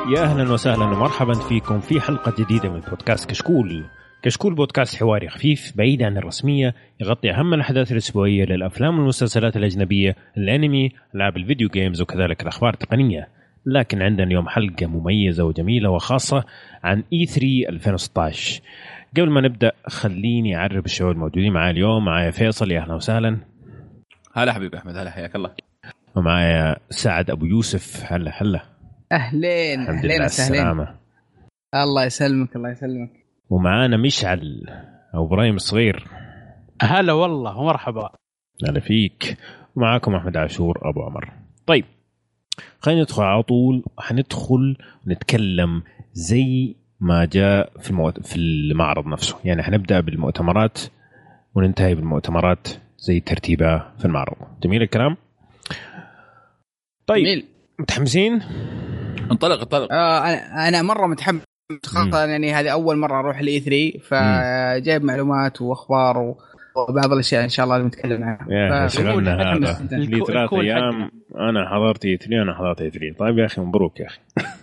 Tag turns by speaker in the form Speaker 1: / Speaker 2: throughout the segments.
Speaker 1: يا أهلا وسهلا ومرحبا فيكم في حلقة جديدة من بودكاست كشكول. كشكول بودكاست حواري خفيف بعيد عن الرسمية، يغطي أهم الأحداث الأسبوعية للأفلام والمسلسلات الأجنبية، الأنمي، ألعاب الفيديو جيمز، وكذلك الأخبار التقنية. لكن عندنا اليوم حلقة مميزة وجميلة وخاصة عن E3 2016. قبل ما نبدأ خليني أعرف الشباب الموجودين معايا اليوم. معايا فيصل، يا أهلا وسهلا.
Speaker 2: هلا حبيبي أحمد، هلا حياك الله.
Speaker 1: ومعايا سعد أبو يوسف. هلا
Speaker 3: أهلين أهلين
Speaker 1: السلامة.
Speaker 3: الله يسلمك الله يسلمك.
Speaker 1: ومعانا مشعل أو إبراهيم الصغير.
Speaker 4: هلا والله ومرحبا.
Speaker 1: هلا فيك. ومعاكم أحمد عاشور أبو عمر. طيب خلينا ندخل على طول. حندخل ونتكلم زي ما جاء في المعرض نفسه، يعني حنبدأ بالمؤتمرات وننتهي بالمؤتمرات زي ترتيبها في المعرض. جميل الكلام. طيب جميل. متحمسين؟
Speaker 2: انطلق.
Speaker 3: أنا مرة متحمس، خاصة يعني هذه أول مرة أروح لإي 3، فجايب معلومات وأخبار وبعض الأشياء إن شاء الله اللي نتكلم عنها.
Speaker 1: شغلنا هذا لي 3 أيام. أنا حضرت E3 طيب يا أخي مبروك يا أخي.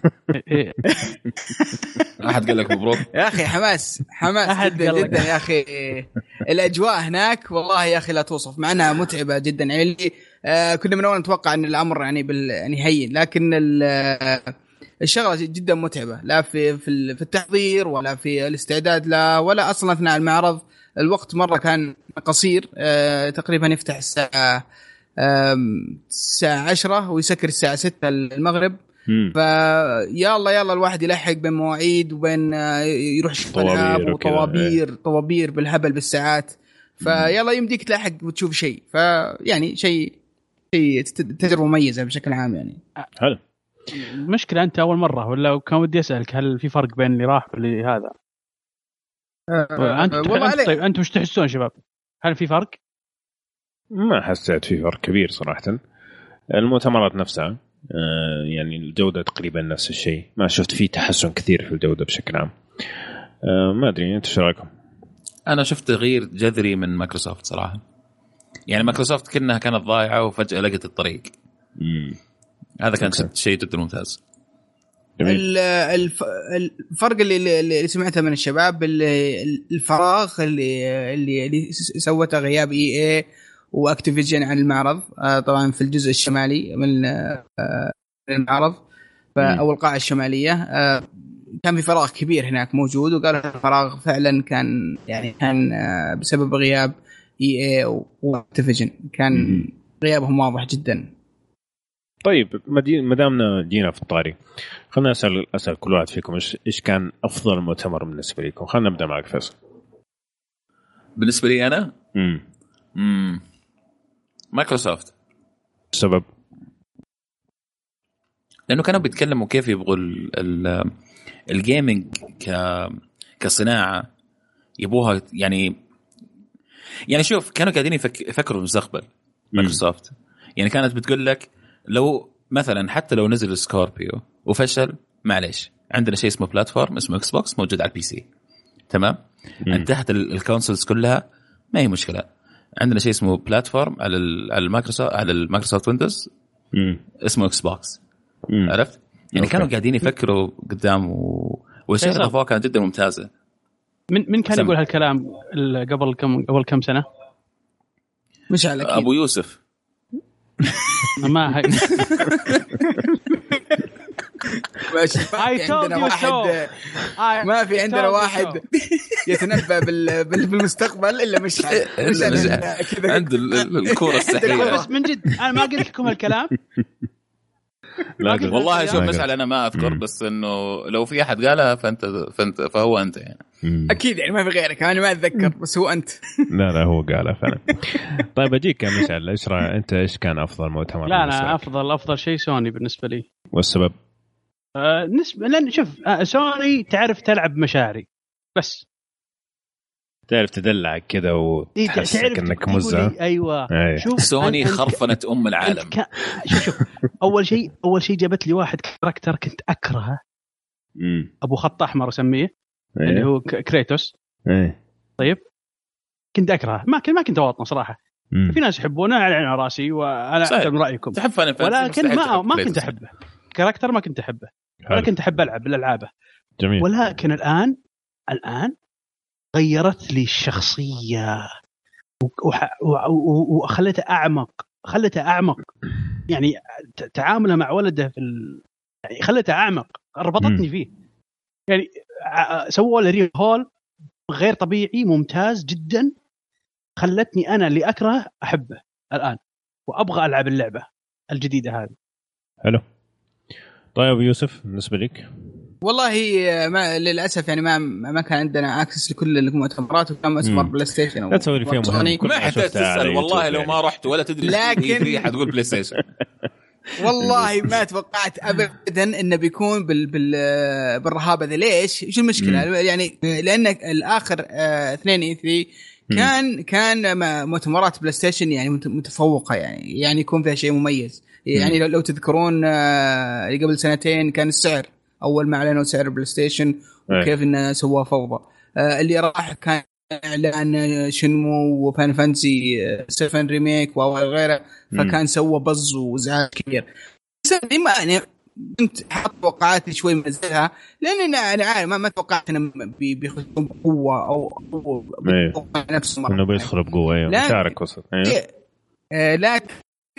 Speaker 2: أحد قال لك مبروك
Speaker 3: يا أخي؟ حماس جدا يا أخي. الأجواء هناك والله يا أخي لا توصف، مع أنها متعبة جدا. يعني كنا من أول نتوقع أن الأمر يعني هين، لكن الشغلة جدا متعبة، لا في التحضير ولا في الاستعداد لا، ولا أصلا أثناء المعرض. الوقت مرة كان قصير، تقريبا يفتح الساعة 10 ويسكر الساعة 6 المغرب. فيا الله الواحد يلحق بين مواعيد وبين يروح يشوف ألعاب وطوابير بالهبل بالساعات. فيلا يمديك تلحق وتشوف شيء، فيعني شيء تجربة مميزة بشكل عام. يعني
Speaker 1: حلو.
Speaker 4: المشكلة أنت أول مرة، ولا كان ودي أسألك هل في فرق بين اللي راح واللي هذا؟ طيب أنتم وش تحسون شباب؟ هل في فرق؟
Speaker 1: ما حسيت في فرق كبير صراحة. المؤتمرات نفسها يعني الجودة تقريبا نفس الشيء، ما شفت فيه تحسن كثير في الجودة بشكل عام. ما أدري أنت شو رأيكم؟
Speaker 2: أنا شفت تغيير جذري من مايكروسوفت صراحة. يعني مايكروسوفت كأنها كانت ضايعة وفجأة لقت الطريق. هذا كان شيء جدا ممتاز.
Speaker 3: الفرق اللي سمعته من الشباب، الفراغ اللي سوته غياب EA واكتيفيجن عن المعرض، طبعا في الجزء الشمالي من المعرض او القاعة الشمالية، كان في فراغ كبير هناك موجود. وقال الفراغ فعلا كان بسبب غياب EA واكتيفيجن، كان غيابهم واضح جدا.
Speaker 1: طيب ما دامنا جينا في الطاري، خلنا أسأل كل واحد فيكم إيش كان أفضل مؤتمر بالنسبة لكم. خلنا نبدأ معك فيصل.
Speaker 2: بالنسبة لي أنا مايكروسوفت.
Speaker 1: السبب؟
Speaker 2: لأنه كانوا بيتكلموا كيف يبغوا الجيمينج كصناعة يبوها. يعني شوف، كانوا قاعدين يفكروا في المستقبل. مايكروسوفت يعني كانت بتقول لك لو مثلا حتى لو نزل سكوربيو وفشل، معليش، عندنا شيء اسمه بلاتفورم اسمه اكس بوكس موجود على البي سي، تمام. انتهت الكونسولز كلها، ما هي مشكله. عندنا شيء اسمه بلاتفورم على المايكروسوفت ويندوز اسمه اكس بوكس. عرفت يعني كانوا قاعدين يفكروا قدام والشيء اللي فوق كان جدا ممتازه.
Speaker 4: من كان يقول هالكلام قبل كم سنه؟
Speaker 3: مش على كده
Speaker 2: ابو يوسف.
Speaker 4: ما هي
Speaker 3: ما في عندنا واحد يتنبأ بالمستقبل إلا مش
Speaker 2: عند الكورة السحرية.
Speaker 4: من جد أنا ما قلت لكم هالكلام.
Speaker 2: والله شوف مشعل، أنا ما أذكر، بس إنه لو في أحد قالها فهو أنت يعني.
Speaker 3: أكيد يعني ما في غيرك، أنا ما أتذكر بس هو أنت.
Speaker 1: لا هو قالها فعلا. طيب أجيك يا مشعل، إيش رأيك أنت؟ إيش كان أفضل مؤتمر؟
Speaker 4: لا أنا أفضل شيء سوني بالنسبة لي.
Speaker 1: والسبب؟
Speaker 4: لأن شوف سوني تعرف تلعب مشاعري، بس
Speaker 1: تعرف تدلعك كده وتحسك انك مزه.
Speaker 4: ايوه
Speaker 2: شوف سوني خرفنت العالم.
Speaker 4: شوف اول شيء جابت لي واحد كاركتر كنت اكرهه، ابو خط احمر اسميه، اللي هو كريتوس. طيب كنت اكرهه، ما كنت اواطنه صراحه. في ناس يحبونه على راسي وانا احترم رايكم،
Speaker 2: ولكن
Speaker 4: ما كنت احبه كاركتر، ما كنت احبه. ولا كنت أحب ألعب الألعاب.
Speaker 1: جميل.
Speaker 4: ولكن الآن غيرت لي الشخصية وخلتها أعمق يعني تعامله مع ولده يعني خلتها أعمق، ربطتني فيه يعني. سووا له ريهول غير طبيعي ممتاز جدا، خلتني أنا اللي أكره أحبه الآن وأبغى ألعب اللعبة الجديدة هذه.
Speaker 1: حلو. طيب يوسف بالنسبة لك؟
Speaker 3: والله للأسف يعني ما كان عندنا أكسس لكل المؤتمرات، وكان مؤتمر بلاي ستيشن.
Speaker 1: لا تسوي فيها مهم،
Speaker 2: ما حتى تسأل والله لو ما رحت ولا تدري لكن حتقول بلاي ستيشن.
Speaker 3: والله ما توقعت أبدا إنه بيكون بالرهابة ذي. ليش؟ شو المشكلة؟ يعني لأن الآخر 2 E3 كان مؤتمرات بلاي ستيشن يعني متفوقة، يعني يكون فيها شيء مميز. يعني لو تذكرون اللي قبل 2 كان السعر أول ما أعلنوا سعر بلاي ستيشن وكيف إنه سواه فوضى. اللي راح كان إعلان شنمو وفان فانسي 7 ريميك وغيره، فكان سوى بز وزعاج كبير. ما يعني كنت حاط توقعاتي شوي منزلها، لأن أنا عارف ما توقعت إنه بيخشون بقوة أو نفس مرة
Speaker 1: إنه بيدخل بقوة. مشارك وسط.
Speaker 3: لكن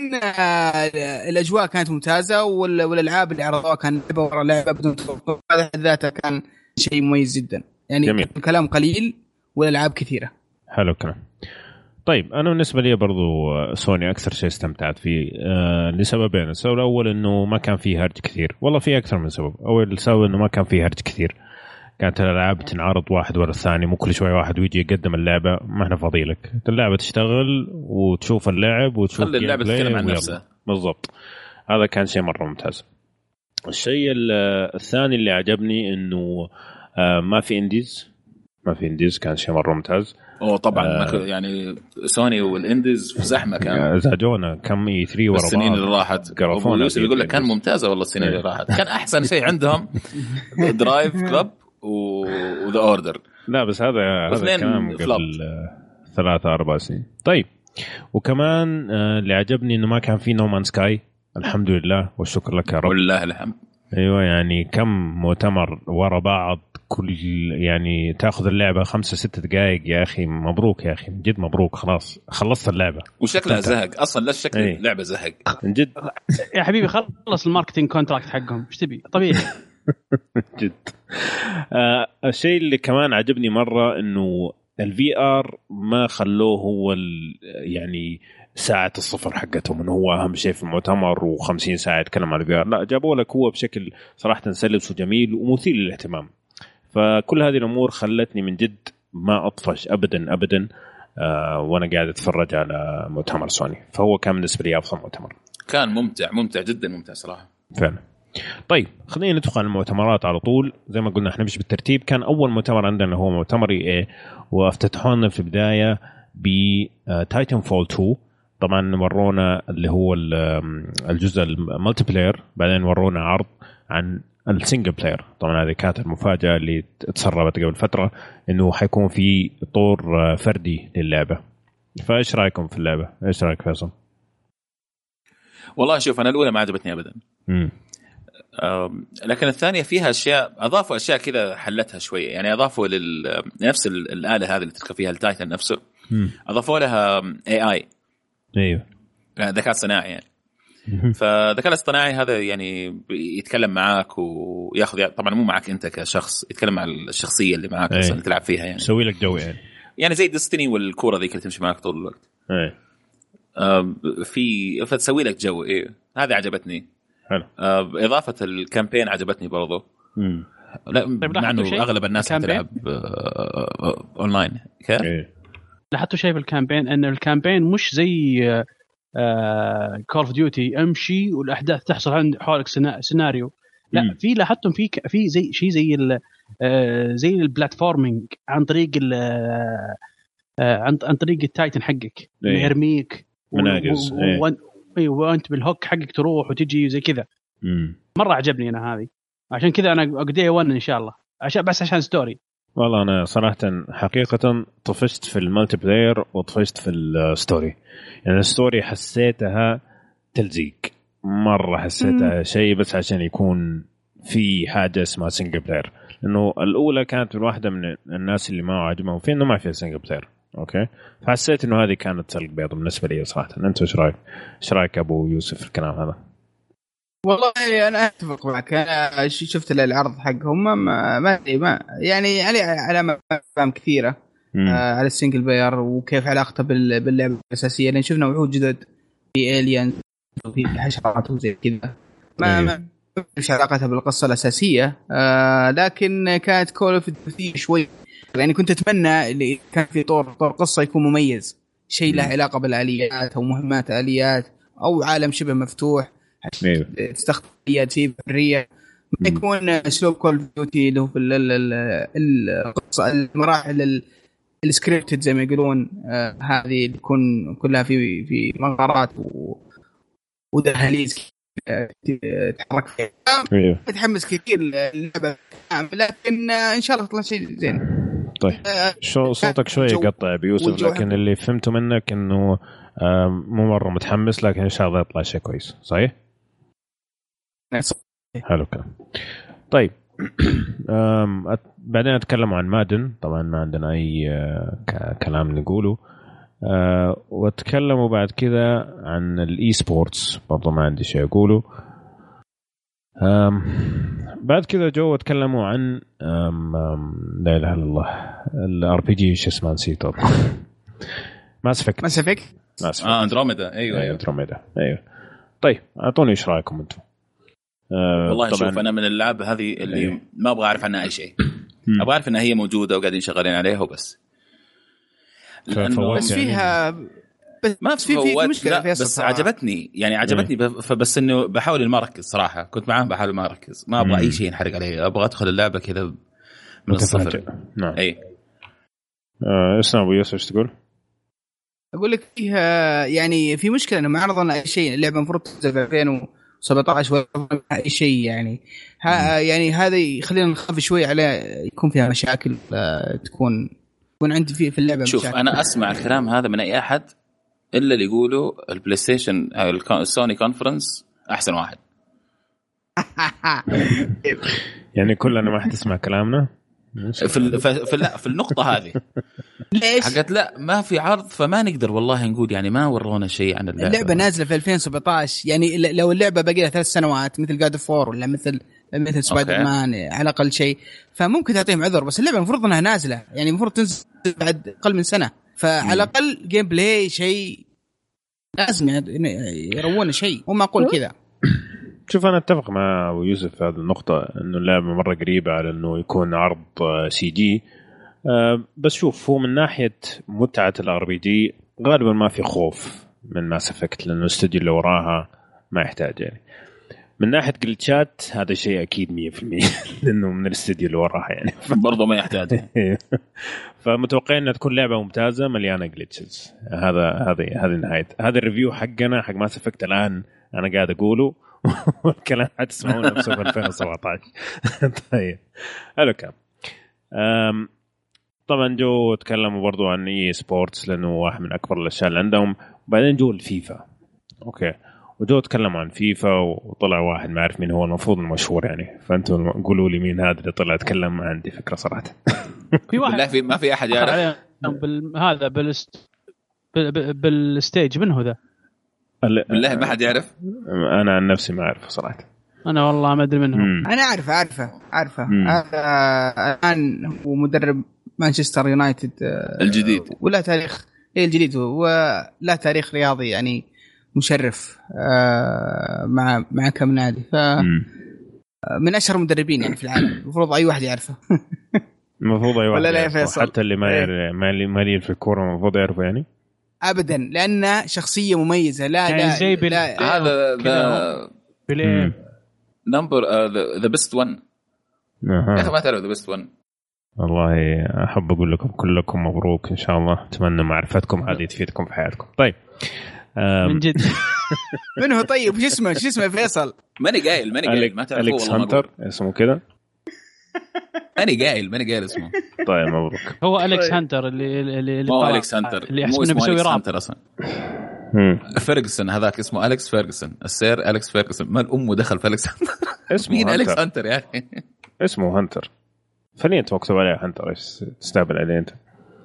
Speaker 3: الأجواء كانت ممتازة، والألعاب اللي عرضوها كان لعبة ورا لعبة بدون توقع. هذا ذاته كان شيء مميز جدا يعني. جميل. الكلام قليل والألعاب كثيرة.
Speaker 1: حلو كلام. طيب أنا بالنسبة لي برضو سوني أكثر شيء استمتعت فيه لسببين. السبب الأول إنه ما كان فيه هرج كثير، والله فيه أكثر من سبب. أول سبب إنه ما كان فيه هرج كثير، كانت الألعاب تنعرض واحد ورا الثاني، مو كل شوي واحد ويجي يقدم اللعبة. ما احنا فاضيلك، اللعبة تشتغل وتشوف اللعب وتشوف
Speaker 2: اللعبة تتكلم عن نفسها.
Speaker 1: بالضبط. هذا كان شيء مرة ممتاز. الشيء الثاني اللي عجبني إنه ما في انديز كان شيء مرة ممتاز.
Speaker 2: طبعا يعني سوني والانديز في زحمة كان
Speaker 1: زعجونا كم E3 ورا بعض
Speaker 2: السنين اللي راحت. يوسف يقول لك كان ممتازة والله السنين اللي راحت. كان أحسن شيء عندهم درايف كلوب وذا اوردر.
Speaker 1: لا بس هذا كلام قبل 3-4 سنين. طيب وكمان اللي عجبني انه ما كان في نومان سكاي، الحمد لله والشكر لك يا رب.
Speaker 2: والله الحمد.
Speaker 1: ايوه يعني كم مؤتمر ورا بعض، كل يعني تاخذ اللعبه 5-6 دقائق. يا اخي مبروك، يا اخي جد مبروك، خلاص خلصت اللعبه.
Speaker 2: وشكلها زهق اصلا، لا الشكل لعبه زهق
Speaker 1: جد
Speaker 4: يا حبيبي. خلص الماركتينج كونتراكت حقهم، ايش تبي؟ طبيعي.
Speaker 1: جد. الشيء اللي كمان عجبني مرة إنه الVR ما خلوه هو يعني ساعة الصفر حقتهم، إنه هو أهم شيء في المؤتمر و50 ساعة يتكلم عن الVR. لا، جابوا لك هو بشكل صراحة سلس وجميل ومثير للاهتمام. فكل هذه الأمور خلتني من جد ما أطفش أبدا وأنا قاعد أتفرج على مؤتمر سوني. فهو كان بالنسبة لي أفضل مؤتمر.
Speaker 2: كان ممتع جدا ممتع صراحة
Speaker 1: فعلا. طيب خلينا ندخل على المؤتمرات على طول. زي ما قلنا احنا مش بالترتيب. كان اول مؤتمر عندنا هو مؤتمر EA، وافتتحونا في البدايه بتايتن فول 2. طبعا ورونا اللي هو الجزء المالتي بلاير، بعدين ورونا عرض عن السنجل بلاير. طبعا هذه كانت المفاجاه اللي تسربت قبل فتره، انه حيكون في طور فردي للعبه. فايش رايكم في اللعبه؟ ايش رايك فيصل؟
Speaker 2: والله شوف، انا الاولى ما عجبتني ابدا. لكن الثانية فيها أشياء، أضافوا أشياء كذا حلتها شوية. يعني أضافوا لنفس الآلة هذه اللي تركب فيها التايتن نفسه، أضافوا لها AI.
Speaker 1: أيوه،
Speaker 2: ذكاء صناعي يعني. فالذكاء الاصطناعي هذا يعني يتكلم معك وياخذ، طبعا مو معك أنت كشخص، يتكلم مع الشخصية اللي معك اللي تلعب فيها يعني.
Speaker 1: يسوي لك جو يعني
Speaker 2: زي ديستني والكورة ذيك اللي تمشي معك طول الوقت. فتسوي لك جو. هذه عجبتني.
Speaker 1: حلو.
Speaker 2: إضافة الكامبين عجبتني برضو. لا، مع إنه أغلب الناس تلعب أونلاين. كيف؟
Speaker 4: لاحظتوا شيء في الكامبين، إن الكامبين مش زي كول اوف ديوتي امشي والأحداث تحصل عند حولك سيناريو. لا، في لاحظتم في زي شيء زي البلاتفورمينج عن طريق عن طريق التايتن حقك يرميك
Speaker 1: مناقز.
Speaker 4: وانت بالهوك حقك تروح وتجي زي كذا. مره عجبني انا هذه، عشان كذا انا اقديه ون ان شاء الله، عشان ستوري.
Speaker 1: والله انا صراحه حقيقه طفشت في المالتي بلاير وطفشت في الستوري. يعني الستوري حسيتها تلزيق مره، حسيتها شيء بس عشان يكون في حاجه اسمها سنجل بلاير، لانه الاولى كانت واحده من الناس اللي ما عجبهم في انه ما فيها سنجل بلاير. اوكي، فحسيت انه هذه كانت سلق بيض بالنسبه لي صراحه. انت ايش رايك ابو يوسف في الكلام هذا؟
Speaker 3: والله انا اتفق معك. انا شفت العرض حقهم ما يعني على افلام كثيره على السنجل بلاير وكيف علاقته باللعبه الاساسيه، لان شفنا وحود جدد في الين وفي حشرات وزي كذا ما مش علاقتها بالقصه الاساسيه. لكن كانت كول اوف ديوتي شوي يعني كنت اتمنى اللي كان في طور قصه يكون مميز، شيء له علاقه بالاليات او مهمات اليات او عالم شبه مفتوح تستخدم اليات فيه بريه، ما يكون اسلوب كول اوف ديوتي له في القصه المراحل السكريبتد زي ما يقولون. هذه تكون كلها في مغارات ودهاليز تتحرك فيها. متحمس كثير اللعبه لكن ان شاء الله تطلع شيء زين.
Speaker 1: طيب شو صوتك شوي يقطع بيوسف، لكن اللي فهمته منك انه مو مره متحمس، لكن ان شاء الله يطلع شيء كويس. صحيح؟ حلو كلام. طيب بعدين اتكلم عن مادن، طبعا ما عندنا اي كلام نقوله. واتكلموا بعد كذا عن الاي سبورتس، برضو ما عندي شيء اقوله. بعد كذا جو اتكلموا عن لا اله الا الله الار بي جي، شو اسمه نسيته، ماس افكت
Speaker 2: اندروميدا. ايوه
Speaker 1: اندروميدا ايوه. طيب اعطوني ايش رايكم انتم؟
Speaker 2: والله شوف انا من اللعب هذه اللي ما ابغى اعرف عنها اي شيء، ابغى اعرف انها هي موجوده وقاعدين شغالين عليها وبس.
Speaker 3: بس فيها
Speaker 2: ما في مشكله بس عجبتني يعني عجبتني فبس انه بحاول المركز صراحه، كنت معاه بحاول ما اركز، ما ابغى اي شيء ينحرق علي، ابغى ادخل اللعبه كذا من الصفر.
Speaker 1: نعم.
Speaker 2: اي
Speaker 1: اسمع ابو يوسف ايش تقول؟
Speaker 3: اقول لك فيها يعني في مشكله انه ما عرضنا اي شيء، اللعبه المفروض تنزل في 2017 ولا اي شيء يعني يعني هذا يخلينا نخاف شوي على يكون فيها مشاكل، تكون عندي في اللعبه
Speaker 2: شوف
Speaker 3: مشاكل.
Speaker 2: انا اسمع الكلام هذا من اي احد الا اللي يقولوا البلاي ستيشن السوني كونفرنس احسن واحد.
Speaker 1: يعني كلنا ما حتسمع كلامنا
Speaker 2: في النقطه هذه.
Speaker 3: ليش
Speaker 2: حقت لا ما في عرض فما نقدر والله نقول يعني ما ورونا شيء عن
Speaker 3: اللعبه نازله في 2017 يعني لو اللعبه باقي لها 3 سنوات مثل جاد اوف وور ولا مثل سبايدر مان على الاقل شيء فممكن تعطيهم عذر، بس اللعبه المفروض انها نازله يعني المفروض تنزل بعد اقل من سنه، فعلى الاقل جيم بلاي شيء لازم يروون شيء وما اقول كذا.
Speaker 1: شوف انا اتفق مع ابو يوسف في هذه النقطه انه اللعبه مره قريبه على انه يكون عرض سي جي. بس شوف هو من ناحيه متعه الار بي جي غالبا ما في خوف من ماس افكت لانه الاستوديو اللي وراها ما يحتاج يعني. من ناحيه جلتشات هذا شيء اكيد 100% لانه من الاستوديو اللي وراها يعني
Speaker 2: برضه ما يحتاج.
Speaker 1: فمتوقعين انها تكون لعبه ممتازه مليانه جلتشز. هذه نهايه هذا الريفيو حقنا حق ماس افكت. الان انا قاعد اقوله والكلام حتسمعونه نفسه في 2017. طيب حلو كلام. طبعا جو تكلموا برضو عن اي سبورتس لانه واحد من اكبر الاشياء اللي عندهم، وبعدين جو الفيفا. اوكي وجو تكلم عن فيفا وطلع واحد ما اعرف مين هو المفروض المشهور يعني، فانتم قولوا لي مين هذا اللي طلع يتكلم. ما عندي فكره صراحه.
Speaker 2: في واحد ما في احد يعرف
Speaker 4: هذا بالستيج من هو ذا؟
Speaker 2: بالله ما حد يعرف.
Speaker 1: انا عن نفسي ما اعرف صراحه.
Speaker 4: انا والله ما ادري منه.
Speaker 3: انا عارفه هذا الان هو مدرب مانشستر يونايتد
Speaker 2: الجديد
Speaker 3: ولا تاريخ الجديد ولا تاريخ رياضي يعني مشرف مع كم نادي، ف من اشهر المدربين يعني في العالم، المفروض اي واحد يعرفه.
Speaker 1: المفروض اي واحد
Speaker 3: يعرفه
Speaker 1: حتى اللي ما لي في الكوره المفروض يعرفه يعني
Speaker 3: ابدا، لانه شخصيه مميزه. لا
Speaker 4: زي
Speaker 2: هذا نمبر ذا بيست 1. يا اخي ما تعرف ذا بيست 1.
Speaker 1: والله احب اقول لكم كلكم مبروك ان شاء الله، اتمنى معرفتكم هذه تفيدكم في حياتكم. طيب
Speaker 4: من جد.
Speaker 3: من هو طيب؟ شو اسمه فيصل؟
Speaker 2: ماني قايل ما تعرفوه
Speaker 1: أليكس هانتر اسمه كذا.
Speaker 2: ماني قايل اسمه.
Speaker 1: طيب مبروك.
Speaker 4: هو أليكس هانتر اللي
Speaker 2: مو أليكس هانتر
Speaker 4: اللي اسمه بيسوي راب
Speaker 2: اصلا. فيرغسون هذاك اسمه أليكس فيرغسون، السير أليكس فيرغسون. ما الأم دخل في أليكس هانتر. اسمه أليكس هانتر يعني.
Speaker 1: اسمه هانتر فعليا مكتوب عليه هانتر. ايش تستقبل عليه انت؟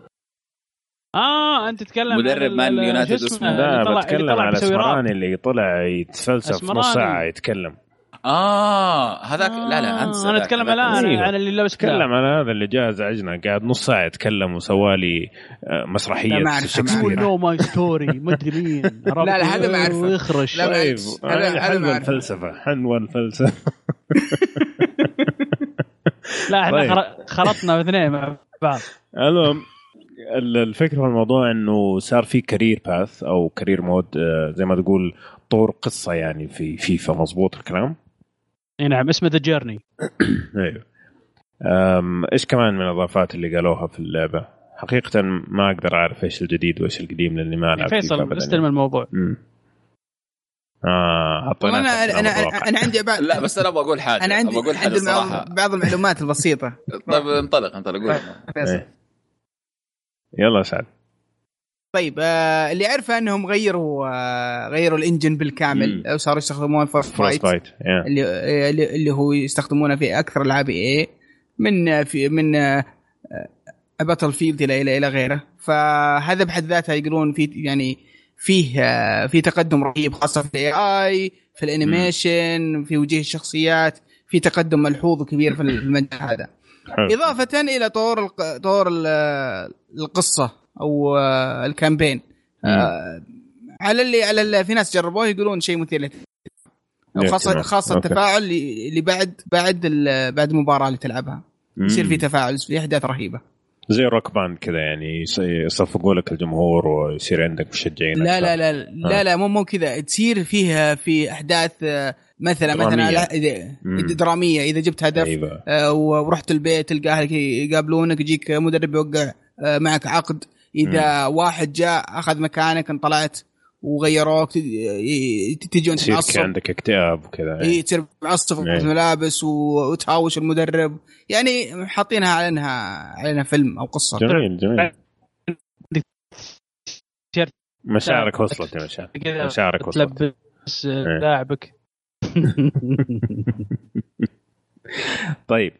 Speaker 4: انت تتكلم
Speaker 2: مدرب مان يونايتد اسمه.
Speaker 1: لا بتكلم على اسمراني اللي طلع يتفلسف نص ساعه يتكلم.
Speaker 2: هذاك لا انسى.
Speaker 4: انا اتكلم الان عن اللي لابس كلام.
Speaker 1: اتكلم عن هذا اللي جاء زعجنا قاعد نص ساعه يتكلم وسوالي مسرحيه شكسبير.
Speaker 4: نو ماي ستوري ما ادري مين.
Speaker 3: لا هذا ما اعرفه.
Speaker 1: يخرش. هذا ما الفلسفه حنوى الفلسفه.
Speaker 4: لا احنا خلطنا اثنين مع بعض.
Speaker 1: المهم الفكره في الموضوع انه صار في كارير باث او كارير مود زي ما تقول طور قصه يعني في فيفا. مظبوط الكلام؟
Speaker 4: نعم اسمه ذا جيرني.
Speaker 1: ايوه. ايش كمان من الاضافات اللي قالوها في اللعبه؟ حقيقه ما اقدر اعرف ايش الجديد وايش القديم لاني ما العب
Speaker 4: فيصل استلم الموضوع.
Speaker 3: انا عندي
Speaker 2: لا بس انا ابغى اقول حاجه.
Speaker 3: انا عندي
Speaker 2: صراحه
Speaker 3: بعض المعلومات البسيطه.
Speaker 2: طيب انطلق قول.
Speaker 1: يلا سعد.
Speaker 3: طيب اللي عرفه انهم غيروا الانجن بالكامل وصاروا يستخدمون فروستبايت اللي هو يستخدمونه في اكثر العاب من باتل فيلد الى غيره. فهذا بحد ذاته يقولون فيه تقدم رهيب خاصه في الاي في الانيميشن في وجه الشخصيات. في تقدم ملحوظ كبير في المجال هذا. إضافة إلى طور القصة أو الكامبين على اللي في ناس جربوه يقولون شيء مثير خاصة التفاعل اللي بعد المباراة اللي تلعبها يصير في تفاعل في أحداث رهيبة
Speaker 1: زي روك باند كذا يعني يصفقوا لك الجمهور ويصير عندك مشجعين.
Speaker 3: لا مو كذا تصير فيها في أحداث مثلا درامية إذا جبت هدف. أيوة. ورحت البيت تلقاه يقابلونك يجيك مدرب يوقع معك عقد. إذا واحد جاء أخذ مكانك انطلعت وغيروك تجي وانت معصب
Speaker 1: عندك اكتئاب وكذا
Speaker 3: تصير معصب ملابس وتهاوش المدرب يعني حاطينها علينا فيلم أو قصة.
Speaker 1: جميل. مشاعرك وصلت يا مشاعرك وصلت.
Speaker 4: تلبس لاعبك.
Speaker 1: طيب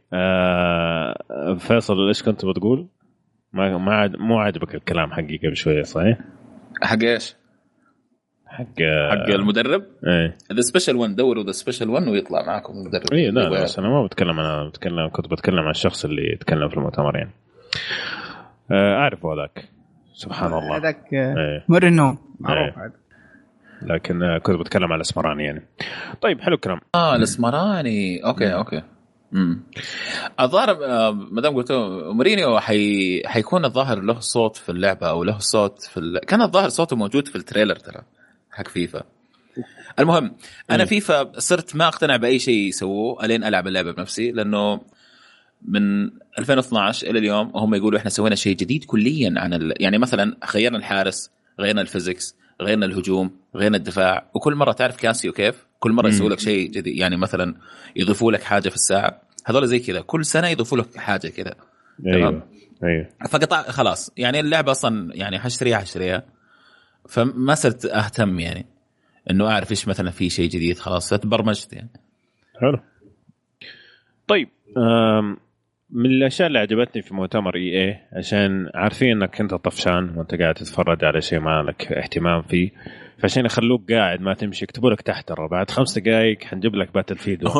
Speaker 1: فيصل ايش كنت بتقول؟ مو عاجبك الكلام حقي قبل شويه صحيح؟
Speaker 2: حق ايش؟ حق المدرب. ذا سبيشال 1 دوروا ذا سبيشال 1 ويطلع معكم المدرب.
Speaker 1: لا بس انا ما بتكلم. كنت بتكلم عن الشخص اللي يتكلم في المؤتمر يعني. اعرف هذاك سبحان الله
Speaker 3: هذاك مرنو معروف هذا.
Speaker 1: لكن كنت بتكلم على الاسمراني يعني. طيب حلو الكلام.
Speaker 2: الاسمراني اوكي. الظاهر ما دام قلتوا مورينيو حيكون الظاهر له صوت في اللعبه او له صوت كان الظاهر صوته موجود في التريلر ترى حق فيفا. المهم انا فيفا صرت ما اقتنع باي شيء يسووه الين العب اللعبه بنفسي لانه من 2012 الى اليوم هم يقولوا احنا سوينا شيء جديد كليا عن يعني مثلا غيرنا الحارس غيرنا الفيزيكس غيرنا الهجوم غيرنا الدفاع. وكل مره تعرف كاسيو كيف كل مره يسوي لك شيء جديد يعني مثلا يضيفوا لك حاجه في الساعه هذول زي كذا كل سنه يضيفوا لك حاجه كذا.
Speaker 1: ايوه
Speaker 2: فقطع خلاص يعني اللعبه اصلا يعني حشتريها فما صرت اهتم يعني انه اعرف ايش مثلا في شيء جديد خلاص تبرمجت يعني.
Speaker 1: حلو. طيب من الاشياء اللي عجبتني في مؤتمر EA عشان عارفين انك انت طفشان وانت قاعد تتفرج على شيء ما لك اهتمام فيه فعشان يخلوك قاعد ما تمشي يكتبوا لك تحت بعد 5 دقائق حنجيب لك باتل فيلد.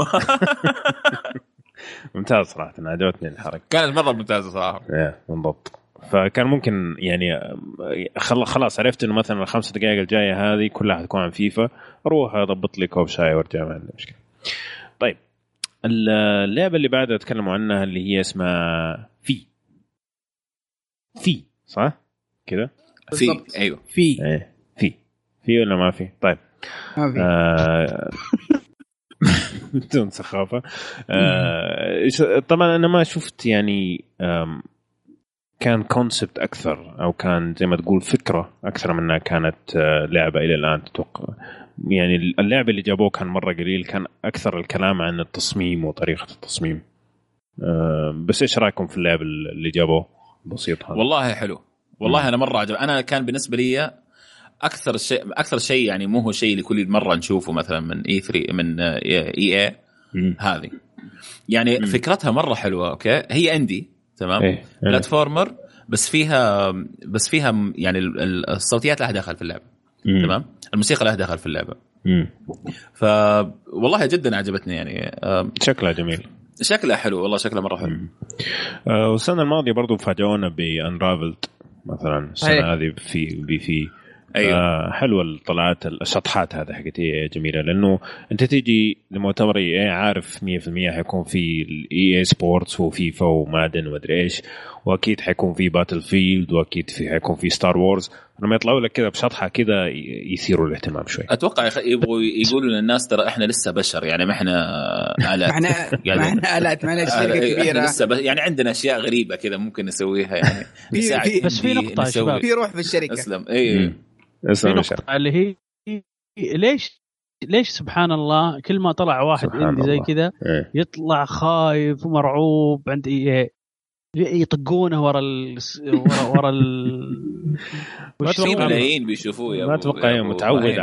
Speaker 1: ممتاز صراحه عجبتني الحركه
Speaker 2: كانت مره ممتازه صراحه.
Speaker 1: بالضبط. فكان ممكن يعني خلاص عرفت انه مثلا 5 دقائق الجايه هذه كلها حتكون عن فيفا اروح اضبط لي كوب شاي وارجع ما عندي مشكله. طيب اللعبه اللي بعدها اتكلموا عنها اللي هي اسمها في صح كذا
Speaker 2: ايوه
Speaker 1: في ولا ما في؟ طيب
Speaker 3: ما في.
Speaker 1: بدون سخافه. طبعا انا ما شفت يعني كان كونسبت اكثر او كان زي ما تقول فكره اكثر منها كانت لعبه الى الان تتوقع يعني. اللعبه اللي جابوه كان مره قليل كان اكثر الكلام عن التصميم وطريقه التصميم. بس ايش رايكم في اللعبه اللي جابوه بسيط هذا؟
Speaker 2: والله حلو والله. انا مره عجب. انا كان بالنسبه لي اكثر شيء يعني مو هو شيء لكل مره نشوفه مثلا من E3 من EA هذه يعني فكرتها مره حلوه. اوكي هي اندي تمام بلاتفورمر بس فيها يعني الصوتيات لها دخل في اللعبه تمام الموسيقى لها دخل في اللعبه والله جدا عجبتني يعني
Speaker 1: شكلها جميل
Speaker 2: شكلها حلو والله شكلها مره حلو.
Speaker 1: والسنه الماضيه برضو فاجئونا بانرافلد مثلا السنه هذه في
Speaker 2: أيوة.
Speaker 1: حلوه الطلعات الشطحات هذا حقتي جميله لانه انت تيجي لمؤتمر اي عارف 100% حيكون في الاي سبورتس وفيفا ومادن ومدري ايش واكيد حيكون في باتل فيلد واكيد حيكون في ستار وورز لما يطلعوا لك كذا بشطحه كذا يثيروا الاهتمام شوي.
Speaker 2: اتوقع يبغوا يقولوا للناس ترى احنا لسه بشر يعني ما احنا آلات
Speaker 3: احنا آلات معنا شركه كبيره
Speaker 2: لسه يعني عندنا اشياء غريبه كذا ممكن نسويها يعني
Speaker 4: بس في نقطه شباب
Speaker 3: في روح في الشركه
Speaker 2: اسلم
Speaker 4: في نقطة اللي هي ليش سبحان الله كل ما طلع واحد عندي زي كذا يطلع خايف ومرعوب عند يطقونه ورا
Speaker 2: في ملايين بيشوفوه يا
Speaker 1: ما اتوقع متعود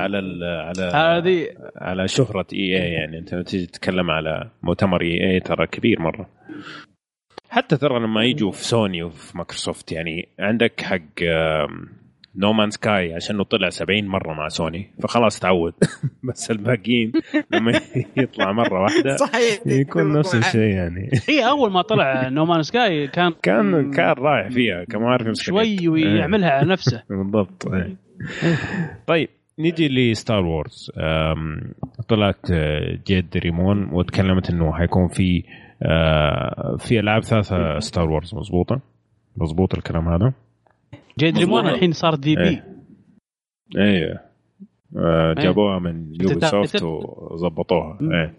Speaker 1: على شهرة يعني انت تيجي تتكلم على مؤتمر اي ترى كبير مرة حتى ترى لما يجوا في سوني وفي مايكروسوفت يعني عندك حق نومان سكاي عشان طلع 70 مرة مع سوني فخلاص تعود بس الباقيين لما يطلع مرة واحدة
Speaker 3: صحيح
Speaker 1: يكون نفس الشيء يعني.
Speaker 4: هي أول ما طلع نومان سكاي
Speaker 1: كان رايح فيها كما عارف
Speaker 4: شوي ويعملها على نفسه
Speaker 1: بالضبط. طيب نيجي لستار وورز. طلعت جيد ريمون وتكلمت إنه حيكون في ألعاب ثلاثة ستار وورز. مظبوط الكلام هذا.
Speaker 4: جيد ريمون الحين صار دي بي
Speaker 1: ايه جابوها من يوبي سوفت وضبطوها.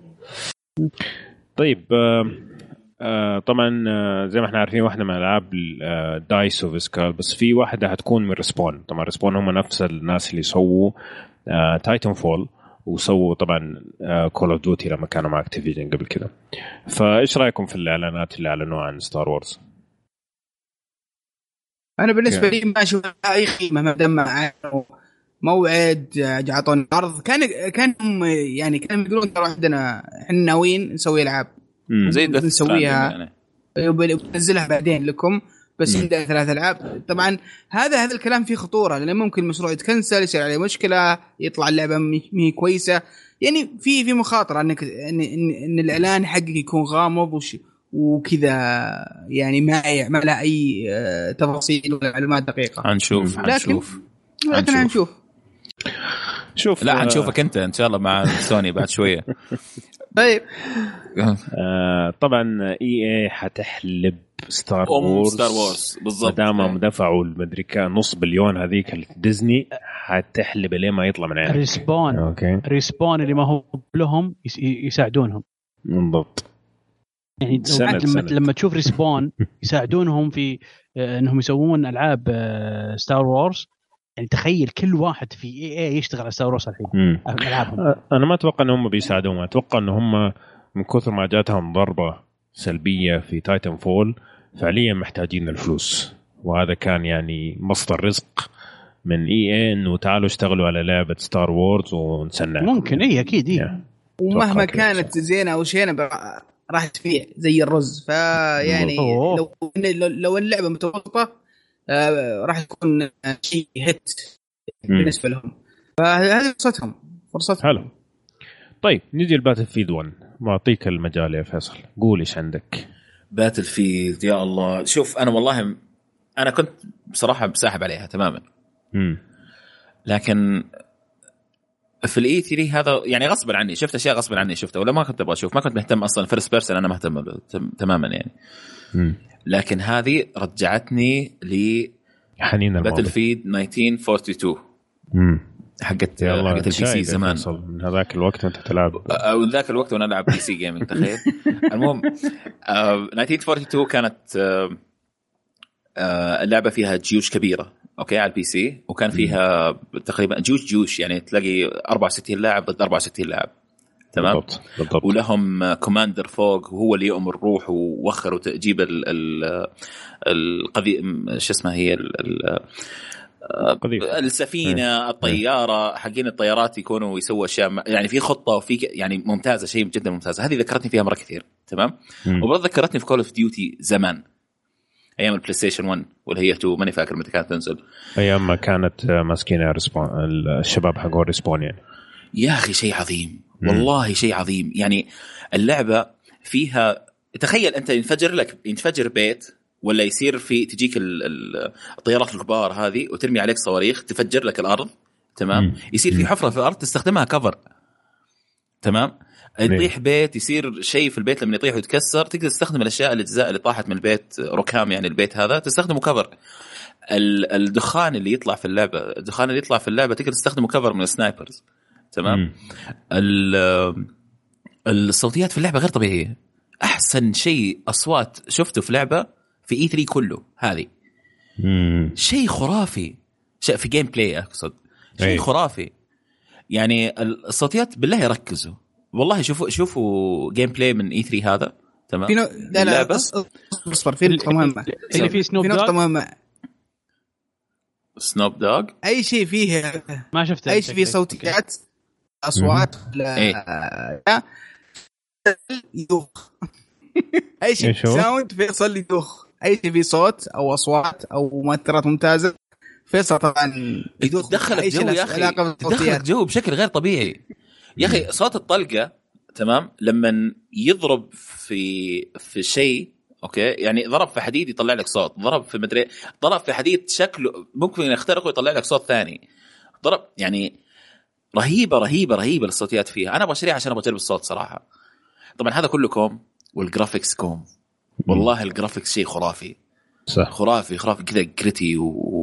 Speaker 1: طيب طبعا زي ما احنا عارفين واحدة من العاب دايس وفيسكال بس في واحدة هتكون من ريسبون. طبعا ريسبون هم نفس الناس اللي سووا تايتن فول وسووا طبعا كول اوف ديوتي لما كانوا مع اكتيفيجن قبل كده. فايش رايكم في الاعلانات اللي اعلنوها عن ستار وورز؟
Speaker 3: أنا بالنسبة لي ما أشوف أي قيمة ما دام موعد عطوني عرض كان يعني كانوا يقولون ترى عندنا إحنا ناويين نسوي ألعاب
Speaker 2: زي
Speaker 3: نسويها وننزلها بعدين لكم بس عندنا 3 ألعاب. طبعا هذا الكلام فيه خطورة لأن ممكن المشروع يتكنسل يصير عليه مشكلة يطلع اللعبة مي كويسة يعني في مخاطرة إن الإعلان حقك يكون غامض وكذا يعني ما له أي تفاصيل ولا معلومات دقيقة.
Speaker 2: هنشوف لا هنشوفك أنت إن شاء الله مع سوني بعد شوية.
Speaker 3: طيب
Speaker 1: طبعا EA حتحلب ستار وورز
Speaker 2: بالضبط
Speaker 1: دام دفعوا المدري كان $5 بليون هذيك ديزني حتحلب ليه ما يطلع من عندك
Speaker 4: ريسبون اللي ما هو لهم يساعدونهم بالضبط يعني لما تشوف ريسبون يساعدونهم في انهم يسوون العاب ستار وورز يعني تخيل كل واحد في اي يشتغل على ستار وورز الحين العابهم.
Speaker 1: انا ما اتوقع انهم بيساعدوهم اتوقع ان هم من كثر ما جاتهم ضربه سلبيه في تايتن فول فعليا محتاجين الفلوس وهذا كان يعني مصدر رزق من اي انه تعالوا اشتغلوا على لعبه ستار وورز ونسنع
Speaker 4: ممكن اكيد
Speaker 3: ومهما كانت زينه او شينه راح تبيع زي الرز فيعني لو اللعبه متوسطه راح تكون شيء هيت بالنسبه لهم فهذه فرصتهم
Speaker 1: حلو. طيب نيجي لباتل فيلد 1 معطيك المجال يا فيصل قول ايش عندك.
Speaker 2: باتل فيلد يا الله شوف انا والله انا كنت بصراحه بساحب عليها تماما لكن في الاي 3 هذا يعني غصبا عني شفت اشياء غصبا عني شفتها ولا ما كنت ابغى اشوف ما كنت مهتم اصلا فيرست بيرسون انا مهتم تماما يعني لكن هذه رجعتني ل
Speaker 1: حنين
Speaker 2: باتل فيلد 1942 حقت البي سي زمان
Speaker 1: من هذاك الوقت انت تلعب
Speaker 2: او ذاك الوقت وانا العب بي سي جيمنج تخيل. المهم 1942 كانت اللعبه فيها جيوش كبيره اوكي على البي سي وكان فيها تقريبا جيوش يعني تلاقي 64 لاعب ضد 64 لاعب تمام بالضبط. ولهم كوماندر فوق وهو اللي يأمر روح ووخر وتجيب القضيه شو اسمها هي السفينه الطياره حقين الطيارات يكونوا يسووا اشياء يعني في خطه وفي يعني ممتازه شيء جدا ممتاز. هذه ذكرتني فيها مره كثير تمام. وبرضه ذكرتني في كول اوف ديوتي زمان ايام البلاي ستيشن 1 ولا هي 2 ماني فاكر متى كانت تنزل
Speaker 1: ايام ما كانت ماسكينه الشباب حقوا ريسبون يعني.
Speaker 2: يا اخي شيء عظيم والله شيء عظيم. يعني اللعبه فيها تخيل انت ينفجر بيت ولا يصير في تجيك الطيارات الكبار هذه وترمي عليك صواريخ تفجر لك الارض تمام. يصير في حفره في الارض تستخدمها كفر تمام. يطيح بيت يصير شيء في البيت لما يطيح ويتكسر تقدر تستخدم الاشياء الاجزاء اللي طاحت من البيت ركام يعني البيت هذا تستخدمه كفر. الدخان اللي يطلع في اللعبه تقدر تستخدمه كفر من السنايبرز تمام. الصوتيات في اللعبه غير طبيعيه. احسن شيء اصوات شفته في لعبه في E3 كله هذه شيء خرافي. في جيم بلاي اقصد شيء خرافي. يعني الصوتيات بالله ركزوا والله شوفوا جيم بلاي من E3 هذا تمام.
Speaker 3: لا اصبر في نقطه مهمه
Speaker 4: اللي فيه
Speaker 2: سنوب دوغ
Speaker 3: اي شيء فيه
Speaker 4: ما شفته
Speaker 3: اي شيء فيه صوتيات اصوات لا يدوخ اي شيء ساوند فيصل يدوخ. اي شيء فيه صوت او اصوات او مؤثرات ممتازه فيصل طبعا يدوخ.
Speaker 2: دخل الجو يا اخي دخل الجو بشكل غير طبيعي يا اخي. صوت الطلقه تمام لما يضرب في شيء اوكي يعني ضرب في حديد يطلع لك صوت. ضرب في مدري ضرب في حديد شكله ممكن يخترقه يطلع لك صوت ثاني. ضرب يعني رهيبه الصوتيات فيها. انا بشتريها عشان ابغى اجرب الصوت صراحه. طبعا هذا كله كوم والجرافيكس كوم والله الجرافيكس شيء خرافي
Speaker 1: صح.
Speaker 2: خرافي كذا جريتي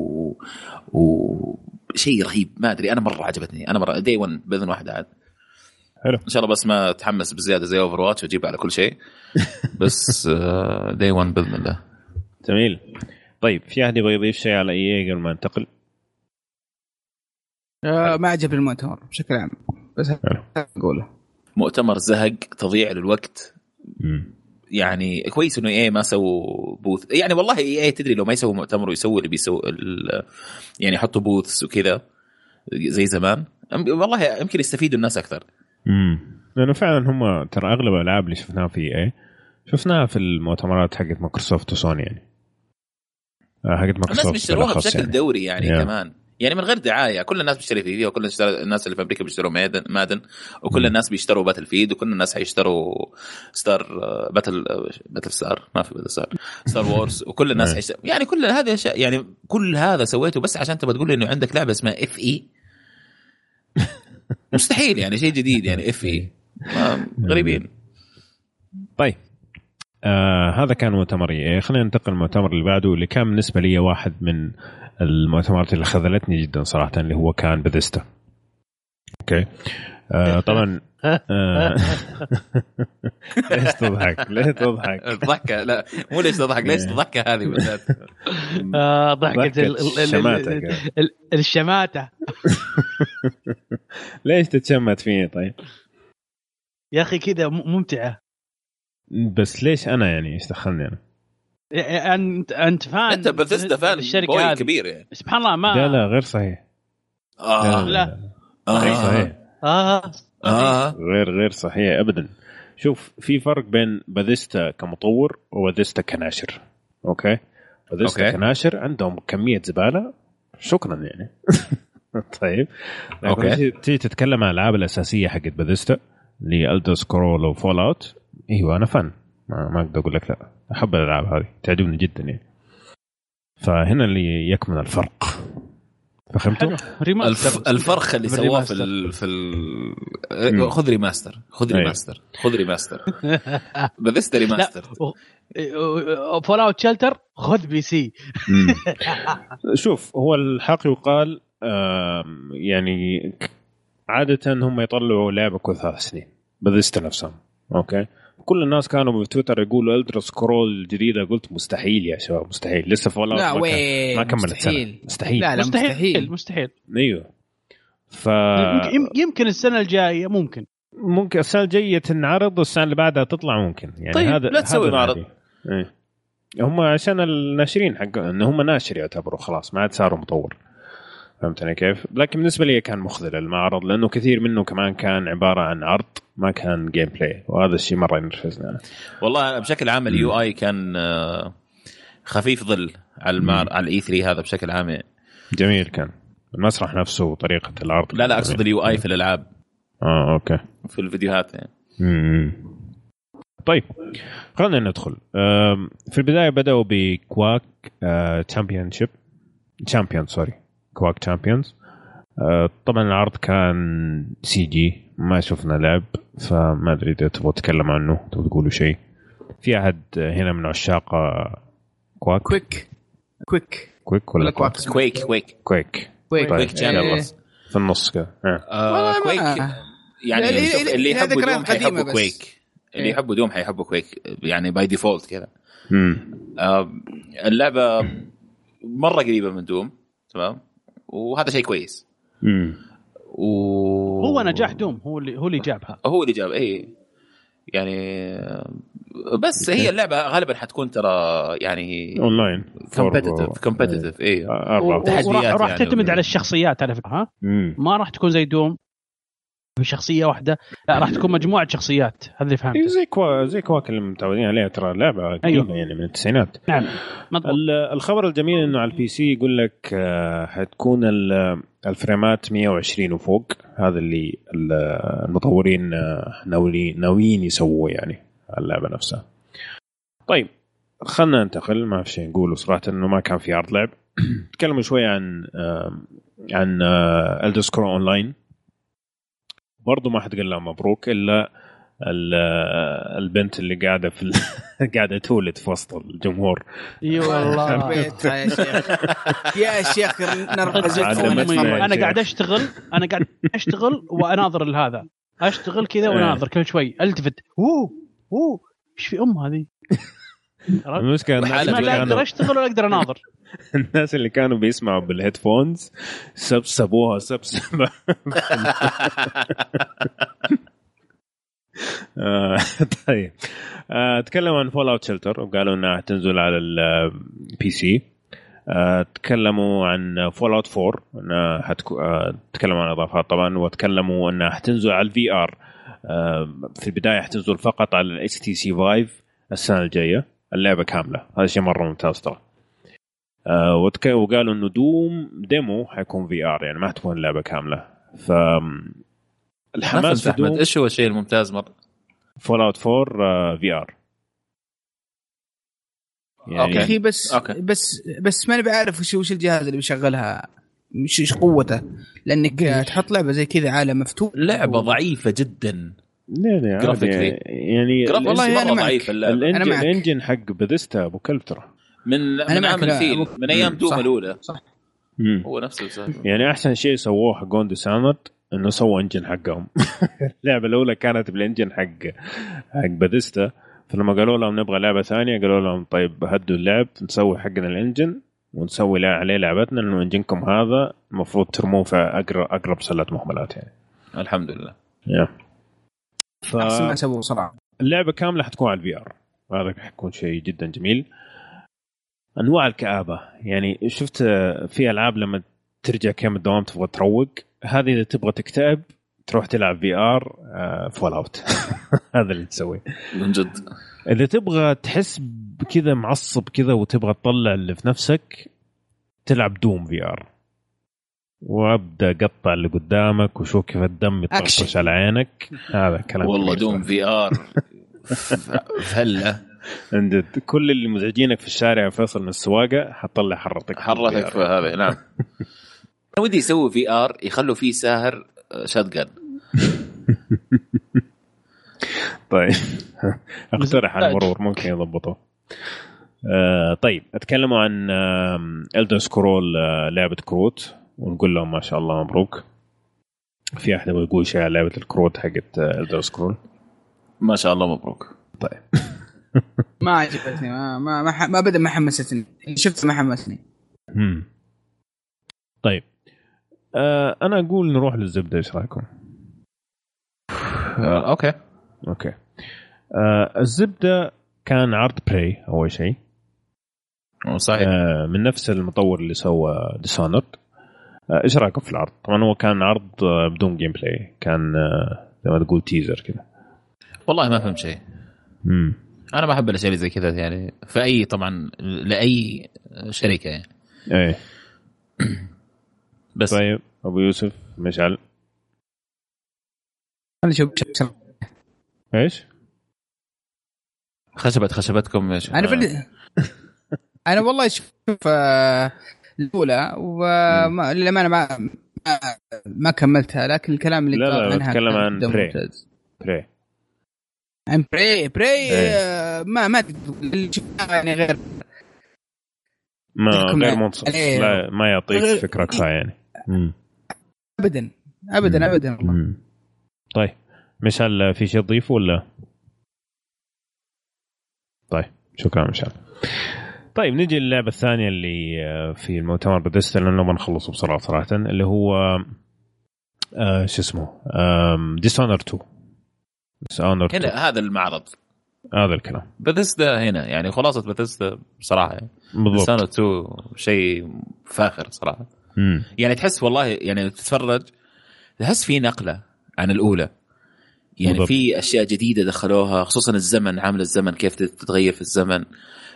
Speaker 2: شيء رهيب. ما ادري انا مره عجبتني. انا مره داي 1 باذن واحد عاد
Speaker 1: حلو
Speaker 2: ان شاء الله بس ما تحمس بزياده زي اوفر واتش واجيب على كل شيء بس داي 1 باذن الله.
Speaker 1: جميل. طيب في احد يبغى يضيف شيء على اي قبل ما ننتقل؟
Speaker 3: ما عجب المؤتمر بشكل عام بس اقوله
Speaker 2: مؤتمر زهق تضييع للوقت. يعني كويس انه ايه ما سووا بوث. يعني والله ايه تدري لو ما يسووا مؤتمر ويسووا اللي بيسووا يعني يحطوا بوثs وكذا زي زمان والله يمكن يستفيدوا الناس اكثر.
Speaker 1: لانه فعلا هم ترى اغلب الالعاب اللي شفناها في ايه شفناها في المؤتمرات حقت مايكروسوفت وسوني يعني حقت مايكروسوفت
Speaker 2: الناس بيشتروها بشكل يعني دوري يعني كمان يعني من غير دعايه. كل الناس بيشتري فيها وكل الناس اللي في امريكا بيشتروا مادن وكل الناس بيشتروا باتل فيد وكل الناس هيشتروا ستار باتل ستار ما في باتل ستار وورز وكل الناس هيشتروا يعني كل هذه اشياء. يعني كل هذا سويته بس عشان تبغى تقول لي انه عندك لعبه اسمها اف اي مستحيل يعني شيء جديد يعني اف اي غريبين.
Speaker 1: طيب هذا كان مؤتمري. خلينا ننتقل للمؤتمر اللي بعده اللي كان بالنسبه لي واحد من المؤتمرات اللي خذلتني جدا صراحه اللي هو كان بثيستا. اوكي طبعا ليش تضحك
Speaker 2: الضحكه لا مو ليش تضحك ليش الضحكه هذه بالذات
Speaker 4: ضحكه الشماته
Speaker 1: ليش تتشمت فيني؟ طيب
Speaker 4: يا اخي كذا ممتعه
Speaker 1: بس ليش انا يعني ايش دخلني انا؟
Speaker 4: انت فان
Speaker 2: انت بثيستا فان الشركه هذه كبير يعني
Speaker 1: سبحان الله. ما لا غير صحيح.
Speaker 4: لا
Speaker 1: غير صحيح. غير صحيح ابدا. شوف في فرق بين بثيستا كمطور وبثيستا كناشر. اوكي بثيستا كناشر عندهم كميه زباله شكرا يعني طيب اوكي تيجي تتكلم عن الالعاب الاساسيه حقت بثيستا اللي Elder Scrolls وفول اوت. ايوه انا فن ما اقدر اقول لك لا احب الالعاب هذه تعجبني جدا يعني. فهنا اللي يكمن الفرق. فهمتوا
Speaker 2: الفرق اللي سواه في خذ ريماستر بثيستا ريماستر
Speaker 4: فول اوت شلتر خذ بي سي
Speaker 1: شوف هو الحق يقال يعني عاده هم يطلعوا لعبه كل 3 سنين بثيستا نفسهم. اوكي كل الناس كانوا بتويتر يقولوا إلدر سكرول الجديدة. قلت مستحيل يا شباب مستحيل لسه فول اوت ما كملت سنة. مستحيل
Speaker 3: لا مستحيل
Speaker 1: ايوه
Speaker 4: يمكن السنة الجاية ممكن
Speaker 1: السنة الجاية تنعرض والسنة اللي بعدها تطلع ممكن يعني.
Speaker 2: طيب
Speaker 1: هذا
Speaker 2: لا تسوي معرض
Speaker 1: هم عشان الناشرين حق ان هم ناشر يعتبروا خلاص ما عاد صاروا مطور. فهمتني كيف؟ لكن بالنسبه لي كان مخذل المعرض لانه كثير منه كمان كان عباره عن عرض ما كان جيم بلاي، وهذا الشيء مره ينرفزني أنا.
Speaker 2: والله بشكل عام اليو اي كان خفيف ظل على الاي 3 هذا بشكل عام
Speaker 1: جميل. كان المسرح نفسه وطريقه العرض.
Speaker 2: لا اقصد اليو اي في الالعاب.
Speaker 1: اوكي.
Speaker 2: في الفيديوهات يعني.
Speaker 1: طيب خلينا ندخل. في البدايه بداوا بكواك كواك تشامبيونز. طبعا العرض كان سي جي، ما شفنا لعب، فما ادري اذا تبغوا تتكلم عنه، تبغوا تقولوا شيء. في احد هنا من عشاق كويك ولا كويك
Speaker 2: تشامبيونز
Speaker 1: في النص كده.
Speaker 2: كويك يعني اللي يحبوا دوم حيحبوا كويك، اللي يحبوا دوم حيحبوا كويك يعني باي ديفولت كذا. اللعبة مرة قريبة من دوم، تمام، وهذا شيء كويس.
Speaker 4: هو نجاح دوم، هو اللي جابها،
Speaker 2: هو اللي جاب يعني بس هي اللعبة غالبا حتكون ترى يعني
Speaker 1: اونلاين
Speaker 2: كومبيتيتيف
Speaker 4: تحديات، وراح تعتمد على الشخصيات على فكرة. ما راح تكون زي دوم بشخصية واحدة، لا راح تكون مجموعة شخصيات. هذا اللي فهمته.
Speaker 1: زي كواك اللي متعودين عليها، ترى لعبة قديمة يعني من التسعينات.
Speaker 4: نعم.
Speaker 1: الخبر الجميل انه على البي سي يقول لك حتكون الفريمات 120 وفوق. هذا اللي المطورين ناويين يسووه يعني اللعبة نفسها. طيب خلنا ننتقل، ما في شيء نقوله صراحة انه ما كان في عرض لعب. تكلموا شوية عن Elder Scrolls Online. برضو ما حد قال لها مبروك إلا البنت اللي قاعدة قاعدة تولد في وسط الجمهور.
Speaker 4: اي والله
Speaker 3: يا شيخ
Speaker 4: انا قاعد اشتغل واناظر هذا، اشتغل كذا واناظر كل شوي التفت ايش في هذه
Speaker 1: المشكلة
Speaker 4: لا اقدر اشتغل ولا اقدر اناظر.
Speaker 1: الناس اللي كانوا بيسمعوا بالهيدفونز سبسبوها. طيب تكلموا عن فول اوت شيلتر وقالوا انها تنزل على البي سي. تكلموا عن فول اوت 4 انها تكلموا عن اضافات طبعا، وتكلموا انها حتنزل على الفي ار. في البدايه حتنزل فقط على الاتش تي سي فايف السنه الجايه، اللعبه كامله. هذا شيء مره ممتاز ترى. وقالوا انه دوم ديمو حيكون في ار، يعني ما حتكون اللعبه كامله. ف الحماس في دوم.
Speaker 2: ايش هو الشيء الممتاز مره؟
Speaker 1: فول اوت 4 في ار
Speaker 3: يعني. اخي بس ما نبي عارف وش الجهاز اللي بيشغلها، مش قوته، لانك تحط لعبه زي كذا عالم مفتوح،
Speaker 2: لعبه ضعيفه جدا.
Speaker 1: لا يعني
Speaker 3: والله انا
Speaker 2: ضعيف.
Speaker 1: الانجن حق بثيستا ابو كلب ترى من
Speaker 2: عام الفيل، من ايام دوم الاولى.
Speaker 3: صح.
Speaker 2: هو نفس السالفه.
Speaker 1: يعني احسن شيء سووه حقون ديسانت انه سووا انجن حقهم. اللعبه الاولى كانت بالانجن حق بثيستا، فلما قالوا لهم نبغى لعبه ثانيه قالوا لهم طيب هدوا اللعب نسوي حقنا الانجن ونسوي عليه لعبتنا، لانه انجنكم هذا المفروض ترموه في اقرب سله مهملات يعني.
Speaker 2: الحمد لله.
Speaker 3: احسن ما سووا صراحه.
Speaker 1: اللعبه كامله حتكون على الفي ار، هذا حيكون شيء جدا جميل. انواع الكآبه يعني شفت في العاب لما ترجع كم الدوام تبغى تروق، هذه اذا تبغى تكتئب تروح تلعب في ار فول اوت. هذا اللي تسويه
Speaker 2: من جد.
Speaker 1: اذا تبغى تحس بكذا معصب كذا وتبغى تطلع اللي في نفسك تلعب دوم في ار، وابدا قطع اللي قدامك وشوف كيف الدم يطرطش على عينك. هذا كلام
Speaker 2: والله دوم في ار فهلا
Speaker 1: عند كل اللي مزعجينك في الشارع فيصل من السواقه حطلع حرتك
Speaker 2: في هذا. نعم. انا ودي يسوي في ار يخلوا فيه ساهر شاتجن.
Speaker 1: طيب اقترح على المرور ممكن يضبطه. طيب اتكلموا عن Elder Scrolls لعبه كروت ونقول لهم ما شاء الله مبروك. في احد يقول شيء على لعبه الكروت حقت Elder Scrolls؟
Speaker 2: ما شاء الله مبروك.
Speaker 1: طيب
Speaker 3: ما عجبتني، ما بدا ما حمستني، شفت ما حمسني.
Speaker 1: طيب انا اقول نروح للزبده، ايش رايكم؟
Speaker 2: اوكي.
Speaker 1: الزبده كان عرض بلاي اول شيء.
Speaker 2: صحيح.
Speaker 1: من نفس المطور اللي سوى ديسونرد. ايش رايكم في العرض؟ طبعا هو كان عرض بدون جيم بلاي، كان زي ما تقول تيزر كذا.
Speaker 2: والله ما فهمت شيء. انا ما احب الاشياء زي كذا يعني، في اي طبعا لاي شركه يعني.
Speaker 1: ايه
Speaker 2: بس
Speaker 1: طيب ابو يوسف مشعل،
Speaker 3: انا شوف
Speaker 1: ايش
Speaker 2: خشبتكم ايش؟
Speaker 3: انا والله شوف الاولى وما للامانه ما كملتها، لكن الكلام اللي
Speaker 1: لا
Speaker 3: عنها
Speaker 1: نتكلم عن بري.
Speaker 3: عن بري ما اللي شفناه يعني غير
Speaker 1: منصف، لا ما يعطيك فكره كفايه يعني.
Speaker 3: ابدا
Speaker 1: طيب مشعل في شيء تضيفه ولا؟ طيب شكرا مشعل. طيب نجي للعبة الثانية اللي في المؤتمر بدست، لأنه ما نخلصه بسرعة صراحة، اللي هو شو اسمه Dishonored 2.
Speaker 2: هنا هذا المعرض،
Speaker 1: هذا الكلام
Speaker 2: بثيسدا هنا يعني خلاصة بثيسدا بصراحة يعني. Dishonored 2 شيء فاخر صراحة. يعني تحس والله يعني تتفرج تحس فيه نقلة عن الأولى يعني بالضبط. في أشياء جديدة دخلوها، خصوصا الزمن، عامل الزمن كيف تتغير في الزمن.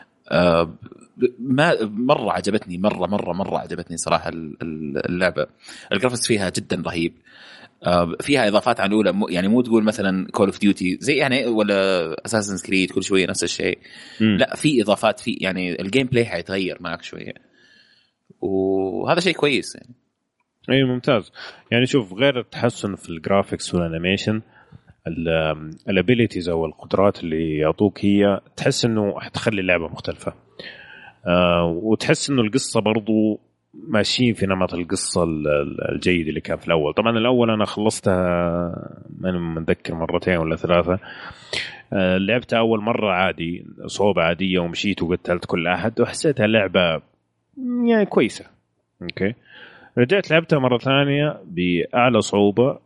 Speaker 2: ما مرة عجبتني، مرة عجبتني صراحة اللعبة. الجرافيكس فيها جدا رهيب، فيها إضافات عن الأولى، يعني مو تقول مثلا Call of Duty زي يعني ولا Assassin's Creed كل شوية نفس الشيء. لا في إضافات، في يعني الجيم بلاي حيتغير معك شوية، وهذا شيء كويس يعني.
Speaker 1: أي ممتاز. يعني شوف غير التحسن في الجرافيكس والانيميشن، الابيليتيز او القدرات اللي يعطوك هي تحس انه حتخلي اللعبه مختلفه. وتحس انه القصه برضو ماشيين في نمط القصه الجيد اللي كان في الاول. طبعا الاول انا خلصتها ما متذكر مرتين ولا ثلاثه. لعبتها اول مره عادي، صعوبه عاديه، ومشيت وقتلت كل احد وحسيتها لعبه يعني كويسه. اوكي رجعت لعبتها مره ثانيه باعلى صعوبه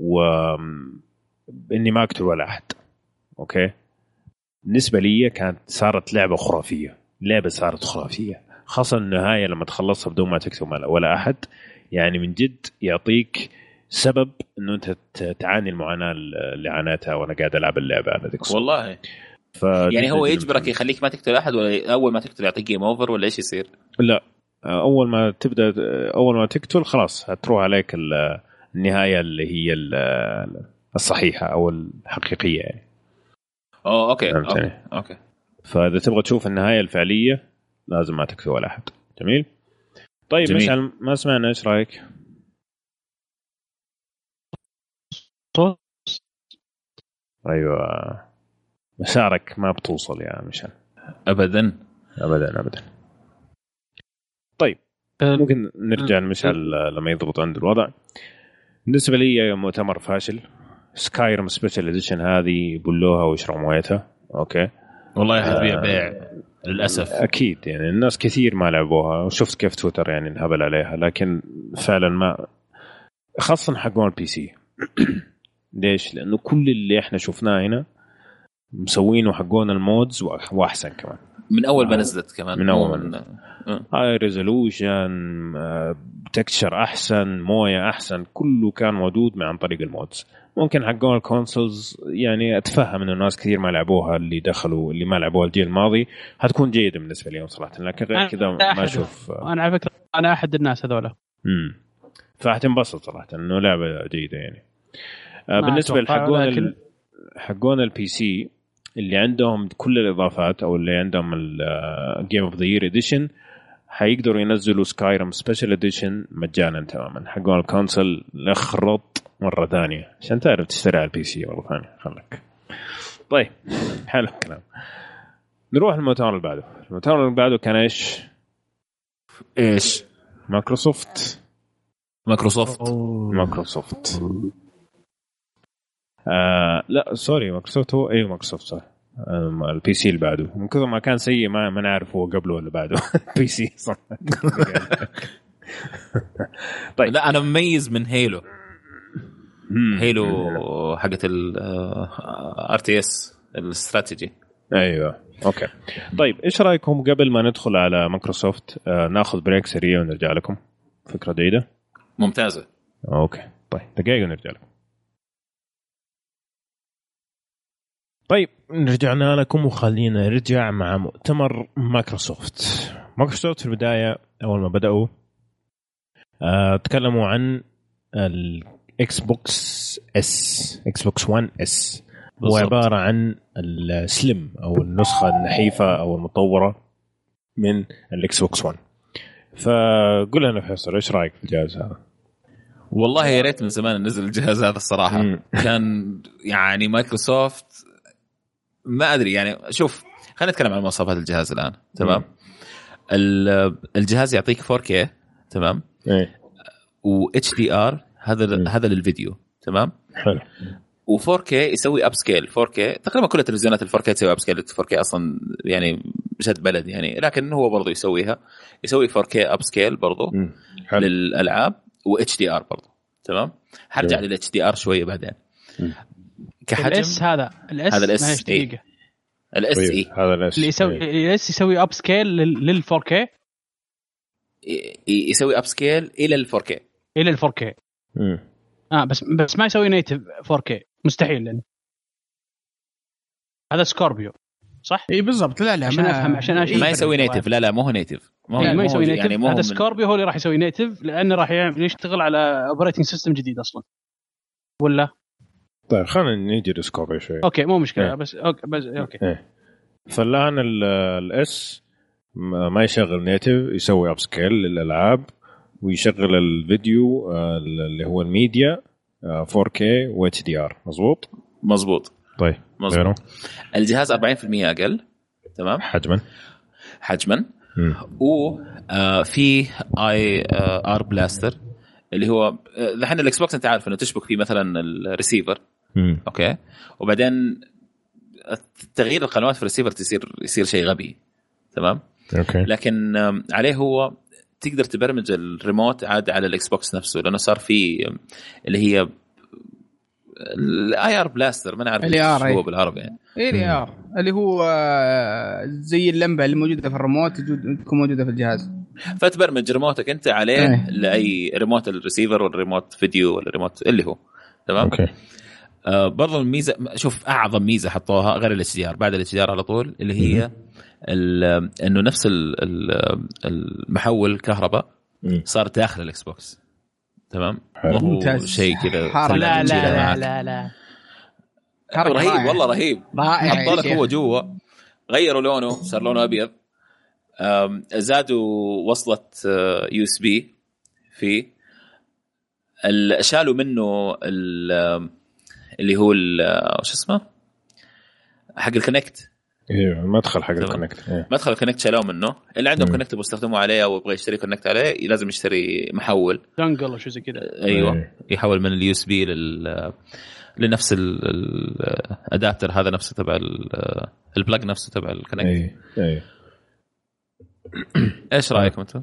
Speaker 1: اني ما اقتل ولا احد. اوكي بالنسبه لي كانت صارت لعبه خرافيه، صارت خرافيه، خاصه النهايه لما تخلصها بدون ما تقتل ولا احد. يعني من جد يعطيك سبب انه انت تعاني المعاناه اللي عانيتها وانا قاعد العب اللعبه انا ذيك
Speaker 2: والله. يعني هو يجبرك يخليك ما تقتل احد، ولا اول ما تقتل يعطيك جيم اوفر، ولا ايش يصير؟
Speaker 1: لا اول ما تبدا، اول ما تقتل خلاص هتروح عليك النهايه اللي هي الصحيحه او الحقيقيه يعني.
Speaker 2: اوكي.
Speaker 1: فاذا تبغى تشوف النهايه الفعليه لازم ما تكفي ولا احد. جميل. طيب مشعل ما سمعنا، ايش رايك؟ ايوه مشاعرك ما بتوصل يا مشعل.
Speaker 2: ابدا.
Speaker 1: طيب ممكن نرجع لمشعل لما يضبط عند الوضع. بالنسبه لي مؤتمر فاشل. سكايرم سبيشال اديشن هذه بلوها ويشربوا مويتها. اوكي
Speaker 2: والله حتبيع بيع للاسف.
Speaker 1: اكيد يعني الناس كثير ما لعبوها، وشفت كيف تويتر يعني انهبل عليها، لكن فعلا ما خاصه حقون البي سي. ليش؟ لانه كل اللي احنا شفناه هنا مسوينه حقون المودز واحسن كمان
Speaker 2: من اول ما نزلت، كمان
Speaker 1: من اول هاي ريزولوشن، تكتشر احسن، مويه احسن، كله كان موجود عن طريق المودز. ممكن حقون الكونسولز يعني اتفهم انه الناس كثير ما لعبوها، اللي دخلوا اللي ما لعبوها الجيل الماضي هتكون جيده بالنسبه لهم صراحه، لكن غير كذا ما اشوف.
Speaker 4: انا على فكره انا احد الناس هذولا
Speaker 1: فهتنبسط صراحه انه لعبه جيده يعني. بالنسبه لحقون حقون البي سي اللي عندهم كل الاضافات او اللي عندهم الجيم اوف ذا يير اديشن حيقدروا ينزلوا سكايرم سبيشال اديشن مجانا تماما. حقون الكونسول اخرط مره ثانيه عشان تعرف تشتري على البي سي مره ثانيه. خلك طيب حلو الكلام. نروح المؤتمر اللي بعده. المؤتمر اللي بعده كان ايش مايكروسوفت لا سوري مايكروسوفت هو مايكروسوفت صح. البي سي اللي بعده من كثر ما كان سيء ما نعرف هو قبله ولا بعده. بي سي صح.
Speaker 2: طيب لا انا مميز من هيلو حقت الار تي اس الاستراتيجي.
Speaker 1: ايوه اوكي. طيب ايش رايكم قبل ما ندخل على مايكروسوفت ناخذ بريك سريع ونرجع لكم؟ فكره جيده.
Speaker 2: ممتازه.
Speaker 1: اوكي طيب دقيقه نرجع لكم. طيب رجعنا لكم وخلينا نرجع مع مؤتمر مايكروسوفت. مايكروسوفت في البدايه اول ما بداوا تكلموا عن الاكس بوكس اس، اكس بوكس 1 اس، هو عباره عن السليم او النسخه النحيفه او المطوره من الاكس بوكس 1. فقول لنا فيصل ايش رايك في الجهاز هذا؟
Speaker 2: والله يا ريت من زمان نزل الجهاز هذا الصراحه. كان يعني مايكروسوفت ما ادري يعني. شوف خلينا نتكلم عن مواصفات الجهاز الان. تمام. الجهاز يعطيك 4K تمام و HDR هذا للفيديو تمام.
Speaker 1: حلو.
Speaker 2: و4K يسوي اب سكيل. 4K تقريبا كل التلفزيونات ال 4K تسوي اب سكيل. 4K اصلا يعني بشد بلد يعني، لكن هو برضه يسويها، يسوي 4K اب سكيل برضه للالعاب و HDR برضه تمام. هرجع لل HDR شويه بعدين. كحجم
Speaker 4: الاس هذا الاس دقيقه
Speaker 2: الاس اي
Speaker 4: هذا الاس يسوي اب سكيل لل 4K،
Speaker 2: يسوي اب سكيل الى ال 4K
Speaker 4: الى ال 4K. بس ما يسوي نيتف 4K مستحيل، لأن هذا سكوربيو صح؟
Speaker 3: اي بالضبط. لا
Speaker 4: عشان افهم
Speaker 2: ما يسوي نيتف. لا مو هو نيتف.
Speaker 4: ما يسوي نيتف يعني. هذا سكوربيو هو اللي راح يسوي نيتف لانه راح يشتغل على اوبريتنج سيستم جديد اصلا ولا.
Speaker 1: طيب خلينا نيجي لسكوربيو شوي.
Speaker 4: اوكي مو مشكله. بس اوكي.
Speaker 1: فالان الاس ما يشغل نيتف، يسوي اب سكيل للالعاب ويشغل الفيديو اللي هو الميديا 4K و HDR. مظبوط. طيب
Speaker 2: مظبوط. الجهاز 40% اقل تمام حجما وفي اي ار بلاستر اللي هو الحين الاكس بوكس انت عارف انه تشبك فيه مثلا الريسيفر اوكي، وبعدين تغيير القنوات في الريسيفر يصير شيء غبي تمام
Speaker 1: اوكي.
Speaker 2: لكن عليه هو تقدر تبرمج الريموت عاد على الاكس بوكس نفسه، لانه صار في اللي هي الاي ار بلاستر، ما نعرف ايش هو بالعربي يعني.
Speaker 3: اي ار اللي هو زي اللمبه اللي موجوده في الريموت تكون موجوده في الجهاز،
Speaker 2: فتبرمج ريموتك انت عليه لاي ريموت الريسيفر والريموت فيديو ولا ريموت اللي هو تمام.
Speaker 1: اوكي.
Speaker 2: برضو الميزه، شوف اعظم ميزه حطوها غير الاتش دي ار، بعد الاتش دي ار على طول اللي هي انه نفس المحول كهرباء صار داخل الاكس بوكس تمام. مو شيء كذا.
Speaker 4: لا لا لا لا
Speaker 2: رهيب والله رهيب. حطوا لك هو جوا، غيروا لونه صار لونه ابيض، زادوا وصلة يو اس بي فيه، شالوا منه اللي هو شو اسمه حق الكونكت.
Speaker 1: ايوه مدخل حق الكونكت.
Speaker 2: مدخل الكونكت شالوه منه. اللي عندهم كونكت بيستخدموا عليه او يبغى يشتري كونكت عليه لازم يشتري محول
Speaker 4: دونجل ولا شيء زي كذا.
Speaker 2: ايوه يحول من اليو اس بي لنفس الادابتر هذا نفسه تبع البلاج نفسه تبع الكونكت. ايش رايكم انتم؟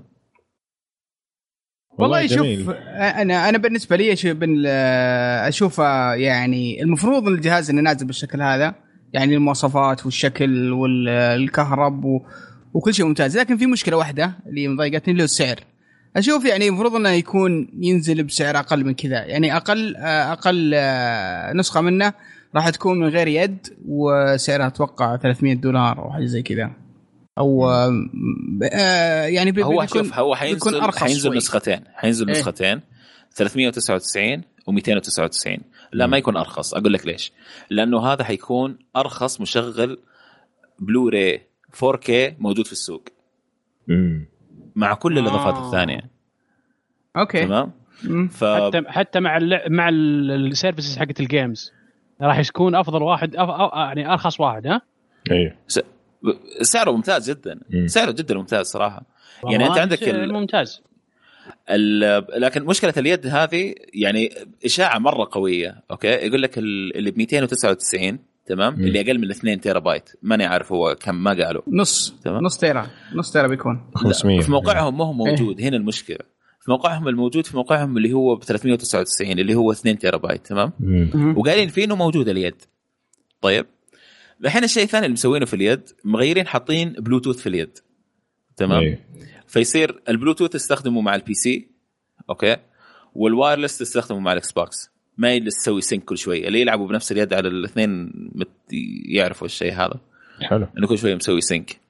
Speaker 3: والله شوف انا بالنسبه لي اشوف يعني المفروض ان الجهاز انه نازل بالشكل هذا، يعني المواصفات والشكل والكهرب وكل شيء ممتاز، لكن في مشكله واحده اللي مضايقتني اللي هو السعر. اشوف يعني المفروض انه ينزل بسعر اقل من كذا، يعني اقل نسخه منه راح تكون من غير يد وسعرها اتوقع $300 او حاجه زي كذا، او يعني
Speaker 2: هو شوف هو حينزل نسختين، حينزل نسختين 399 و299. لا ما يكون ارخص. اقول لك ليش، لانه هذا حيكون ارخص مشغل بلوراي 4K موجود في السوق مع كل الاضافات الثانيه.
Speaker 3: اوكي
Speaker 2: تمام.
Speaker 4: حتى مع السيرفيسز حقت الجيمز راح يكون افضل واحد يعني ارخص واحد.
Speaker 1: ايوه
Speaker 2: سعره ممتاز جدا. سعره جدا ممتاز صراحه. يعني انت عندك
Speaker 4: ممتاز،
Speaker 2: لكن مشكله اليد هذه يعني اشاعه مره قويه. اوكي يقول لك اللي ب 299 تمام اللي اقل من 2 تيرا بايت، ماني عارف هو كم، ما قالوا
Speaker 3: نص تيرا بيكون
Speaker 2: 500 في موقعهم. ما هو موجود هنا المشكله في موقعهم. الموجود في موقعهم اللي هو ب 399 اللي هو 2 تيرا بايت تمام. وقايلين فيه انه موجود اليد. طيب الحين الشيء الثاني اللي مسوينه في اليد مغيرين، حاطين بلوتوث في اليد تمام. فيصير البلوتوث تستخدمه مع البي سي اوكي، والوايرلس تستخدمه مع الاكس بوكس، ما يجلس تسوي سينك كل شويه. اللي يلعبوا بنفس اليد على الاثنين يعرفوا الشيء هذا.
Speaker 1: حلو
Speaker 2: انه كل شويه مسوي سينك.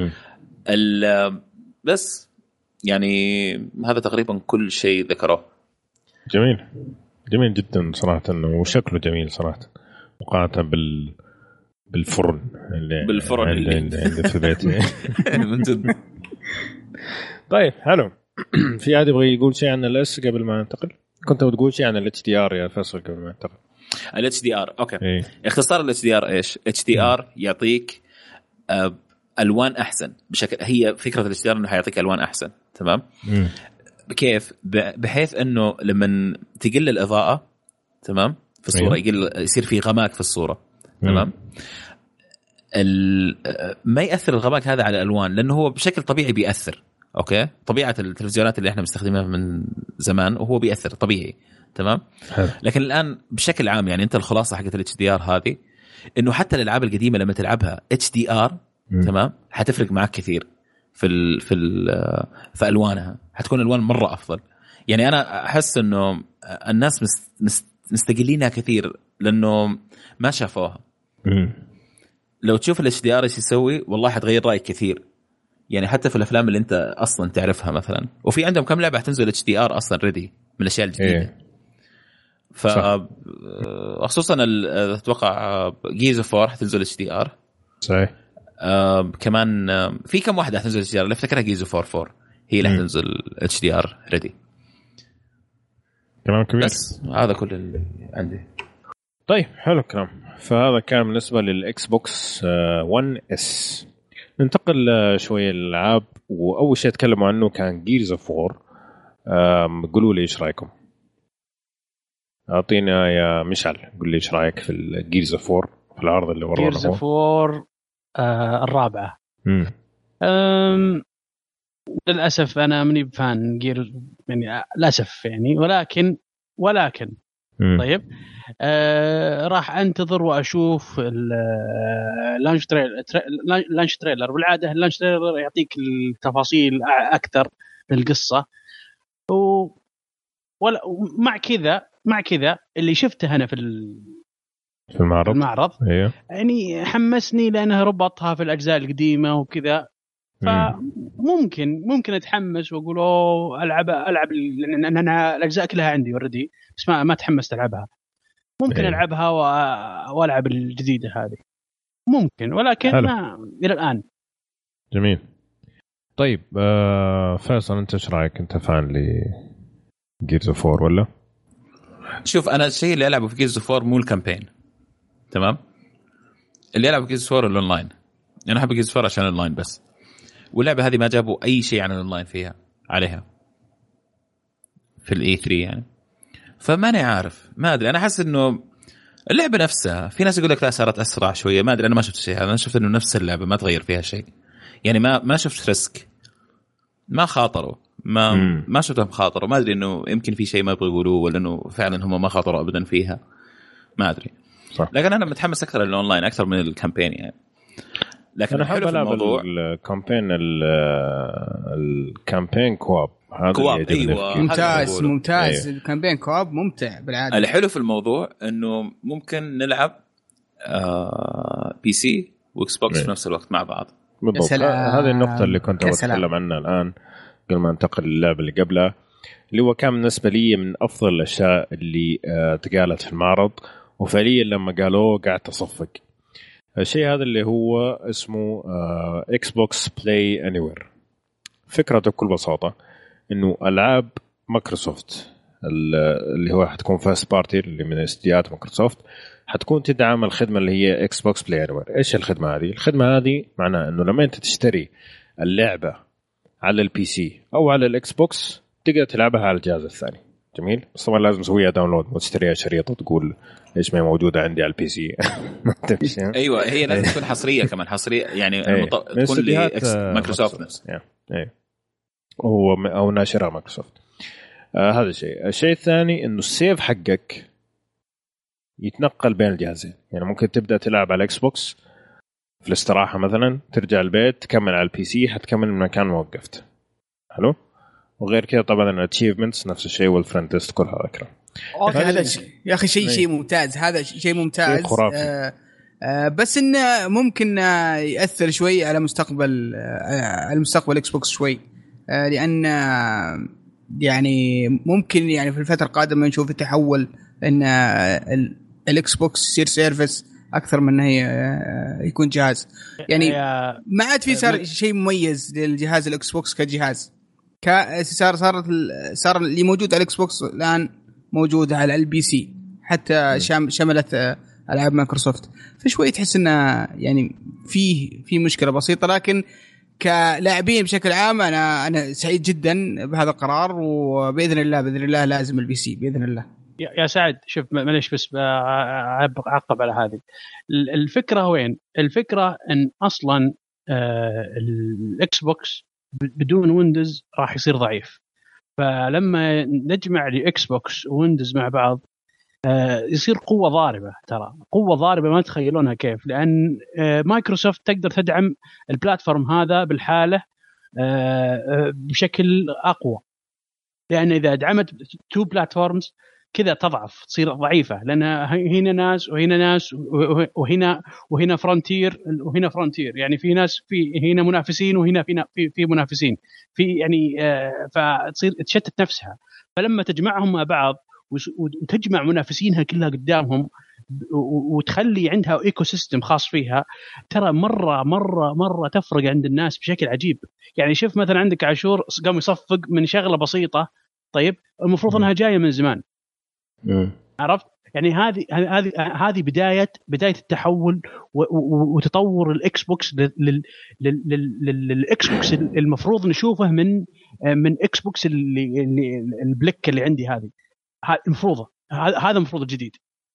Speaker 2: بس يعني هذا تقريبا كل شيء ذكره.
Speaker 1: جميل جميل جدا صراحه، وشكله جميل صراحه مقارنه بالفرن اللي في البيت
Speaker 2: من جد.
Speaker 1: طيب حلو. في عاد يبغى يقول شيء عن الاس قبل ما ننتقل؟ كنت بتقول شيء عن الاتش دي ار يا فيصل قبل ما ننتقل.
Speaker 2: الاتش دي ار اوكي.
Speaker 1: إيه؟
Speaker 2: اختصار الاتش دي ار ايش؟ اتش دي ار يعطيك الوان احسن بشكل، هي فكره الاتش دي ار انه حيعطيك الوان احسن. تمام. كيف؟ بحيث انه لما تقل الاضاءه تمام في الصوره يصير في غماق في الصوره. تمام. ما ياثر الغماق هذا على الالوان لانه هو بشكل طبيعي بياثر. اوكي، طبيعه التلفزيونات اللي احنا بنستخدمها من زمان وهو بياثر طبيعي. تمام. لكن الان بشكل عام يعني انت الخلاصه حقت الاتش دي ار هذه انه حتى الالعاب القديمه لما تلعبها اتش دي ار تمام حتفرق معك كثير في الوانها، حتكون الوان مره افضل. يعني انا احس انه الناس مستقلينها كثير لانه ما شافوها. لو تشوف الاتش دي ار ايش يسوي والله حتغير رايك كثير. يعني حتى في الافلام اللي انت اصلا تعرفها مثلا، وفي عندهم كم لعبه حتنزل اتش دي ار اصلا ريدي من الاشياء الجديده. خصوصا اتوقع جيرز اوف 4 حتنزل اتش دي ار.
Speaker 1: صحيح.
Speaker 2: كمان في كم واحده حتنزل اتش دي ار، اللي افتكرها جيرز اوف 4 هي اللي حتنزل اتش دي ار ريدي.
Speaker 1: كلام كبير.
Speaker 2: بس هذا كل اللي عندي.
Speaker 1: طيب حلو الكلام. فهذا كان بالنسبه للاكس بوكس 1 اس. ننتقل شويه للالعاب، واول شيء تكلموا عنه كان جيرز اوف 4. قولوا لي ايش رايكم. اعطينا يا مشعل، قول لي ايش رايك في الجيرز اوف 4 في العرض اللي ورانا.
Speaker 4: جيرز اوف 4 الرابعه. للاسف انا ماني بفان جير يعني للاسف يعني، ولكن طيب راح انتظر واشوف اللانش تريلر. بالعاده اللانش تريلر يعطيك التفاصيل اكثر للقصه، ولا مع كذا اللي شفته انا في المعرض
Speaker 1: أيوه.
Speaker 4: يعني حمسني لانه ربطها في الاجزاء القديمه وكذا، فممكن اتحمس واقول العب لان انا الاجزاء كلها عندي اوريدي، بس ما تحمست العبها. ممكن العبها والعب الجديده هذه ممكن، ولكن ما الى الان.
Speaker 1: جميل. طيب فيصل انت ايش رايك؟ انت فان لجيرز اوف 4 ولا؟
Speaker 2: شوف انا الشيء اللي العبه في جيرز اوف 4 مو الكامبين. تمام. اللي العب في جيرز اوف 4 الاونلاين. انا احب جيرز اوف 4 عشان الاونلاين بس، واللعبه هذه ما جابوا اي شيء عن الاونلاين فيها عليها في الاي 3 يعني. فما انا عارف، ما ادري. انا حاسس انه اللعبه نفسها، في ناس يقول لك لا صارت اسرع شويه، ما ادري. انا ما شفت شيء هذا، انا شفت انه نفس اللعبه ما تغير فيها شيء يعني. ما شفت ريسك، ما خاطروا، ما شفتهم خاطروا. ما ادري انه يمكن في شيء ما يبغوا يقولوه، ولا انه فعلا هم ما خاطروا ابدا فيها، ما ادري. صح. لكن انا متحمس اكثر للاونلاين اكثر من الكامبين يعني. لكن
Speaker 1: انا حاب العب الكامبين الكامبين كواب
Speaker 2: هذا.
Speaker 3: ايوه ممتاز. أيوه. الكامبين كواب ممتع بالعاده.
Speaker 2: الحلو في الموضوع انه ممكن نلعب بي سي واكس بوكس في نفس الوقت مع بعض.
Speaker 1: بالضبط. هذه النقطه اللي كنت اتكلم عنها الان قبل ما انتقل للعبه اللي قبلها، اللي هو كان بالنسبه لي من افضل الاشياء اللي تقالت في المعرض، وفعليا لما قالوه قعدت اصفق. الشيء هذا اللي هو اسمه اكس بوكس بلاي انيوير. فكرته بكل بساطه انه العاب مايكروسوفت اللي هو حتكون فاست بارتي اللي من استديوهات مايكروسوفت حتكون تدعم الخدمه اللي هي اكس بوكس بلاي انيوير. ايش الخدمه هذه؟ الخدمه هذه معناها انه لما انت تشتري اللعبه على البي سي او على الاكس بوكس تقدر تلعبها على الجهاز الثاني. جميل. بس طبعا لازم تسويها داونلود، مو تشتريها شريط وتقول ليش ما موجوده عندي على البي سي.
Speaker 2: ايوه هي لازم تكون حصريه كمان، حصريه يعني تكون لمايكروسوفت نفسها.
Speaker 1: او ناشرها مايكروسوفت. هذا الشيء الثاني انه السيف حقك يتنقل بين الجهازين. يعني ممكن تبدا تلعب على الاكس بوكس في الاستراحه مثلا، ترجع البيت تكمل على البي سي، حتكمل من مكان ما وقفت. حلو. وغير كذا طبعا الاتشيفمنتس نفس الشيء والفرند تيست كل هذا الكلام.
Speaker 3: هذا يا اخي شيء ممتاز، هذا شيء ممتاز بس انه ممكن ياثر شوي على مستقبل اكس بوكس شوي، لان يعني ممكن يعني في الفتره القادمه نشوف التحول ان الاكس بوكس يصير سيرفيس اكثر من هي يكون جهاز. يعني ما عاد في صار شيء مميز للجهاز الاكس بوكس كجهاز، صار اللي موجود على الاكس بوكس الان موجود على البي سي، حتى شملت العاب مايكروسوفت. فشوي تحس انه يعني في مشكله بسيطه، لكن كلاعبين بشكل عام انا سعيد جدا بهذا القرار، وباذن الله لازم البي سي باذن الله.
Speaker 4: يا سعد شوف معليش بس اعقب على هذه الفكره. وين الفكره؟ ان اصلا الاكس بوكس بدون ويندوز راح يصير ضعيف، فلما نجمع لي اكس بوكس ويندوز مع بعض يصير قوه ضاربه، ترى قوه ضاربه ما تخيلونها كيف، لان مايكروسوفت تقدر تدعم البلاتفورم هذا بالحاله بشكل اقوى، لان اذا دعمت تو بلاتفورمز كذا تضعف، تصير ضعيفه، لان هنا ناس وهنا ناس وهنا فرونتير وهنا فرونتير، يعني في ناس في هنا منافسين وهنا في منافسين في يعني فتصير تشتت نفسها. فلما تجمعهم مع بعض وتجمع منافسينها كلها قدامهم وتخلي عندها ايكو سيستم خاص فيها، ترى مره تفرق عند الناس بشكل عجيب. يعني شوف مثلا عندك عاشور قام يصفق من شغله بسيطه، طيب المفروض انها جايه من زمان، عرفت؟ يعني هذه بدايه التحول وتطور الاكس بوكس للاكس بوكس المفروض نشوفه من اكس بوكس البلك اللي عندي هذه المفروض، هذا المفروض الجديد.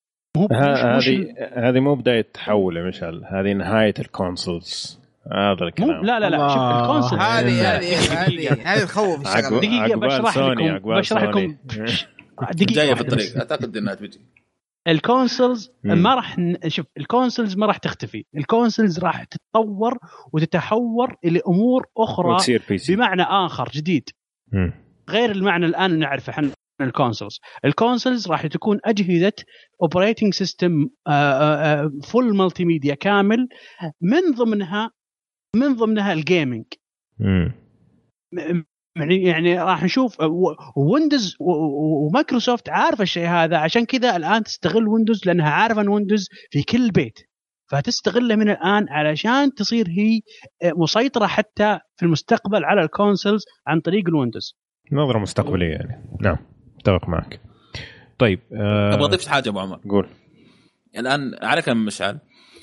Speaker 1: هذه مو بدايه تحول يا مشعل، هذه نهايه الكونسولز. هذا الكلام
Speaker 4: لا شوف الكونسول
Speaker 3: هذه تخوف الشغله.
Speaker 4: دقيقه بشرح لكم
Speaker 2: جايه في الطريق، اعتقد انها تجي.
Speaker 4: الكونسولز ما راح نشوف، الكونسولز ما راح تختفي، الكونسولز راح تتطور وتتحور الى امور اخرى بمعنى اخر جديد غير المعنى الان نعرفه احنا. الكونسولز راح تكون اجهزه اوبريتنج سيستم فول مالتي ميديا كامل، من ضمنها الجيمنج. يعني راح نشوف ويندوز ومايكروسوفت عارفه الشيء هذا، عشان كذا الان تستغل ويندوز، لانها عارفه ان ويندوز في كل بيت، فتستغله من الان علشان تصير هي مسيطره حتى في المستقبل على الكونسولز عن طريق الويندوز.
Speaker 1: نظره مستقبليه يعني. نعم اتفق معك. طيب
Speaker 2: ابغى اضيف حاجه ابو عمر.
Speaker 1: قول.
Speaker 2: الان على كم مشعل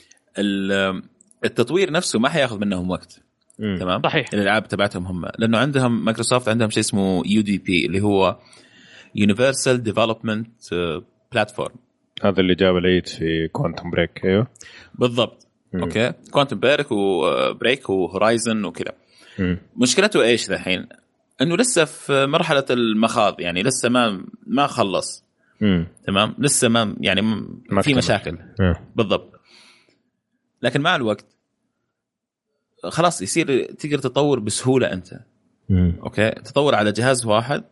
Speaker 2: التطوير نفسه ما حياخذ منهم وقت. تمام
Speaker 4: صحيح.
Speaker 2: الالعاب تبعتهم هم، لانه عندهم مايكروسوفت عندهم شيء اسمه UDP اللي هو Universal Development Platform.
Speaker 1: هذا اللي جاب العيد في كوانتم بريك. ايوه
Speaker 2: بالضبط. اوكي كوانتم بريك وبريك وهورايزن وكذا. مشكلته ايش الحين؟ انه لسه في مرحله المخاض، يعني لسه ما خلص. تمام لسه ما يعني ما في مشاكل. بالضبط. لكن مع الوقت خلاص يصير تقدر تطور بسهوله انت. اوكي تطور على جهاز واحد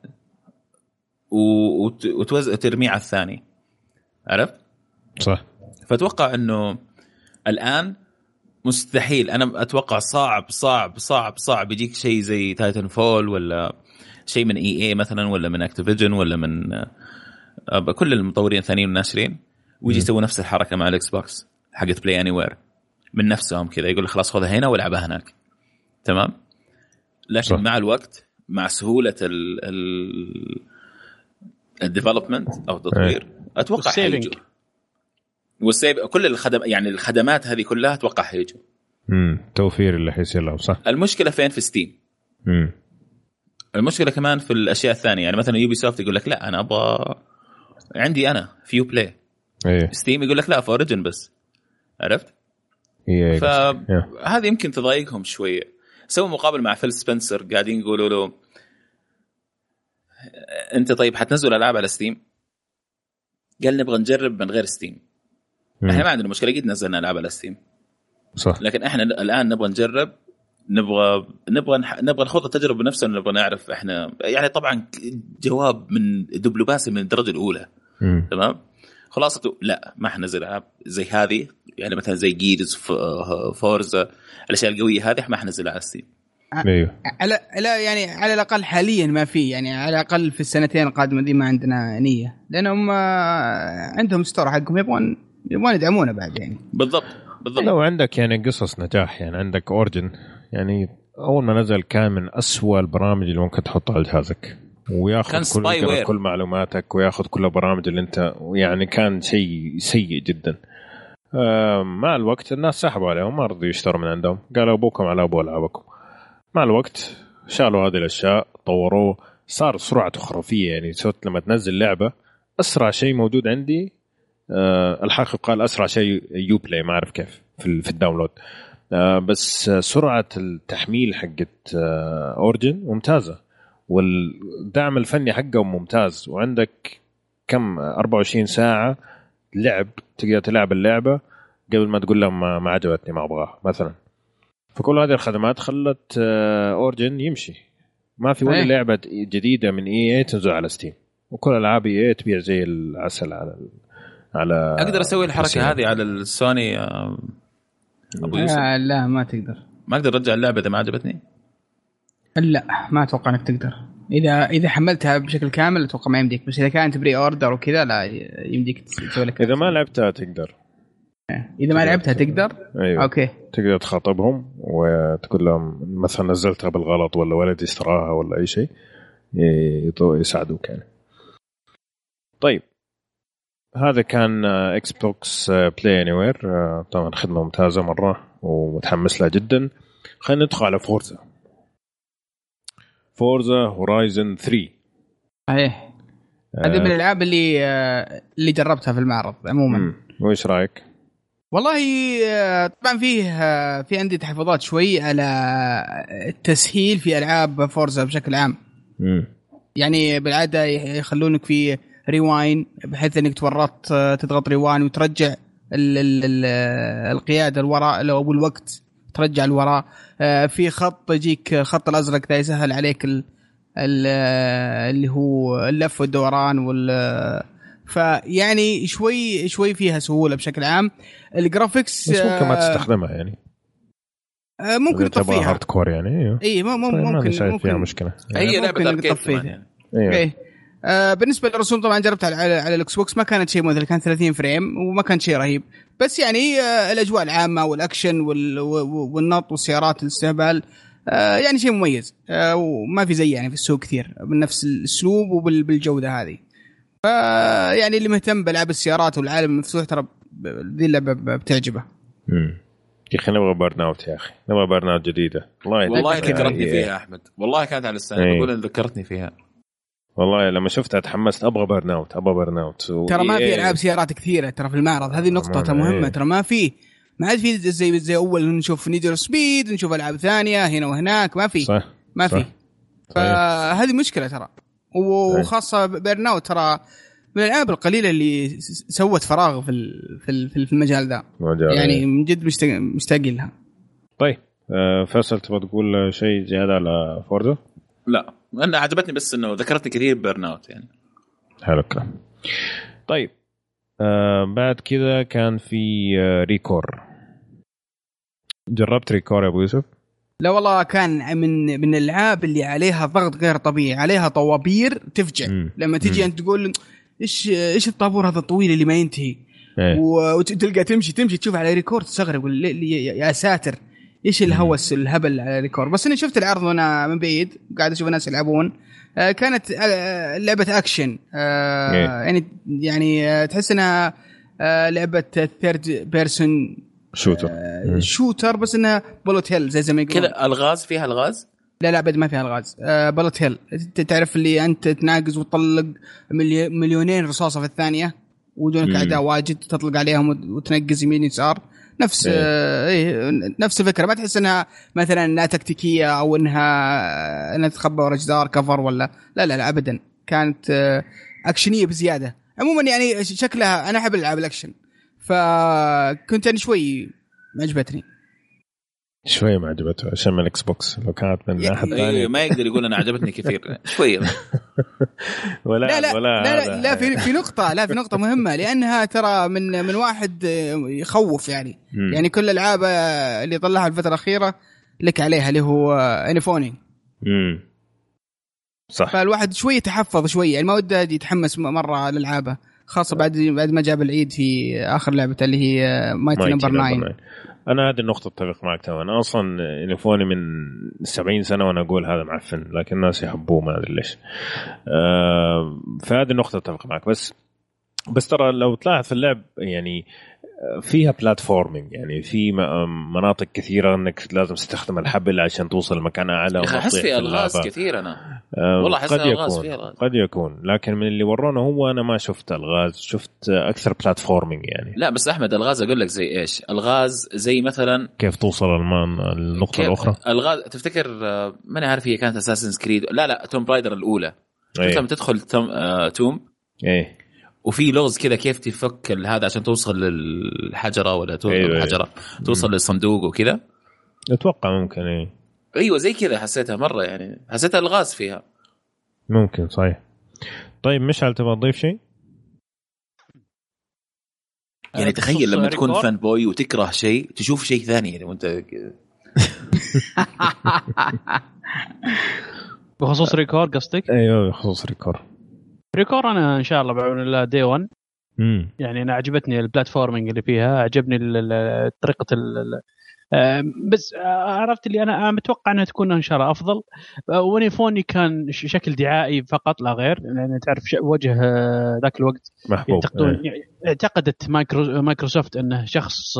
Speaker 2: وترميه على الثاني، عرفت؟
Speaker 1: صح.
Speaker 2: فاتوقع انه الان مستحيل، انا اتوقع صعب يجيك شيء زي تايتن فول ولا شيء من EA مثلا ولا من اكتيفيجن ولا من كل المطورين الثانيين والناشرين ويجي يسوي نفس الحركه مع الاكس بوكس حقت بلاي اني وير من نفسهم كذا، يقول خلاص خذها هنا والعبها هناك. تمام. لكن صح. مع الوقت مع سهوله الديفلوبمنت او التطوير اتوقع هيجوا والسيب كل يعني الخدمات هذه كلها اتوقع هيجوا.
Speaker 1: توفير اللي حيصير له. صح.
Speaker 2: المشكله فين؟ في ستيم. المشكله كمان في الاشياء الثانيه، يعني مثلا يوبي سوفت يقول لك لا انا ابغى عندي انا فيو بلاي. ستيم يقول لك لا فوريجن بس، عرفت؟ فهذه يمكن تضايقهم شويه. سووا مقابل مع فيل سبنسر قاعدين يقولوا له انت طيب حتنزل العاب على ستيم؟ قال نبغى نجرب من غير ستيم. احنا ما عندنا مشكله، قد نزلنا العاب على ستيم.
Speaker 1: صح.
Speaker 2: لكن احنا الان نبغى نجرب نبغى نخوض التجربه نفسها، نبغى نعرف احنا يعني طبعا جواب من دبلوماسي من الدرجه الاولى. تمام خلاصته لا ما حنزل العاب زي هذه، يعني مثلا زي جيرز فورزا الاشياء القويه هذه ما حنزلها على ستيم.
Speaker 1: ايوه
Speaker 3: لا يعني على الاقل حاليا ما في، يعني على الاقل في السنتين القادمه دي ما عندنا نيه، لانهم عندهم ستور حقهم يبغون يدعمونه بعد يعني.
Speaker 2: بالضبط.
Speaker 1: لو عندك يعني قصص نجاح، يعني عندك اورجن يعني اول ما نزل كان من أسوأ البرامج اللي ممكن تحطها على جهازك، وياخذ كل معلوماتك وياخذ كل البرامج اللي انت، يعني كان شيء سيء جدا. مع الوقت الناس سحبوا عليهم، ما رضوا يشتروا من عندهم، قالوا ابوكم على ابو العابكم. مع الوقت شالوا هذه الاشياء، طوروه، صار سرعته خرافيه. يعني صرت لما تنزل لعبه اسرع شيء موجود عندي الحق قال اسرع شيء يو بلاي، ما اعرف كيف في الداونلود، بس سرعه التحميل حقت اورجن ممتازه، والدعم الفني حقه ممتاز، وعندك كم 24 ساعه لعب تقدر تلعب اللعبه قبل ما تقول لهم ما عجبتني ما ابغاها مثلا. فكل هذه الخدمات خلت اورجن يمشي. ما في ولا لعبه جديده من اي تنزل على ستيم، وكل العاب اي تبيع زي العسل على
Speaker 2: اقدر اسوي الحركه هذه على السوني ابو يوسف؟
Speaker 3: لا ما تقدر.
Speaker 2: ما اقدر ارجع اللعبه اذا ما عجبتني.
Speaker 3: لا ما اتوقع انك تقدر، اذا حملتها بشكل كامل اتوقع ما يمديك، بس اذا كانت بري اوردر وكذا لا يمديك تسوي لك.
Speaker 1: اذا ما لعبتها تقدر،
Speaker 3: اذا ما لعبتها تقدر.
Speaker 1: أيوة.
Speaker 3: اوكي
Speaker 1: تقدر تخاطبهم وتقول لهم مثلا نزلتها بالغلط ولا ولدي اشتراها ولا اي شيء، يساعدوك يعني. طيب هذا كان اكس بوكس بلاي اني وير، طبعا خدمه ممتازه مره ومتحمس لها جدا. خلينا ندخل على فورزا هورايزن 3.
Speaker 3: صحيح هذه من الالعاب اللي جربتها في المعرض عموما.
Speaker 1: وايش رايك؟
Speaker 3: والله طبعا في عندي تحفظات شوي على التسهيل في العاب فورزا بشكل عام. يعني بالعاده يخلونك في ريواين بحيث انك تورط تضغط ريواين وترجع القياده الوراء او الوقت ترجع الوراء. في خط يجيك خط الازرق ده يسهل عليك اللي هو اللف والدوران فيعني شوي فيها سهوله بشكل عام. الجرافيكس
Speaker 1: بس ممكن ما تستخدمها يعني،
Speaker 3: ممكن تطفيها
Speaker 1: هارد كور يعني.
Speaker 3: اي ممكن
Speaker 1: فيها مشكله
Speaker 2: هي لعبه اركيد يعني.
Speaker 3: ايه بالنسبه للرسوم طبعا جربتها على الاكس بوكس، ما كانت شيء مثل، كان 30 فريم وما كان شيء رهيب، بس يعني الاجواء العامه والاكشن والنط والسيارات الاستهبال يعني شيء مميز وما في زي يعني في السوق كثير بنفس الاسلوب وبالجوده هذه. يعني اللي مهتم بلعب السيارات والعالم المفتوح ترى ذي اللعبه بتعجبه.
Speaker 1: يا اخي نبغى بيرن اوت، يا اخي نبغى بيرن اوت جديده.
Speaker 2: والله ذكرتني فيها احمد، والله كانت على السنه بقول ان ذكرتني فيها.
Speaker 1: والله لما شفتها تحمست، ابغى بيرن اوت.
Speaker 3: ترى ما في العاب سيارات كثيره ترى في المعرض، هذه نقطه مهمه. ترى ما عاد في زي اول نشوف نيدر سبيد، نشوف العاب ثانيه هنا وهناك، ما في ما في. فهذه مشكله ترى، وخاصه بيرن اوت ترى من الالعاب القليله اللي سوت فراغ في المجال ذا يعني، من جد مشتاق لها.
Speaker 1: طيب فيصل تبغى تقول شيء زياده على فورزا؟
Speaker 2: لا انا عجبتني بس انه ذكرتني كثير بيرن اوت يعني.
Speaker 1: حلو الكلام. طيب بعد كذا كان في ريكور. جربت ريكور يا ابو يوسف؟
Speaker 3: لا والله كان من الالعاب اللي عليها ضغط غير طبيعي، عليها طوابير تفجع. لما تيجي انت تقول ايش الطابور هذا الطويل اللي ما ينتهي، وتلقى تمشي تشوف على ريكورد تستغرب يا ساتر ايش الهوس الهبل على ريكورد. بس انا شفت العرض وانا من بعيد قاعد اشوف الناس يلعبون. كانت لعبه اكشن يعني تحس انها لعبه ثيرد بيرسون شوتر بس انها بولوت هيل زي ما يقولون
Speaker 2: كذا. الغاز فيها الغاز؟ لا
Speaker 3: بعد ما فيها الغاز. بولوت هيل تعرف اللي انت تناقز وتطلق مليونين رصاصه في الثانيه ودونك اعداء واجد تطلق عليهم وتنقز يمين يسار. نفس نفس الفكره. ما تحس انها مثلا انها تكتيكيه او انها تخبى ورا جدار كفر ولا لا ابدا. كانت اكشنيه بزياده. عموما يعني شكلها انا احب العاب الاكشن، فكنت انا شوي عجبتني.
Speaker 1: شويه ما عجبته عشان من الاكس بوكس. لو كانت من ناحيه ثانيه
Speaker 2: ما يقدر يقول انا عجبتني كثير شويه.
Speaker 1: ولا
Speaker 3: لا لا
Speaker 1: ولا
Speaker 3: لا, لا, لا في نقطة مهمة لأنها ترى من واحد يخوف يعني. يعني كل الألعاب اللي طلعها الفترة الأخيرة لك عليها اللي هو انيفوني.
Speaker 1: صح.
Speaker 3: فالواحد شوية تحفظ شوية يعني ما وده يتحمس مرة على الألعاب خاصة بعد ما جاب العيد في آخر لعبة اللي هي مايتي نمبر 9.
Speaker 1: أنا هذه النقطة أتفق معك تماما. أنا أصلا انيفوني من 70 سنة وأنا أقول هذا معفن لكن الناس يحبوه ما أدري ليش. فهذه النقطة أتفق معك. بس ترى لو تلاحظ في اللعب يعني فيها بلاتفورمينج يعني في مناطق كثيرة انك لازم تستخدم الحبل عشان توصل لمكان اعلى.
Speaker 2: احس فيها الغاز كثير انا والله احس الغاز فيها الغاز.
Speaker 1: قد يكون لكن من اللي ورونا هو انا ما شفت الغاز شفت اكثر بلاتفورمينج يعني.
Speaker 2: لا بس احمد الغاز اقول لك زي ايش الغاز زي مثلا
Speaker 1: كيف توصل النقطة الاخرى.
Speaker 2: الغاز تفتكر ما عارف هي كانت اساسنز كريد لا توم برايدر الاولى لما تدخل توم وفي لغز كذا كيف تفك هذا عشان توصل للحجرة ولا الحجرة توصل للصندوق وكذا.
Speaker 1: اتوقع ممكن
Speaker 2: ايوه زي كذا حسيتها مرة يعني حسيتها الغاز فيها
Speaker 1: ممكن صحيح. طيب مشعل تبغى تضيف شيء؟
Speaker 2: يعني تخيل لما تكون فان بوي وتكره شيء تشوف شيء ثاني يعني وانت
Speaker 4: بخصوص ريكور قصدك؟
Speaker 1: ايوه بخصوص ريكور
Speaker 4: انا ان شاء الله بعون الله دي 1 يعني انا عجبتني البلاتفورمينج اللي فيها عجبني طريقه بس عرفت اللي انا متوقع انها تكون ان شاء الله افضل. ونيفوني كان شكل دعائي فقط لا غير يعني تعرف وجه ذاك الوقت اعتقدت مايكروسوفت انه شخص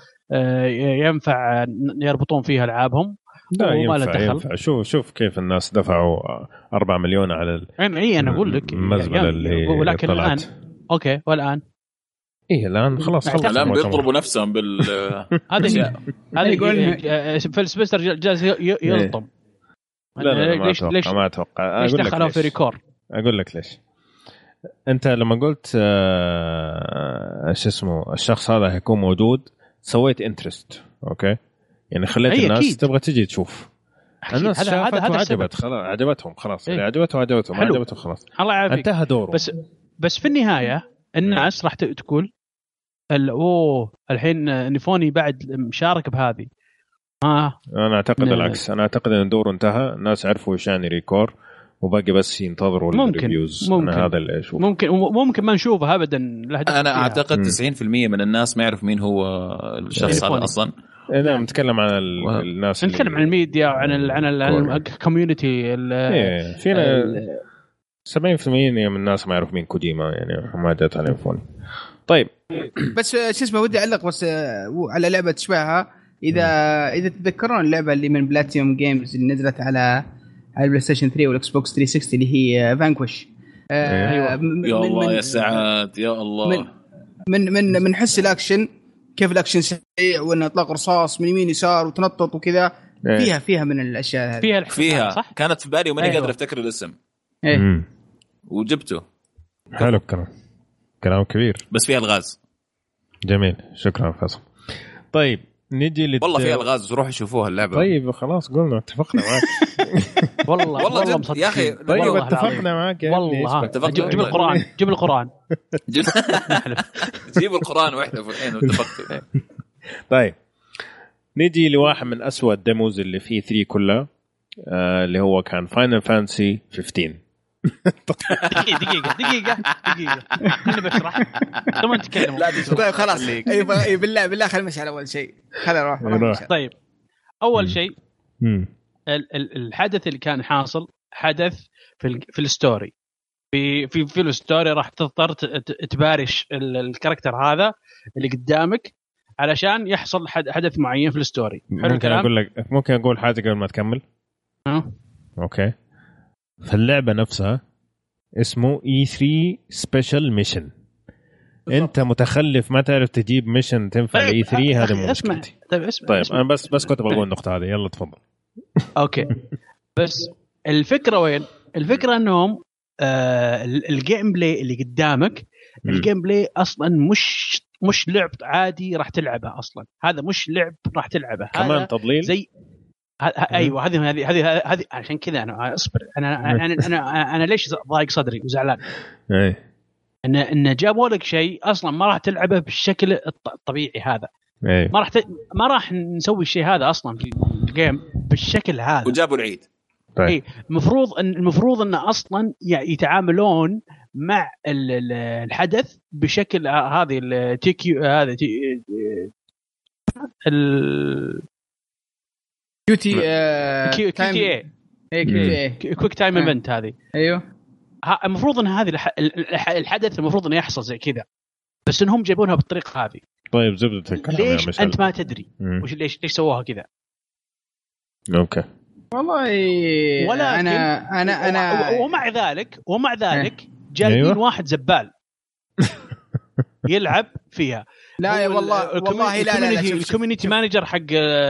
Speaker 4: ينفع يربطون فيها العابهم.
Speaker 1: لا ينفع. شوف كيف الناس دفعوا 4 مليون على
Speaker 4: انا اقول لك
Speaker 1: المزبله اللي
Speaker 4: ولكن الان اوكي والان
Speaker 1: الان خلاص
Speaker 2: الان بيضربوا نفسهم بال
Speaker 4: هذا يقول في سبيستر جالس يلطم.
Speaker 1: ليش ما اتوقع
Speaker 4: اقول لك دخلوا في ريكور.
Speaker 1: اقول لك ليش. انت لما قلت ايش اسمه الشخص هذا هيكون موجود سويت انترست اوكي يعني خليت الناس أكيد. تبغى تجي تشوف. الناس شافت عجبتهم خلاص اللي عجبتهم خلاص انتهى دوره.
Speaker 4: بس في النهايه الناس راح تقول الحين نيفوني بعد مشارك بهذه.
Speaker 1: انا اعتقد العكس. انا اعتقد ان دوره انتهى. الناس عرفوا ايش يعني ريكور وباقي بس ينتظروا الريفيوز. انا هذا اللي اشوفه.
Speaker 4: ممكن ما نشوفه ابدا.
Speaker 2: انا اعتقد 90% من الناس ما يعرف مين هو الشخص هذا اصلا.
Speaker 1: انا نتكلم عن الناس
Speaker 4: نتكلم عن الميديا وعن الكوميونتي.
Speaker 1: فينا 70% من الناس ما يعرف مين كوجيما يعني ما جات على الفون. طيب
Speaker 3: بس شو اسمه ودي اعلق بس على لعبه تشبهها اذا تتذكرون اللعبه اللي من بلاتينوم جيمز اللي نزلت على البلاي ستيشن 3 والاكس بوكس 360 اللي هي فانكوش.
Speaker 2: أيوة. يا الله يا سعاد يا الله
Speaker 3: من حس الاكشن كيف الاكشن سريع وان اطلاق رصاص من يمين يسار وتنطط وكذا. فيها من الاشياء هذه
Speaker 2: فيها صح؟ كانت في بالي وماني قادر افتكر الاسم. وجبته.
Speaker 1: حلو كلام كبير
Speaker 2: بس فيها الغاز.
Speaker 1: جميل شكرا فيصل. طيب نجي
Speaker 2: والله فيها الغاز روحوا شوفوها اللعبه.
Speaker 1: طيب خلاص قلنا اتفقنا معك.
Speaker 2: والله يا اخي
Speaker 1: طيب اتفقنا معك
Speaker 4: والله جيب القرآن
Speaker 2: جيب القرآن واحنا الحين اتفقتوا.
Speaker 1: طيب نجي لواحد من أسوأ الديموز اللي فيه 3 كلها اللي هو كان فاينل فانسي 15.
Speaker 4: دقيقة أنا بشرح ثم نتكلم.
Speaker 3: طيب خلاص بالله خلينا نمشي على أول شيء. خلينا نروح.
Speaker 4: طيب أول شيء الحدث اللي كان حاصل حدث في الستوري في الستوري راح تضطر تبارش الكاركتر هذا اللي قدامك علشان يحصل حدث معين في الستوري.
Speaker 1: ممكن أقول حاجة قبل ما تكمل. أوكي. فاللعبة نفسها اسمه E3 Special Mission. انت متخلف ما تعرف تجيب ميشن تنفع E3. هذا مو مشكلتي. طيب انا بس كنت بقول النقطة هذه. يلا تفضل.
Speaker 4: اوكي بس الفكرة وين؟ الفكرة انهم الجيم بلاي اللي قدامك الجيم بلاي اصلا مش لعب عادي راح تلعبه اصلا، هذا مش لعب راح تلعبه،
Speaker 1: كمان تضليل
Speaker 4: زي ايوه. هذه عشان كذا انا اصبر، انا ليش ضايق صدري وزعلان ان جابوا لك شيء اصلا ما راح تلعبه بالشكل الطبيعي هذا. ما راح نسوي الشيء هذا اصلا في الجيم بالشكل هذا،
Speaker 2: وجابوا العيد.
Speaker 1: طيب
Speaker 4: المفروض ان اصلا يتعاملون مع الحدث بشكل هذه التي كيو، هذا
Speaker 3: كيو تي
Speaker 4: كويك تايم ايفنت هذه.
Speaker 3: ايوه
Speaker 4: المفروض ان هذه الحدث المفروض انه يحصل زي كذا، بس انهم جايبونها بالطريقه هذه.
Speaker 1: طيب زبدة الكلام
Speaker 4: ليش انت ما تدري ليش سووها كذا؟
Speaker 1: اوكي
Speaker 3: والله. ولا انا
Speaker 4: ومع ذلك جايبين واحد زبال يلعب فيها.
Speaker 3: لا والله لا
Speaker 4: الكوميونتي مانجر حق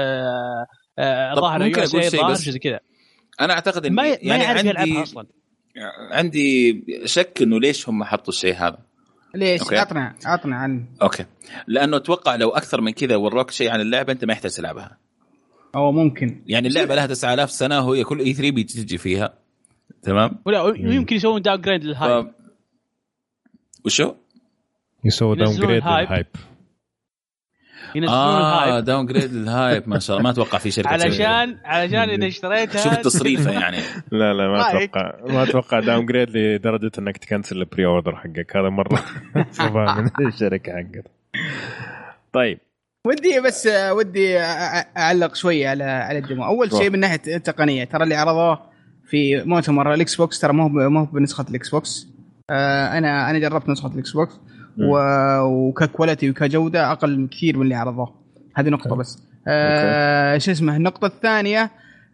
Speaker 4: ظاهر زي كذا.
Speaker 2: انا اعتقد ان يعني عندي شك انه ليش هم حطوا الشيء هذا.
Speaker 3: ليش؟ عطنا عنه.
Speaker 2: اوكي، لانه اتوقع لو اكثر من كذا وروك شيء عن اللعبه انت ما يحتاج تلعبها.
Speaker 3: او ممكن
Speaker 2: يعني اللعبه لها 9000 سنه وهي كل E3 بتجي فيها، تمام؟
Speaker 4: ولا يمكن يسوون داون جريد للهايب.
Speaker 2: وشو
Speaker 1: يسوون داون جريد للهايب؟
Speaker 2: داون جريد للهايب. ما شاء الله، ما اتوقع في شركه
Speaker 4: علشان اذا اشتريتها
Speaker 2: شوف التصريفه يعني.
Speaker 1: لا ما اتوقع داون جريد لدرجه انك تكنسل البري اوردر حقك، هذا مره صفا من الشركه حقك. طيب
Speaker 3: ودي اعلق شويه على الديمو. اول شيء من ناحيه التقنيه، ترى اللي عرضوه في مؤتمر الاكس بوكس ترى ما هو بنسخه الاكس بوكس. انا جربت نسخه الاكس بوكس وككواليتي وكجوده اقل كثير من اللي عرضوه. هذه نقطه بس. شو اسمه النقطه الثانيه،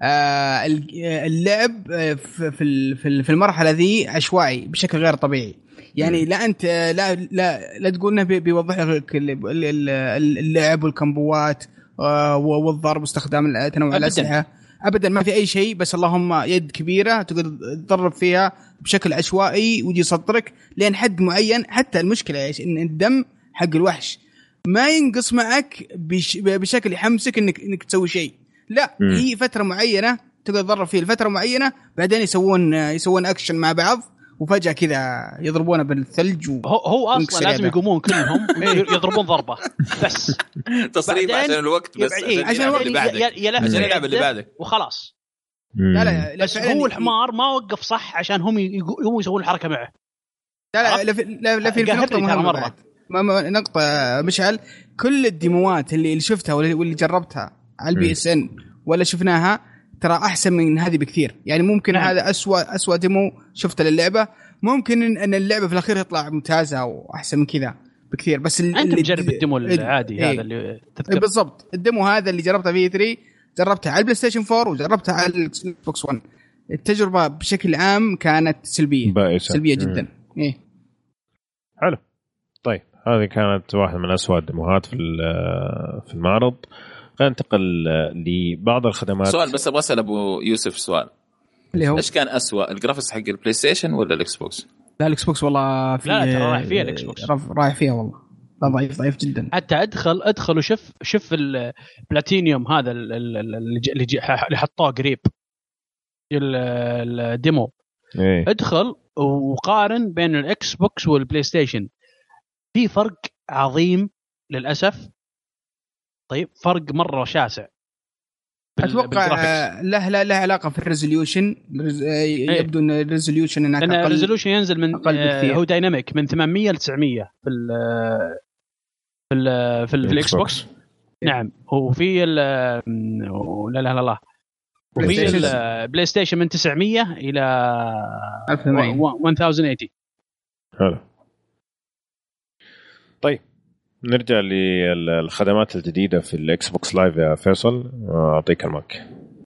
Speaker 3: اللعب في المرحله ذي عشوائي بشكل غير طبيعي. يعني لا انت لا تقول انه بيوضح لك اللعب والكمبوات والضرب واستخدام تنوع الاسلحه ابدا، ما في اي شيء. بس اللهم يد كبيره تقدر تضرب فيها بشكل عشوائي ويجي يصدرك لين حد معين. حتى المشكله ايش؟ ان الدم حق الوحش ما ينقص معك بشكل يحمسك انك تسوي شيء. لا هي فتره معينه تقدر تضرب فيه الفتره معينه، بعدين يسوون اكشن مع بعض وفجأة كذا يضربونه بالثلج
Speaker 4: هو أصلا لازم يقومون كلهم يضربون ضربة بس
Speaker 2: تصريف عشان الوقت، بس عشان الوقت اللي بعدك، عشان اللعبة اللي بعدك
Speaker 4: وخلاص.
Speaker 3: لا
Speaker 4: بس هو الحمار ما وقف صح عشان هم يسوون الحركة معه.
Speaker 3: لا في نقطة مهمة نقطة مشعل. كل الديموات اللي شفتها واللي جربتها على البي اس ان ولا شفناها ترى أحسن من هذه بكثير. يعني ممكن هذا أسوأ ديمو شفته للعبة، ممكن أن اللعبة في الأخير تطلع ممتازة أو أحسن من كذا بكثير. بس
Speaker 4: أنت مجرب الديمو العادي هذا اللي تذكر
Speaker 3: بالضبط. الديمو هذا اللي جربته في 3 جربتها على البلاي ستيشن 4 وجربتها على الإكس بوكس 1. التجربة بشكل عام كانت سلبية جدا.
Speaker 1: حلو. طيب هذه كانت واحدة من أسوأ الديموهات في المعرض. انتقل لبعض الخدمات.
Speaker 2: سؤال بس ابغى اسال ابو يوسف سؤال، ايش كان اسوأ الجرافيكس حق البلاي ستيشن ولا الاكس بوكس؟
Speaker 3: لا الاكس بوكس والله
Speaker 4: لا ترى رايح فيها الاكس بوكس،
Speaker 3: رايح فيها والله. لا ضعيف جدا.
Speaker 4: حتى ادخل وشوف البلاتينيوم هذا اللي حطوه قريب الديمو. ادخل وقارن بين الاكس بوكس والبلاي ستيشن، في فرق عظيم للاسف. طيب فرق مرة شاسع.
Speaker 3: أتوقع له علاقة في الريزوليوشن. يبدو أن الريزوليوشن هناك أقل.
Speaker 4: الريزوليوشن ينزل من هو دايناميك من 800 ل 900 في الإكس بوكس. نعم. وفي لا وفي البلاي ستيشن من 900 إلى 1080.
Speaker 1: حلو. طيب نرجع للخدمات الجديدة في الإكس بوكس لايف يا فيصل، أعطيك المايك.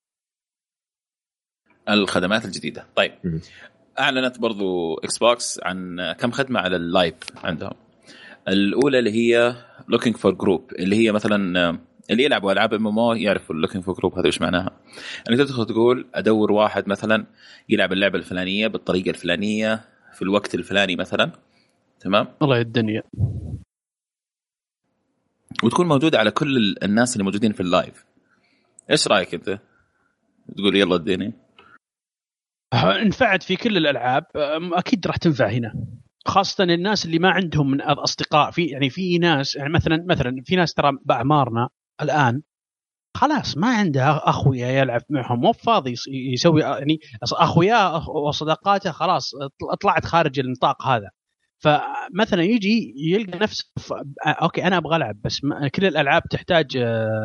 Speaker 2: الخدمات الجديدة. طيب أعلنت برضو إكس بوكس عن كم خدمة على اللايف عندهم. الأولى اللي هي looking for group، اللي هي مثلا اللي يلعبوا ألعاب MMO يعرفوا looking for group هذا وش معناها. أنك تدخل تقول أدور واحد مثلا يلعب اللعبة الفلانية بالطريقة الفلانية في الوقت الفلاني مثلا، تمام؟
Speaker 4: الله الدنيا
Speaker 2: وتكون موجودة على كل الناس اللي موجودين في اللايف. إيش رأيك أنت؟ تقول يلا اديني.
Speaker 4: نفعت في كل الألعاب، أكيد راح تنفع هنا، خاصة الناس اللي ما عندهم من أصدقاء. في ناس يعني مثلا في ناس ترى بأعمارنا الآن خلاص ما عنده أخويا يلعب معهم، مو فاضي يسوي يعني أخويا وصداقاته خلاص طلعت خارج النطاق هذا. فمثلا يجي يلقى نفسه أوكي أنا أبغى ألعب بس كل الألعاب تحتاج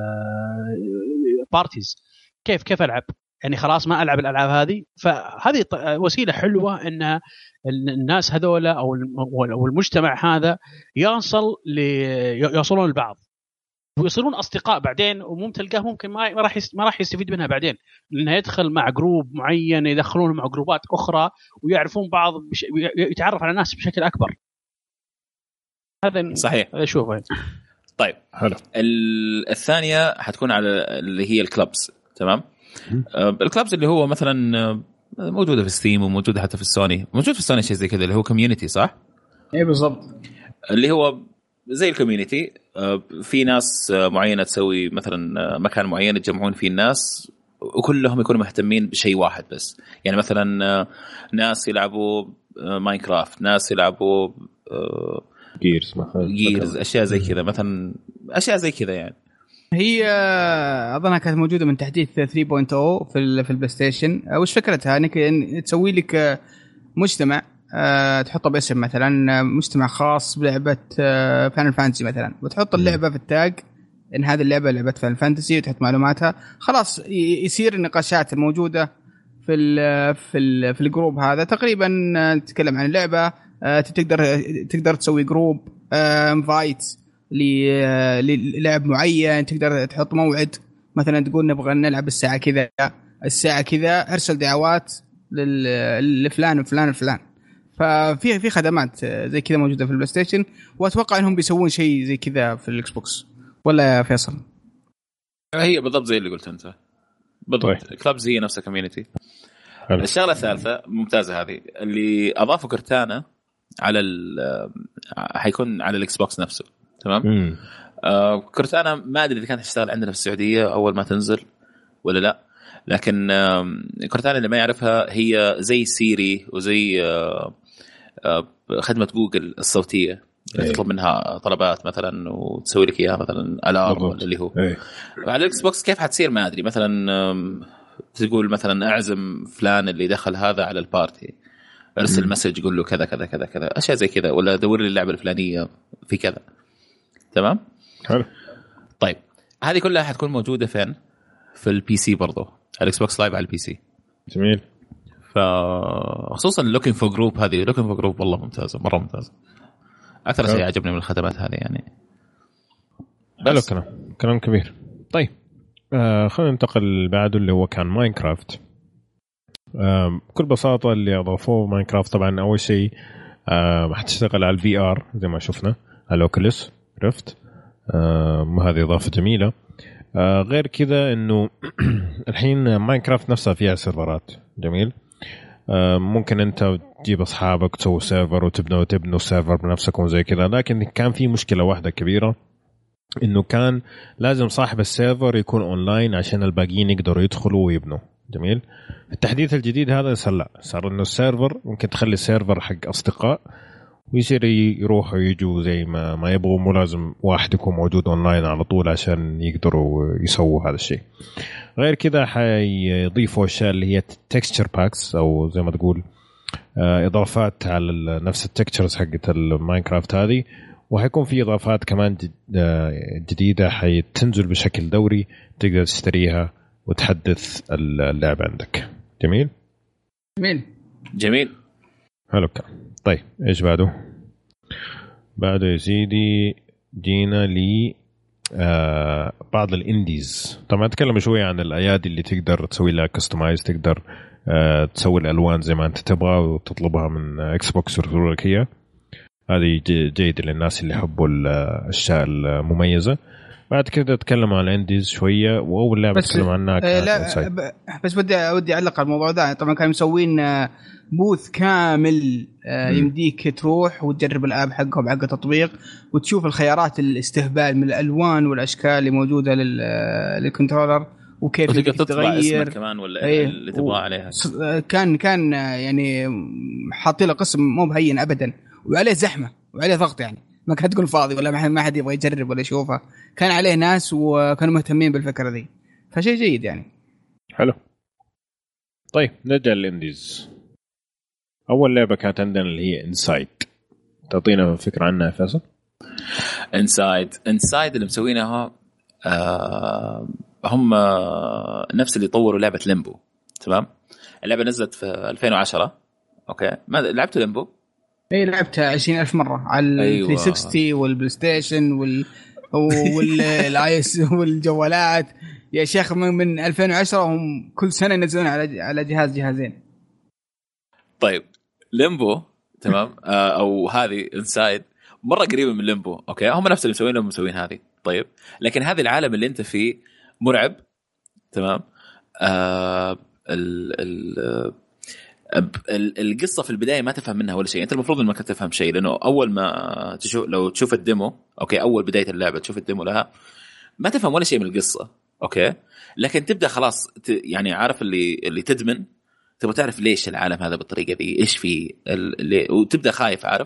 Speaker 4: بارتيز، كيف ألعب يعني خلاص ما ألعب الألعاب هذه. فهذه وسيلة حلوة إن الناس هذولا أو المجتمع هذا يوصلون لبعض ويصيرون أصدقاء بعدين، وممكن تلقاه ممكن ما راح يستفيد منها بعدين، لأنه يدخل مع جروب معين، يدخلون مع جروبات أخرى ويعرفون بعض يتعرف على ناس بشكل أكبر. هذا
Speaker 2: صحيح
Speaker 4: أشوفه.
Speaker 2: طيب حلو. الثانية حتكون على اللي هي الكلابز. تمام. الكلابز اللي هو مثلا موجودة في ستيم وموجودة حتى في السوني، موجود في السوني شيء زي كذا اللي هو كوميونيتي، صح؟
Speaker 3: ايه بالضبط،
Speaker 2: اللي هو زي الكوميونيتي، في ناس معينة تسوي مثلا مكان معين يتجمعون فيه الناس وكلهم يكونوا مهتمين بشيء واحد بس. يعني مثلا ناس يلعبوا ماينكرافت، ناس يلعبوا جيرز أشياء زي كذا مثلا، أشياء زي كذا. يعني
Speaker 3: هي أظنها كانت موجودة من تحديث 3.0 في البلاي ستيشن. وش فكرتها؟ انك تسوي لك مجتمع، تحطه باسم مثلا مجتمع خاص بلعبة فاينل فانتسي مثلا، وتحط اللعبة في التاج ان هذه اللعبة لعبة فاينل فانتسي، وتحط معلوماتها. خلاص يصير النقاشات الموجودة في الجروب هذا تقريبا تتكلم عن اللعبة. تقدر تسوي جروب انفايت للعب معين، تقدر تحط موعد مثلا تقول نبغى نلعب الساعة كذا، ارسل دعوات لفلان وفلان وفلان. ففي خدمات زي كذا موجودة في البلاي ستيشن، واتوقع انهم بيسوون شيء زي كذا في الاكس بوكس، ولا يا فيصل؟
Speaker 2: هي بالضبط زي اللي قلت انت بالضبط. كلابز هي نفسها كوميونيتي. الشغله الثالثه ممتازه هذه اللي اضافوا كرتانا على حيكون على الاكس بوكس نفسه. تمام. كرتانا ما ادري اذا كانت تشتغل عندنا في السعوديه اول ما تنزل ولا لا، لكن كرتانا اللي ما يعرفها هي زي سيري وزي خدمه جوجل الصوتيه اللي تطلب منها طلبات مثلا وتسوي لك اياها مثلا الارم اللي هو على الاكس بوكس. كيف حتصير ما ادري، مثلا تقول مثلا اعزم فلان اللي دخل هذا على البارتي، ارسل مسج يقول له كذا كذا كذا كذا، اشياء زي كذا، ولا دور لي اللعبه الفلانيه في كذا. تمام. حلو. طيب هذه كلها حتكون موجوده فين؟ في البي سي برضو، الاكس بوكس لايف على البي سي. جميل. فخصوصا لوكينج فور جروب، هذه لوكينج فور جروب والله ممتازه، مره ممتازه، اكثر شيء عجبني من الخدمات هذه يعني.
Speaker 1: حلو، كلام كبير. طيب خلينا ننتقل بعده اللي هو كان ماينكرافت. بكل بساطة اللي أضافوه ماينكرافت طبعا أول شيء حتشتغل على الفي آر زي ما شفنا على أوكيلس ريفت. هذه إضافة جميلة. غير كذا إنه الحين ماينكرافت نفسها فيها سيرفرات. جميل. ممكن أنت تجيب أصحابك تسوي سيرفر وتبنوا سيرفر بنفسكم زي كذا، لكن كان في مشكلة واحدة كبيرة، إنه كان لازم صاحب السيرفر يكون أونلاين عشان الباقيين يقدروا يدخلوا ويبنوا. جميل. التحديث الجديد هذا صار إنه السيرفر ممكن تخلي سيرفر حق أصدقاء ويصير يروحوا يجوا زي ما يبغوا، مو لازم واحد يكون موجود أونلاين على طول عشان يقدروا يسووا هذا الشيء. غير كذا حيضيفوا أشياء اللي هي texture packs أو زي ما تقول إضافات على نفس التكتشرز حقت الماينكرافت هذه، وحيكون في إضافات كمان جديدة حيتنزل بشكل دوري تقدر تشتريها وتحدث اللعبة عندك. جميل
Speaker 3: جميل
Speaker 2: جميل.
Speaker 1: حلو. طيب إيش بعده يا سيدي؟ جينا لي بعض الانديز. طبعا أتكلم شوية عن الأيادي اللي تقدر تسوي لها كستمايز، تقدر تسوي الألوان زي ما أنت تبغى وتطلبها من إكس بوكس ويرسلوا لك إياها. هذه جيد للناس اللي يحبوا الأشياء المميزة. بعد كده اتكلم عن الانديز شويه، واول لعبه اتكلم عنها
Speaker 3: لا بس بدي اعلق على الموضوع ده. طبعا كانوا مسوين بوث كامل يمديك تروح وتجرب الاب حقهم حق التطبيق وتشوف الخيارات الاستهبال من الالوان والاشكال اللي موجوده للكنترولر وكيف
Speaker 2: تغير كمان ولا اللي تبغاه عليها.
Speaker 3: كان يعني حاطين له قسم مو بهين ابدا، وعليه زحمه وعليه ضغط، يعني ما كانت تقول فاضي ولا ما حد يبغى يجرب ولا يشوفها، كان عليه ناس وكانوا مهتمين بالفكره ذي، فشيء جيد يعني.
Speaker 1: حلو. طيب نرجع للانديز. اول لعبه كانت عندنا اللي هي انسايد، تعطينا فكره عنها يا فيصل؟
Speaker 2: انسايد اللي مسوينها هم نفس اللي طوروا لعبه ليمبو. تمام. اللعبه نزلت في 2010. اوكي، ما لعبت ليمبو؟
Speaker 3: اي لعبتها 20,000 مره على أيوة. 360 والبلاي ستيشن والايس والجوالات يا شيخ. من 2010 هم كل سنه ينزلون على جهازين.
Speaker 2: طيب ليمبو تمام او هذه انسايد مره قريبه من ليمبو. اوكي، هم نفس اللي مسوين هذه. طيب لكن هذا العالم اللي انت فيه مرعب. تمام. القصه في البدايه ما تفهم منها ولا شيء. انت المفروض انك تفهم شيء، لانه اول ما لو تشوف الديمو، اوكي، اول بدايه اللعبه تشوف الديمو لها ما تفهم ولا شيء من القصه. اوكي، لكن تبدا خلاص يعني عارف اللي تدمن، تبغى تعرف ليش العالم هذا بالطريقه دي، ايش فيه وتبدا خايف، عارف.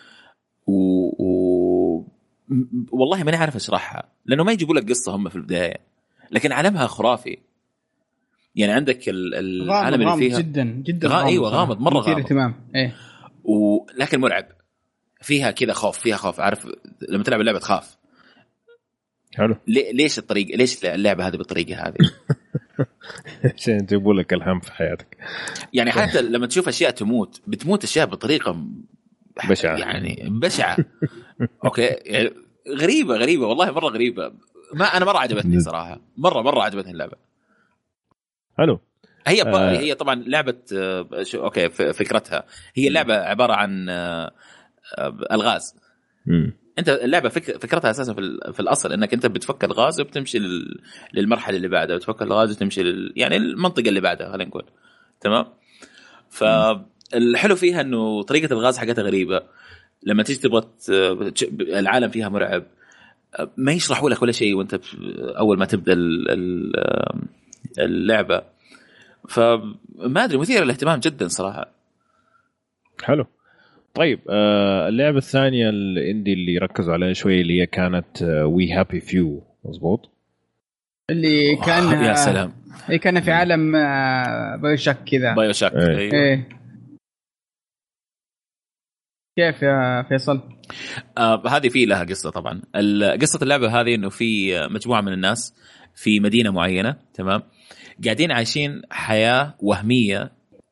Speaker 2: والله ماني عارف اشرحها، لانه ما يجيبوا لك قصه هم في البدايه، لكن عالمها خرافي. يعني عندك العالم اللي فيها
Speaker 3: جدا غامض.
Speaker 2: ايوه غامض مره غامض.
Speaker 3: تمام. ايه
Speaker 2: ولكن مرعب، فيها كذا خوف، فيها خوف، عارف لما تلعب اللعبه تخاف.
Speaker 1: حلو.
Speaker 2: ليش الطريقه، ليش اللعبه هذه بالطريقه هذه؟
Speaker 1: عشان يجيبوا لك الهم في حياتك.
Speaker 2: يعني حتى لما تشوف اشياء بتموت اشياء بطريقه
Speaker 1: بشعه،
Speaker 2: يعني بشعه. اوكي، يعني غريبه والله مره غريبه. انا مره عجبتني صراحه، مره عجبتني اللعبه.
Speaker 1: حلو.
Speaker 2: هي طبعا لعبه اوكي، فكرتها هي اللعبه عباره عن الغاز. انت اللعبه فكرتها اساسا في الاصل انك انت بتفك الغاز وبتمشي للمرحله اللي بعدها، وتفك الغاز وتمشي يعني المنطقه اللي بعدها، خلينا نقول. تمام. فالحلو فيها انه طريقه الغاز حقتها غريبه. لما تيجي تبغى العالم فيها مرعب، ما يشرحوا لك ولا شيء وانت اول ما تبدا اللعبه. فما ادري، مثير للاهتمام جدا صراحه.
Speaker 1: حلو. طيب اللعبه الثانيه الاندي اللي ركزوا عليها شويه اللي هي كانت وي هابي فيو، مظبوط؟
Speaker 3: اللي كان
Speaker 2: يا سلام،
Speaker 3: اللي كان في عالم بايوشاك كذا.
Speaker 2: بايوشاك
Speaker 3: ايه. كيف يا فيصل؟
Speaker 2: هذه في لها قصه طبعا. قصه اللعبه هذه انه في مجموعه من الناس في مدينه معينه، تمام، قاعدين عايشين حياه وهميه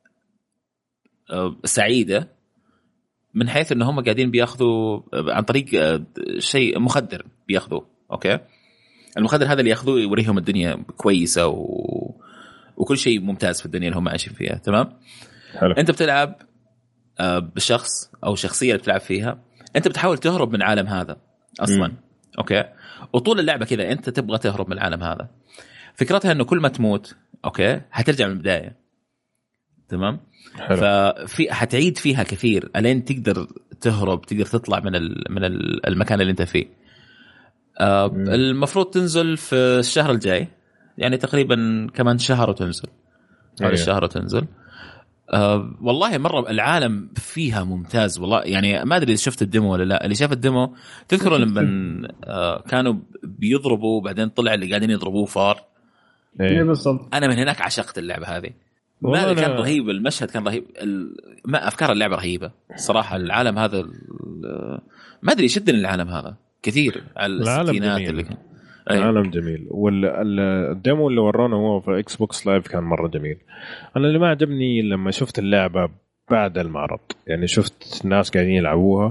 Speaker 2: سعيده، من حيث ان هم قاعدين بياخذوا عن طريق شيء مخدر بياخذوه. اوكي، المخدر هذا اللي ياخذوه يوريهم الدنيا كويسه وكل شيء ممتاز في الدنيا اللي هم عايشين فيها. تمام.
Speaker 1: حلو.
Speaker 2: انت بتلعب بشخص او شخصيه اللي بتلعب فيها، انت بتحاول تهرب من العالم هذا اصلا. اوكي، وطول اللعبه كذا انت تبغى تهرب من العالم هذا. فكرتها انه كل ما تموت، اوكي، هترجع من البدايه. تمام.
Speaker 1: حلو.
Speaker 2: ففي هتعيد فيها كثير الين تقدر تهرب، تقدر تطلع من المكان اللي انت فيه. المفروض تنزل في الشهر الجاي، يعني تقريبا كمان شهر وتنزل. هذا الشهر وتنزل. والله مرة العالم فيها ممتاز والله. يعني ما أدري إذا شفت الديمو ولا لا. اللي شاف الديمو تذكروا لما كانوا بيضربوا وبعدين طلع اللي قاعدين يضربوه فار.
Speaker 3: إيه بالضبط.
Speaker 2: أنا من هناك عشقت اللعبة هذه. ما كان رهيب، المشهد كان رهيب، ما أفكار اللعبة رهيبة صراحة. العالم هذا ما أدري شدني العالم هذا كثير على الستينات اللي كان.
Speaker 1: العالم جميل. والديمو اللي ورانا هو في اكس بوكس لايف كان مرة جميل. أنا اللي ما عجبني لما شفت اللعبة بعد المعرض، يعني شفت الناس قاعدين يلعبوها.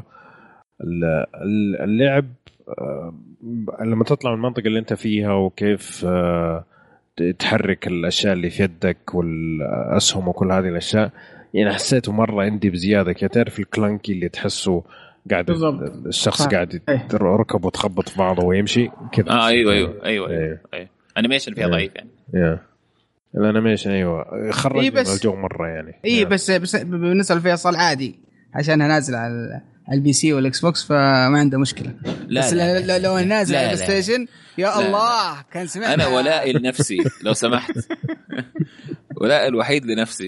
Speaker 1: اللعب لما تطلع من المنطقة اللي انت فيها وكيف تحرك الأشياء اللي في يدك والأسهم وكل هذه الأشياء، يعني حسيته مرة عندي بزيادة كده. تعرف الكلانكي اللي تحسه قاعد الشخص قاعد ركبه تخبط في بعضه ويمشي كذا.
Speaker 2: ايوه انيميشن فيها ضعيف يعني.
Speaker 1: الانيميشن خرج من الجو مره يعني.
Speaker 3: بس بالنسبه لفيصل عادي عشانها نازله على البي سي والاكس بوكس فما عنده مشكله. بس لو نازل على البلاي ستيشن يا الله كان سمعت.
Speaker 2: انا ولائي لنفسي لو سمحت ولائي الوحيد لنفسي.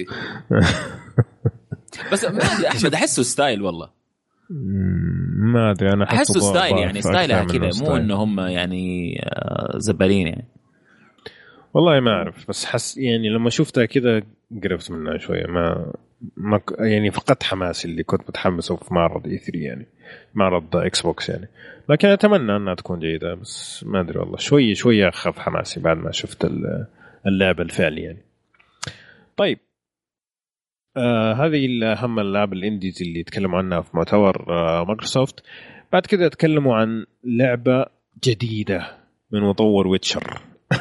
Speaker 2: بس ما ادري احمد احسه ستايل والله.
Speaker 1: ما ادري انا
Speaker 2: احسه ستايل يعني ستايلها كذا مو انه هم يعني زبالين يعني.
Speaker 1: والله ما اعرف بس حس يعني لما شفتها كذا قربت منها شويه ما يعني فقدت حماسي اللي كنت متحمسه في معرض E3 يعني معرض اكس بوكس يعني. لكن اتمنى انها تكون جيده بس ما ادري والله شويه اخف حماسي بعد ما شفت اللعبه الفعلي يعني. طيب هذه اهم الالعاب الانديز اللي تكلموا عنها في مؤتمر مايكروسوفت. بعد كده تكلموا عن لعبه جديده من مطور ويتشر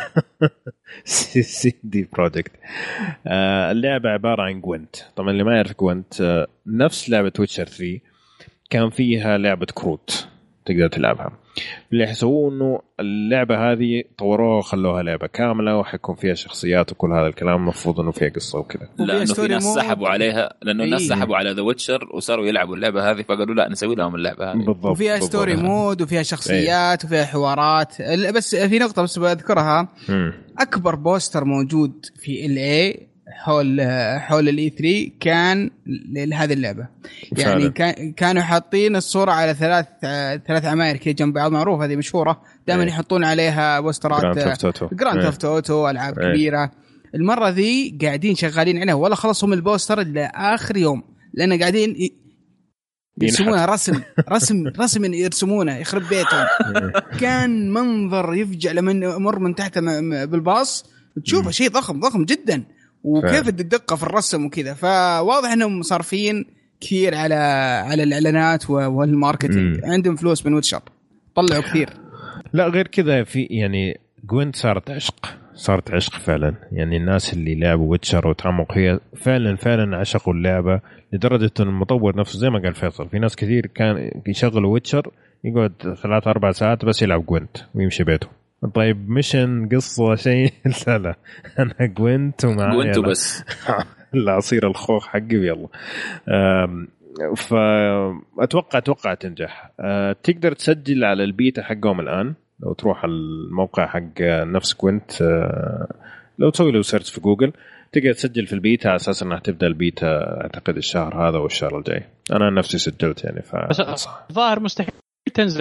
Speaker 1: CD Projekt. اللعبة عبارة عن جوينت. طبعا اللي ما يعرف جوينت نفس لعبة ويتشر 3 كان فيها لعبة كروت تقدر تلعبها. اللي يحسبوه انه اللعبة هذه طوروها وخلوها لعبة كاملة وحيكون فيها شخصيات وكل هذا الكلام. المفروض انه فيها قصة وكذا
Speaker 2: لانه في ناس سحبوا عليها لانه الناس سحبوا على ذا ويتشر وصاروا يلعبوا اللعبة هذه فقالوا لا نسوي لهم اللعبة هذه.
Speaker 1: بالضبط.
Speaker 3: وفيها ستوري مود وفيها شخصيات وفيها حوارات. بس في نقطة بس بذكرها أكبر بوستر موجود في LA حول الإي 3 كان لهذه اللعبة يعني كانوا حاطين الصورة على ثلاث عماير كده جنب بعض معروف هذه مشهورة دائما يحطون عليها بوسترات جراند ثيفت اوتو ألعاب كبيرة. المرة ذي قاعدين شغالين عليها ولا خلصهم البوستر إلا آخر يوم لأن قاعدين يرسمونها رسم يرسمونه يخرب بيتهم. كان منظر يفجع لما مر من تحت بالباص تشوفه شيء ضخم جدا وكيف الدقة في الرسم وكذا. فواضح انهم صارفين كثير على الاعلانات والماركتينج. عندهم فلوس من ويتشر طلعوا كثير.
Speaker 1: لا غير كذا في يعني جوينت صارت عشق فعلا يعني. الناس اللي لعبوا ويتشر وتعمق هي فعلا عشقوا اللعبة لدرجة ان المطور نفسه زي ما قال فيصل في ناس كثير كان يشغلوا ويتشر يقعد 3-4 ساعات بس يلعب جوينت ويمشي بيته. طيب ميشن قصة شيء لا أنا جوينت
Speaker 2: بس
Speaker 1: العصير الخوخ حقي يلا. فأتوقع تنجح. تقدر تسجل على البيتا حقهم الآن لو تروح الموقع حق نفس جوينت لو تسوي له سيرش في جوجل تقدر تسجل في البيتا على أساس أنها تبدأ البيتا أعتقد الشهر هذا والشهر الجاي. أنا نفسي سجلت يعني
Speaker 4: ظاهر مستحيل تنزل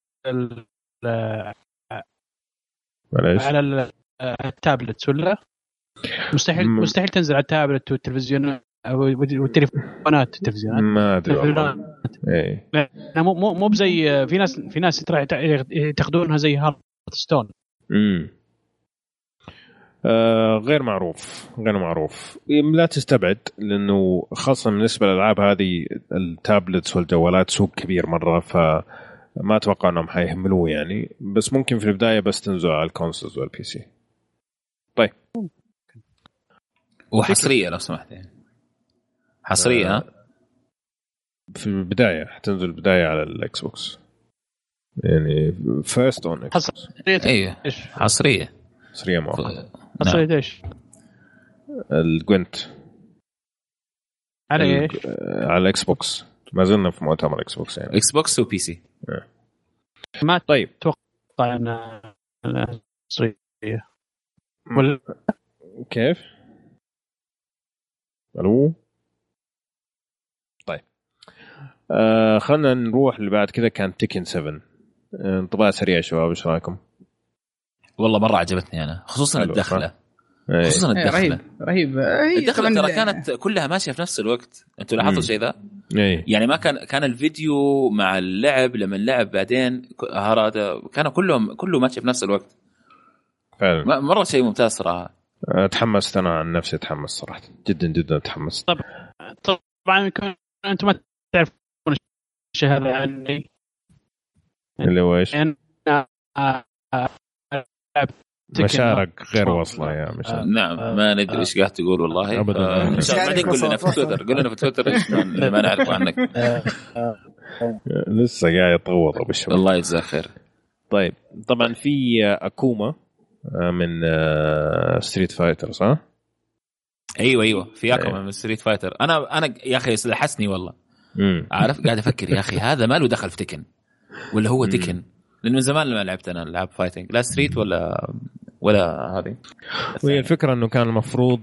Speaker 4: على التابلت ولا مستحيل تنزل على التابلت والتلفزيون والتليفونات التلفزيونات
Speaker 1: ما ادري
Speaker 4: لا مو بزي في ناس ترى تاخذونها زي هارتستون.
Speaker 1: غير معروف لا تستبعد لانه خاصه بالنسبه للالعاب هذه التابلتس والجوالات سوق كبير مره ما اتوقع انهم حيهملوه يعني. بس ممكن في البدايه بس تنزل على الكونسولز والبي سي. طيب
Speaker 2: وحصريه لو سمحت يعني حصريه
Speaker 1: في البدايه حتنزل البدايه على الاكس بوكس يعني فيرست اون اكس.
Speaker 2: ايوه حصريه
Speaker 1: مؤقته.
Speaker 4: حصريه ايش
Speaker 1: الجوينت
Speaker 4: على ايش
Speaker 1: على الاكس بوكس. ما زلنا في مؤتمر اكس بوكس يعني
Speaker 2: اكس بوكس وبي سي.
Speaker 4: ما
Speaker 1: طيب
Speaker 4: توقع ان حصريه ولا
Speaker 1: كيف الو. طيب خلنا نروح اللي بعد كذا. كان تيكن 7 انطباع سريع شباب ايش رايكم؟
Speaker 2: والله مره عجبتني انا خصوصا الدخله
Speaker 3: رهيب.
Speaker 2: الدخله ترى كانت كلها ماشيه في نفس الوقت. انتوا لاحظتوا شيء ذا يعني ما كان الفيديو مع اللعب لما اللعب بعدين هذا كانوا كله ماشي في نفس الوقت فعلا. مره شيء ممتاز صراحه.
Speaker 1: تحمست انا عن نفسي تحمست صراحه جدا تحمست.
Speaker 4: طبعا انتم ما تعرفون الشيء هذا عني
Speaker 1: اللي هو ايش مشارك غير واصله يا مشارك.
Speaker 2: نعم ما ندري ايش قاعد تقول والله. بعدين قول لنا في تويتر ايش ما نعرف عنك.
Speaker 1: لسه قاعد يتطور ابو الشباب.
Speaker 2: الله يجزاه خير.
Speaker 1: طيب طبعا في اكوما من ستريت فايتر صح؟
Speaker 2: ايوه في اكوما من ستريت فايتر. انا يا اخي لحسني والله. عارف قاعد افكر يا اخي هذا ما له دخل في تكن ولا هو تكن، لأن من زمان ما لعبت أنا لعب فايتنج لا ستريت ولا هذه.
Speaker 1: وهي الفكرة إنه كان المفروض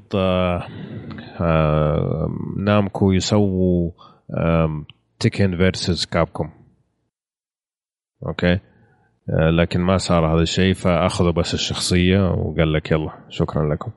Speaker 1: نامكو يسووا تيكن فيرسز كابكوم، أوكي، لكن ما صار هذا الشيء، فأخذوا بس الشخصية وقال لك يلا شكرا لكم.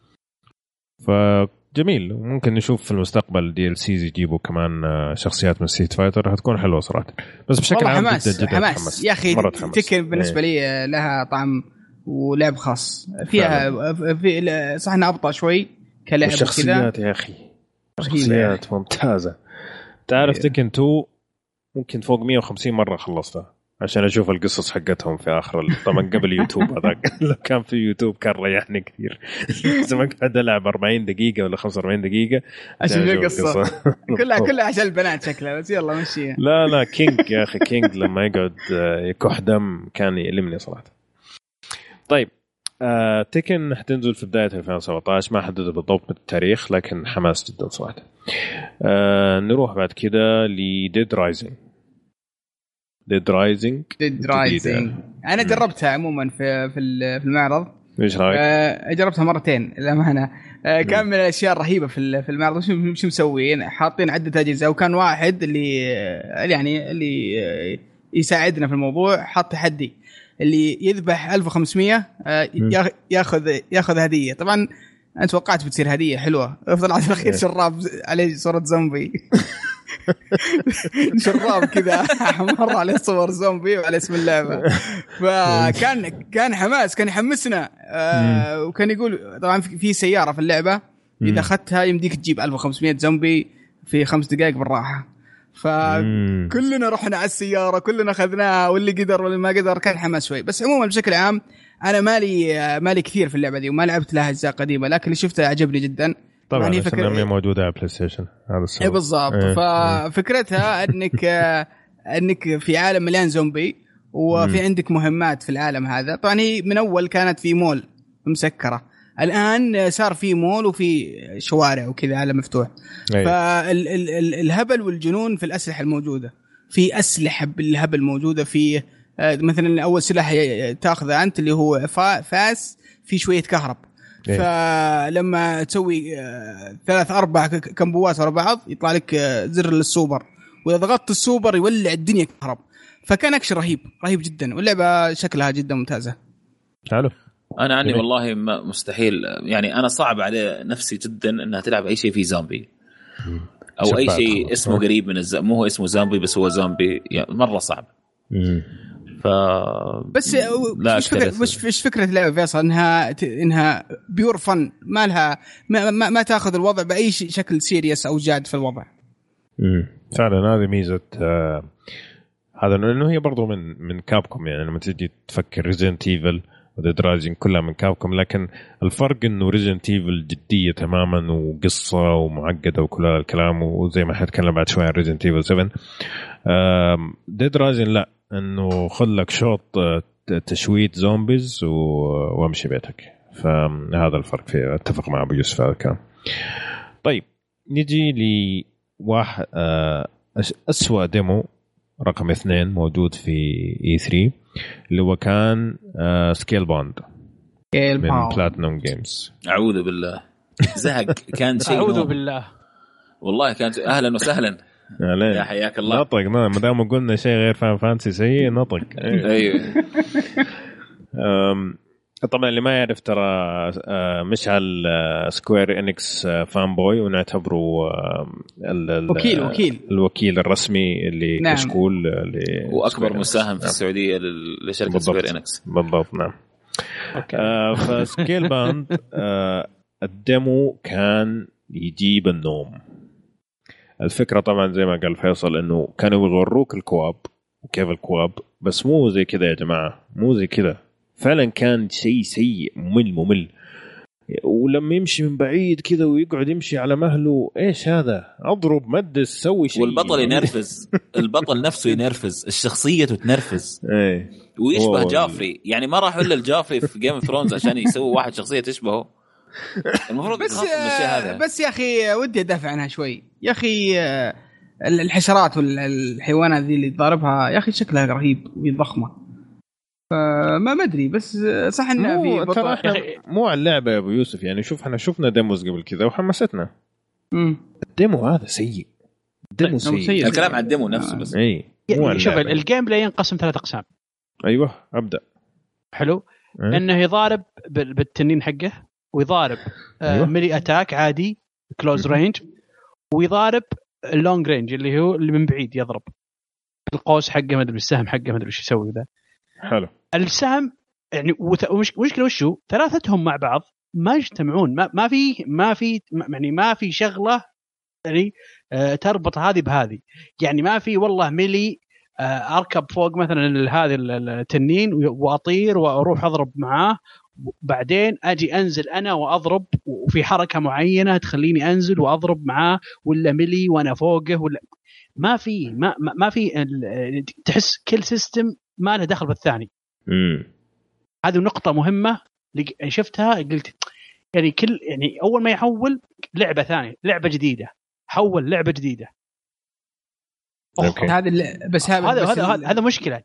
Speaker 1: فجميل، ممكن نشوف في المستقبل DLC يجيبوا كمان شخصيات من ستريت فايتر، هتكون حلوة صراحة. بس بشكل عام
Speaker 3: حماس يا أخي. تيكن بالنسبة لي لها طعم ولعب خاص فيها في صح انها ابطأ شوي كلعب كذا.
Speaker 1: الشخصيات يا اخي شخصيات ممتازة. تعرف تيكن 2 ممكن فوق 150 مرة خلصتها عشان أشوف القصص حقتهم في آخر طبعا قبل يوتيوب هذاك لو كان في يوتيوب كان ريحني كثير. لازم أقعد ألعب 40 دقيقة ولا 45 دقيقة
Speaker 3: عشان القصة كلها عشان البنات شكلها، بس يلا مشيها.
Speaker 1: لا كينج يا أخي، كينج لما يقعد يكح دم كان يلمني صراحة. طيب تيكن حتنزل في بداية 2017، ما حددوا بالضبط بالتاريخ لكن حماس جدا صراحة. نروح بعد كده لديد رايزنج. ديد رايزنج
Speaker 3: أنا جربتها عموما في المعرض.
Speaker 1: إيش رأيك؟
Speaker 3: جربتها مرتين للأمانة. كان من الأشياء الرهيبة في المعرض. شو مسوين؟ حاطين عدة أجهزة، وكان واحد اللي يساعدنا في الموضوع حط تحدي اللي يذبح 1500 ياخذ هدية. طبعا أنا توقعت بتصير هدية حلوة، طلعت في الأخير شراب عليه صورة زومبي. شراب كذا مر عليه صور زومبي وعلى اسم اللعبة. فكان حماس، كان يحمسنا. وكان يقول طبعا في سيارة في اللعبة إذا أخذتها يمديك تجيب 1500 زومبي في 5 دقائق بالراحة. فكلنا رحنا على السيارة، كلنا أخذناها، واللي قدر واللي ما قدر. كان حماس شوي. بس عموما بشكل عام أنا مالي كثير في اللعبة دي، وما لعبت لها أجزاء قديمة، لكن اللي شفته عجبني جدا.
Speaker 1: طبعا هي فكرة موجودة على بلاي ستيشن هذا السبب.
Speaker 3: بالضبط. ففكرتها انك في عالم مليان زومبي، وفي عندك مهمات في العالم هذا. طبعا هي من اول كانت في مول مسكرة، الان صار في مول وفي شوارع وكذا عالم مفتوح. فالهبل والجنون في الاسلحة الموجودة، في اسلحة بالهبل موجودة. في مثلا اول سلاح تاخذه انت اللي هو فاس في شوية كهرب. فلما تسوي 3-4 كمبوات ورا بعض يطلع لك زر للسوبر، واذا ضغطت السوبر يولع الدنيا كهرب. فكان اكشن رهيب جدا، واللعبه شكلها جدا ممتازه.
Speaker 1: حلو.
Speaker 2: انا عني والله مستحيل، يعني انا صعب على نفسي جدا انها تلعب اي شيء فيه زومبي او اي شيء اسمه قريب من مو هو اسمه زومبي بس هو زومبي، يعني مره صعب.
Speaker 3: بس مش فكرة اللعبة فيصل إنها بيور فن، ما لها ما تأخذ الوضع بأي شكل سيريس أو جاد في الوضع.
Speaker 1: فعلا هذه ميزة هذا، إنه هي برضو من كابكوم. يعني لما تيجي تفكر ريزيدنت ايفل وديد رايزنج كلها من كابكوم، لكن الفرق إنه ريزيدنت ايفل جدية تماما وقصة ومعقدة وكل هذا الكلام، وزي ما حنتكلم بعد شوية عن ريزيدنت ايفل 7. ديد رايزنج لا، انه خلك شوط تشويت زومبيز وامشي بيتك. فهذا الفرق فيه. اتفق مع ابو يوسف هذا الكلام. طيب نجي لواحد اسوأ ديمو رقم 2 موجود في E3 اللي هو كان سكيل باوند من بلاتنوم جيمز.
Speaker 2: اعوذ بالله زهق كان شيء.
Speaker 4: اعوذ بالله والله
Speaker 2: كان اهلا وسهلا يا حياك الله.
Speaker 1: نطق ما دام قلنا شيء غير فان فانسي سيء نطق.
Speaker 2: ايوه.
Speaker 1: طبعا اللي ما يعرف ترى مشعل سكوير انكس فان بوي، ونعتبره الوكيل الرسمي اللي
Speaker 3: نعم.
Speaker 1: كشكول
Speaker 2: واكبر مساهم في السعوديه لشركه سكوير انكس.
Speaker 1: بالضبط نعم. فسكيل باند الديمو كان يجيب النوم. الفكرة طبعا زي ما قال فيصل انه كانوا يغروك الكواب وكيف الكواب، بس مو زي كذا يا جماعة، مو زي كذا فعلا. كان شيء سيء ممل ولما يمشي من بعيد كذا ويقعد يمشي على مهله، ايش هذا؟ اضرب مدس سوي شيء.
Speaker 2: والبطل ينرفز البطل نفسه ينرفز، الشخصيه تنرفز
Speaker 1: ايه
Speaker 2: ويشبه جافري. يعني ما راح الا الجافري في جيم اوف ثرونز عشان يسوي واحد شخصيه تشبهه. المفروض
Speaker 3: بس يا اخي ودي ادافع عنها شوي يا اخي. الحشرات والحيوانات ذي اللي تضاربها يا اخي شكلها رهيب وضخمه، فما ادري. بس صح انه في
Speaker 1: ترى احنا مو على اللعبه يا ابو يوسف. يعني شوف احنا شفنا ديموز قبل كذا وحمستنا. الديمو هذا سيء، الديمو سيء.
Speaker 2: الكلام عن الديمو نفسه بس.
Speaker 1: اي
Speaker 4: شوف الجيم بلاي ينقسم 3 أقسام.
Speaker 1: ايوه ابدا.
Speaker 4: حلو. انه يضارب بالتنين حقه، ويضارب ميلي اتاك عادي كلوز رينج، ويضارب اللونج رينج اللي هو اللي من بعيد يضرب القوس حقه، ما ادري السهم حقه ما ادري ايش يسوي ذا.
Speaker 1: حلو.
Speaker 4: السهم يعني مشكله وشو ثلاثتهم مع بعض ما يجتمعون، ما في شغله يعني تربط هذه بهذه. يعني ما في والله ميلي اركب فوق مثلا هذه التنين واطير واروح اضرب معاه، بعدين اجي انزل انا واضرب، وفي حركه معينه تخليني انزل واضرب معاه، ولا ميلي وانا فوقه، ولا ما في تحس كل سيستم ما له دخل بالثاني. هذه نقطه مهمه اللي شفتها قلت يعني يعني اول ما يحول لعبه ثانيه، لعبه جديده، حول لعبه جديده.
Speaker 3: هذا بس
Speaker 4: هذا مشكله.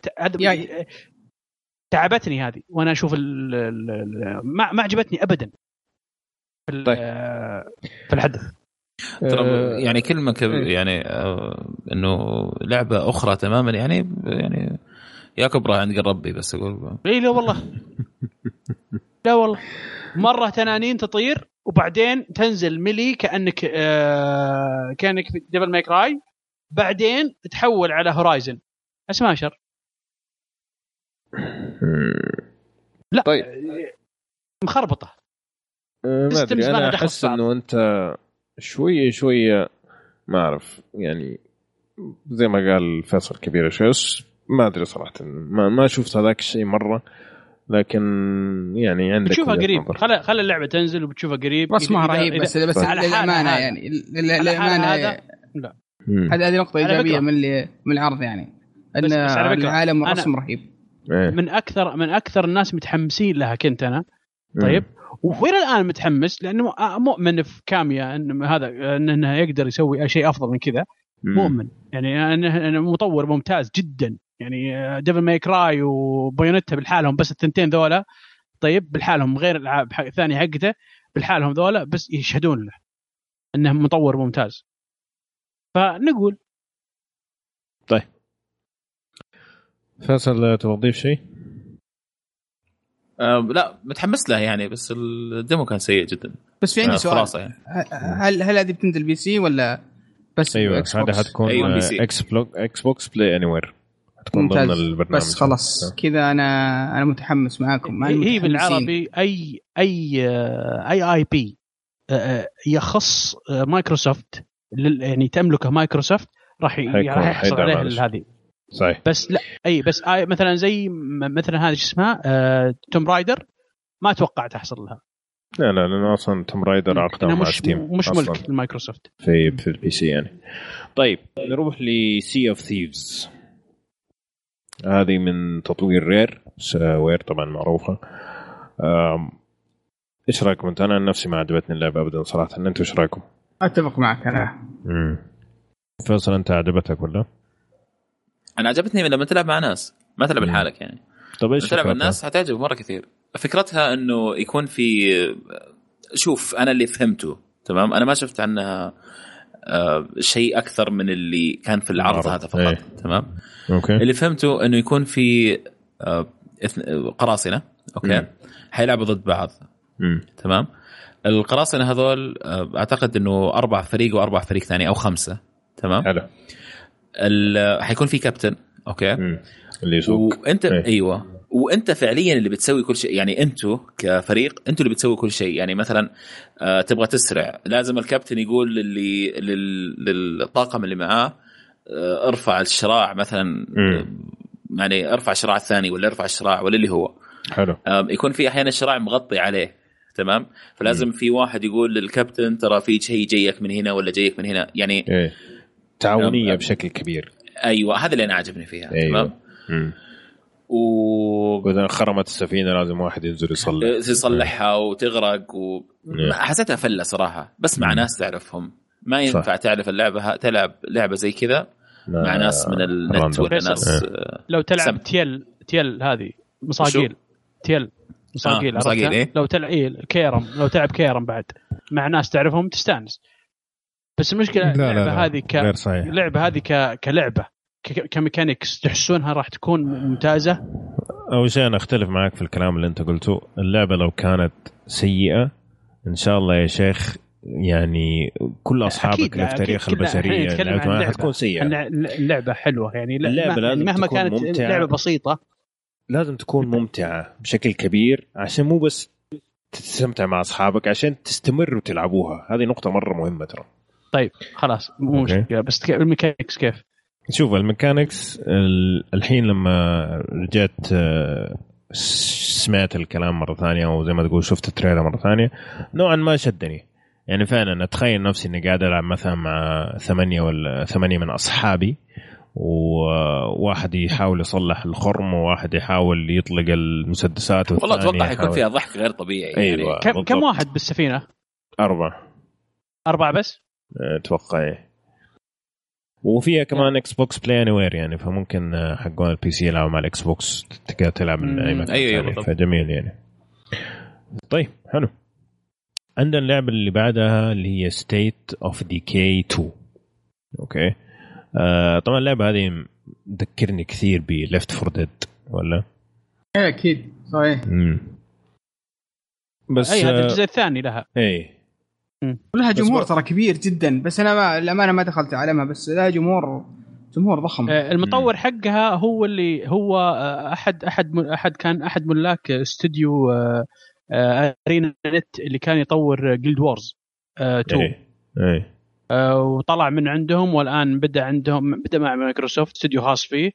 Speaker 4: تعبتني هذه وانا اشوف ما عجبتني ابدا في الحدث.
Speaker 2: ترى يعني كلمه يعني انه لعبه اخرى تماما، يعني يا كبرى عند ربي. بس اقول
Speaker 4: اي لا والله لا والله مره تنانين تطير وبعدين تنزل ميلي كانك في ديفل ماي كراي، بعدين تحول على هورايزن اسمها شر. لا
Speaker 1: طيب
Speaker 4: مخربطه.
Speaker 1: ما ادري، انا احس انه انت شويه ما اعرف يعني زي ما قال فيصل كبير شوس. ما ادري صراحه، ما شفت هذاك الشيء مره، لكن يعني عندك
Speaker 4: بتشوفها قريب. خلي اللعبه تنزل وبتشوفها قريب.
Speaker 3: اسمها رهيب بس على الامانه يعني الامانه لا هذه نقطه ايجابيه من العرض، يعني ان العالم رسم رهيب.
Speaker 4: من اكثر الناس متحمسين لها كنت انا. طيب وفين الان متحمس لانه مؤمن في كاميا انه يقدر يسوي شيء افضل من كذا. مؤمن يعني انه مطور ممتاز جدا. يعني ديفل ماي كراي وبايونيتا بالحالهم بس التنتين ذولا، طيب بالحالهم غير الالعاب الثانيه حقته بالحالهم ذولا بس يشهدون له انه مطور ممتاز. فنقول
Speaker 1: طيب فيصل تضيف شيء؟
Speaker 2: لا متحمس له يعني، بس الديمو كان سيء جدا.
Speaker 3: بس في عندي سؤال يعني. هل هذه بتنزل بي سي ولا بس؟
Speaker 1: ايوه هذا حتكون اكس بوكس بلاي اني وير، حتكون ضمن البرنامج.
Speaker 3: بس خلاص كذا انا متحمس معاكم.
Speaker 4: هي بالعربي اي بي يخص مايكروسوفت، يعني تملكه مايكروسوفت راح يحصل عليه هذه.
Speaker 1: صحيح.
Speaker 4: بس لا بس مثلا زي مثلا هذا اسمها توم رايدر ما اتوقع تحصل لها.
Speaker 1: لا لانه اصلا توم رايدر عقدها مع ستيم،
Speaker 4: مش ملك المايكروسوفت
Speaker 1: في البي سي يعني. طيب نروح لسي اوف ثيفز. هذه من تطوير رير طبعا معروفه. ايش رايكم انت؟ انا نفسي ما عجبتني اللعبه ابدا صراحه. انتوا ايش رايكم؟
Speaker 3: اتفق معك انا.
Speaker 1: فيصل انت عجبتك ولا؟
Speaker 2: انا عجبتني لما تلعب مع ناس، ما تلعب لحالك يعني.
Speaker 1: طب ايش
Speaker 2: تلعب مع الناس حتعجب مره كثير. فكرتها انه يكون في شوف انا اللي فهمته تمام، انا ما شفت عنها شيء اكثر من اللي كان في العرض هذا فقط. تمام
Speaker 1: أوكي.
Speaker 2: اللي فهمته انه يكون في قراصنة اوكي حيلعبوا ضد بعض. تمام. القراصنة هذول اعتقد انه 4 فريق و4 فريق ثاني او 5. تمام.
Speaker 1: حلو.
Speaker 2: حيكون في كابتن اوكي
Speaker 1: اللي يسوق
Speaker 2: وانت ايوه وانت فعليا اللي بتسوي كل شيء. يعني انتوا كفريق انتوا اللي بتسوي كل شيء. يعني مثلا تبغى تسرع لازم الكابتن يقول للطاقم اللي معاه ارفع الشراع مثلا يعني ارفع الشراع الثاني ولا ارفع الشراع ولا اللي هو
Speaker 1: حلو.
Speaker 2: يكون في احيانا الشراع مغطي عليه تمام. فلازم في واحد يقول للكابتن ترى في شيء جايك من هنا ولا جايك من هنا، يعني
Speaker 1: تعاونيه بشكل كبير.
Speaker 2: ايوه هذا اللي انا عاجبني فيها.
Speaker 1: أيوة.
Speaker 2: تمام.
Speaker 1: وإذا خرمت السفينة لازم واحد ينزل
Speaker 2: يصلحها وتغرق حسيتها فلة صراحة، بس مع ناس تعرفهم. ما ينفع صح. تعرف اللعبة تلعب لعبة زي كذا مع ناس من النت ولا ناس
Speaker 4: لو تلعب تيل هذه مصاقيل تيل مصاقيل إيه؟ لو تلعب كيرم، لو تلعب كيرم بعد مع ناس تعرفهم تستانس. بس المشكلة اللعبة هذه اللعبة هذه كلعبة كميكانيكس تحسونها راح تكون ممتازة.
Speaker 1: أول شيء أنا أختلف معك في الكلام اللي أنت قلته. اللعبة لو كانت سيئة إن شاء الله يا شيخ يعني كل أصحابك اللي في تاريخ البشرية حتكون سيئة.
Speaker 4: اللعبة حلوة يعني
Speaker 1: اللعبة
Speaker 4: مهما كانت ممتعة. لعبة بسيطة
Speaker 1: لازم تكون ممتعة بشكل كبير عشان مو بس تستمتع مع أصحابك، عشان تستمر وتلعبوها. هذه نقطة مرة مهمة ترى.
Speaker 4: طيب خلاص مو مشكلة، بس الميكانيكس كيف؟
Speaker 1: شوف الميكانيكس الحين لما رجعت سمعت الكلام مرة ثانية وزي ما تقول شفت التريلر مرة ثانية نوعا ما شدني. يعني فعلا أتخيل نفسي إني قاعد ألعب مثلا مع 8 من أصحابي، وواحد يحاول يصلح الخرم وواحد يحاول يطلق المسدسات.
Speaker 2: والله أتوقع يكون فيها ضحك غير طبيعي.
Speaker 1: أيوة
Speaker 4: يعني كم واحد بالسفينة؟ 4 بس
Speaker 1: أتوقع. وفيها كمان اكس بوكس بلاي اني وير يعني، فممكن حقون البي سي يلعبوا مع الاكس بوكس تقدر تلعب من اي مكان.
Speaker 2: أيوة
Speaker 1: فجميل يعني. طيب حلو. عندنا اللعبة اللي بعدها اللي هي State of Decay 2. اوكي طبعا اللعبة هذه تذكرني كثير ب Left 4 Dead ولا؟
Speaker 3: اكيد صحيح.
Speaker 1: بس
Speaker 4: هذا الجزء الثاني لها.
Speaker 3: لها جمهور ترى كبير جدا، بس انا الامانه ما دخلت عالمها، بس لها جمهور ضخم.
Speaker 4: المطور حقها هو اللي هو احد ملاك استوديو ارينا نت اللي كان يطور جيلد وورز 2. وطلع من عندهم والان بدا مع مايكروسوفت استوديو خاص فيه،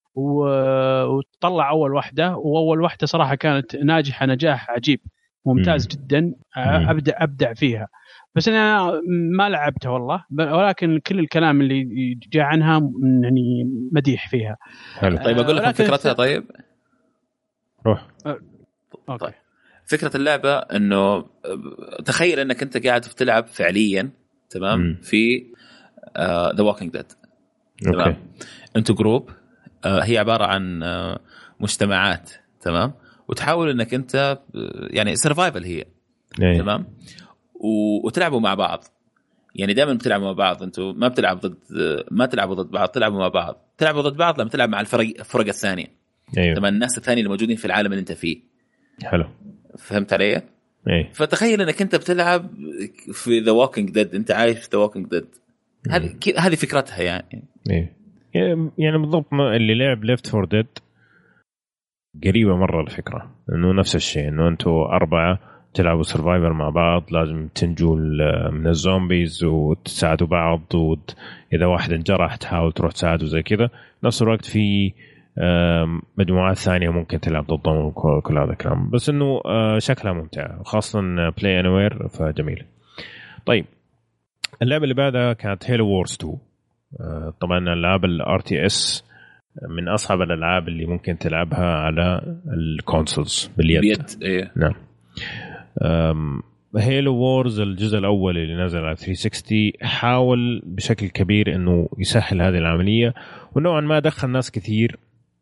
Speaker 4: وطلع اول واحده صراحه كانت ناجحه نجاح عجيب ممتاز جدا. ابدع فيها، بس انا ما لعبتها والله، ولكن كل الكلام اللي جاء عنها يعني مديح فيها.
Speaker 2: حلو. طيب اقول لك فكرتها. طيب
Speaker 1: روح.
Speaker 2: طيب فكره اللعبه انه تخيل انك انت قاعد تلعب فعليا تمام في ذا ووكينج ديد. تمام. انتوا جروب هي عباره عن مجتمعات تمام، وتحاول انك انت يعني سرفايفل هي تمام، وتلعبوا مع بعض. يعني دائما بتلعبوا مع بعض، انتوا ما تلعبوا ضد بعض، تلعبوا ضد بعض لما تلعب مع الفرق الثانيه. تمام. الناس الثانيه اللي موجودين في العالم اللي انت فيه.
Speaker 1: حلو.
Speaker 2: فهمت علي؟ فتخيل انك انت بتلعب في ذا ووكينج ديد، انت عايش في ذا ووكينج ديد. هذه فكرتها يعني.
Speaker 1: يعني بالضبط اللي لعب ليفت 4 ديد قريبه مره الفكره، انه نفس الشيء، انه انتوا 4 تلعبوا سرفايفر مع بعض، لازم تنجوا من الزومبيز وتساعدوا بعض، وإذا واحد انجرح تحاول تروح تساعده زي كذا. نفس الوقت في مجموعات ثانية ممكن تلعب ضدهم وكل هذا الكلام، بس إنه شكلها ممتع خاصة بلاي أنوير، فجميل. طيب اللعبة اللي بعدها كانت هيلو وورز 2. طبعا ألعاب RTS من أصعب الألعاب اللي ممكن تلعبها على الكونسولز باليد. نعم. هيلو وورز الجزء الأول اللي نزل على 360 حاول بشكل كبير إنه يسهل هذه العملية، ونوعا ما دخل ناس كثير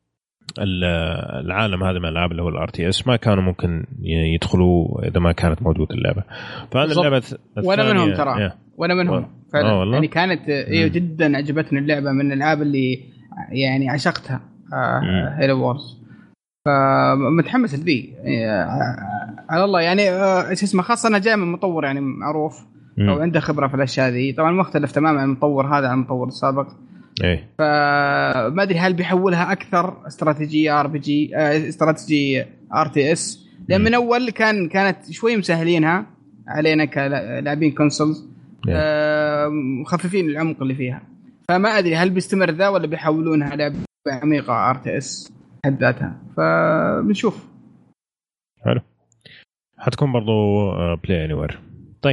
Speaker 1: العالم هذا من الألعاب اللي هو الRTS ما كانوا ممكن يدخلوا إذا ما كانت موجودة اللعبة. فهذه اللعبة
Speaker 3: وأنا منهم ترى وأنا منهم فعلا يعني كانت جدا عجبتني اللعبة، من الألعاب اللي يعني عشقتها هيلو وورز. فمتحمس لذي على الله يعني اسمه، خاصة أنا جاي من مطور يعني معروف أو عنده خبرة في الأشياء هذه. طبعا مختلف تماما عن المطور هذا عن المطور السابق. فما أدري هل بيحولها أكثر استراتيجية RPG استراتيجي RTS، لأن من أول كانت شوي مسهلينها علينا كلاعبين كونسولز، مخففين العمق اللي فيها. فما أدري هل بيستمر ذا ولا بيحولونها لعبة عميقة RTS حد ذاتها، فبنشوف.
Speaker 1: حلو. حتكون برضو بلاي اني وير. طيب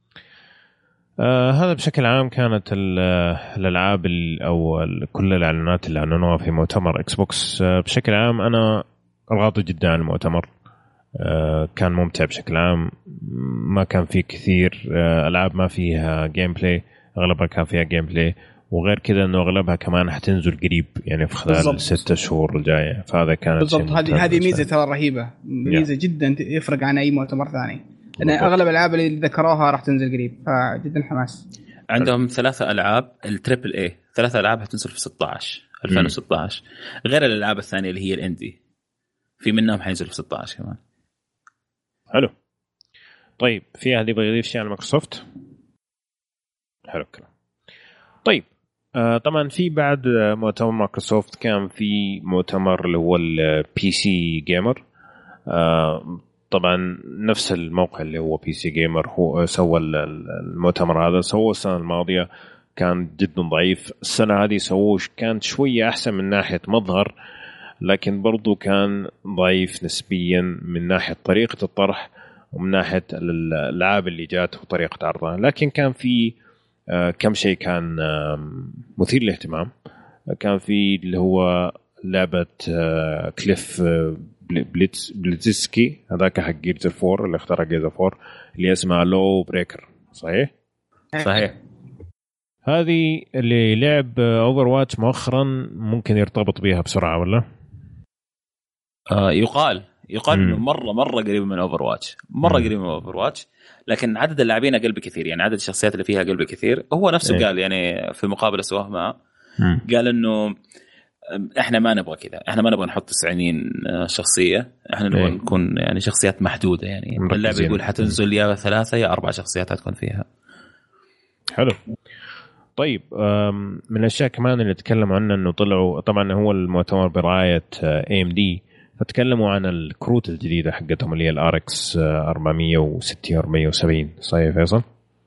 Speaker 1: هذا بشكل عام كانت الالعاب او كل الاعلانات اللي اعلنوها في مؤتمر اكس بوكس. بشكل عام انا راضي جدا عن المؤتمر. كان ممتع بشكل عام. ما كان فيه كثير العاب ما فيها جيم بلاي، اغلبها كان فيها جيم بلاي، وغير كذا انه اغلبها كمان حتنزل قريب يعني في خلال 6 شهور الجايه. فهذا كانت
Speaker 3: بالضبط. هذه ميزه ترى رهيبه، ميزه جدا يفرق عن اي مؤتمر ثاني، لان اغلب الالعاب اللي ذكروها راح تنزل قريب، فجدا حماس.
Speaker 2: عندهم 3 العاب التريبل اي، 3 العاب هتنزل في 2016 غير الالعاب الثانيه اللي هي الاندي، في منهم حينزل في 16 كمان.
Speaker 1: حلو. طيب في هذه بغي يضيف شيء على مايكروسوفت؟ حلو الكلام. طيب طبعا في بعد مؤتمر مايكروسوفت كان في مؤتمر اللي هو البي سي جيمر. طبعا نفس الموقع اللي هو بي سي جيمر هو سوى المؤتمر هذا، سوى السنة الماضية كان جدا ضعيف. السنة هذه سووه كانت شوية أحسن من ناحية مظهر، لكن برضو كان ضعيف نسبيا من ناحية طريقة الطرح ومن ناحية الألعاب اللي جات وطريقة عرضها. لكن كان في كم شيء كان مثير للاهتمام. كان في اللي هو لعبة كليف بليتسكي، هذاك حق جيرز 4 اللي اخترع جيرز 4 اللي اسمها لو بريكر. صحيح هذه اللي لعب اوفر واتش مؤخرا ممكن يرتبط بيها بسرعة ولا؟
Speaker 2: يقال انه مره قريب من اوفر واتش، قريب من اوفر واتش، لكن عدد اللاعبين اقل بكثير، يعني عدد الشخصيات اللي فيها اقل بكثير. هو نفسه قال يعني في مقابله سواه معه قال انه احنا ما نبغى كذا، احنا ما نبغى نحط 90 شخصيه، احنا نبغى نكون يعني شخصيات محدوده. يعني اللعبه يقول حتنزل يا 3 يا 4 شخصيات هتكون فيها.
Speaker 1: حلو. طيب من الاشياء كمان اللي تكلموا عنها انه طلعوا، طبعا هو المؤتمر برعايه AMD، فتكلموا عن الكروت الجديده حقتهم اللي هي الRX 460 470. صحيح فيصل؟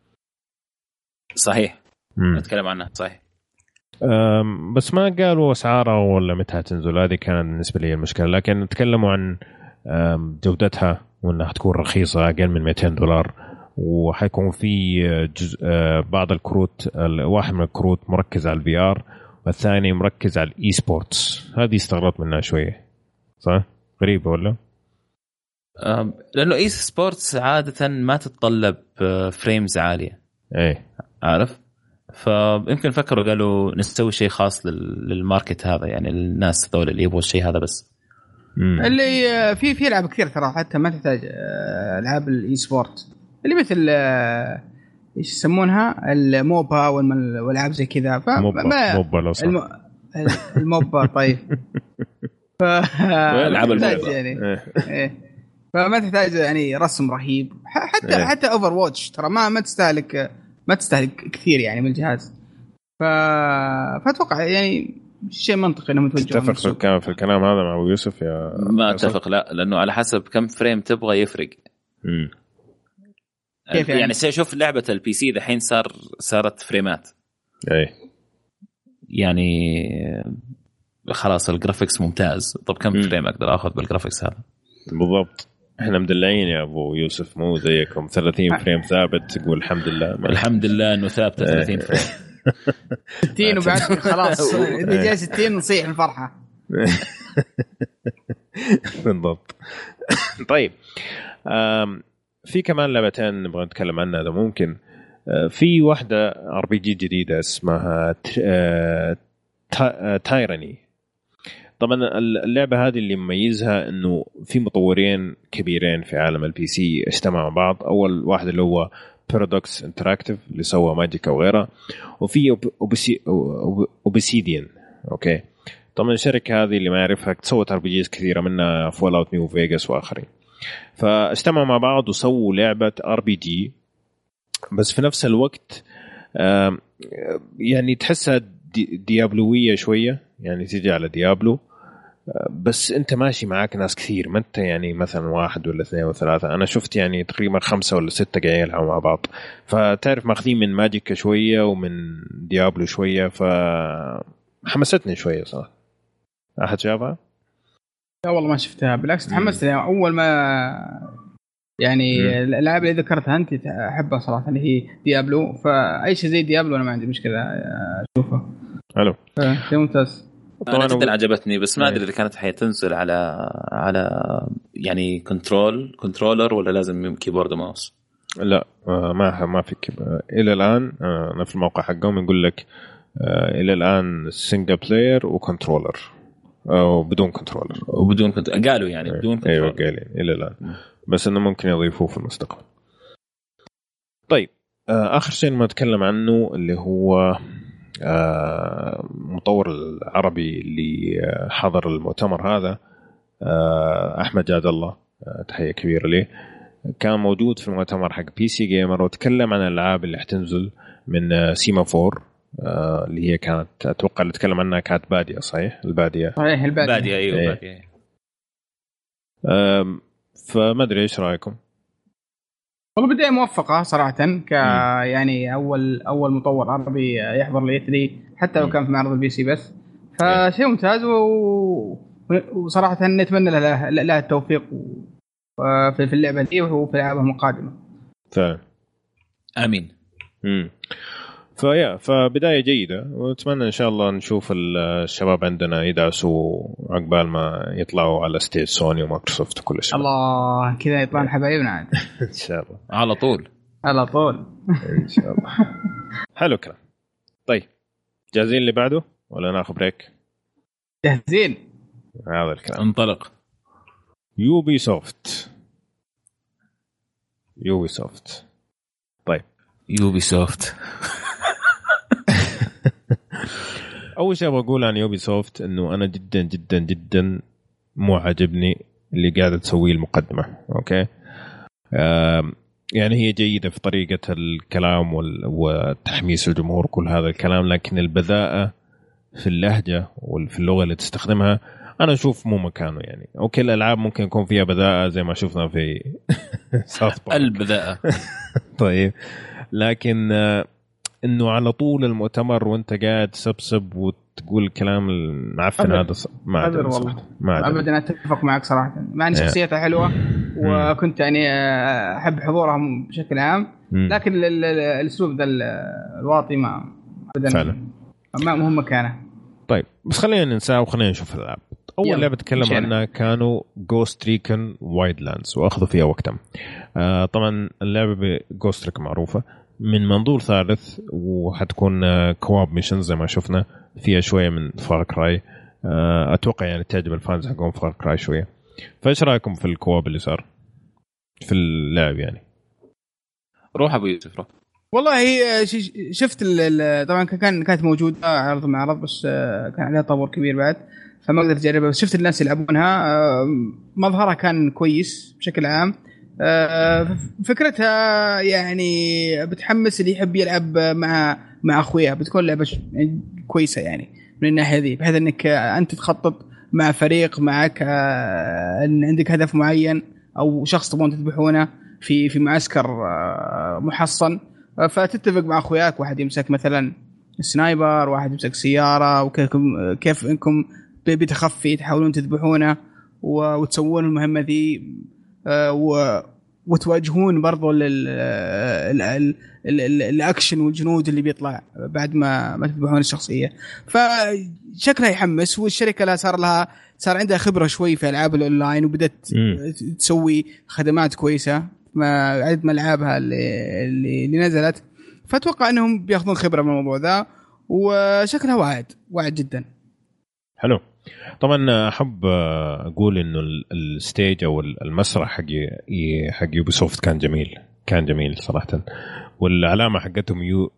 Speaker 2: صحيح نتكلم عنها صحيح.
Speaker 1: بس ما قالوا اسعارها ولا متى تنزل، هذه كانت بالنسبه لي المشكله. لكن تكلموا عن جودتها وانها تكون رخيصه اقل من $200، وحيكون في بعض الكروت، واحد من الكروت مركز على الVR والثاني مركز على الإي سبورتس. هذه استغربت منها شويه، صح؟ غريبه ولا؟
Speaker 2: لانه إي سبورتس عاده ما تتطلب فريمز عاليه،
Speaker 1: ايه
Speaker 2: عارف، فيمكن فكروا قالوا نسوي شيء خاص للماركت هذا، يعني الناس هذول اللي يبغوا الشيء هذا بس.
Speaker 3: اللي في العاب كثير ترى حتى ما تحتاج العاب الاي سبورت، اللي مثل ايش يسمونها الموبا والالعاب زي كذا.
Speaker 1: موبا
Speaker 3: الموبا طيب
Speaker 2: العاب الموبا
Speaker 3: يعني فما تحتاج يعني رسم رهيب. حتى اوفر واتش ترى ما تستهلك كثير يعني من الجهاز. فاتوقع يعني شيء منطقي انهم يتوجهون.
Speaker 1: تتفق في الكلام هذا مع ابو يوسف يا؟
Speaker 2: ما اتفق، لا، لانه على حسب كم فريم تبغى يفرق.
Speaker 3: كيف
Speaker 2: يعني شوف لعبه البي سي دحين صارت فريمات،
Speaker 1: اي
Speaker 2: يعني خلاص الجرافيكس ممتاز. طب كم فريم اقدر اخذ بالجرافيكس هذا؟
Speaker 1: بالضبط. احنا مدلعين يا ابو يوسف، مو زيكم 30 فريم ثابت تقول الحمد لله.
Speaker 2: الحمد لله انه ثابت 30 فريم
Speaker 3: 60 وبعد خلاص اذا جاء 60 نصيح الفرحه.
Speaker 1: بالضبط. طيب في كمان لعبتين نبغى نتكلم عنها اذا ممكن. في واحده RPG جديده اسمها تايراني. طبعا اللعبه هذه اللي مميزها انه في مطورين كبيرين في عالم البي سي اجتمعوا مع بعض. اول واحد اللي هو بارادوكس انتراكتيف اللي سوى ماجيكا وغيرها، وفي اوبسيديان. اوكي طبعا الشركه هذه اللي ما يعرفها سوت RPGs كثيره منها فول اوت نيو فيغاس واخرين، فاجتمعوا مع بعض وسووا لعبه RPG. بس في نفس الوقت يعني تحسها ديابلوية شويه، يعني تيجي على ديابلو بس انت ماشي معاك ناس كثير، ما انت يعني مثلا 1 ولا 2 ولا 3. انا شفت يعني تقريبا 5 ولا 6 قاعدين يلعبوا مع بعض. فتعرف ماخذين من ماجيكا شويه ومن ديابلو شويه، فحمستني شويه صراحه. احد شافها؟
Speaker 3: لا والله ما شفتها، بالعكس تحمست. يعني اول ما يعني الالعاب اللي ذكرتها انت احبها صراحه اللي هي ديابلو، فاي شيء زي ديابلو انا ما عندي مشكله اشوفه.
Speaker 1: حلو
Speaker 3: شيء ممتاز.
Speaker 2: انا جدا عجبتني، بس ما ادري اذا كانت حتنزل على يعني كنترولر ولا لازم كيبورد وماوس.
Speaker 1: لا ما في الى الان. انا في الموقع حقهم يقول لك الى الان سنجل بلاير وكنترولر او بدون كنترولر
Speaker 2: قالوا يعني بدون كنترولر.
Speaker 1: ايوه قالين الى الان، بس انه ممكن يضيفوه في المستقبل. طيب اخر شيء ما نتكلم عنه اللي هو مطور العربي اللي حضر المؤتمر هذا، احمد جاد الله، تحيه كبيره له. كان موجود في المؤتمر حق بي سي جيمر وتكلم عن الالعاب اللي حتنزل من سيمافور، اللي هي كانت اتوقع اللي تكلم عنها كانت باديه. صحيح الباديه؟
Speaker 3: صحيح الباديه.
Speaker 2: ايوه
Speaker 1: إيه.
Speaker 2: باديه.
Speaker 1: فما ادري ايش رايكم؟
Speaker 3: والله بداية موفقة صراحة، يعني أول مطور عربي يحضر لي حتى لو كان في معرض البي سي بس، فشيء ممتاز. وصراحة نتمنى لها التوفيق في اللعبة دي وفي الألعاب القادمة.
Speaker 1: فعلا
Speaker 2: آمين.
Speaker 1: فبداية جيدة، ونتمنى إن شاء الله نشوف الشباب عندنا يدعسوا عقبال ما يطلعوا على ستيج سوني ومايكروسوفت وكل شيء.
Speaker 3: الله كذا يطلعون حبايبنا عاد.
Speaker 1: إن شاء الله
Speaker 2: على طول
Speaker 1: إن شاء الله. حلو كلام. طيب جاهزين اللي بعده ولا ناخذ بريك؟
Speaker 3: جاهزين.
Speaker 1: هذا الكلام.
Speaker 2: انطلق.
Speaker 1: يوبي سوفت. طيب
Speaker 2: يوبي سوفت.
Speaker 1: أول شيء بقول عن يوبي سوفت إنه أنا جدا جدا جدا مو عاجبني اللي قاعدة تسويه المقدمة. أوكي يعني هي جيدة في طريقة الكلام وتحميس الجمهور كل هذا الكلام، لكن البذاءة في اللهجة وفي اللغة اللي تستخدمها أنا أشوف مو مكانه. يعني أوكي الألعاب ممكن يكون فيها بذاءة زي ما شفنا في ساوث بارك
Speaker 2: البذاءة.
Speaker 1: طيب لكن إنه على طول المؤتمر وأنت قاعد تسبسب وتقول الكلام المعفن هذا ما أدري والله. ما
Speaker 3: أبدا أتفق معك صراحة، مع أن شخصيتها حلوة وكنت يعني أحب حضورها بشكل عام، لكن الأسلوب ذا الواطي ما أبدا ما مهم مكانه.
Speaker 1: طيب بس خلينا ننساه وخلينا نشوف الألعاب. أول لعبة تكلم عنها كانوا Ghost Recon Wildlands وأخذوا فيها وقتهم. طبعا اللعبة Ghost Recon معروفة من منظور ثالث، وحتكون كواب ميشن زي ما شفنا فيها شوية من فار كراي. أتوقع يعني تعجب الفانز حقهم فار كراي شوية. فإيش رأيكم في الكواب اللي صار في اللعب؟ يعني
Speaker 2: روح أبو يوسف روح.
Speaker 3: والله شفت طبعا كانت موجودة عرض معرض، بس كان عليها طور كبير بعد فما قدرت أجربها، بس شفت الناس يلعبونها. مظهرها كان كويس بشكل عام. فكرتها يعني بتحمس اللي يحب يلعب مع أخويا، بتكون لعبة كويسة يعني من الناحية ذي، بحيث أنك أنت تخطط مع فريق معك، أن عندك هدف معين أو شخص تبون تذبحونه في معسكر محصن، فتتفق مع أخوياك، واحد يمسك مثلا سنايبر، واحد يمسك سيارة، وكيف إنكم بتخفي تحاولون تذبحونه وتسوون المهمة ذي، وتواجهون برضو الأكشن والجنود اللي بيطلع بعد ما تذبحون الشخصية. فشكلها يحمس، والشركة صار عندها خبرة شوي في ألعاب الأونلاين، وبدأت تسوي خدمات كويسة ما عدد من ألعابها اللي نزلت، فأتوقع أنهم بياخذون خبرة من الموضوع ذا، وشكلها واعد جدا.
Speaker 1: حلو. طبعا أحب أقول إنه الستيج أو المسرح حق يوبي سوفت كان جميل صراحة، والعلامة حقتهم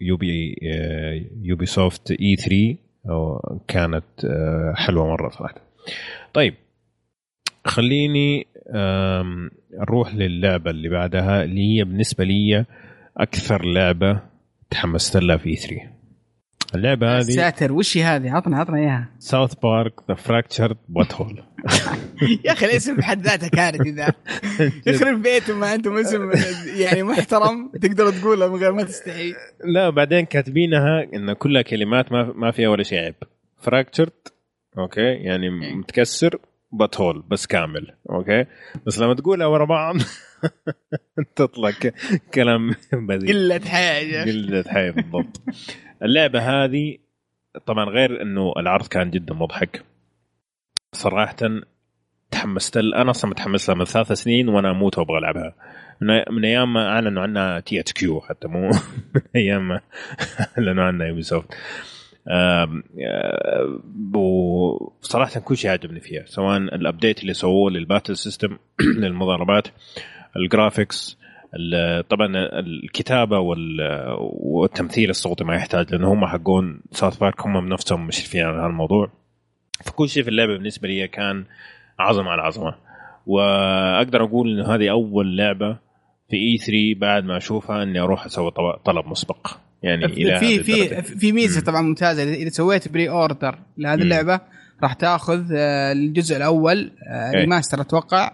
Speaker 1: يوبي سوفت E3 كانت حلوة مرة صراحة. طيب خليني نروح للعبة اللي بعدها، اللي هي بالنسبة لي أكثر لعبة تحمست لها في E3. اللعبة هذه
Speaker 3: ساتر وش هذه؟ عطنا إياها.
Speaker 1: ساوث بارك ذا فراكتشرد باتهول.
Speaker 3: يا أخي الاسم بحد ذاته كارثي ذا. يخرب بيتهم ما أنتم اسم يعني محترم تقدر تقوله من غير ما تستحي.
Speaker 1: لا بعدين كاتبينها إن كلها كلمات ما فيها ولا شيء عيب. فراكتشرد أوكي يعني متكسر، باتهول بس كامل أوكي، بس لما تقولها ورا بعض تطلع كلام بذيء.
Speaker 3: قلة حاجة.
Speaker 1: قلة حاجة بالضبط. اللعبة هذه طبعا غير انه العرض كان جدا مضحك صراحة، تحمست. انا اصلا متحمس لها من 3 سنين وانا اموت وابغى العبها من ايام ما اعلنوا عنها THQ، حتى مو من ايام ما اعلنوا عنها يوبيسوفت. وصراحة كل شيء عجبني فيها، سواء الابديت اللي سووه للباتل سيستم للمضاربات، الجرافيكس، طبعا الكتابة والتمثيل الصوتي ما يحتاج، لأنه هم حقون ساوث بارك هم بنفسهم مشرفين على هذا الموضوع. فكل شيء في اللعبة بالنسبة لي كان عظمة على عظمة، وأقدر أقول إنه هذه أول لعبة في E3 بعد ما أشوفها إني أروح أسوي طلب مسبق. يعني
Speaker 3: في ميزة طبعا ممتازة، إذا سويت بري أوردر لهذه اللعبة راح تاخذ الجزء الأول ريماستر أتوقع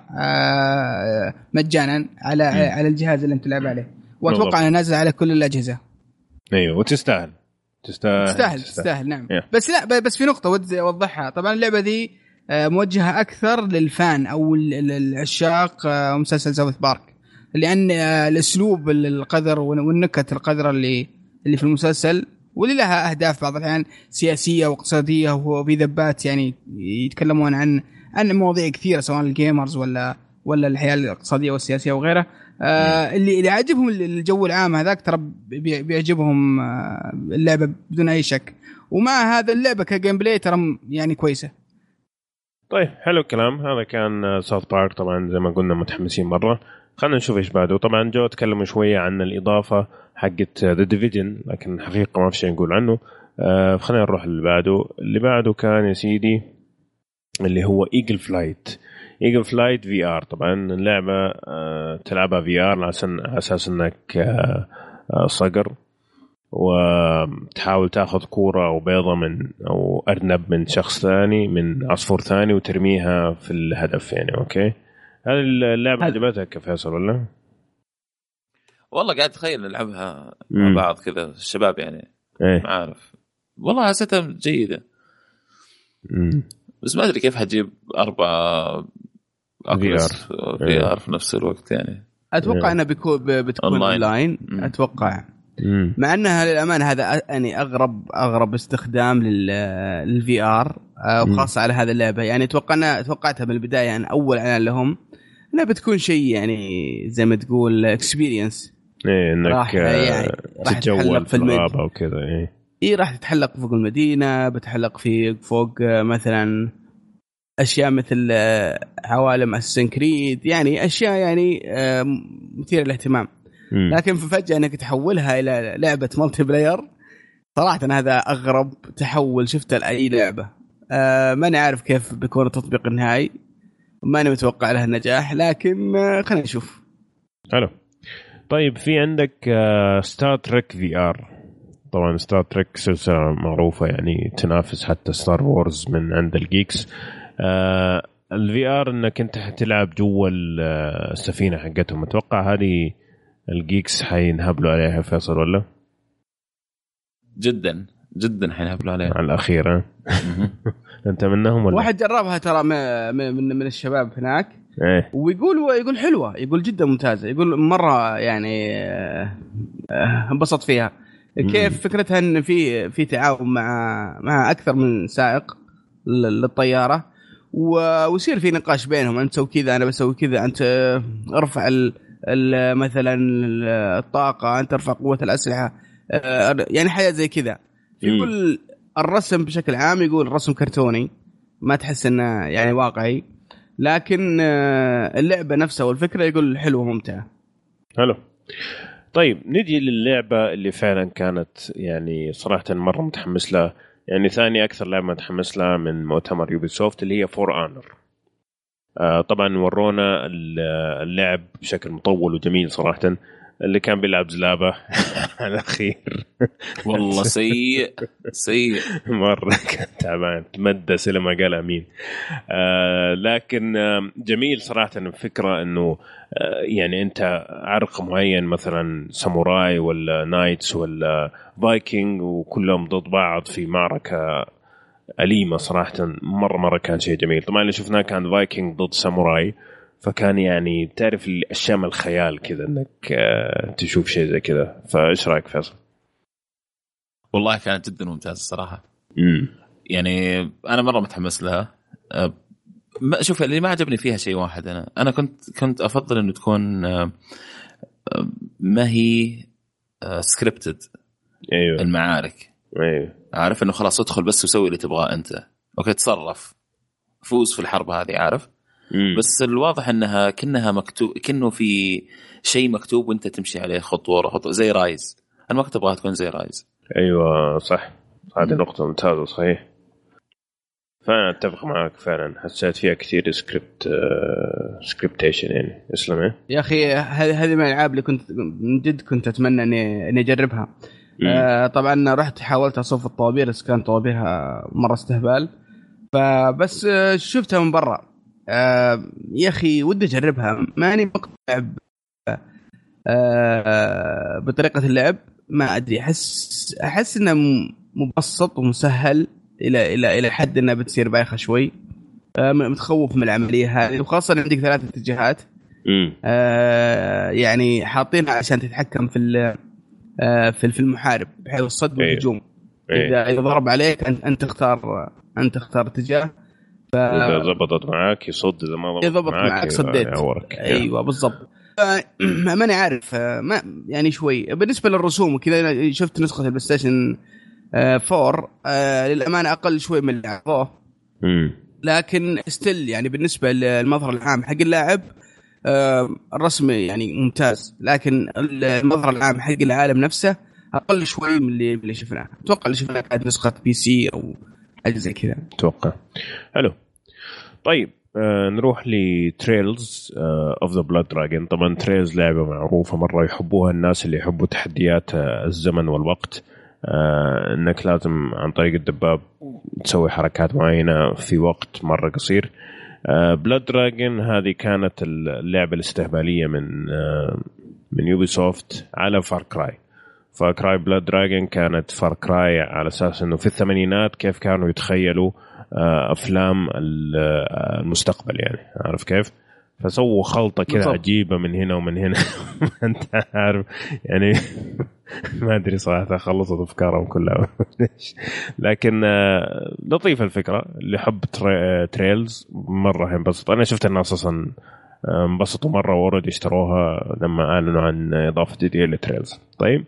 Speaker 3: مجانا على الجهاز اللي أنت تلعب عليه، وأتوقع أنه نازل على كل الأجهزة.
Speaker 1: أيوة، وتستاهل نعم.
Speaker 3: بس لا، بس في نقطة ودي أوضحها. طبعا اللعبة دي موجهة أكثر للفان أو العشاق مسلسل ساوث بارك، لأن الأسلوب القذر والنكت القذرة اللي في المسلسل، واللي لها أهداف بعض الأحيان سياسية واقتصادية، وفي ذبات يعني يتكلمون عن مواضيع كثيرة سواء الجيمرز ولا الحياة الاقتصادية والسياسية وغيرها. اللي عجبهم الجو العام هذاك ترى بيعجبهم اللعبة بدون أي شك. ومع هذا اللعبة كجيم بلاي ترى يعني كويسة.
Speaker 1: طيب حلو الكلام. هذا كان ساوث بارك، طبعا زي ما قلنا متحمسين مرة. خلينا نشوف إيش بعده. طبعا جو تكلموا شوية عن الإضافة حقت The Division، لكن حقيقة ما في شيء نقول عنه. خلينا نروح اللي بعده كان يا سيدي اللي هو Eagle Flight VR. طبعا اللعبة تلعبها VR على أساس أنك صقر، وتحاول تأخذ كورة أو بيضة أو أرنب من شخص ثاني، من عصفور ثاني، وترميها في الهدف يعني. أوكي، هذه اللعبة عجبتك يا فيصل ولا؟
Speaker 2: والله قاعد أتخيل نلعبها مع بعض كذا الشباب يعني. ما عارف والله، حسيتها جيدة. بس ما أدري كيف هجيب 4 VR في نفس الوقت يعني.
Speaker 3: أتوقع أنها بتكون أونلاين. أتوقع مع أنها للأمان هذا يعني أغرب استخدام للVR، وخاصة على هذا اللعبة. يعني توقعتها من البداية يعني أول إعلان لهم أنها بتكون شيء يعني زي ما تقول experience.
Speaker 1: إنك راح تتجول في الغابة أو كذا.
Speaker 3: راح تتحلق فوق المدينة، بتحلق فوق مثلا أشياء مثل عوالم أساسن كريد، يعني أشياء يعني مثيرة للاهتمام. لكن فجأة أنك تحولها إلى لعبة مالتي بلاير، صراحة هذا أغرب تحول شفته لأي لعبة. ماني عارف كيف بيكون التطبيق النهائي، ماني متوقع له النجاح، لكن خلينا نشوف.
Speaker 1: حلو. طيب في عندك ستار تريك VR. طبعا ستار تريك سلسلة معروفة يعني، تنافس حتى ستار وورز من عند الجيكس. الVR انك انت حتلعب جوا السفينة حقتهم. اتوقع هذه الجيكس حينهبلوا عليها فيصل ولا؟
Speaker 2: جدا حينهبلوا عليها
Speaker 1: على الأخيرة. انت منهم ولا؟
Speaker 3: واحد جربها ترى من الشباب هناك. ويقول حلوة، يقول جدا ممتازة، يقول مرة يعني انبسط فيها. كيف فكرتها ان في تعاون مع اكثر من سائق للطيارة، ويصير في نقاش بينهم، انت سوي كذا انا بسوي كذا، انت ارفع مثلا الطاقة، انت ارفع قوة الأسلحة، يعني حياة زي كذا. يقول الرسم بشكل عام، يقول الرسم كرتوني ما تحس انه يعني واقعي، لكن اللعبة نفسها والفكرة يقول حلوة ممتعة.
Speaker 1: حلو. طيب نجي للعبة اللي فعلا كانت يعني صراحة مرة متحمس لها، يعني ثاني أكثر لعبة متحمس لها من مؤتمر يوبيسوفت، اللي هي فور آنر. طبعا ورونا اللعب بشكل مطول وجميل صراحة. اللي كان بيلعب زلابة على الأخير
Speaker 2: والله سيء
Speaker 1: مرة، كان تعبان مدة سلمة قال أمين. لكن جميل صراحة الفكرة أنه يعني أنت عرق معين، مثلا ساموراي ولا نايتس ولا فايكنج، وكلهم ضد بعض في معركة أليمة صراحة. مرة كان شيء جميل. طبعا اللي شفناه كان فايكنج ضد ساموراي، فكان يعني تعرف الاشياء من الخيال كذا انك تشوف شيء زي كذا. فايش رايك فيصل؟
Speaker 2: والله كانت جدا ممتازه الصراحه. يعني انا مره متحمس لها. ما شوف اللي ما عجبني فيها شيء واحد، انا كنت افضل انه تكون ما هي سكريبتد.
Speaker 1: ايوه
Speaker 2: المعارك
Speaker 1: ايوه
Speaker 2: عارف انه خلاص ادخل بس وسوي اللي تبغاه انت، اوكي تصرف فوز في الحرب هذه عارف. بس الواضح انها كأنها مكتوب، كأنه في شيء مكتوب وانت تمشي عليه خطوه ورا خطوه زي رايز. انا ما كنت ابغاها تكون زي رايز.
Speaker 1: ايوه صح، هذه نقطه ممتازه صحيح. فانا اتفق معك فعلا، حسيت فيها كثير سكريبتيشن يعني. اسلم
Speaker 3: يا اخي هذه من الالعاب اللي كنت من جد كنت اتمنى اني اجربها. طبعا رحت حاولت اصف الطوابير بس كان طوابيرها مره استهبال، فبس شفتها من برا. يا اخي ودي اجربها، ماني مقتنع بطريقه اللعب. ما ادري، احس انه مبسط ومسهل الى حد انها بتصير بايخه شوي. متخوف من العمليه هذه، وخاصه عندك 3 اتجاهات. يعني حاطينها عشان تتحكم في المحارب بحيث الصد والهجوم. اذا ضرب عليك انت تختار اتجاه.
Speaker 1: اذا ضبطت معك يصد، اذا ما ضبطت معك
Speaker 3: صديت. ايوه بالضبط. ماني عارف، ما يعني شوي بالنسبه للرسوم وكذا. شفت نسخه البلاي ستيشن 4 للامانه اقل شوي من اللي عرضوه، لكن ستيل يعني بالنسبه للمظهر العام حق اللاعب الرسم يعني ممتاز، لكن المظهر العام حق العالم نفسه اقل شوي من اللي شفناه. اتوقع اللي شفناه كانت نسخه بي سي او حاجه زي كذا.
Speaker 1: اتوقع. حلو. طيب نروح لتريلز اوف ذا بلاد دراجون. طبعا تريلز لعبه معروفه مره، يحبوها الناس اللي يحبوا تحديات الزمن والوقت. انك لازم عن طريق الدباب تسوي حركات معينه في وقت مره قصير. بلاد دراجون هذه كانت اللعبه الاستهباليه من يوبي سوفت على فار كراي. فار كراي بلاد دراجون كانت فار كراي على اساس انه في الثمانينات كيف كانوا يتخيلوا افلام المستقبل، يعني عارف كيف. فسووا خلطه كذا عجيبه من هنا ومن هنا. انت عارف يعني. ما ادري صراحه خلصت افكارهم كلها. لكن لطيفه الفكره. اللي حب تريلز مره هينبسط. انا شفت الناس اصلا انبسطوا مره واوريدي اشتروها لما اعلنوا عن اضافه جديده لتريلز. طيب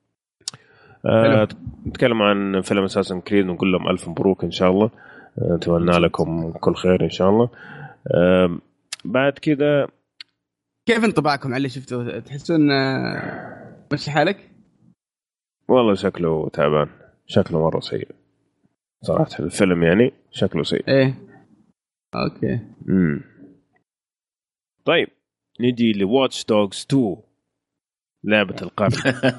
Speaker 1: نتكلم عن فيلم اساسن كريد، نقول لهم الف مبروك ان شاء الله. اتمنى لكم كل خير ان شاء الله. بعد كده
Speaker 3: كيف انطباعكم على اللي شفتوه؟ تحسون ماشي حالك؟
Speaker 1: والله شكله تعبان، شكله مرة سيء صراحة. الفيلم يعني شكله سيء.
Speaker 3: ايه اوكي.
Speaker 1: طيب نجي لواتش دوغز 2 لعبة القرن.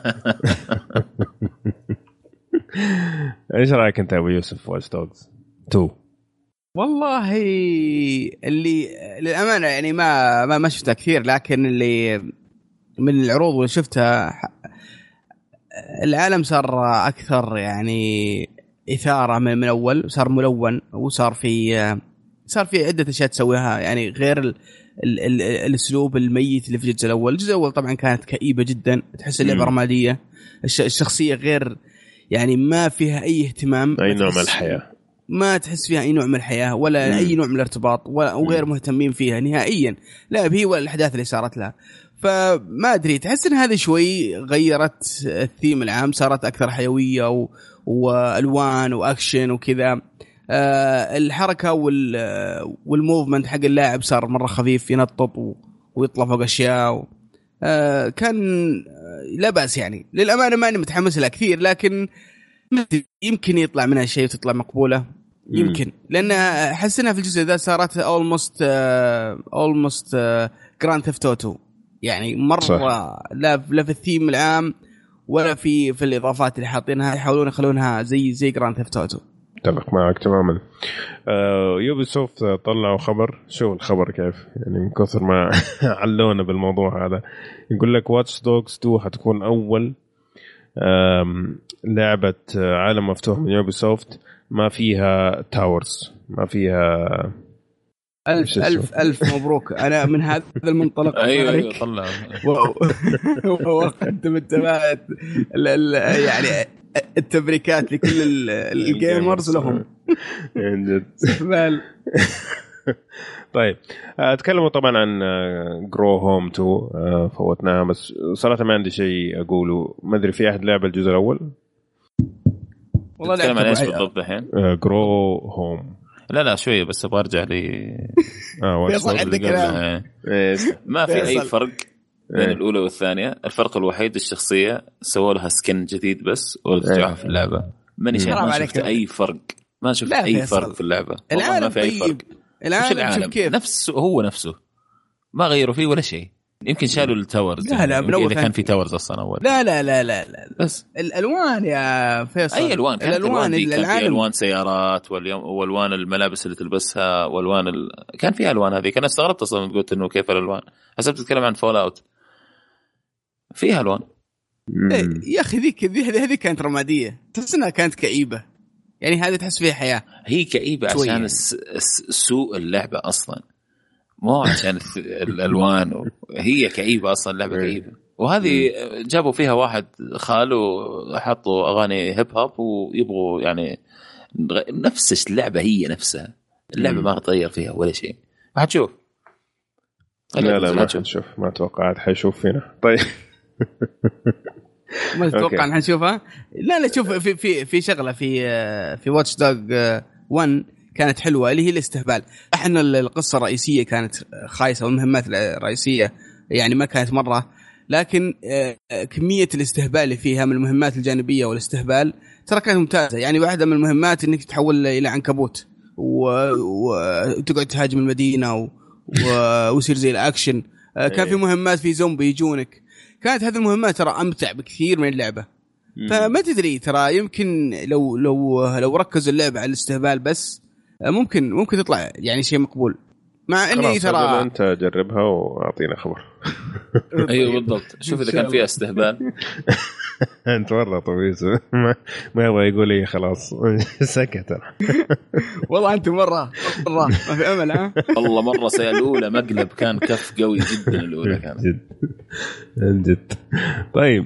Speaker 1: ايش رايك انت ابو يوسف واتش دوغز 2؟
Speaker 3: والله اللي للامانه يعني ما شفتها كثير، لكن اللي من العروض اللي شفتها العالم صار اكثر يعني اثاره من اول، صار ملون وصار في عده اشياء تسويها يعني غير الاسلوب الميت اللي في الجزء الاول. الجزء الاول طبعا كانت كئيبه جدا، تحس اللعبه رماديه، الشخصيه غير يعني ما فيها اي اهتمام،
Speaker 1: اي نوع من الحياه،
Speaker 3: ما تحس فيها اي نوع من الحياه ولا اي نوع من الارتباط، وغير مهتمين فيها نهائيا، لا هي ولا الاحداث اللي صارت لها. فما ادري، تحس ان هذه شوي غيرت الثيم العام، صارت اكثر حيويه والوان واكشن وكذا. الحركه والموفمنت حق اللاعب صار مره خفيف، ينطط ويطلع فوق اشياء كان لا باس يعني. للامانه ماني متحمس لها كثير، لكن يمكن يطلع منها شيء وتطلع مقبوله يمكن، لان احس انها في الجزء ذا صارت almost جراند ثيفت اوتو يعني مره صح. لا في الثيم العام ولا في الاضافات اللي حاطينها، يحاولون يخلونها زي جراند ثيفت اوتو.
Speaker 1: اتفق معك تماما. يوبي سوفت طلعوا خبر، شوف الخبر كيف يعني من كثر ما علونا بالموضوع هذا. يقول لك واتش دوغز 2 حتكون اول لعبة عالم مفتوح من يوبي سوفت ما فيها تاورز، ما فيها
Speaker 3: ألف مبروك. أنا من هذا المنطلق.
Speaker 2: أيوة طلع
Speaker 3: وقدم التبات يعني التبريكات لكل الجيمرز لهم.
Speaker 1: طيب أتكلموا طبعا عن جرو هوم 2 فوتناها، بس صراحة ما عندي شيء أقوله. ما أدري في أحد لعب الجزء الأول؟
Speaker 2: والله تتكلم عن إيش بالضبط الحين؟
Speaker 1: جرو هوم.
Speaker 2: لا شوية بس أبغى أرجع لي. ما في أي فرق بين الأولى والثانية. الفرق الوحيد الشخصية سووا لها سكن جديد بس ورجعوها في اللعبة. ماني شايف، ما شفت أي فرق، ما شفت أي فرق في اللعبة. ما في أي فرق. العالم نفسه هو نفسه، ما غيروا فيه ولا شيء. يمكن شالوا التاورز.
Speaker 3: لا
Speaker 2: إذا كان في تاورز أصلا أول.
Speaker 3: لا بس الألوان يا فيصل.
Speaker 2: أي ألوان؟ كانت الألوان دي كان في ألوان سيارات والألوان الملابس اللي تلبسها والألوان كان في ألوان. هذه كان استغربت أصلا قلت إنه كيف الألوان. حسبت تتكلم عن فول أوت فيها ألوان.
Speaker 3: يا أخي هذه كانت رمادية، تحس إنها كانت كئيبة. يعني هذه تحس فيها حياة.
Speaker 2: هي كئيبة عشان سوء اللعبة أصلا، مو عشان الألوان. هي كئيبة أصلا، اللعبة كئيبة. وهذه جابوا فيها واحد خالو حطوا أغاني هيب هوب ويبغوا يعني نفس اللعبة هي نفسها. اللعبة ما تغير فيها ولا شيء. هتشوف.
Speaker 1: لا ما هتشوف، ما توقعت حيشوف فينا. طيب
Speaker 3: ما تتوقع ان حنشوفها؟ لا شوف في شغله في واتش دوغ 1 كانت حلوه، اللي هي الاستهبال. احنا القصه الرئيسيه كانت خايسه والمهمات الرئيسيه يعني ما كانت مره، لكن كميه الاستهبال اللي فيها من المهمات الجانبيه والاستهبال ترى كانت ممتازه. يعني واحده من المهمات انك تتحول الى عنكبوت وتقعد تهاجم المدينه ويصير زي الاكشن. كان في مهمات في زومبي يجونك. كانت هذه المهمات ترى أمتع بكثير من اللعبة. فما تدري ترى يمكن لو ركزوا اللعبة على الاستهبال بس ممكن تطلع يعني شيء مقبول. مع اني ترى
Speaker 1: انت جربها واعطينا خبر.
Speaker 2: ايوه بالضبط. شوف اذا كان فيها استهبال.
Speaker 1: انت والله طويس ما يبغى يقول لي خلاص سكت.
Speaker 3: والله انت مره ما في امل. ها
Speaker 2: والله مره الاولى مقلب كان كف قوي جدا. الاولى كانت
Speaker 1: جد. طيب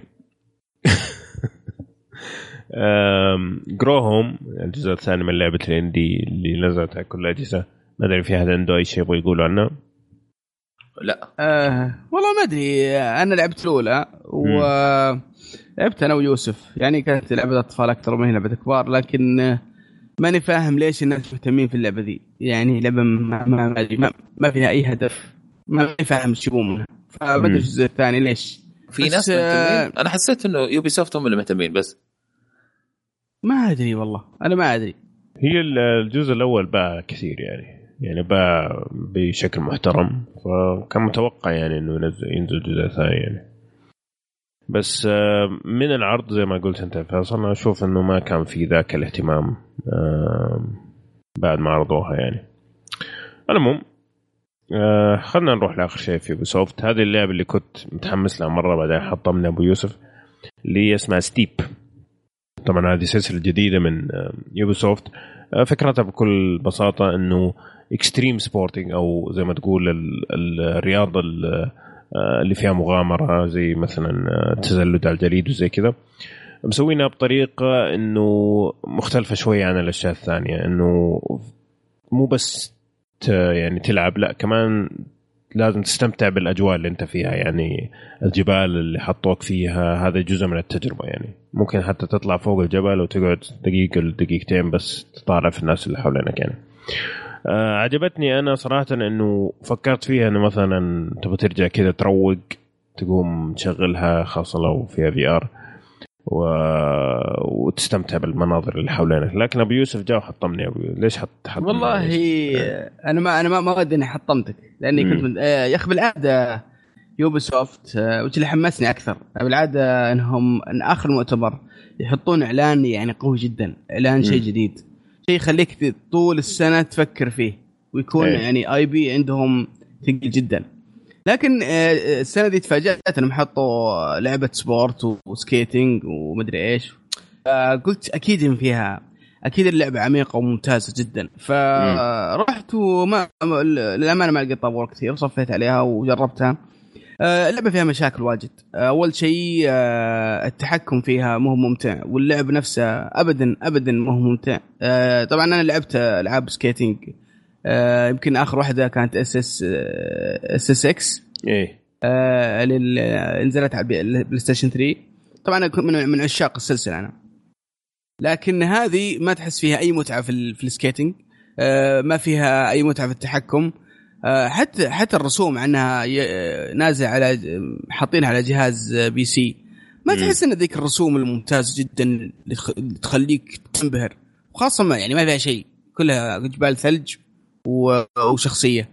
Speaker 1: جرو هوم الجزء الثاني من لعبه الاندي اللي نزلت على كل الاجهزه. ما ادري في احد عنده اي شيء يبغى يقوله عنه؟
Speaker 2: لا
Speaker 3: والله ما ادري. انا لعبت الاولى ولعبت انا ويوسف، يعني كانت لعبه اطفال اكثر من لعبه كبار، لكن ماني فاهم ليش الناس مهتمين في اللعبه دي. يعني لعبه ما فيها اي هدف، ما فاهم شو منها. فما ادري الجزء الثاني ليش
Speaker 2: في ناس مهتمين. انا حسيت انه يوبي سوفت هم اللي مهتمين بس
Speaker 3: ما ادري والله. انا ما ادري.
Speaker 1: هي الجزء الاول باع كثير يعني باع بشكل محترم، فكان متوقع يعني انه ينزل جزء ثاني يعني. بس من العرض زي ما قلت انت فاصل اشوف انه ما كان في ذاك الاهتمام بعد ما عرضوها يعني. المهم خلنا نروح لاخر شيء في يوبيسوفت. هذه اللعبه اللي كنت متحمس لها مره بعدين حطمنا ابو يوسف، اللي اسمها ستيب. طبعا هذه سلسله جديده من يوبيسوفت. فكرتها بكل بساطه انه اكستريم سبورتنج، او زي ما تقول الرياضه اللي فيها مغامره، زي مثلا تزلج على الجليد وزي كذا. مسوينها بطريقه انه مختلفه شويه عن الاشياء الثانيه، انه مو بس يعني تلعب، لا كمان لازم تستمتع بالاجواء اللي انت فيها. يعني الجبال اللي حطوك فيها هذا جزء من التجربه. يعني ممكن حتى تطلع فوق الجبل وتقعد دقيقه دقيقتين بس تطالع في الناس اللي حولك يعني. عجبتني أنا صراحة إنه فكرت فيها إنه مثلا تبغى ترجع كذا تروق، تقوم تشغلها خاصة لو فيها VR وتستمتع بالمناظر اللي حولنا. لكن أبو يوسف جاء وحطمني. ليش حط
Speaker 3: والله أنا ما ودي إني حطمتك، لأني كنت يا أخي بالعادة يوبيسوفت وش اللي حمسني أكثر بالعادة إن آخر مؤتمر يحطون إعلان يعني قوي جدا، إعلان شيء جديد، شيء يخليك طول السنة تفكر فيه، ويكون يعني IP عندهم ثقيل جدا. لكن السنة دي تفاجأت أنهم حطوا لعبة سبورت وسكيتينج ومدري إيش. قلت أكيد إن فيها اكيد اللعبه عميقه وممتازه جدا. فرحت وما للامانه ما لقيت طابور كثير، صفيت عليها وجربتها. اللعبه فيها مشاكل واجد. اول شيء التحكم فيها مو ممتع، واللعب نفسه ابدا مو ممتع. طبعا انا لعبت العاب سكيتينج، يمكن اخر واحده كانت اس اكس اللي نزلت على البلاي ستيشن 3. طبعا من عشاق السلسله انا، لكن هذه ما تحس فيها اي متعه في السكيتينج. ما فيها اي متعه في التحكم. حتى الرسوم عنها نازل على حاطينها على جهاز بي سي، ما تحس ان ذيك الرسوم الممتازه جدا اللي تخليك تنبهر، وخاصه يعني ما فيها شيء، كلها جبال ثلج وشخصيه.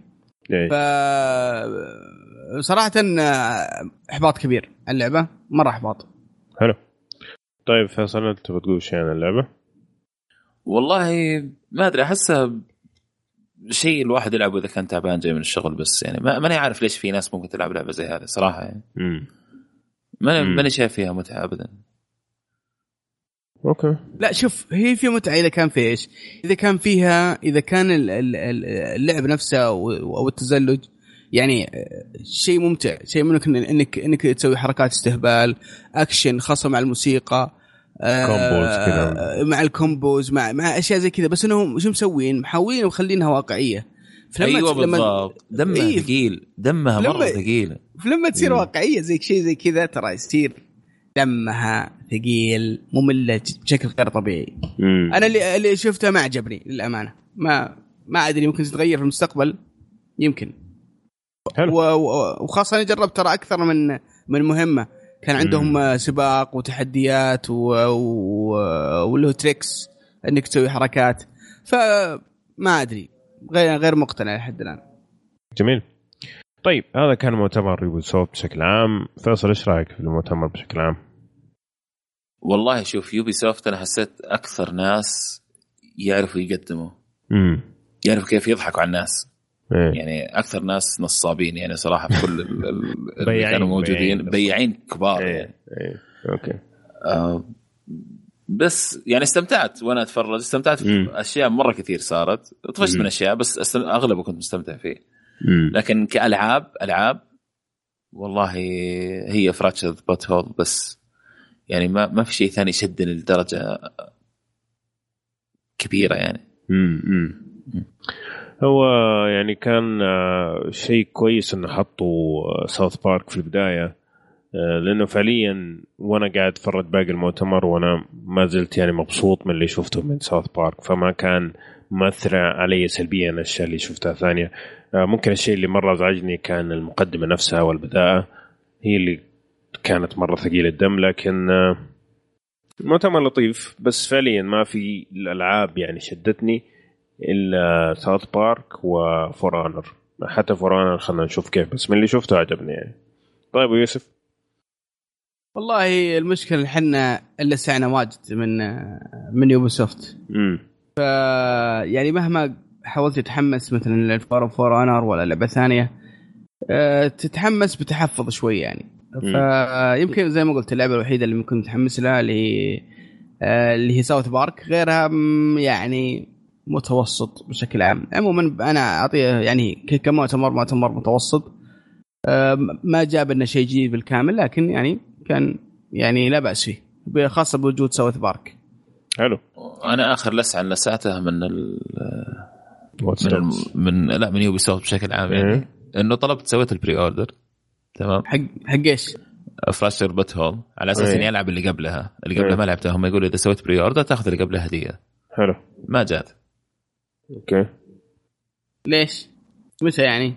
Speaker 3: صراحه احباط كبير اللعبه، مره احباط.
Speaker 1: حلو. طيب فيصل انت بتقول شيء عن اللعبه؟
Speaker 2: والله ما ادري، احسها شيء الواحد يلعبه اذا كان تعبان جاي من الشغل بس، يعني ماني عارف ليش في ناس ممكن تلعب لعبه زي هذه صراحه يعني. ماني شايف فيها متعه ابدا.
Speaker 1: اوكي
Speaker 3: لا شوف، هي في متعه اذا كان في ايش، اذا كان اللعب نفسه او التزلج يعني شيء ممتع، شيء منك انك تسوي حركات استهبال اكشن خاصه مع الموسيقى،
Speaker 1: كومبوز كده،
Speaker 3: مع الكومبوز مع اشياء زي كذا. بس انهم شو مسوين، محاولين ومخلينها واقعيه.
Speaker 2: ايوه بالضبط، دمها ثقيل، دمها مره ثقيل.
Speaker 3: فلما تصير واقعيه زي شيء زي كذا ترى يصير دمها ثقيل مملة بشكل غير طبيعي. انا اللي شفته ما عجبني للامانه. ما ادري، ممكن تتغير في المستقبل يمكن. وخاصه انا جربت ترى اكثر من مهمه، كان عندهم سباق وتحديات وله تريكس انك تسوي حركات، فما ادري، غير مقتنع لحد الان.
Speaker 1: جميل. طيب هذا كان مؤتمر يوبيسوفت بشكل عام. فيصل ايش رايك في المؤتمر بشكل عام؟
Speaker 2: والله شوف، يوبيسوفت انا حسيت اكثر ناس يعرفوا يقدموا، يعرفوا كيف يضحكوا على الناس. يعني اكثر ناس نصابين يعني صراحه في كل اللي كانوا موجودين، بياعين كبار يعني.
Speaker 1: اوكي.
Speaker 2: بس يعني استمتعت وانا اتفرج، استمتعت في اشياء مره كثير صارت، طفشت من اشياء بس اغلبه كنت مستمتع فيه. لكن كالعاب والله هي فراتشر بوت هول بس، يعني ما في شيء ثاني شدني لدرجه كبيره يعني.
Speaker 1: هو يعني كان شيء كويس انه حطوا ساوث بارك في البدايه، لانه فعليا وانا قاعد اتفرج باقي المؤتمر وانا ما زلت يعني مبسوط من اللي شفته من ساوث بارك، فما كان مؤثر علي سلبيا الاشياء اللي شفتها ثانيه. ممكن الشيء اللي مره ازعجني كان المقدمه نفسها والبدايه، هي اللي كانت مره ثقيله الدم. لكن المؤتمر لطيف، بس فعليا ما في الالعاب يعني شدتني إلا ساوث بارك وفور اونر. حتى فور اونر خلنا نشوف كيف، بس من اللي شفته عجبني يعني. طيب ويوسف؟
Speaker 3: والله المشكلة حنا إلا سعنا واجد من يوبيسوفت. ف يعني مهما حاولت تتحمس مثلا للفور اونر ولا لعبة ثانية، تتحمس بتحفظ شوي يعني. فيمكن زي ما قلت اللعبة الوحيدة اللي ممكن تحمس لها اللي هي ساوث بارك، غيرها يعني متوسط بشكل عام. عموما انا اعطيه يعني كمؤتمر متوسط، ما جاب لنا شيء جديد بالكامل، لكن يعني كان يعني لا باس فيه، خاصه بوجود ساوث بارك.
Speaker 1: حلو.
Speaker 2: انا اخر لسعه لسعتها من يوبيسوفت بشكل عام يعني انه طلبت سويت البري اوردر. تمام.
Speaker 3: حق ايش؟
Speaker 2: فراشر بوت هول، على اساس اني العب اللي قبلها ما لعبتها. هم يقولوا اذا سويت بري اوردر تاخذ اللي قبلها هديه.
Speaker 1: حلو.
Speaker 2: ما جات.
Speaker 1: اوكي.
Speaker 3: ليش؟ متى يعني؟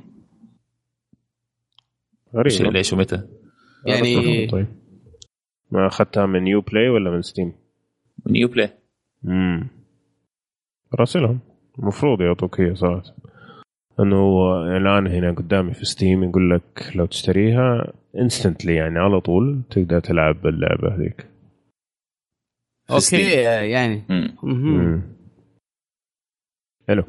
Speaker 1: غريب.
Speaker 2: ليش ومتى
Speaker 3: يعني؟
Speaker 1: طيب ما اخذتها من يو بلاي ولا من ستيم؟
Speaker 2: من يو بلاي.
Speaker 1: راسلهم المفروض يعطوك هي صراحه، انه الان هنا قدامي في ستيم يقول لك لو تشتريها انستنتلي يعني على طول تقدر تلعب باللعبه هذيك.
Speaker 3: اوكي يعني.
Speaker 1: حلو.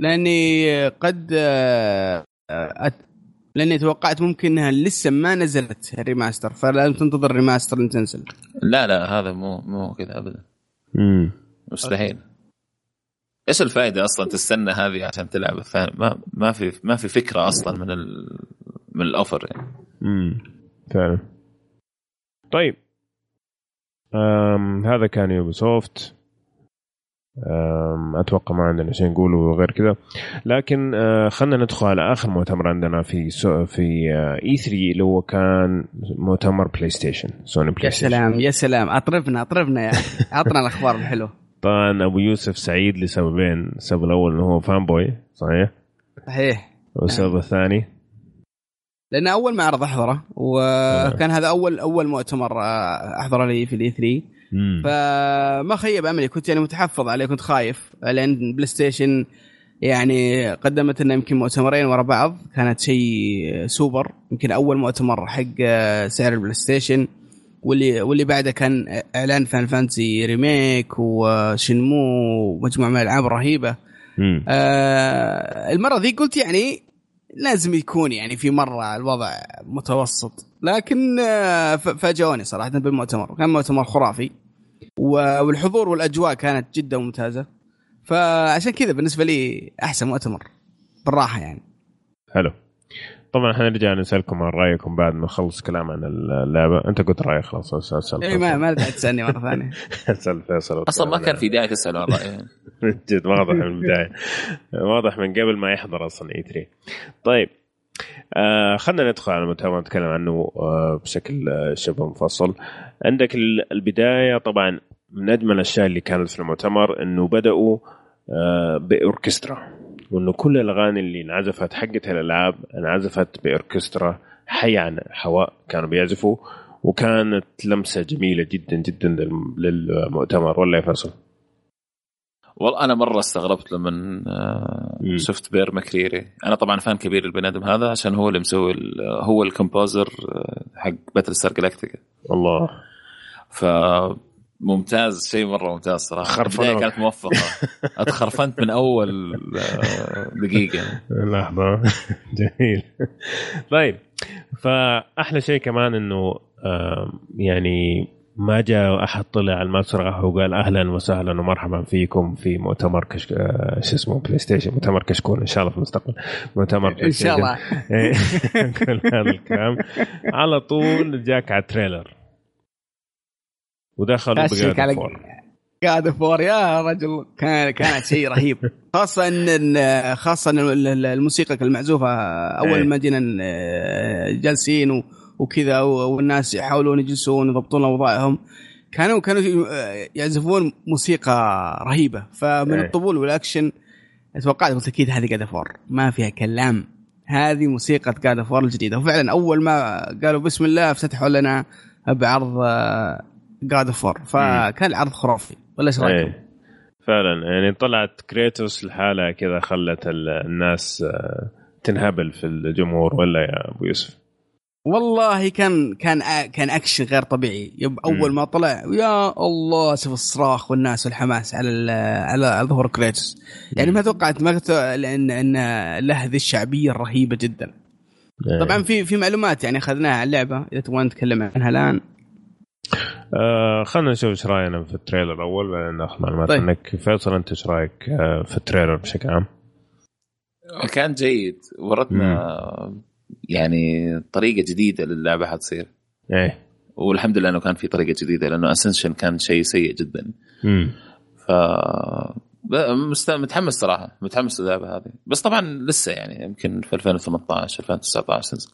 Speaker 3: لاني توقعت ممكن انها لسه ما نزلت الريماستر، فلازم تنتظر الريماستر ان تنزل.
Speaker 2: لا هذا مو كذا ابدا. مستحيل. ايش الفائده اصلا تستنى هذه عشان تلعب الثاني؟ ما في فكره اصلا من الاوفر يعني.
Speaker 1: فعلا. طيب هذا كان يوبيسوفت. اتوقع ما عندنا شيء نقوله غير كذا، لكن خلنا ندخل على اخر مؤتمر عندنا في E3 اللي هو كان مؤتمر بلاي ستيشن، سوني بلاي ستيشن.
Speaker 3: يا سلام اطربنا يا عطنا الاخبار الحلوه.
Speaker 1: طبعا ابو يوسف سعيد لسببين. السبب الاول انه هو فان بوي صحيح، والسبب الثاني
Speaker 3: لأن أول معرض أحضره، وكان هذا أول مؤتمر أحضره لي في الE3. فما خيب أملي، كنت يعني متحفظ عليه، كنت خايف لأن بلاي ستيشن يعني قدمت لنا يمكن مؤتمرين ورا بعض، كانت شيء سوبر. يمكن أول مؤتمر حق سعر البلاي ستيشن، واللي بعده كان إعلان فان فانتسي ريميك وشنمو ومجموعة من الألعاب رهيبة. المرة ذي قلت يعني لازم يكون يعني في مرة الوضع متوسط، لكن فاجئوني صراحة بالمؤتمر. كان مؤتمر خرافي، والحضور والأجواء كانت جدا ممتازة، فعشان كذا بالنسبة لي أحسن مؤتمر بالراحة يعني.
Speaker 1: حلو. طبعا حنرجع نسألكم عن رأيكم بعد ما نخلص كلام عن اللعبة. أنت قلت رأيك خلاص، أسأل
Speaker 3: إيه ما رجعت تسألني مرة ثانية.
Speaker 1: أسأل فيصل.
Speaker 2: أصلا ما كان في داعي تسأل عن رأيه.
Speaker 1: جد واضح من البداية، واضح من قبل ما يحضر أصلا E3. طيب خلنا ندخل على المؤتمر نتكلم عنه بشكل شبه مفصل. عندك البداية طبعا من أجمل الأشياء اللي كانت في المؤتمر إنه بدأوا بأوركسترا، وإنه كل الأغاني اللي انعزفت حقتها الألعاب انعزفت بأوركسترا حي عن هواء، كانوا بيعزفوا، وكانت لمسة جميلة جدا جدا للمؤتمر. ولا يفصل؟
Speaker 2: والله أنا مرة استغربت لما شفت بير مكريري. أنا طبعا فان كبير البني آدم هذا، عشان هو اللي مسوي هو الكومبوزر حق باتل ستار جالاكتيكا.
Speaker 1: الله،
Speaker 2: ممتاز، شيء مرة ممتاز صراحة. البداية كانت موفقة. أتخرفنت من أول دقيقة.
Speaker 1: لحظة. جميل. طيب، فأحلى شيء كمان إنه يعني ما جاء أحد طلع على المسرح وقال أهلا وسهلا ومرحبا فيكم في مؤتمر اسمه بلاي ستيشن، مؤتمر كشكول إن شاء الله في المستقبل، مؤتمر
Speaker 3: إن شاء الله.
Speaker 1: كل هذا الكلام على طول جاك على التريلر ودخلوا
Speaker 3: God of War. يا رجل كانت شيء رهيب. خاصة إن الموسيقى المعزوفة أول ما جينا جالسين وكذا، والناس يحاولون يجلسون يضبطون أوضاعهم، كانوا يعزفون موسيقى رهيبة. فمن الطبول والأكشن توقعت قلت أكيد هذه God of War، ما فيها كلام، هذه موسيقى God of War الجديدة. وفعلا أول ما قالوا بسم الله افتتحوا لنا بعرض God of War، فكان العرض خرافي. ولا ايش رايكم؟
Speaker 1: فعلا يعني طلعت كريتوس الحالة كذا، خلت الناس تنهبل في الجمهور. ولا يا أبو يوسف؟
Speaker 3: والله كان أكشن غير طبيعي. أول ما طلع يا الله شوف الصراخ والناس والحماس على ظهور كريتوس. يعني ما توقعت لأن له ذي الشعبية الرهيبة جدا. طبعا في معلومات يعني أخذناها عن اللعبة، إذا تبغى نتكلم عنها الآن.
Speaker 1: خلنا نشوف ايش راينا في التريلر اول بعدين ناخذ معلومات عنك. فيصل انت ايش رايك في التريلر بشكل عام؟
Speaker 2: كان جيد، وردنا يعني طريقه جديده للعبه حتصير.
Speaker 1: ايه،
Speaker 2: والحمد لله انه كان في طريقه جديده، لانه اسنشن كان شيء سيء جدا. ف متحمس صراحه، متحمس للعبه هذه. بس طبعا لسه يعني يمكن في 2018 2019 تنزل.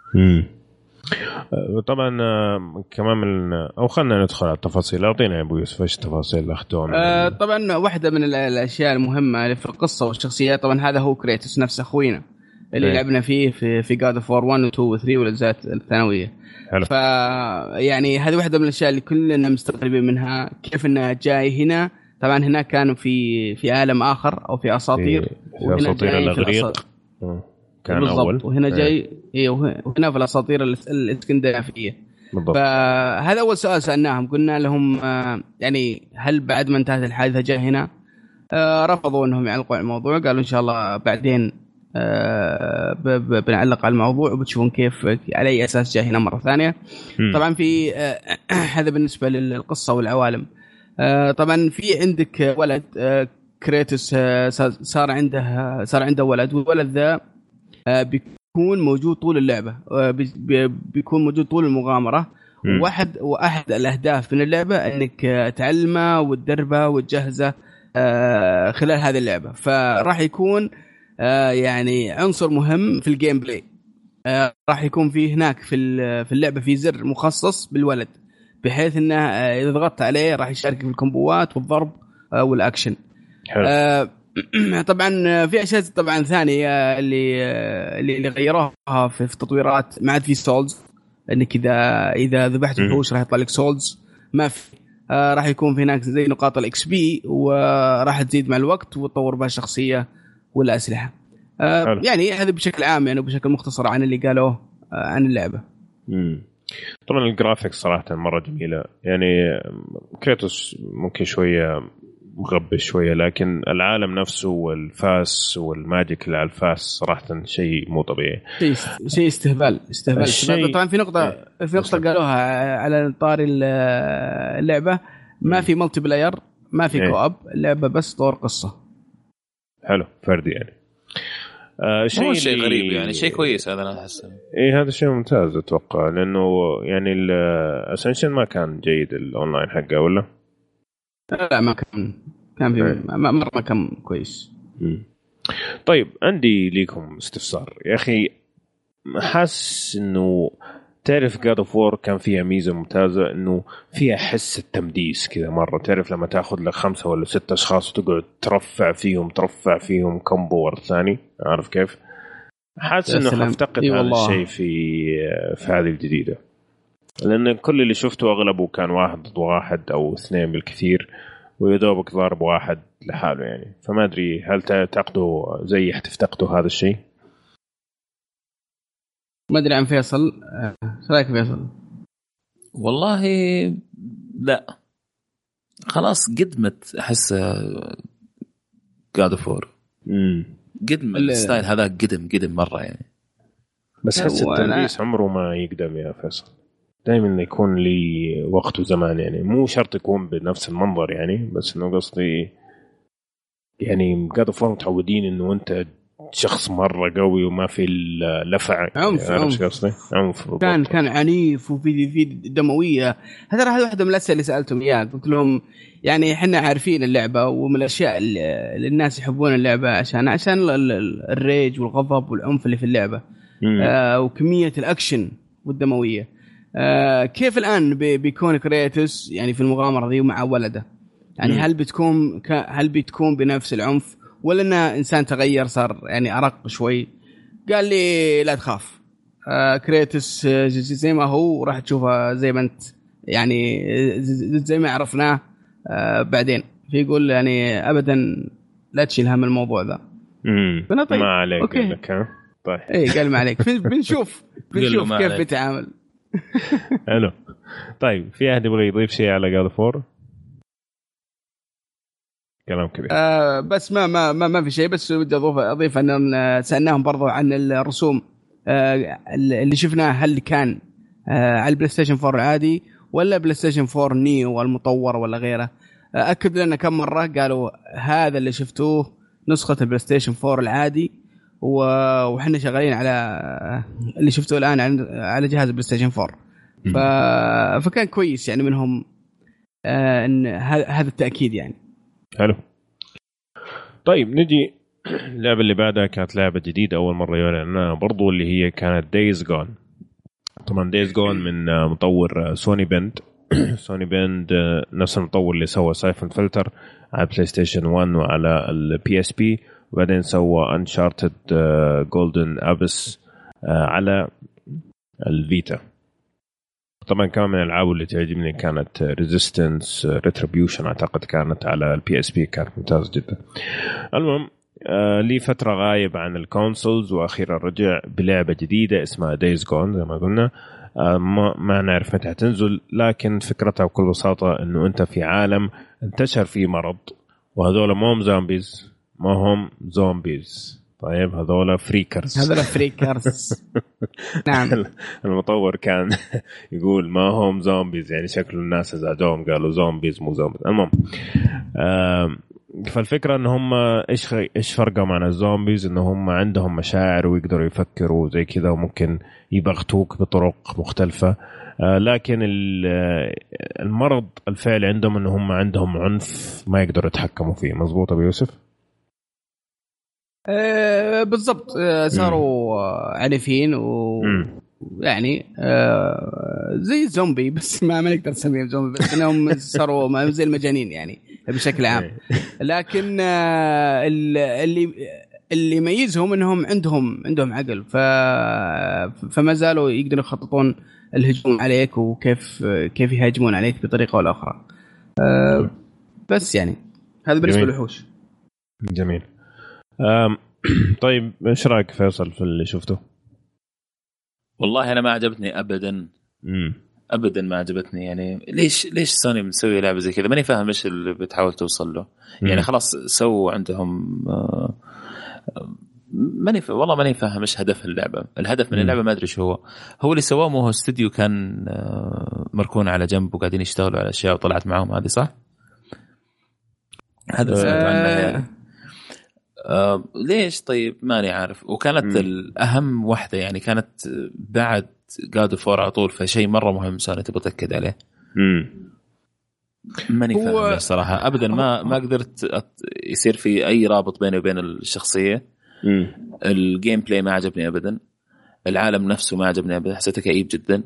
Speaker 1: طبعا كمان او خلنا ندخل على التفاصيل. اعطينا يا ابو يوسف ايش التفاصيل اللي اخذوها؟
Speaker 3: طبعا واحده من الاشياء المهمه اللي في القصه والشخصيات، طبعا هذا هو كريتوس نفسه اخوينا اللي لعبنا فيه في God of War 1 و 2 و 3 والاجزاء الثانويه. ف يعني هذه واحده من الاشياء اللي كلنا مستغربين منها، كيف انها جاي هنا. طبعا هناك كانوا في عالم اخر او في اساطير،
Speaker 1: في اساطير الاغريق كان
Speaker 3: بالضبط.
Speaker 1: أول
Speaker 3: وهنا جاي وهنا في الأساطير الإسكندنافية. فهذا أول سؤال سألناهم، قلنا لهم يعني هل بعد ما انتهت الحادثة جاء هنا؟ رفضوا أنهم يعلقوا على الموضوع، قالوا إن شاء الله بعدين بنعلق على الموضوع وبتشوفون كيف على أي أساس جاء هنا مرة ثانية. طبعا في هذا بالنسبة للقصة والعوالم. طبعا في عندك ولد كريتوس صار عنده ولد، والولد ذا بيكون موجود طول اللعبة، بيكون موجود طول المغامرة. وأحد الأهداف من اللعبة أنك تعلمه وتدربه وتجهزه خلال هذه اللعبة، فراح يكون يعني عنصر مهم في الجيم بلاي. راح يكون فيه هناك في اللعبة في زر مخصص بالولد، بحيث انه اذا ضغطت عليه راح يشارك في الكومبوات والضرب والأكشن. طبعا في اشياء طبعا ثانيه اللي غيروها في التطويرات. ما عاد في سولز، انك اذا ذبحت وحوش راح يطلع لك سولز، ما في. راح يكون في هناك زي نقاط الاكس بي، وراح تزيد مع الوقت وتطور بها الشخصيه والاسلحه. يعني هذا بشكل عام، يعني بشكل مختصر عن اللي قالوه عن اللعبه.
Speaker 5: طبعا الجرافيكس صراحه مره جميله، يعني كريتوس ممكن شويه مغبش شويه، لكن العالم نفسه والفاس والماجيك اللي على الفاس صراحه شيء مو طبيعي،
Speaker 3: شيء استهبال. طبعا في نقطه قالوها على طاري اللعبه، ما في ملتي بلاير، ما في كوب، اللعبه بس طور قصه.
Speaker 5: حلو، فردي يعني.
Speaker 2: شيء غريب يعني، شيء كويس هذا انا احس.
Speaker 5: هذا شيء ممتاز اتوقع، لانه يعني الاسنشن ما كان جيد الاونلاين حقه، ولا
Speaker 3: لا ما كان في مره ما كان كويس.
Speaker 5: طيب عندي ليكم استفسار يا اخي، حاسس انه تعرف God of War كان فيها ميزه ممتازه، انه فيها حس التمديس كذا مره، تعرف لما تاخذ لك 5 ولا 6 اشخاص وتقعد ترفع فيهم كومبو ورا الثاني، عارف كيف؟ حاسس انه حفتقد هذا الشيء في هذه الجديده، لان كل اللي شفته اغلبه كان 1 ضد 1 او 2 بالكثير، ويدوبك ضارب واحد لحاله يعني. فما ادري هل تعتقدوا زي تفتقدوا هذا الشيء؟
Speaker 3: ما ادري عن فيصل، ايش رايك فيصل؟
Speaker 2: والله لا، خلاص قدمت احس God of War. قدم الستايل هذا، قدم مره يعني.
Speaker 5: بس حس التلبيس عمره ما يقدم يا فيصل، دائما يكون لي وقت وزمان يعني، مو شرط يكون بنفس المنظر يعني، بس انه قصدي يعني God of War متعودين انه انت شخص مرة قوي وما في اللفع،
Speaker 3: عنف كان عنيف وفي دموية. هذا واحدة من الأسئلة اللي سألتهم إياه، قلت لهم يعني إحنا عارفين اللعبة، ومن الأشياء اللي الناس يحبون اللعبة عشان الريج والغضب والعنف اللي في اللعبة، وكمية الأكشن والدموية. كيف الآن بيكون كريتوس يعني في المغامرة ذي مع ولده؟ يعني هل بتكون بنفس العنف، ولا إنه إنسان تغير صار يعني أرق شوي؟ قال لي لا تخاف، كريتوس زي ما هو راح تشوفه زي ما أنت يعني، زي ما عرفناه بعدين. فيقول يعني أبدا لا تشيل هم الموضوع ذا.
Speaker 5: طيب ما عليك أوكي. لك ها طيب
Speaker 3: قال ما عليك. بنشوف كيف بيتعامل.
Speaker 5: حلو. طيب في أحد يبغى يضيف شيء على God of War؟ كلام كبير.
Speaker 3: بس ما في شيء، بس بدي اضيف ان سالناهم برضو عن الرسوم اللي شفناه، هل كان على البلاي ستيشن 4 العادي ولا بلاي ستيشن 4 نيو المطور ولا غيره. اكد لنا كم مره قالوا هذا اللي شفتوه نسخه البلاي ستيشن 4 العادي، وحنا شغالين على اللي شفتوه الان على جهاز البلاي ستيشن 4. فكان كويس يعني منهم ان هذا التاكيد يعني.
Speaker 5: حلو. طيب نجي اللعبة اللي بعدها، كانت لعبة جديدة أول مرة يعلنها برضو، اللي هي كانت Days Gone. طبعا Days Gone من مطور سوني بند. سوني بند نفس المطور اللي سوى سايفن فلتر على بلاي ستيشن 1 وعلى البي اس بي، وبعدين سوى Uncharted Golden Abyss على الفيتا. طبعا كمان من الألعاب اللي تعجبني كانت Resistance Retribution، أعتقد كانت على البي اس بي، كانت ممتازة جدا. المهم لي فترة غايب عن الكونسولز، وأخيرا رجع بلعبة جديدة اسمها Days Gone زي ما قلنا. ما نعرف متى تنزل، لكن فكرتها بكل بساطة إنه أنت في عالم انتشر فيه مرض، وهذول ما هم زومبيز، ما هم زومبيز. طيب هذول فريكرز.
Speaker 3: نعم.
Speaker 5: المطور كان يقول ما هم زومبيز، يعني شكل الناس ازعجوهم قالوا زومبيز مو زومبيز. المهم فالفكره ان هم ايش فرقهم عن الزومبيز، ان هم عندهم مشاعر ويقدروا يفكروا زي كذا وممكن يبغتوك بطرق مختلفه. لكن المرض الفعلي عندهم ان هم عندهم عنف ما يقدروا يتحكموا فيه. مظبوط ابو يوسف؟
Speaker 3: بالضبط. صاروا عنيفين ويعني زي الزومبي، بس ما نقدر نسميهم زومبي، بس انهم صاروا زي المجانين يعني بشكل عام. لكن اللي يميزهم انهم عندهم عقل، فما زالوا يقدروا يخططون الهجوم عليك وكيف يهاجمون عليك بطريقه ولا اخرى. بس يعني هذا بالنسبه للوحوش.
Speaker 5: جميل. طيب ايش رايك فيصل في اللي شفته؟
Speaker 2: والله انا ما عجبتني ابدا. ابدا ما عجبتني. يعني ليش سوني مسوي لعبه زي كذا؟ ماني فاهم ايش اللي بتحاول توصل له. يعني خلاص سووا عندهم والله ماني فاهم ايش هدف اللعبه. الهدف من اللعبه ما ادري شو هو اللي سواه. مو هو استوديو كان مركون على جنب وقاعدين يشتغلوا على اشياء وطلعت معهم هذه صح؟ هذا سمعت عنه يعني. ليش؟ طيب ماني عارف. وكانت الأهم واحدة يعني كانت بعد God of War على طول، فشيء مرة مهم سوني تبغى تأكد عليه. ماني فاهم الصراحة أبدا. ما قدرت يصير في أي رابط بيني وبين الشخصية. الجيم بلاي ما عجبني أبدا. العالم نفسه ما عجبني أبدا، حسيته كئيب جدا.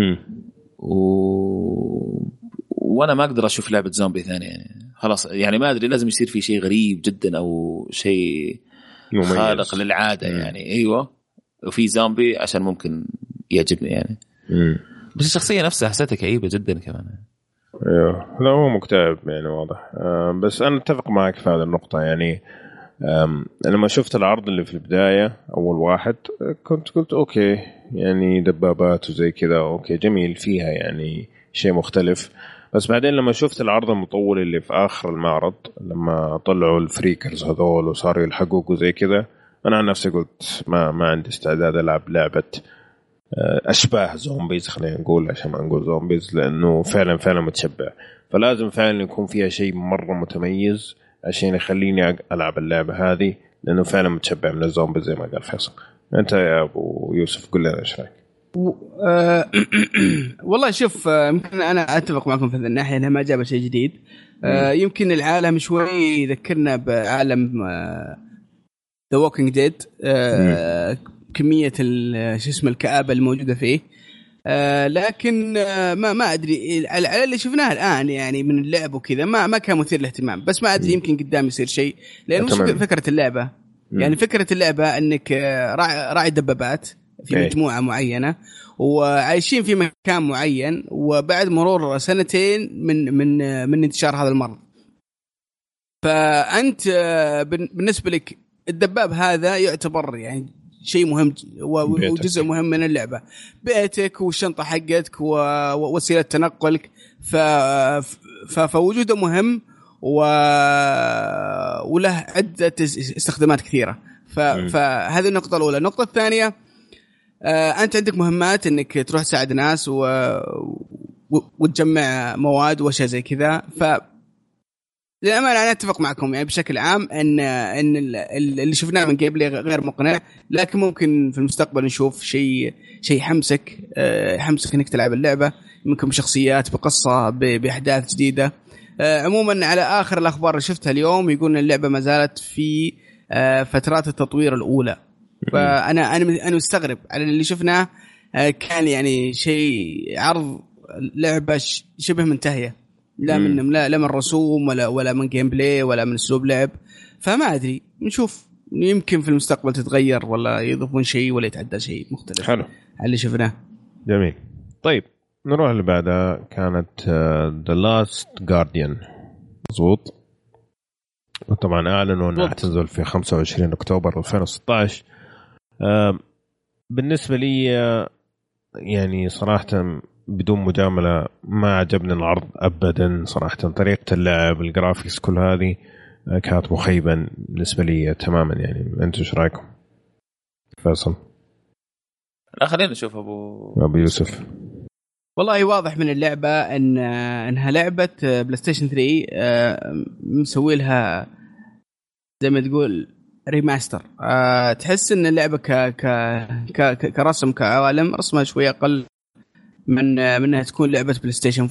Speaker 2: وأنا ما أقدر أشوف لعبة زومبي ثانية يعني. خلاص يعني ما أدري، لازم يصير في شيء غريب جدا أو شيء خارق للعادة يعني. أيوة، وفي زومبي عشان ممكن يعجبني يعني. بس الشخصية نفسها حسيتها كئيبة جدا كمان.
Speaker 5: أيوة، لا هو مكتئب يعني واضح. بس أنا أتفق معك في هذه النقطة يعني. لما شفت العرض اللي في البداية أول واحد قلت أوكي يعني دبابات وزي كذا أوكي جميل فيها يعني شيء مختلف. بس بعدين لما شفت العرض المطول اللي في آخر المعرض لما طلعوا الفريكرز هذول وصاروا يلحقوك وزي كذا، أنا عن نفسي قلت ما عندي استعداد ألعب لعبة أشباه زومبيز، خلينا نقول عشان ما نقول زومبيز، لأنه فعلا متشبع. فلازم فعلا يكون فيها شيء مرة متميز عشان يخليني ألعب اللعبة هذه، لأنه فعلا متشبع من الزومبيز زي ما قال فيصل. أنت يا أبو يوسف قل لنا إيش رأيك؟
Speaker 3: والله شوف، يمكن أنا أتفق معكم في هذه الناحية أنها ما جاب شيء جديد. يمكن العالم شوي يذكرنا بعالم The Walking Dead. كمية شو اسمه الكآبة الموجودة فيه. لكن ما أدري على اللي شفناه الآن يعني من اللعب وكذا ما كان مثير للاهتمام. بس ما أدري يمكن قدام يصير شيء، لأنه فكرة اللعبة يعني فكرة اللعبة أنك راعي دبابات في مجموعة معينة وعايشين في مكان معين، وبعد مرور سنتين من انتشار هذا المرض، فأنت بالنسبة لك الدباب هذا يعتبر يعني شيء مهم وجزء مهم من اللعبة. بيتك والشنطة حقتك ووسيلة تنقلك، فوجوده مهم وله عدة استخدامات كثيرة. فهذه النقطة الأولى. النقطة الثانية، أنت عندك مهمات إنك تروح تساعد ناس وتجمع مواد وأشياء زي كذا. للأمانة أنا أتفق معكم يعني بشكل عام إن اللي شفناه من جيم بلاي غير مقنع، لكن ممكن في المستقبل نشوف شيء حمسك إنك تلعب اللعبة، ممكن بشخصيات بقصة بأحداث جديدة. عموما على آخر الأخبار اللي شفتها اليوم يقولون اللعبة ما زالت في فترات التطوير الأولى. فأنا مستغرب على اللي شفناه. كان يعني شيء عرض لعبة شبه منتهية، لا من رسوم ولا من جيم بلاي ولا من اسلوب لعب. فما ادري، نشوف يمكن في المستقبل تتغير ولا يضيفون شيء ولا يتعدل شيء مختلف.
Speaker 5: حلو
Speaker 3: على اللي شفناه.
Speaker 5: جميل. طيب نروح اللي بعدها. كانت The Last Guardian. مظبوط. وطبعا اعلنوا انها حتنزل في 25 اكتوبر 2016. بالنسبه لي يعني صراحه بدون مجاملة ما عجبني العرض أبدا صراحة. طريقة اللعب، الجرافيكس، كل هذه كانت مخيبة بالنسبة لي تماما. يعني أنتوا إيش رأيكم؟ فيصل؟
Speaker 2: لا خلينا نشوف
Speaker 5: أبو يوسف.
Speaker 3: والله واضح من اللعبة إنها لعبة بلاي ستيشن 3 مسوي لها زي ما تقول ريماستر. تحس ان اللعبه كرسم كعالم رسمها شويه اقل من انها تكون لعبه بلاي ستيشن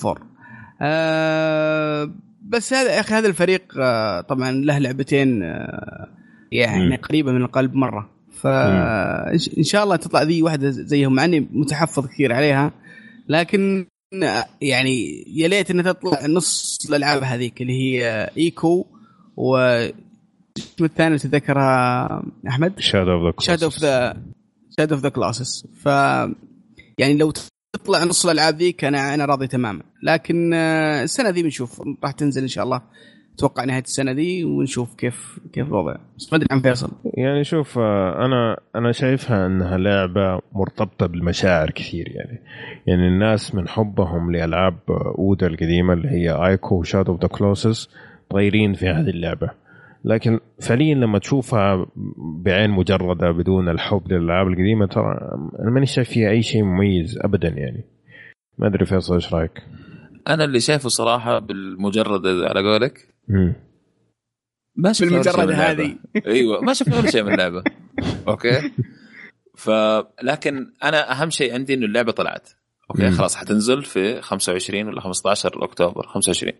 Speaker 3: 4. بس هذا يا اخي هذا الفريق طبعا له لعبتين يعني قريبه من القلب مره، فان شاء الله تطلع ذي واحده زيهم، مع اني متحفظ كثير عليها، لكن يعني يا ليت انها تطلع نص الالعاب هذيك اللي هي ايكو والثاني تذكرها احمد شادو اوف ذا كلاسس. ف يعني لو تطلع نص الالعاب ذيك انا راضي تماما. لكن السنه ذي بنشوف راح تنزل ان شاء الله، اتوقع نهايه السنه ذي ونشوف كيف الوضع. بس ما ادري عن فيصل.
Speaker 5: يعني شوف انا شايفها انها لعبه مرتبطه بالمشاعر كثير، يعني الناس من حبهم لالعاب اودا القديمه اللي هي ايكو وشادو اوف ذا كلاسس طايرين في هذه اللعبه، لكن فعليا لما تشوفها بعين مجرده بدون الحب للالعاب القديمه ترى انا ماني شايف فيها اي شيء مميز ابدا. يعني ما ادري فيصل ايش رايك؟
Speaker 2: انا اللي شايفه صراحه بالمجرد على قولك ما شفت
Speaker 3: بالمجرد هذه
Speaker 2: ايوه ما شفت ولا شيء من اللعبه اوكي. لكن انا اهم شيء عندي انه اللعبه طلعت اوكي خلاص حتنزل في 25 ولا 15 اكتوبر 25.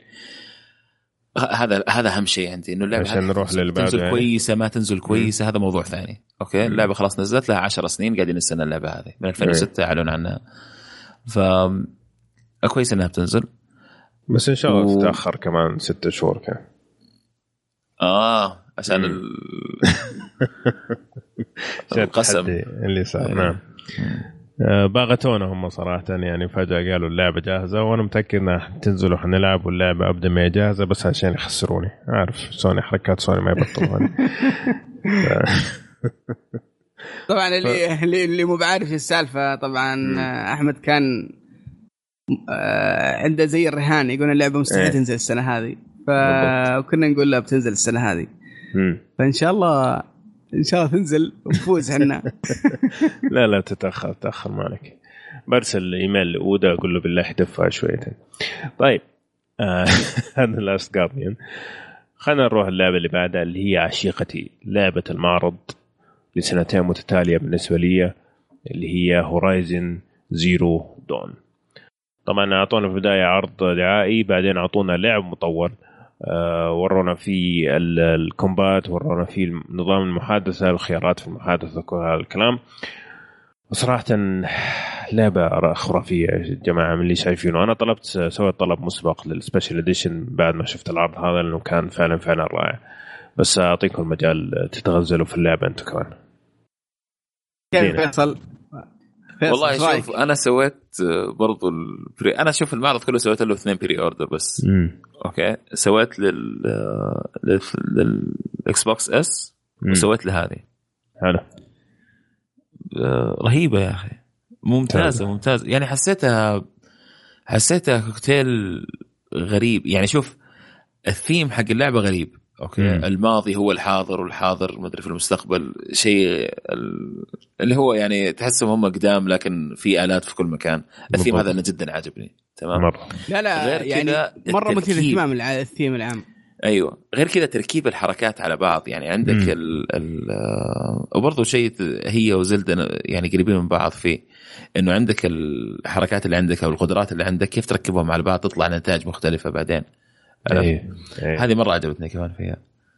Speaker 2: هذا اهم شيء عندي، انه اللعبه
Speaker 5: عشان نروح للبعد
Speaker 2: تنزل كويسه ما تنزل كويسه هذا موضوع ثاني اوكي. اللعبه خلاص نزلت لها 10 سنين قاعدين نستنى اللعبه هذه من 2006 اعلنوا عنها، ف كويس انها بتنزل
Speaker 5: بس ان شاء الله تتاخر كمان 6 شهور كان
Speaker 2: عشان
Speaker 5: القسم اللي صار. نعم باغتونا هم صراحة، يعني فجأة قالوا اللعبة جاهزة وأنا متأكد إنها تنزل وحنلعب واللعبة أبدا ما جاهزة بس عشان يخسروني. عارف سوني حركات سوني ما يبطلوني.
Speaker 3: طبعا اللي مو بعارف السالفة طبعا أحمد كان عنده زي الرهان يقول اللعبة مستحيل تنزل السنة هذه، فكنا نقول له بتنزل السنة هذه فإن شاء الله تنزل ونفوز عنا.
Speaker 5: لا تتأخر مالك. برسل إيميل لأودا أقول له بالله احتفها شويتين. طيب هذا لاست جارديان. خلينا نروح اللعبة اللي بعدها اللي هي عشيقتي، لعبة المعرض لسنتين متتالية بالنسبة لي اللي هي هورايزن زيرو دون. طبعا أعطونا في البداية عرض دعائي، بعدين أعطونا لعب مطور، ورونا في الكومبات، ورونا في نظام المحادثة، الخيارات في المحادثة، كل هذا الكلام. وصراحة لعبة خرافية يا جماعة من اللي شايفينه. أنا سويت طلب مسبق للسبيشال إديشن بعد ما شفت العرض هذا لأنه كان فعلا رائع. بس أعطيكم المجال تتغزلوا في اللعبة أنتم كمان.
Speaker 3: كيف فيصل؟
Speaker 2: والله شوف أنا سويت برضو أنا شوف المعرض كله سويت له 2 بري أوردر بس. أوكي سويت للإكس بوكس إس وسويت لهذه.
Speaker 5: حلو.
Speaker 2: رهيبة يا أخي، ممتازة يعني حسيتها كوكتيل غريب. يعني شوف الثيم حق اللعبة غريب اوكي. الماضي هو الحاضر والحاضر ما ادري في المستقبل شيء اللي هو يعني تحسهم هم قدام لكن في آلات في كل مكان. الثيم هذا انا جدا عجبني تمام.
Speaker 3: لا غير يعني مره مثير اهتمام الثيم العام.
Speaker 2: ايوه غير كذا تركيب الحركات على بعض، يعني عندك وبرضه شيء هي وزلدة يعني قريبين من بعض فيه انه عندك الحركات اللي عندك او القدرات اللي عندك كيف تركبهم على بعض تطلع نتائج مختلفة بعدين. هذه مرة عجبتني كمان فيها.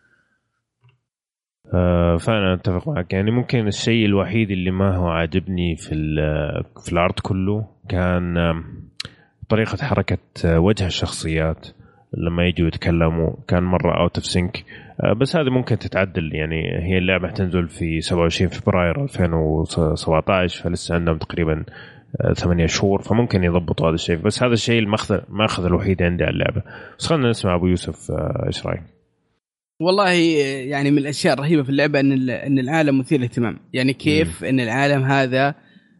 Speaker 5: فأنا أتفق معك. يعني ممكن الشيء الوحيد اللي ما هو عاجبني في العرض كله كان طريقة حركة وجه الشخصيات لما يجوا يتكلموا، كان مرة أوت أوف سينك. بس هذه ممكن تتعدل. يعني هي اللعبة تنزل في 27 فبراير 2017 فلسه عندهم تقريبا 8 شهور، فممكن يضبطوا هذا الشيء. بس هذا الشيء المأخذ الوحيد عندي على اللعبة. بس خلنا نسمع أبو يوسف إيش رأيك؟
Speaker 3: والله يعني من الأشياء الرهيبة في اللعبة إن العالم مثير للاهتمام. يعني كيف إن العالم هذا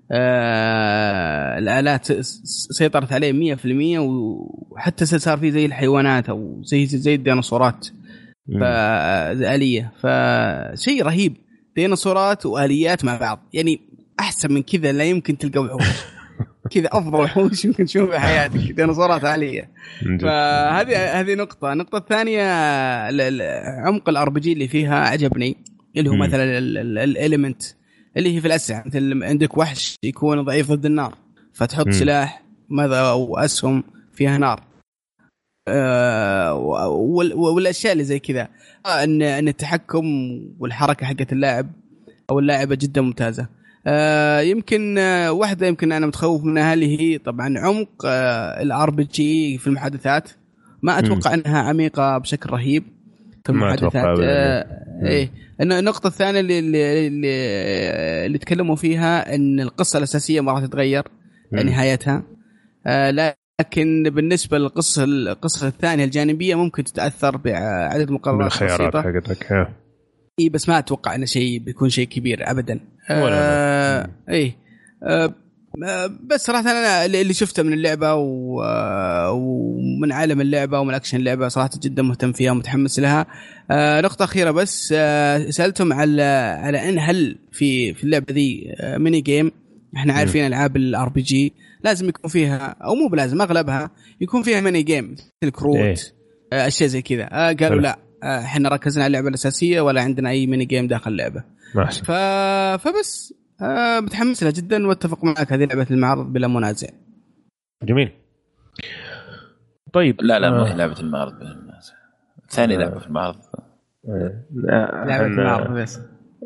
Speaker 3: الآلات سيطرت عليه 100%، وحتى صار فيه زي الحيوانات أو زي الديناصورات آلية. فشيء رهيب، ديناصورات وآليات مع بعض. يعني أحسن من كذا لا يمكن تلقى وحوش. كذا افضل وحوش يمكن تشوفها في حياتك، ديناصورات عاليه. فهذه نقطه. النقطه الثانيه عمق الار بي جي اللي فيها عجبني، اللي هو مثلا الاليمنت اللي هي في الاسلحه، مثل عندك وحش يكون ضعيف ضد النار فتحط سلاح ماذا او اسهم فيها نار، والاشياء اللي زي كذا. ان التحكم والحركه حقت اللاعب او اللاعبه جدا ممتازه. يمكن واحده يمكن انا متخوف منها اللي هي طبعا عمق الار بي جي في المحادثات. ما اتوقع انها عميقه بشكل رهيب في المحادثات. ايه النقطه الثانيه اللي تكلموا فيها ان القصه الاساسيه ما راح تتغير نهايتها، لكن بالنسبه للقصه الثانيه الجانبيه ممكن تتاثر بعدد مقررات
Speaker 5: بسيطه حقتك.
Speaker 3: اي بس ما اتوقع ان شيء بيكون شيء كبير ابدا. بس صراحه انا اللي شفته من اللعبه ومن عالم اللعبه ومن اكشن اللعبه صراحه جدا مهتم فيها ومتحمس لها. نقطه اخيره بس، سالتم على ان هل في اللعبه دي ميني جيم. احنا عارفين العاب الار بي جي لازم يكون فيها، او مو بلازم، اغلبها يكون فيها ميني جيم مثل كروت اشياء زي كذا. قالوا لا، احنا ركزنا على اللعبه الاساسيه ولا عندنا اي ميني جيم داخل اللعبه. فبس متحمس لها جدا واتفق معك، هذه لعبه المعرض بلا منازع.
Speaker 5: جميل. طيب
Speaker 2: لا ما هي لعبه المعرض بلا منازع، ثاني لعبه في المعرض.
Speaker 3: لعبه المعرض بس.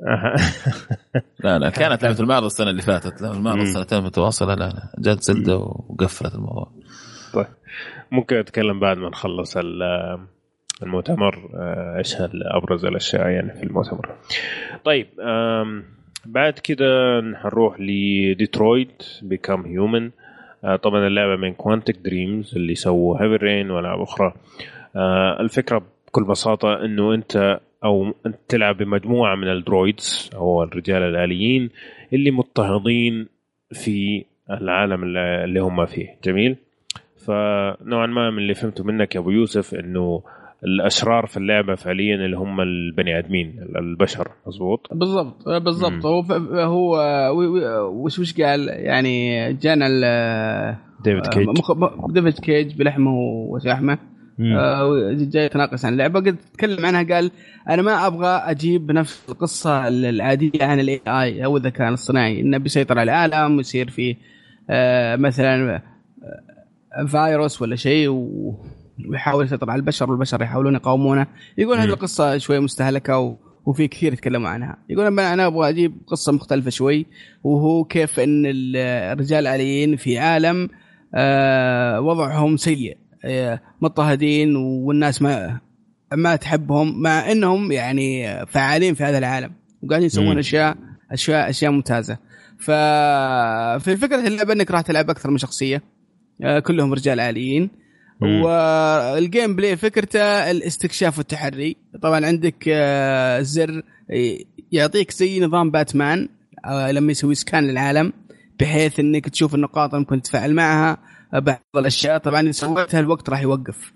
Speaker 2: لا كانت لعبه المعرض السنه اللي فاتت، لا المعرض سنتين متواصله. لا جات زلدة وقفلت الموضوع.
Speaker 5: طيب ممكن اتكلم بعد ما نخلص المؤتمر ايش ابرز الاشياء يعني في المؤتمر. طيب بعد كده نروح لديترويت بيكام هيومن. طبعا اللعبه من كوانتك دريمز اللي سووا هيفي رين والعاب اخرى. الفكره بكل بساطه انه انت تلعب بمجموعه من الدرويدز او الرجال الآليين اللي مضطهدين في العالم اللي هم فيه. جميل. فنوعا ما من اللي فهمته منك يا ابو يوسف انه الاشرار في اللعبه فعليا اللي هم البني ادمين البشر. مظبوط
Speaker 3: بالضبط. هو وش قال يعني جانا ديفيد كيج بلحمه وشحمه جاي يتناقش عن اللعبه. قد تكلم عنها قال انا ما ابغى اجيب بنفس القصه العاديه عن الاي اي او الذكاء الاصطناعي انه بيسيطر على العالم ويصير فيه مثلا فيروس ولا شيء ويحاول يسيطر على البشر والبشر يحاولون يقاومونه. يقول هذه القصة شوية مستهلكة وفي كثير يتكلموا عنها. يقول أنا أبغى أجيب قصة مختلفة شوي، وهو كيف أن الرجال الآليين في عالم وضعهم سيء، مضطهدين والناس ما تحبهم، مع أنهم يعني فعالين في هذا العالم وقاعدين يسوون أشياء ممتازة. ففي فكرة اللعبة أنك راح تلعب أكثر من شخصية كلهم رجال آليين. والجيم بلاي فكرته الاستكشاف والتحري. طبعا عندك زر يعطيك زي نظام باتمان لما يسوي سكان للعالم بحيث انك تشوف النقاط اللي ممكن تتفاعل معها بعض الاشياء. طبعا اذا سويتها الوقت راح يوقف.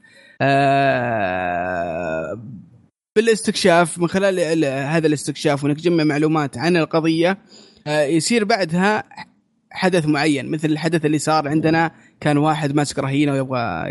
Speaker 3: بالاستكشاف من خلال هذا الاستكشاف وانك تجمع معلومات عن القضية يصير بعدها حدث معين. مثل الحدث اللي صار عندنا كان واحد ماسك رهينة ويبغى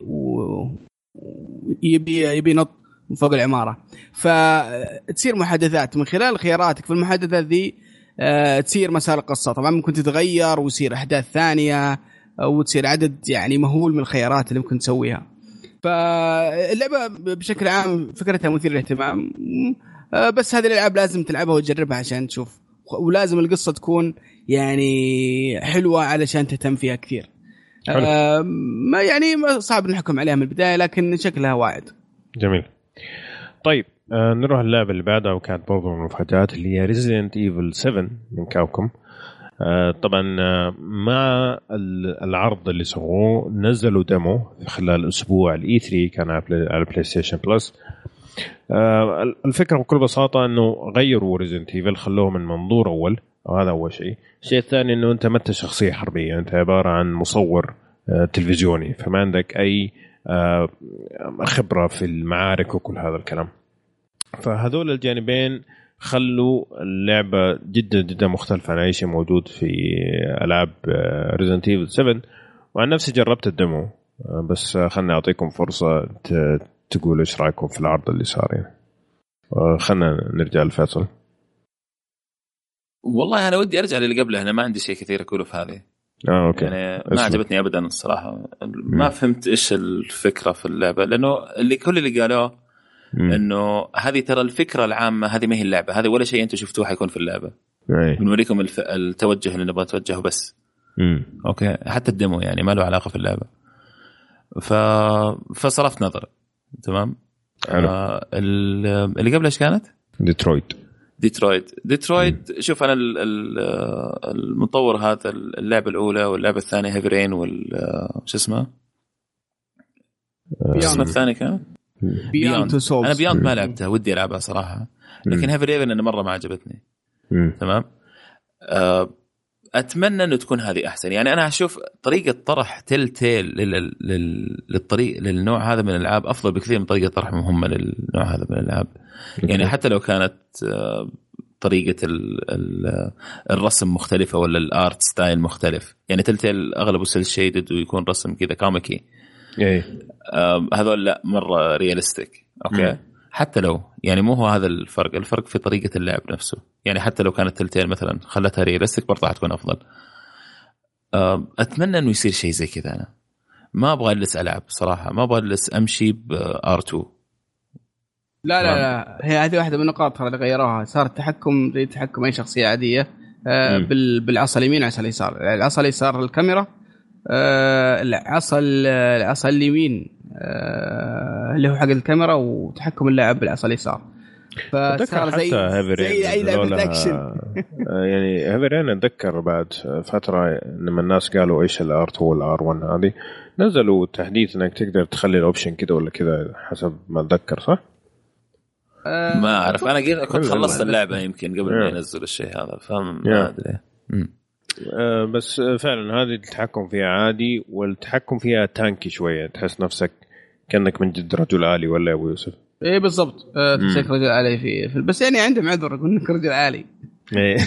Speaker 3: يبي ينط من فوق العمارة، فتصير محادثات من خلال خياراتك في المحادثات ذي تصير مسار القصة. طبعا ممكن تتغير ويصير أحداث ثانية وتصير عدد يعني مهول من الخيارات اللي ممكن تسويها. فاللعبة بشكل عام فكرتها مثيرة للاهتمام، بس هذه الألعاب لازم تلعبها وتجربها عشان تشوف، ولازم القصة تكون يعني حلوة علشان تهتم فيها كثير. ما يعني ما صعب نحكم عليها من البداية، لكن شكلها واعد.
Speaker 5: جميل. طيب نروح اللعبة اللي بعدها وكانت برضو من المفاجآت اللي هي Resident Evil 7 من كابكوم. طبعا مع العرض اللي سووه نزلوا ديمو خلال أسبوع الإي 3 كان على بلاي ستيشن بلس. الفكرة بكل بساطة أنه غيروا Resident Evil، خلوه من منظور أول، وهذا أول شيء. الشيء الثاني أنه أنت ما أنت شخصية حربية، أنت عبارة عن مصور تلفزيوني، فما عندك أي خبرة في المعارك وكل هذا الكلام. فهذول الجانبين خلوا اللعبة جدا جدا مختلفة عن أي شيء موجود في ألعاب Resident Evil 7. وعن نفسي جربت الدمو بس خلنا أعطيكم فرصة تقولوا إيش رأيكم في العرض اللي صار يعني. خلنا نرجع لفيصل.
Speaker 2: والله أنا ودي أرجع للي قبله. أنا ما عندي شيء كثير أقوله في هذه.
Speaker 5: أوكي.
Speaker 2: يعني ما عجبتني أبدا الصراحة. ما فهمت إيش الفكرة في اللعبة لأنه كل اللي قالوه إنه هذه ترى الفكرة العامة هذه ما هي اللعبة هذه ولا شيء أنتوا شفتوه حيكون في اللعبة. بنوريكم التوجه اللي نبغى نتوجهه بس. أوكي حتى الديمو يعني ما له علاقة في اللعبة. فصرفت نظر. تمام. اللي قبل إيش كانت؟ ديترويت. شوف أنا المطور هذا اللعبة الأولى واللعبة الثانية هيفي رين وش اسمه الثاني كان بياند. أنا بياند ما لعبتها ودي ألعبها صراحة لكن هيفي رين أنا مرة ما عجبتني. تمام. أتمنى أنه تكون هذه أحسن. يعني أنا أشوف طريقة طرح تيل للنوع هذا من الألعاب أفضل بكثير من طريقة طرح مهمة للنوع هذا من الألعاب. يعني حتى لو كانت طريقة الرسم مختلفة ولا الارت ستايل مختلف. يعني تيل أغلبه سيل شيدد ويكون رسم كذا كوميكي. هذول لا مرة رياليستيك. أوكي. حتى لو يعني مو هو هذا الفرق في طريقة اللعب نفسه. يعني حتى لو كانت تلتين مثلا خلتها رياليستيك برضه حتكون أفضل. أتمنى أنه يصير شيء زي كذا. أنا ما أبغى أجلس ألعب صراحة. ما أبغى أجلس أمشي بR2.
Speaker 3: لا هي هذه واحدة من النقاط اللي غيروها. صار التحكم زي تحكم أي شخصية عادية بالعصا اليمين وعصا اليسار. العصا اليسار الكاميرا العصا اليمين اللي هو حق الكاميرا وتحكم اللاعب بالعصا اليسار. فصار زي اي لعبه اكشن.
Speaker 5: يعني هذا اتذكر بعد فتره لما الناس قالوا ايش الارت هو الR1 هذه نزلوا تحديث انك تقدر تخلي الاوبشن كده ولا كده حسب ما اتذكر صح.
Speaker 2: ما اعرف انا كنت خلصت اللعبه يمكن قبل ما ينزل الشيء هذا فما ادري.
Speaker 5: بس فعلا هذه التحكم فيها عادي والتحكم فيها تانكي شويه. تحس نفسك كأنك من جد رجل آلي ولا يا أبو يوسف؟
Speaker 3: إيه بالضبط. تمسك رجل آلي في بس يعني عنده معذر يقول إنك رجل آلي.
Speaker 5: إيه.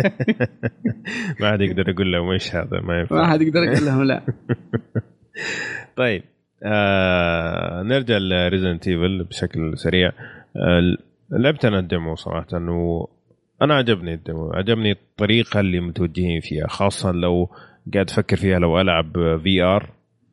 Speaker 5: ما حد يقدر يقول له مش هذا ما ينفع.
Speaker 3: ما حد يقدر يقول لهم لا.
Speaker 5: طيب نرجع لريزنت ايفل بشكل سريع. لعبت أنا الديمو صراحة إنه أنا عجبني الديمو. عجبني الطريقة اللي متوجهين فيها خاصة لو قاعد أفكر فيها لو ألعب VR.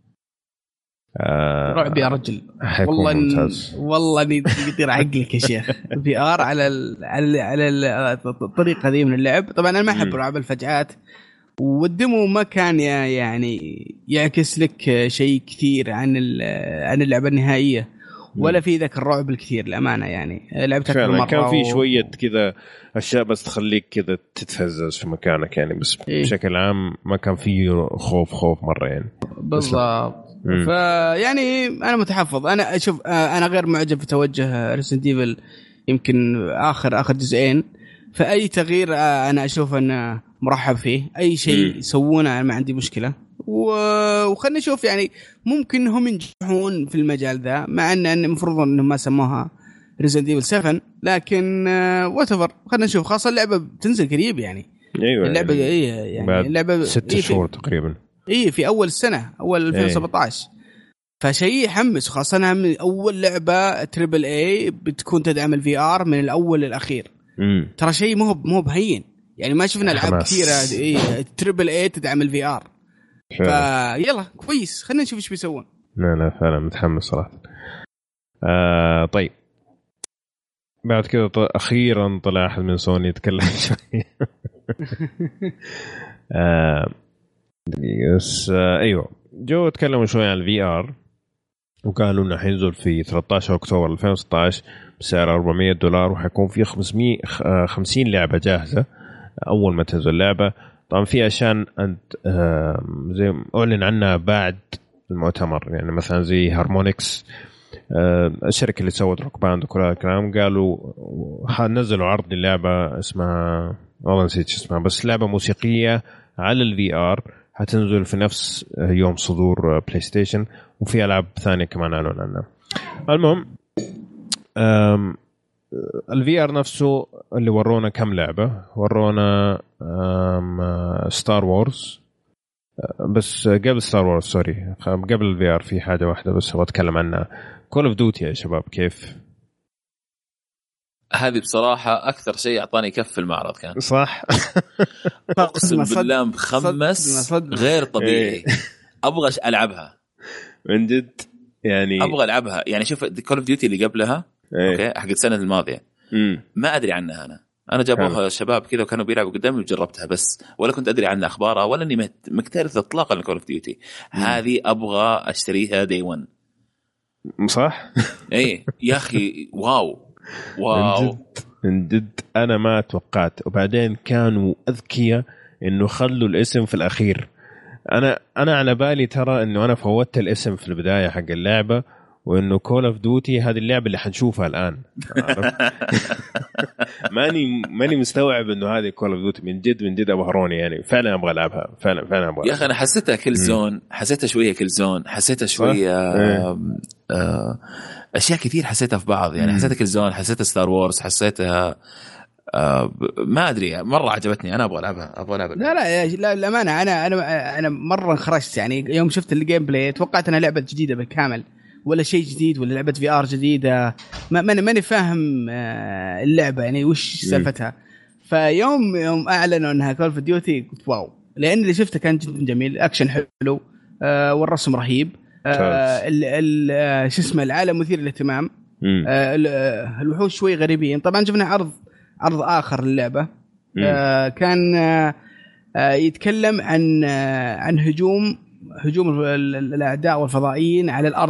Speaker 3: رعب يا رجل والله يطير عقلك يا شيخ. VR على الطريقة هذه من اللعب. طبعا أنا ما أحب رعب الفجعات والديمو ما كان يعني يعكس لك شيء كثير عن اللعبة النهائية ولا في ذاك الرعب الكثير الأمانة. يعني لعبتها كل مرة
Speaker 5: كان في شوية كذا أشياء بس تخليك كذا تتهزز في مكانك يعني بس بشكل عام ما كان فيه خوف مرة يعني.
Speaker 3: بالضبط. فيعني أنا متحفظ. أنا أشوف أنا غير معجب بتوجه Resident Evil يمكن آخر جزئين. فأي تغيير أنا أشوف أنه مرحب فيه. أي شيء يسوونه ما عندي مشكلة. وخلنا نشوف يعني ممكن هم ينجحون في المجال ذا مع أن المفروض أنهم ما سموها Resident Evil 7 لكن whatever. خلنا نشوف خاصة اللعبة بتنزل قريب يعني.
Speaker 5: أيوة
Speaker 3: اللعبة يعني اللعبة
Speaker 5: 6 شهور تقريبا.
Speaker 3: في أول السنة أول 2017. فشيء يحمس خاصة من أول لعبة تريبل اي بتكون تدعم VR من الأول للأخير. ترى شيء مو بهين يعني ما شفنا ألعاب كثيرة تريبل اي تدعم VR. فيلا كويس خلينا نشوف ايش بيسوون.
Speaker 5: لا فعلا متحمس صراحة. طيب بعد كده أخيرا طلع أحد من سوني يتكلم شوي. بس أيوة جو تكلموا شوي عن VR وقالوا إنه حينزل في 13 أكتوبر 2016 بسعر $400 وحيكون فيه 50 لعبة جاهزة أول ما تنزل اللعبة. طبعا في أشياء زي أعلن عنها بعد المؤتمر يعني مثلا زي هارمونيكس الشركة اللي سوت روك باند وكل هذا الكلام قالوا نزلوا عرض للعبة اسمها والله نسيت اسمها بس لعبة موسيقية على VR هتنزل في نفس يوم صدور بلاي ستيشن وفي ألعاب ثانية كمان أعلن عنها. المهم الفي ار نفسه اللي ورونا كم لعبة، ورونا ستار وورز، بس قبل ستار وورز سوري قبل الفي ار في حاجة واحدة بس هو أتكلم عنها، كول اوف ديوتي يا شباب. كيف
Speaker 2: هذه بصراحة أكثر شيء أعطاني كف في المعرض كان
Speaker 5: صح.
Speaker 2: أقسم بالله مخمس غير طبيعي. أبغى ألعبها
Speaker 5: من جد يعني،
Speaker 2: أبغى ألعبها يعني. شوف كول اوف ديوتي اللي قبلها أوكي حق السنة الماضية ما أدري عنها أنا جابوها شباب كذا وكانوا بيلعبوا قدامي وجربتها بس، ولا كنت أدري عنها أخبارها ولا إني مكترث إطلاقا لكول اوف ديوتي. هذه أبغى أشتريها داي 1
Speaker 5: صح.
Speaker 2: إيه يا أخي واو
Speaker 5: من جد أنا ما توقعت. وبعدين كانوا أذكياء إنه خلوا الاسم في الأخير. أنا على بالي ترى إنه أنا فوتت الاسم في البداية حق اللعبة، وإنه كول اوف ديوتي هذه اللعبة اللي حنشوفها الآن. ماني مستوعب إنه هذه كول اوف ديوتي. من جد أبهروني يعني، فعلا أبغى ألعبها فعلا أبغى.
Speaker 2: يا أخي أنا حسيتها كل زون، حسيتها شوية كل زون، حسيتها شوية أشياء كثير حسيتها في بعض يعني. حسيتها كل زون، حسيتها ستار وورز، حسيتها ما أدري مرة عجبتني. أنا أبغى ألعبها.
Speaker 3: لا الأمانة أنا مرة خرجت يعني يوم شفت الجيم بلاي توقعت أنها لعبة جديدة بالكامل ولا شيء جديد ولا لعبة في آر جديدة. ماني فاهم اللعبة يعني وش سالفتها. فيوم أعلنوا أنها كول اوف ديوتي قلت واو، لأن اللي شفته كان جدا جميل، أكشن حلو والرسم رهيب. شو اسمه العالم مثير للاهتمام. الوحوش شوي غريبين. طبعا شفنا عرض آخر للعبة كان يتكلم عن هجوم الأعداء والفضائيين على الأرض.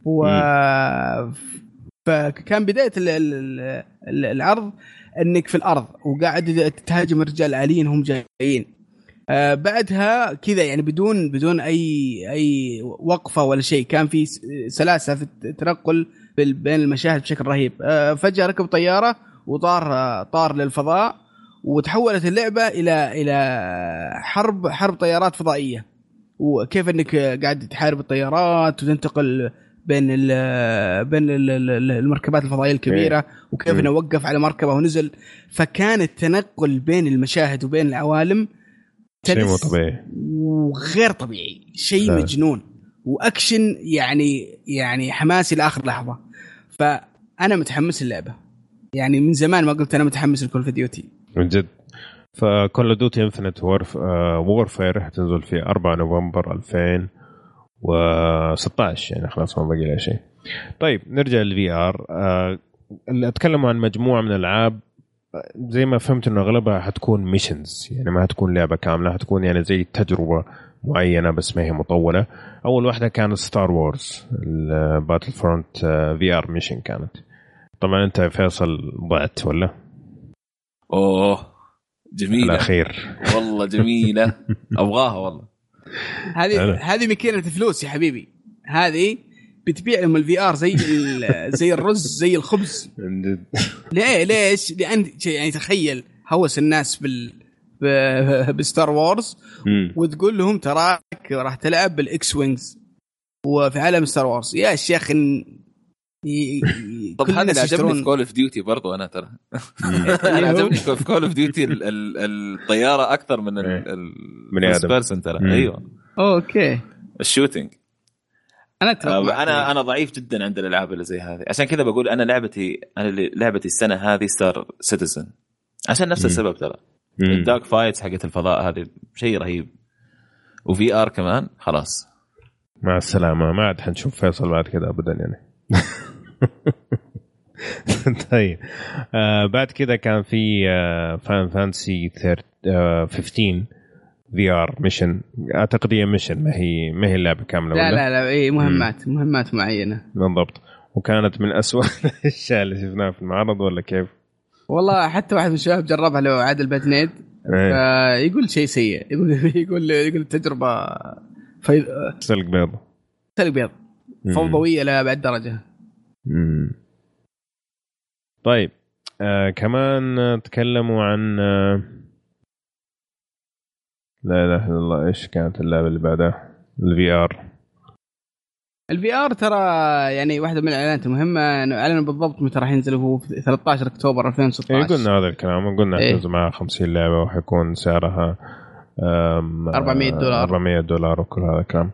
Speaker 3: فكان بداية العرض أنك في الأرض وقاعد تهاجم الرجال الآليين هم جايين. بعدها كذا يعني بدون أي وقفة ولا شيء، كان في سلاسة في التنقل بين المشاهد بشكل رهيب. فجأة ركب طيارة وطار للفضاء، وتحولت اللعبة إلى حرب طيارات فضائية، وكيف انك قاعد تحارب الطيارات وتنتقل بين المركبات الفضائية الكبيرة، وكيف انه وقف على مركبة ونزل. فكان التنقل بين المشاهد وبين العوالم
Speaker 5: شيء مو طبيعي
Speaker 3: وغير طبيعي، شيء مجنون واكشن يعني حماسي لاخر لحظة. فانا متحمس اللعبة يعني، من زمان ما قلت انا متحمس لكول اوف ديوتي
Speaker 5: من جد. فكول اوف ديوتي انفينيت وورفير هتنزل في 4 نوفمبر 2016 يعني خلاص ما باقي لها شيء. طيب نرجع للفي ار. اللي اتكلموا عن مجموعه من الالعاب زي ما فهمت انه اغلبها حتكون ميشنز يعني ما هتكون لعبه كامله، هتكون يعني زي تجربه معينه بس ما هي مطوله. اول واحده كانت ستار وورز الباتل فرونت في ار ميشن كانت. طبعا انت فيصل ضعت ولا؟
Speaker 2: اوه جميلة
Speaker 5: الأخير
Speaker 2: والله جميلة. أبغاها والله.
Speaker 3: هذه ماكينة فلوس يا حبيبي. هذه بتبيع لهم الفي ار زي الرز زي الخبز. ليش؟ لأن يعني تخيل هوس الناس بستار وورز وتقول لهم تراك راح تلعب بالإكس وينجز وفي عالم ستار وورز. يا شيخ
Speaker 2: طب هذا اللي عجبني في كول اوف ديوتي برضو انا ترى. انا عجبني في كول اوف ديوتي الطياره اكثر من الفيرست بيرسون ترى. ايوه
Speaker 3: اوكي
Speaker 2: الشوتينج. انا ضعيف جدا عند الالعاب اللي زي هذه، عشان كذا بقول انا لعبتي السنه هذه ستار سيتيزن عشان نفس السبب ترى. الدارك فايتس حقت الفضاء هذه شيء رهيب، وفي ار كمان. خلاص
Speaker 5: مع السلامه، ما عاد حنشوف فيصل بعد كذا ابدا يعني. طيب بعد كده كان في فان فانسي 15 في ار ميشن. اعتقد هي ميشن ما هي اللعبه كامله.
Speaker 3: لا اي مهمات معينه
Speaker 5: بالضبط. وكانت من أسوأ الاشياء اللي شفناها في المعرض ولا كيف؟
Speaker 3: والله حتى واحد من الشباب جربها لو عادل باتنيد فيقول شيء سيء. يقول التجربه
Speaker 5: سلق بيض
Speaker 3: فوضويه لا بعد درجه.
Speaker 5: طيب كمان تكلموا عن لا اله الا الله، ايش كانت اللعبه اللي بعدها؟ الفي ار
Speaker 3: الفي ار ترى يعني واحدة من الإعلانات المهمة، إنه أعلنوا بالضبط متى راح ينزل، هو في 13 أكتوبر 2016.
Speaker 5: قلنا هذا الكلام، قلنا حتنزل معها 50 لعبة وحيكون سعرها $400 وكل هذا الكلام.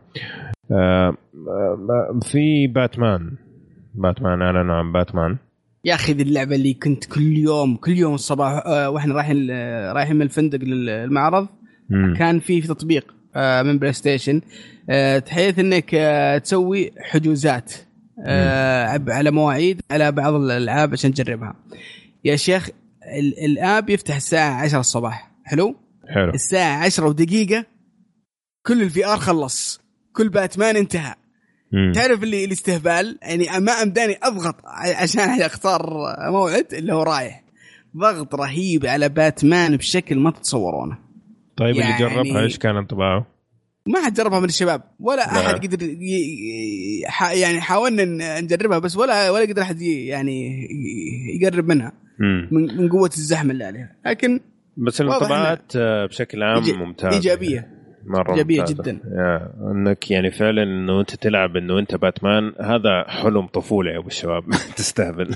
Speaker 5: في باتمان أعلنوا عن باتمان.
Speaker 3: يا أخي ذي اللعبة اللي كنت كل يوم الصباح وإحنا رايحين من الفندق للمعرض، كان في تطبيق من بلاي ستيشن تحيث انك تسوي حجوزات على مواعيد على بعض الالعاب عشان تجربها. يا شيخ الاب يفتح الساعه 10 الصباح، حلو. الساعه 10 ودقيقه كل الفي ار خلص، كل باتمان انتهى. تعرف اللي الاستهبال يعني، ما امداني اضغط عشان اختار موعد اللي هو رايح، ضغط رهيب على باتمان بشكل ما تتصورونه.
Speaker 5: طيب يعني اللي جربها ايش كان انطباعه؟
Speaker 3: ما حد جربها من الشباب ولا احد قدر يعني حاولنا نجربها بس ولا قدر احد يعني يقرب منها من قوه الزحمه اللي عليها. لكن
Speaker 5: بس الانطباعات بشكل عام ممتازه،
Speaker 3: ايجابيه
Speaker 5: مره
Speaker 3: ايجابيه
Speaker 5: ممتازة.
Speaker 3: جدا.
Speaker 5: انك يعني فعلا انه انت تلعب انه انت باتمان، هذا حلم طفوله يا ابو الشباب. تستهبل.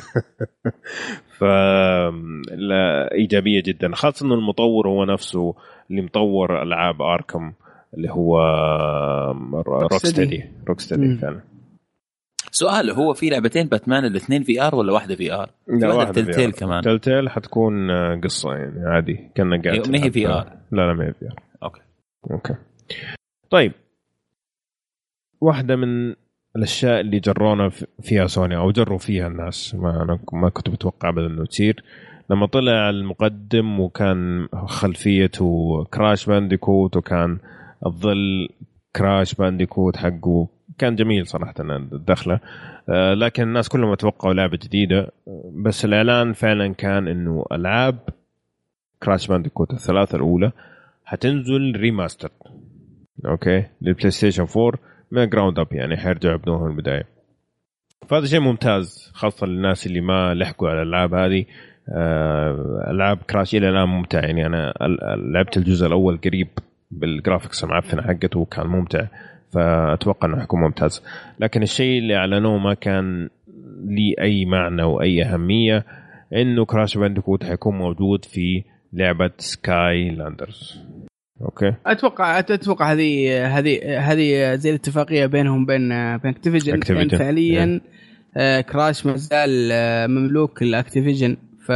Speaker 5: لا ايجابيه جدا، خاصه انه المطور هو نفسه اللي مطور العاب اركم اللي هو روكستدي فعلا.
Speaker 2: سؤال، هو في لعبتين باتمان الاثنين في ار ولا واحده في ار؟ واحده تلتيل كمان.
Speaker 5: تلتيل حتكون قصه يعني عادي كنا قاعد
Speaker 2: ما هي في ار.
Speaker 5: لا ما هي في ار.
Speaker 2: اوكي
Speaker 5: طيب، واحده من الاشياء اللي جرونا فيها سوني او جروا فيها الناس، ما كنت متوقع ابدا انه تصير، لما طلع المقدم وكان خلفيته كراش بانديكوت وكان الظل كراش بانديكوت حقه، كان جميل صراحة الدخلة. لكن الناس كلهم توقعوا لعبة جديدة، بس الإعلان فعلا كان إنه ألعاب كراش بانديكوت الثلاثة الأولى هتنزل ريماستر أوكي للبلاي ستيشن 4 من جراوند أب، يعني حيرجعوا يبنوها من البداية. فهذا شيء ممتاز خاصة للناس اللي ما لحقوا على الألعاب هذه. ألعاب كراش إلى الآن ممتع، يعني أنا لعبت الجزء الأول قريب بالجرافيكس المعفنة حقته وكان ممتع، فأتوقع أنه حيكون ممتاز. لكن الشيء اللي أعلنوه ما كان لي أي معنى وأي أهمية، إنه كراش بانديكوت حيكون موجود في لعبة سكاي لاندرز. أوكي،
Speaker 3: أتوقع هذه زي الاتفاقية بينهم بين أكتيفيجن فعليا. كراش مازال مملوك الأكتيفيجن،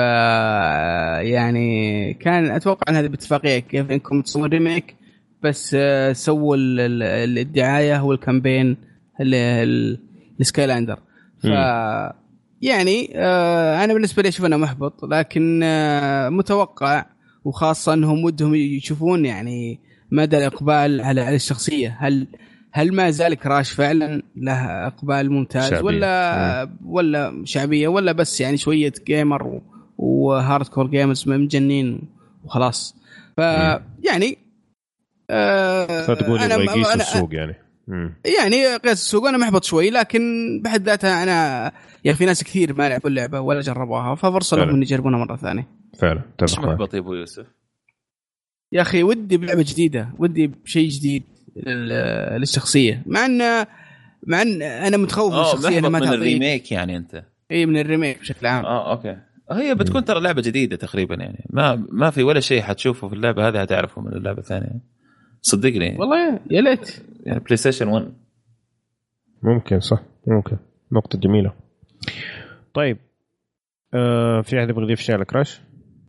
Speaker 3: يعني كان أتوقع أن هذه باتفاقية كيف إنكم تصورون ريميك، بس سووا الدعاية والكامبين السكايلاندر. يعني أنا بالنسبة لي أشوف أنه محبط، لكن متوقع، وخاصة أنهم ودهم يشوفون يعني مدى الإقبال على الشخصية. هل ما زال كراش فعلا له إقبال ممتاز شعبية. ولا شعبية، ولا بس يعني شوية جيمر وهارد كور جيمرز مجنين وخلاص. يعني
Speaker 5: فتقول يبغى يقيس السوق
Speaker 3: يعني قياس السوق. أنا محبط شوي، لكن بحد ذاتها أنا يعني في ناس كثير ما لعبوا اللعبة ولا جربوها، ففرصة لهم يجربونها مرة ثانية.
Speaker 5: فعلا
Speaker 2: مش محبط يا أبو يوسف
Speaker 3: يا أخي، ودي بلعبة جديدة، ودي بشيء جديد للشخصية، مع أن أنا متخوف من الشخصية
Speaker 2: ما من الريميك. يعني أنت
Speaker 3: من الريميك بشكل عام.
Speaker 2: أوكي، هي بتكون ترى لعبة جديدة تقريبا، يعني ما في ولا شيء حتشوفه في اللعبة هذه هتعرفه من اللعبة الثانية، صدقني.
Speaker 3: والله يا ليت
Speaker 2: يعني بلاي ستيشن 1
Speaker 5: ممكن. صح، ممكن. نقطة جميلة. طيب في أحد يبغى يضيف شيء على كراش؟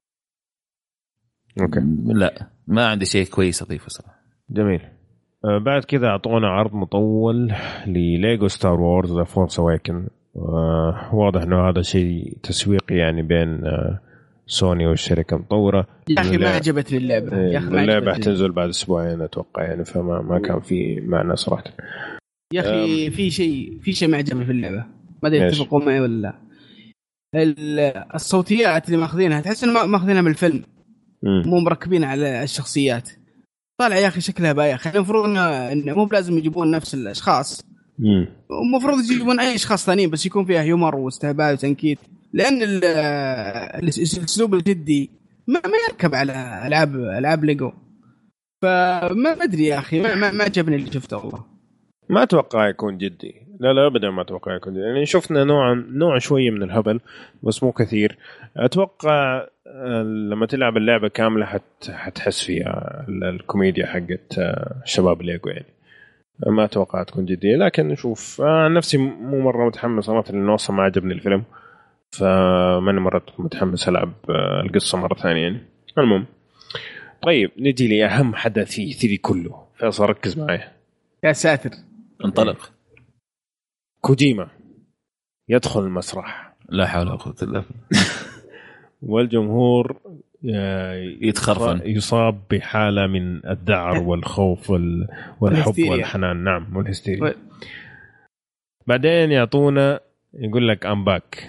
Speaker 5: أوكي.
Speaker 2: لا، ما عندي شيء كويس أضيفه صراحة.
Speaker 5: جميل. بعد كذا أعطونا عرض مطول لليجو ستار وورز ذا فورس أواكن. واضح إنه هذا شيء تسويقي يعني بين سوني والشركة المطورة.
Speaker 3: يا أخي ما عجبتني اللعبة. يا أخي
Speaker 5: اللعبة حتنزل بعد أسبوعين أتوقع يعني، فما كان في معنى صراحة.
Speaker 3: يا أخي في شيء ما عجبني في اللعبة، ما أدري تتفقوا معي ولا لا. الصوتيات اللي ماخذينها تحس إنه ماخذينها من الفيلم، مو مركبين على الشخصيات. طالع يا أخي شكلها بايخ. المفروض إنه مو بلازم يجيبون نفس الأشخاص، المفروض يجيبون أي أشخاص ثانيين بس يكون فيها هيومر واستهبال وتنكيت، لأن الأسلوب الجدي ما يركب على ألعاب ليجو. فما أدري يا أخي، ما عجبني اللي شفته والله.
Speaker 5: ما اتوقع يكون جدي، لا ابدا ما اتوقع يكون جدي. يعني شفنا نوع شويه من الهبل بس مو كثير. اتوقع لما تلعب اللعبه كامله حتحس فيها الكوميديا حقت الشباب الليجو يعني. ما اتوقع تكون جديه، لكن نشوف. نفسي مو مره متحمس صراحه لانه اصلا ما عجبني الفيلم، فماني مره متحمس العب القصه مره ثانيه يعني. المهم طيب نجي لأهم حدث في 3 كله. فيصل ركز معي
Speaker 3: يا ساتر.
Speaker 2: انطلق.
Speaker 5: كوجيما يدخل المسرح.
Speaker 2: لا حول ولا قوة إلا بالله.
Speaker 5: والجمهور
Speaker 2: يتخرفن،
Speaker 5: يصاب بحالة من الذعر والخوف والحب والحنان. نعم والهستيريا. بعدين يعطونا يقول لك I'm back.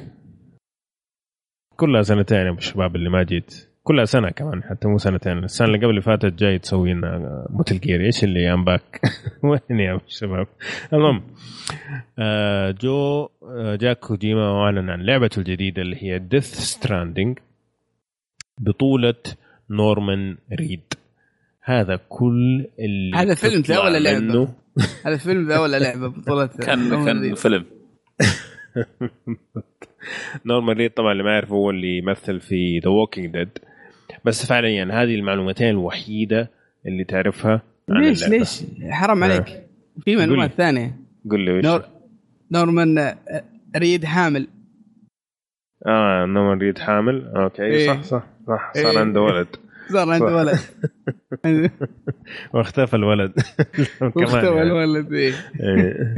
Speaker 5: كلها سنتين يا الشباب اللي ما جيت، كلها سنة كمان، حتى مو سنتين. السنة اللي قبل اللي فاتت جاي تسوي لنا موتل جير. ايش اللي I'm back؟ وين يا الشباب؟ المهم جاء كوجيما واعلن عن لعبته الجديدة اللي هي ديث ستراندينج بطولة نورمان ريد. هذا كل اللي
Speaker 3: هذا فيلم ذا ولا لعبة؟ هذا فيلم ذا ولا لعبة بطولة؟
Speaker 2: كان فيلم.
Speaker 5: نورمان ريد طبعا اللي ما يعرف هو اللي يمثل في The Walking Dead. بس فعليا هذه المعلومتين الوحيدة اللي تعرفها عن اللعبة.
Speaker 3: ليش حرام عليك، في معلومات ثانية.
Speaker 5: قل لي وش.
Speaker 3: نورمان ريد حامل.
Speaker 5: نورمان ريد حامل. اوكي إيه. صح صار عنده ولد.
Speaker 3: صار عنده ولد
Speaker 5: واختفى الولد.
Speaker 3: واختفى الولد.
Speaker 5: إيه.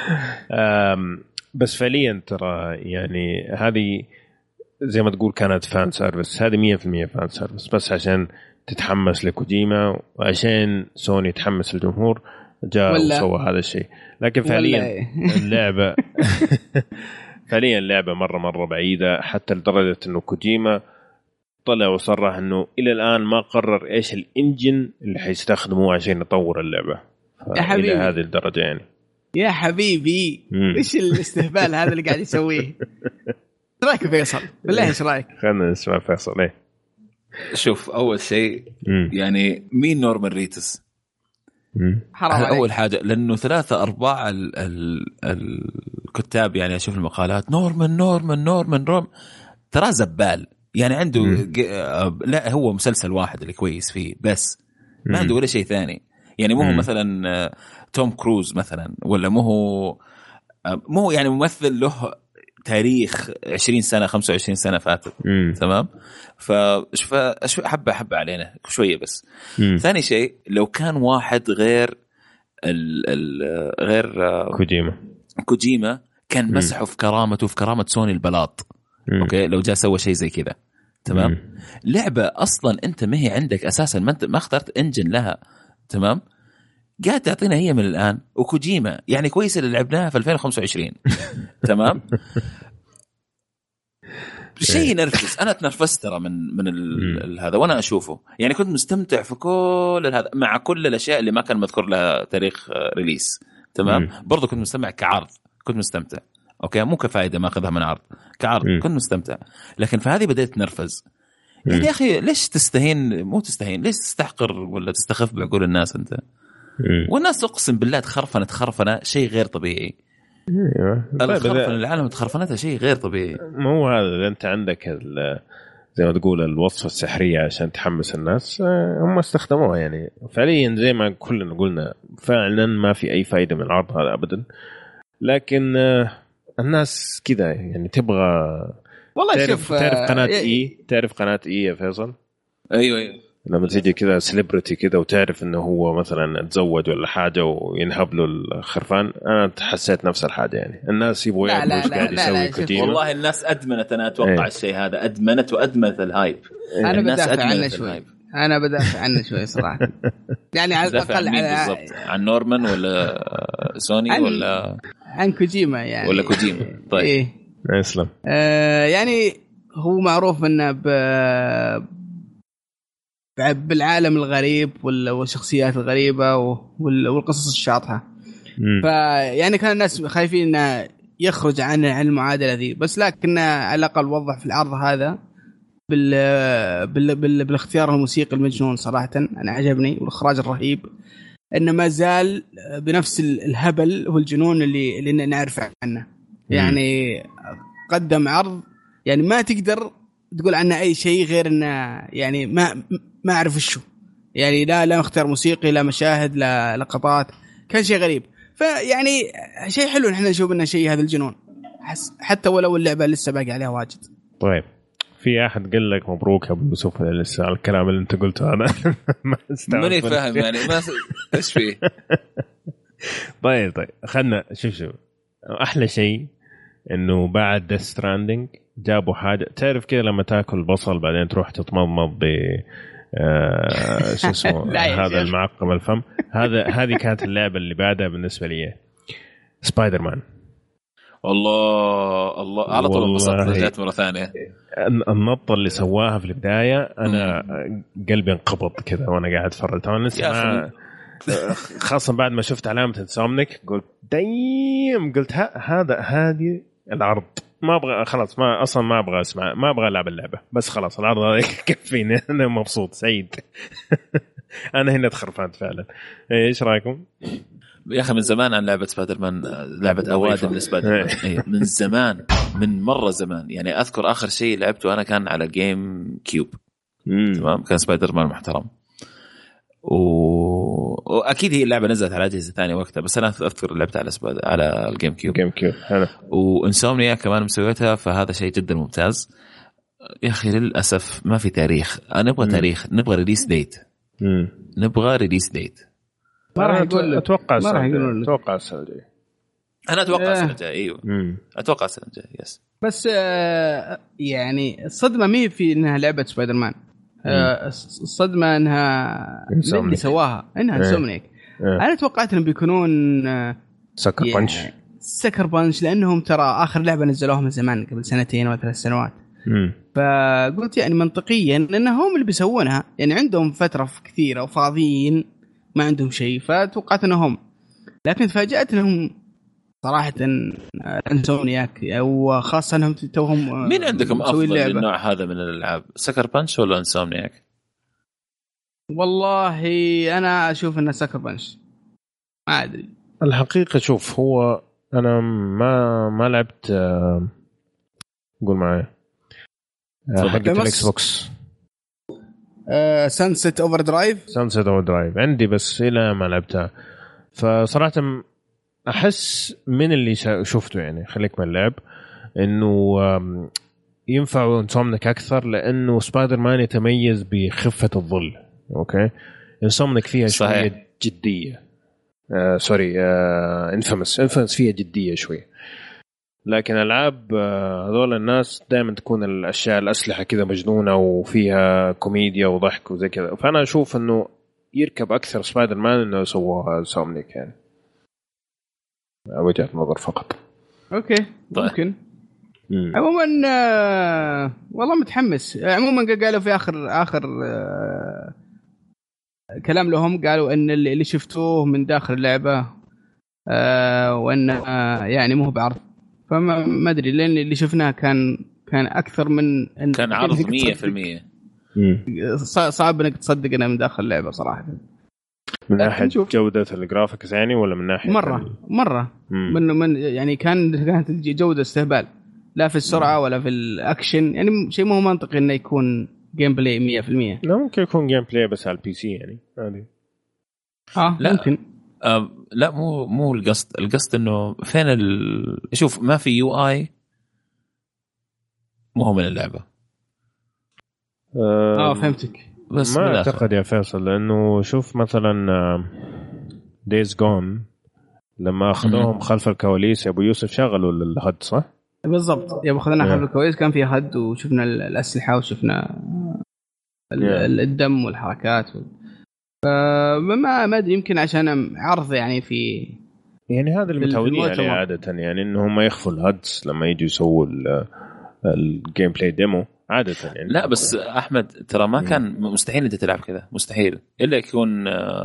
Speaker 5: بس فعليا ترى يعني هذه زي ما تقول كانت فان سيرفيس. هذه 100% فان سيرفيس بس عشان تتحمس لكوجيما وعشان سوني تحمس الجمهور جاء وسوى هذا الشيء. لكن فعليا اللعبة فعليا اللعبة مرة بعيدة، حتى لدرجة انه كوجيما طلع وصرح انه الى الان ما قرر ايش الانجن اللي حيستخدموه عشان يطور اللعبة. الى هذه الدرجة يعني.
Speaker 3: يا حبيبي ايش الاستهبال هذا اللي قاعد يسويه؟ ايش رايك فيصل؟ بالله ايش رايك؟
Speaker 5: خلنا نسمع فيصل. ايه
Speaker 2: شوف اول شيء يعني مين نورمان ريتس؟ حرام اول حاجه، لانه 3/4 الكتاب يعني اشوف المقالات نورمان ترى زبال يعني. عنده لا هو مسلسل واحد اللي كويس فيه بس ما عنده ولا شيء ثاني يعني. مو هو مثلا توم كروز مثلا، ولا مو هو يعني ممثل له تاريخ 20 سنة 25 سنة فاتت. تمام. حبة علينا شوية بس. ثاني شيء لو كان واحد غير غير كوجيما كان مسحه في كرامته في كرامة سوني البلاط. اوكي لو جاء سوى شيء زي كذا. تمام. لعبة اصلا انت ما هي عندك اساسا، ما اخترت انجن لها. تمام. قاعد تعطينا هي من الآن. وكوجيما يعني كويس اللي لعبناها في 2025. تمام. شيء نرفز. أنا تنرفزت ترى من هذا وأنا أشوفه يعني. كنت مستمتع في كل هذا مع كل الأشياء اللي ما كان مذكور لها تاريخ ريليس. تمام. برضو كنت مستمع كعرض، كنت مستمتع. أوكي مو كفائدة ما أخذها من عرض، كعرض كنت مستمتع. لكن في هذه بدأت تنرفز يعني. يا أخي ليش تستهين؟ مو تستهين، ليش تستحقر ولا تستخف بعقول الناس أنت؟ والناس أقسم بالله تخرفنة شيء غير طبيعي. الخرفنة العالم تخرفنتها شيء غير طبيعي.
Speaker 5: مو هذا أنت عندك زي ما تقول الوصفة السحرية عشان تحمس الناس، هم استخدموها يعني فعليا زي ما كلنا قلنا. فعلا ما في أي فايدة من العرض هذا أبدا، لكن الناس كذا يعني تبغى. والله تعرف قناة إيه يا فيصل؟
Speaker 2: أيوة
Speaker 5: لما تيجي كذا سيلبرتي كذا وتعرف انه هو مثلا تزوج ولا حاجه وينهب له الخرفان، انا حسيت نفس الحاجه يعني. الناس يبغوا يعرفوا ايش قاعد يسوي كوجيما.
Speaker 2: والله الناس ادمنت، انا اتوقع الشيء هذا ادمنت الهايب.
Speaker 3: انا بدافع عنه شوي. انا بدافع عنه شوي صراحه يعني. على الاقل
Speaker 2: بالضبط عن نورمان ولا سوني ولا
Speaker 3: عن كوجيما يعني.
Speaker 2: ولا كوجيما. طيب
Speaker 3: إيه؟
Speaker 5: اسلم.
Speaker 3: يعني هو معروف انه بالعالم الغريب والشخصيات الغريبة والقصص الشاطحة. فيعني كان الناس خايفين انه يخرج عن المعادلة ذي، بس لكن على الأقل وضح في العرض هذا بالاختيار الموسيقي المجنون صراحة. أنا عجبني والإخراج الرهيب. انه ما زال بنفس الهبل والجنون اللي نعرف عنه. يعني قدم عرض يعني ما تقدر تقول عنه اي شيء غير انه يعني ما اعرف شو يعني، لا مختار موسيقي، لا مشاهد، لا لقطات، كان شيء غريب. فيعني شيء حلو نحن نشوف انه شيء هذا الجنون حتى ولو اللعبه لسه باقي عليها واجد.
Speaker 5: طيب في احد قال لك مبروك يا ابو يوسف ولا لسه على الكلام اللي انت قلته؟ انا
Speaker 2: ماني فاهم يعني ما ايش فيه.
Speaker 5: طيب خلنا شوف احلى شيء انه بعد ديث ستراندنج جابوا حاجه، تعرف كذا لما تاكل بصل بعدين تروح تتمضمض ب شو اسمه هذا المعقم الفم، هذه كانت اللعبه اللي بعدها بالنسبه لي سبايدر مان.
Speaker 2: الله على طول انبسطت رجعت مره ثانيه.
Speaker 5: النطه اللي سواها في البدايه انا قلبي انقبض كذا وانا قاعد اتفرج. طبعا لسه خاصه بعد ما شفت علامه انسومنيك قلت قلت هذه العرض ما ابغى خلاص، ما اصلا ما ابغى اسمع، ما ابغى العب اللعبه، بس خلاص العرض هذا يكفيني. انا مبسوط سعيد. انا هنا تخرفت فعلا. ايش رايكم
Speaker 2: يا اخي؟ من زمان عن لعبه سبايدر مان، لعبه اوادم لسبايدر مان. من زمان، من مره زمان يعني. اذكر اخر شيء لعبته انا كان على جيم كيوب. تمام، كان سبايدر مان محترم. واكيد هي اللعبه نزلت على اجهزه ثانيه وقتها، بس انا اذكر لعبت على الجيم كيوب.
Speaker 5: حلو.
Speaker 2: وانسومنيا كمان مسويتها، فهذا شيء جدا ممتاز. يا اخي للاسف ما في تاريخ. انا نبغى تاريخ، نبغى ريليس ديت. نبغى ريليس ديت.
Speaker 5: ما راح يقول اتوقع السنه الجايه.
Speaker 2: انا اتوقع السنه الجايه. ايوه اتوقع السنه الجايه. يس بس
Speaker 3: يعني الصدمه مي في انها لعبه سبايدر مان. الصدمه انها اللي سواها انها انسومنيك. انا توقعت انهم بيكونون سكر بانش لانهم ترى اخر لعبه نزلوها من زمان قبل 2 أو 3 سنوات. فقلت يعني منطقيا انهم اللي بيسوونها، يعني عندهم فتره كثيره وفاضيين ما عندهم شيء، فتوقعت انهم. لكن تفاجأت انهم صراحه انسومنياك، او خاصه انهم توهم.
Speaker 2: مين عندكم افضل النوع هذا من الالعاب، سكر بانش ولا انسومنياك؟
Speaker 3: والله انا اشوف انه سكر بانش، ما ادري
Speaker 5: الحقيقه. شوف هو انا ما لعبت قول معي حقت الاكس بوكس
Speaker 3: سانست اوفر درايف
Speaker 5: عندي، بس إلى ما لعبتها. فصراحة أحس من اللي شفته يعني خليك من اللعب إنه ينفع انسومنيك أكثر، لأنه سبايدر مان يتميز بخفة الظل. أوكي، انسومنيك فيها شوية جدية. انفيمس فيها جدية شوية. لكن ألعاب هذول الناس دائما تكون الأشياء الأسلحة كذا مجنونة وفيها كوميديا وضحك وزي كذا. فأنا أشوف إنه يركب أكثر سبايدر مان إنه سووها سومنيك يعني. وجهة نظر فقط.
Speaker 3: أوكي ممكن. عموما والله متحمس. عموما قالوا في آخر كلام لهم، قالوا إن اللي شفتوه من داخل اللعبة وإن يعني مو بعرض. فما ادري لان اللي شفناه كان اكثر من
Speaker 2: كان عرض 100%.
Speaker 3: صعب انك تصدق انه من داخل اللعبه صراحه.
Speaker 5: من ناحيه جوده الجرافيكس يعني، ولا من ناحيه
Speaker 3: مره من يعني كانت جوده استهبال، لا في السرعه ولا في الاكشن. يعني شيء مو منطقي انه يكون جيم بلاي 100%.
Speaker 5: لا ممكن يكون جيم بلاي بس على البي سي يعني عادي.
Speaker 2: لا
Speaker 3: ممكن.
Speaker 2: لا مو القصد انه فين شوف ما في يو اي مو من اللعبه.
Speaker 3: فهمتك.
Speaker 2: بس
Speaker 5: ما اعتقد يا فيصل، لانه شوف مثلا دايز جون لما اخذوهم خلف الكواليس يا ابو يوسف شغلوا الهد صح
Speaker 3: بالضبط. يا ابو خذنا خلف الكواليس كان في هد وشفنا الاسلحه وشفنا الدم والحركات فما ادري يمكن عشان عرض يعني في
Speaker 5: يعني هذا المتعودين عليه عاده، يعني انهم ما يخفوا الهدس لما يجوا يسووا الجيم بلاي ديمو عاده يعني.
Speaker 2: لا بس احمد ترى ما كان مستحيل انت تلعب كذا، مستحيل الا يكون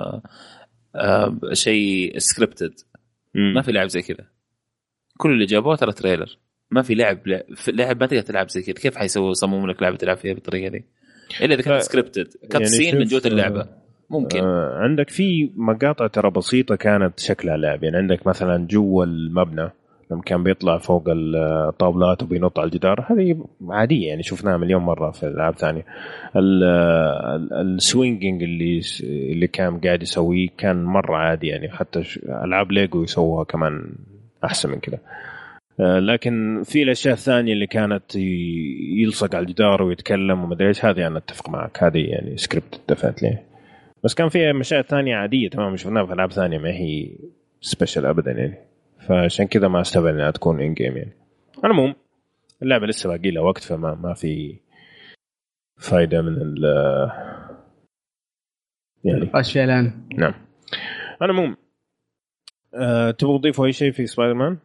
Speaker 2: شيء سكريبتد. ما في لعب زي كذا. كل اللي جابوه ترى تريلر. ما في لعب ما تقدر تلعب زي كذا. كيف حيسووا صمموا لك لعبه تلعب فيها بالطريقه دي الا اذا كانت سكريبتد كاتسين من جوه اللعبه ممكن
Speaker 5: عندك في مقاطع ترى بسيطة كانت شكلها لعب. يعني عندك مثلا جوا المبنى لما كان بيطلع فوق الطاولات وبينط على الجدار، هذه عادية يعني شفناها مليون مرة في ألعاب ثانية. السوينجينج اللي كان قاعد يسويه كان مرة عادي، يعني حتى ألعاب ليجو يسووها كمان أحسن من كده. لكن في الأشياء الثانية اللي كانت يلصق على الجدار ويتكلم ومدري إيش، هذه أنا أتفق معك، هذه يعني سكريبت دفعت ليه. بس كان فيها مشاهد ثانية عادية تمام شفناها في ألعاب ثانية، ما هي سبيشال أبدا يعني، فعشان كذا ما استبعد انها تكون ان جيم يعني. المهم اللعبه لسه باقي لها وقت، فما ما في فايده من ال يعني
Speaker 3: اشياء الان.
Speaker 5: نعم. المهم تبغوا تضيفوا اي شيء في سبايدر مان؟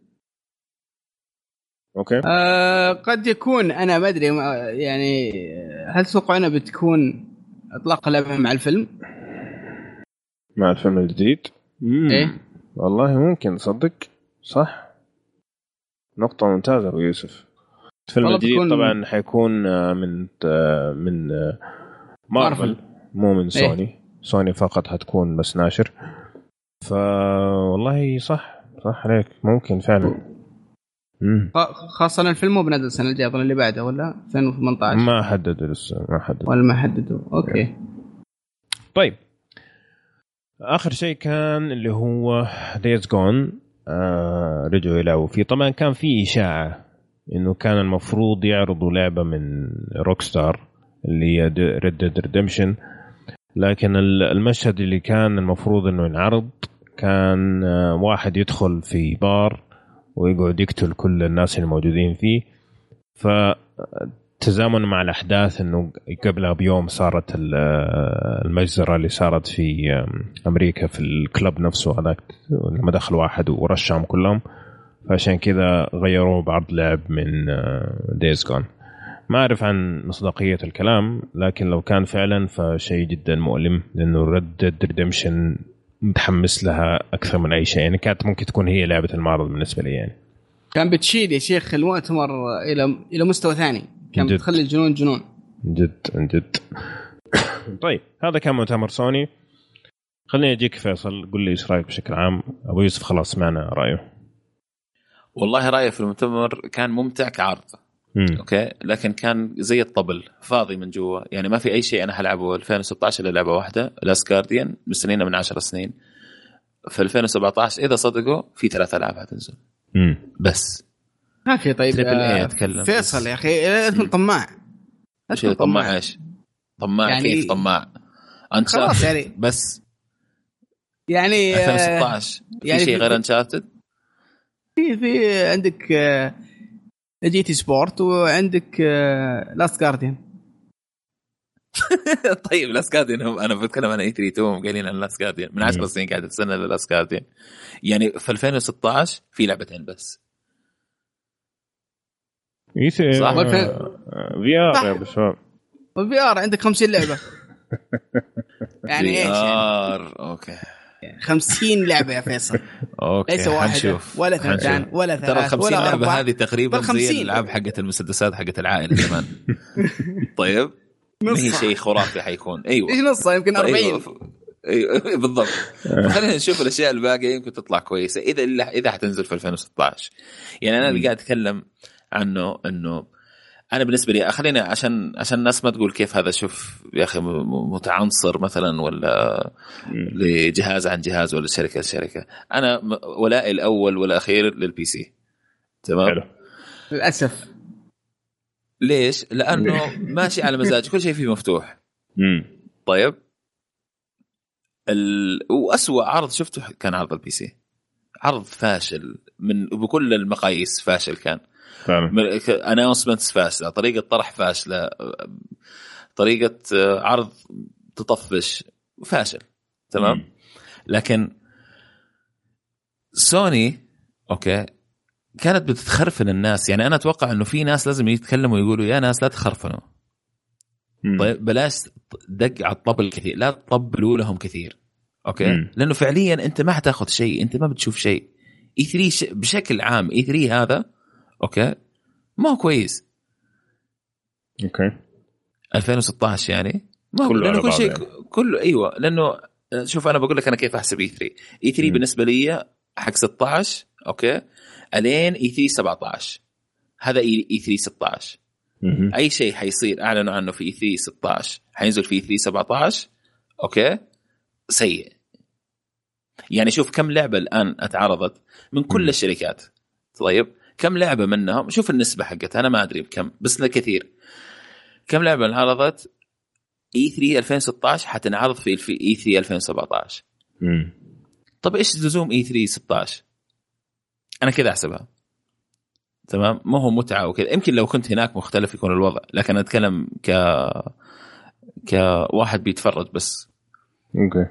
Speaker 5: اوكي.
Speaker 3: قد يكون انا ما ادري يعني هل تتوقعون بتكون اطلاق اللعبه مع الفيلم
Speaker 5: الجديد؟
Speaker 3: ايه
Speaker 5: والله ممكن، صدق صح، نقطة ممتازة أبو يوسف. الفيلم الجديد طبعا حيكون من مارفل مو من سوني. إيه؟ سوني فقط حتكون بس ناشر. فوالله صح عليك، ممكن فعلا.
Speaker 3: خاصة الفيلم مو بنزل السنة الجاية أظن اللي بعده ولا 2018
Speaker 5: ما حددوا لسه،
Speaker 3: ما حددوا. أوكي
Speaker 5: طيب آخر شيء كان اللي هو Days Gone. رجعوا يلعبوا فيه. طبعا كان في إشاعة إنه كان المفروض يعرضوا لعبة من روكستار اللي هي Red Dead Redemption، لكن المشهد اللي كان المفروض إنه ينعرض كان واحد يدخل في بار ويقعد يقتل كل الناس الموجودين فيه. فتزامن مع الأحداث إنه قبلها بيوم صارت المجزرة اللي صارت في أمريكا في الكلب نفسه هذاك، لما دخل واحد ورشهم كلهم، فعشان كذا غيروا بعض لعب من Days Gone. ما أعرف عن مصداقية الكلام، لكن لو كان فعلا فشيء جدا مؤلم، لأنه Red Dead Redemption متحمس لها أكثر من أي شيء. يعني كانت ممكن تكون هي لعبة المعرض بالنسبة لي يعني.
Speaker 3: كان بتشيل يا شيخ المؤتمر إلى مستوى ثاني، كان بتخلي الجنون جنون
Speaker 5: جد. طيب هذا كان مؤتمر سوني. خليني أجيك فيصل، قل لي إيش رأيك بشكل عام. أبو يوسف خلاص معنا رأيه.
Speaker 2: والله رأيي في المؤتمر كان ممتع كعرض. أوكي، لكن كان زي الطبل فاضي من جوا، يعني ما في أي شيء. أنا هلعبه 2016 إلا لعبة واحدة، لاست جارديان، مستنينا من 10 سنين. في 2017 إذا صدقوا في 3 ألعاب هتنزل بس
Speaker 3: ما في. طيب
Speaker 2: أتكلم
Speaker 3: فيصل يا أخي لا تكون طماع.
Speaker 2: شيء طماع إيش؟ طماع يعني كيف طماع؟ أنشارتد يعني بس
Speaker 3: يعني
Speaker 2: 2016 يعني في شيء غير أنشارتد؟
Speaker 3: في عندك جي تي سبورت وعندك لاست جارديان.
Speaker 2: طيب لاست جارديان انا بتكلم عن اي 3 توم قايلين عن لاست جارديان من 10 سنين قاعد استنى لاست جارديان. يعني في 2016 في لعبتين بس
Speaker 5: صح. في ار يا بشار،
Speaker 3: والفي ار عندك 50 لعبه. يعني
Speaker 2: ايش ار اوكي
Speaker 3: 50 لعبه يا فيصل.
Speaker 2: اوكي
Speaker 3: ليس واحد ولا اثنين ولا ثلاث.
Speaker 2: ترى 50 لعبه هذه تقريبا زي الالعاب حقت المسدسات حقت العائله زمان. طيب ما هي شيء خرافي حيكون. ايوه
Speaker 3: ايش نصها يمكن 40.
Speaker 2: ايوه بالضبط. خلينا نشوف الاشياء الباقيه يمكن تطلع كويسه اذا حتنزل في 2016. يعني انا اللي قاعد اتكلم عنه انه انا بالنسبه لي خلينا عشان الناس ما تقول كيف هذا شوف يا اخي متعنصر مثلا ولا لجهاز عن جهاز ولا شركه. انا ولائي الاول والاخير للبي سي. تمام.
Speaker 3: للاسف.
Speaker 2: ليش؟ لانه ماشي على مزاج، كل شيء فيه مفتوح. طيب وأسوأ عرض شفته كان عرض البي سي، عرض فاشل بكل المقاييس. فاشل كان announcements فاشلة، طريقة طرح فاشلة، طريقة عرض تطفش، فاشل. تمام. لكن سوني اوكي كانت بتتخرفن الناس. يعني انا اتوقع انه في ناس لازم يتكلموا ويقولوا يا ناس لا تخرفنوا. طيب بلاش دق على الطبل كثير، لا تطبلوا لهم كثير. اوكي لانه فعليا انت ما حتاخذ شيء، انت ما بتشوف شيء. E3 بشكل عام E3 هذا اوكي ما هو كويس.
Speaker 5: اوكي
Speaker 2: 2016 يعني ما لانه كل شيء كله ايوه، لانه شوف انا بقول لك انا كيف احسب اي 3 بالنسبه لي حق 16 اوكي الين اي 3 17 هذا اي 3 16. اي شيء حيصير اعلنوا عنه في اي 3 16 حينزل في اي 3 17 اوكي سيء. يعني شوف كم لعبه الان اتعرضت من كل الشركات، طيب كم لعبه منهم، شوف النسبه حقتها انا ما ادري بكم بس كثير، كم لعبه انعرضت اي 3 2016 حتنعرض في اي 3 2017. طب ايش لزوم اي 3 16؟ انا كذا احسبها تمام، ما هو متعه وكذا. يمكن لو كنت هناك مختلف يكون الوضع، لكن أنا اتكلم كواحد بيتفرج بس.
Speaker 5: اوكي.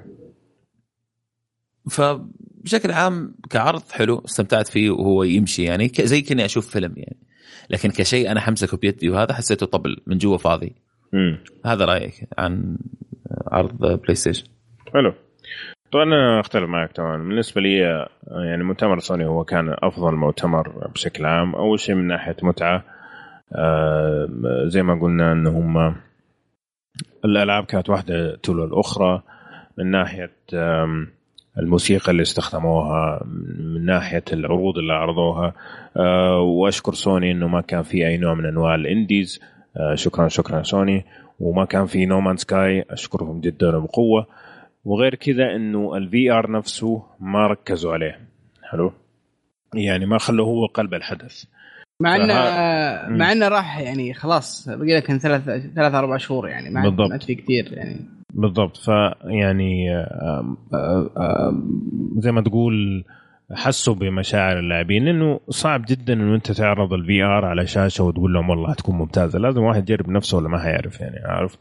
Speaker 2: فبشكل عام كعرض حلو استمتعت فيه وهو يمشي يعني زي كني اشوف فيلم يعني، لكن كشيء انا حمسكه بيدي وهذا حسيته طبل من جوا فاضي. هذا رايك عن عرض بلاي ستيشن؟
Speaker 5: حلو. طبعا انا اختلف معك تماما. بالنسبه لي يعني مؤتمر سوني هو كان افضل مؤتمر بشكل عام. اول شيء من ناحيه متعه، زي ما قلنا ان هم الالعاب كانت واحده تلو الاخرى، من ناحيه الموسيقى اللي استخدموها، من ناحيه العروض اللي عرضوها. واشكر سوني انه ما كان في اي نوع من انواع الانديز. شكرا سوني. وما كان في نومان سكاي، اشكرهم جدا وبقوه. وغير كذا انه الفي ار نفسه ما ركزوا عليه. حلو، يعني ما خلوه هو قلب الحدث،
Speaker 3: مع انه راح يعني خلاص بقي لك 3-4 شهور يعني ما في كتير يعني.
Speaker 5: بالضبط. فيعني زي ما تقول حسوا بمشاعر اللاعبين، انه صعب جدا انه انت تعرض الفي ار على شاشه وتقول لهم والله هتكون ممتازه. لازم واحد يجرب نفسه ولا ما هيعرف يعني، عارف.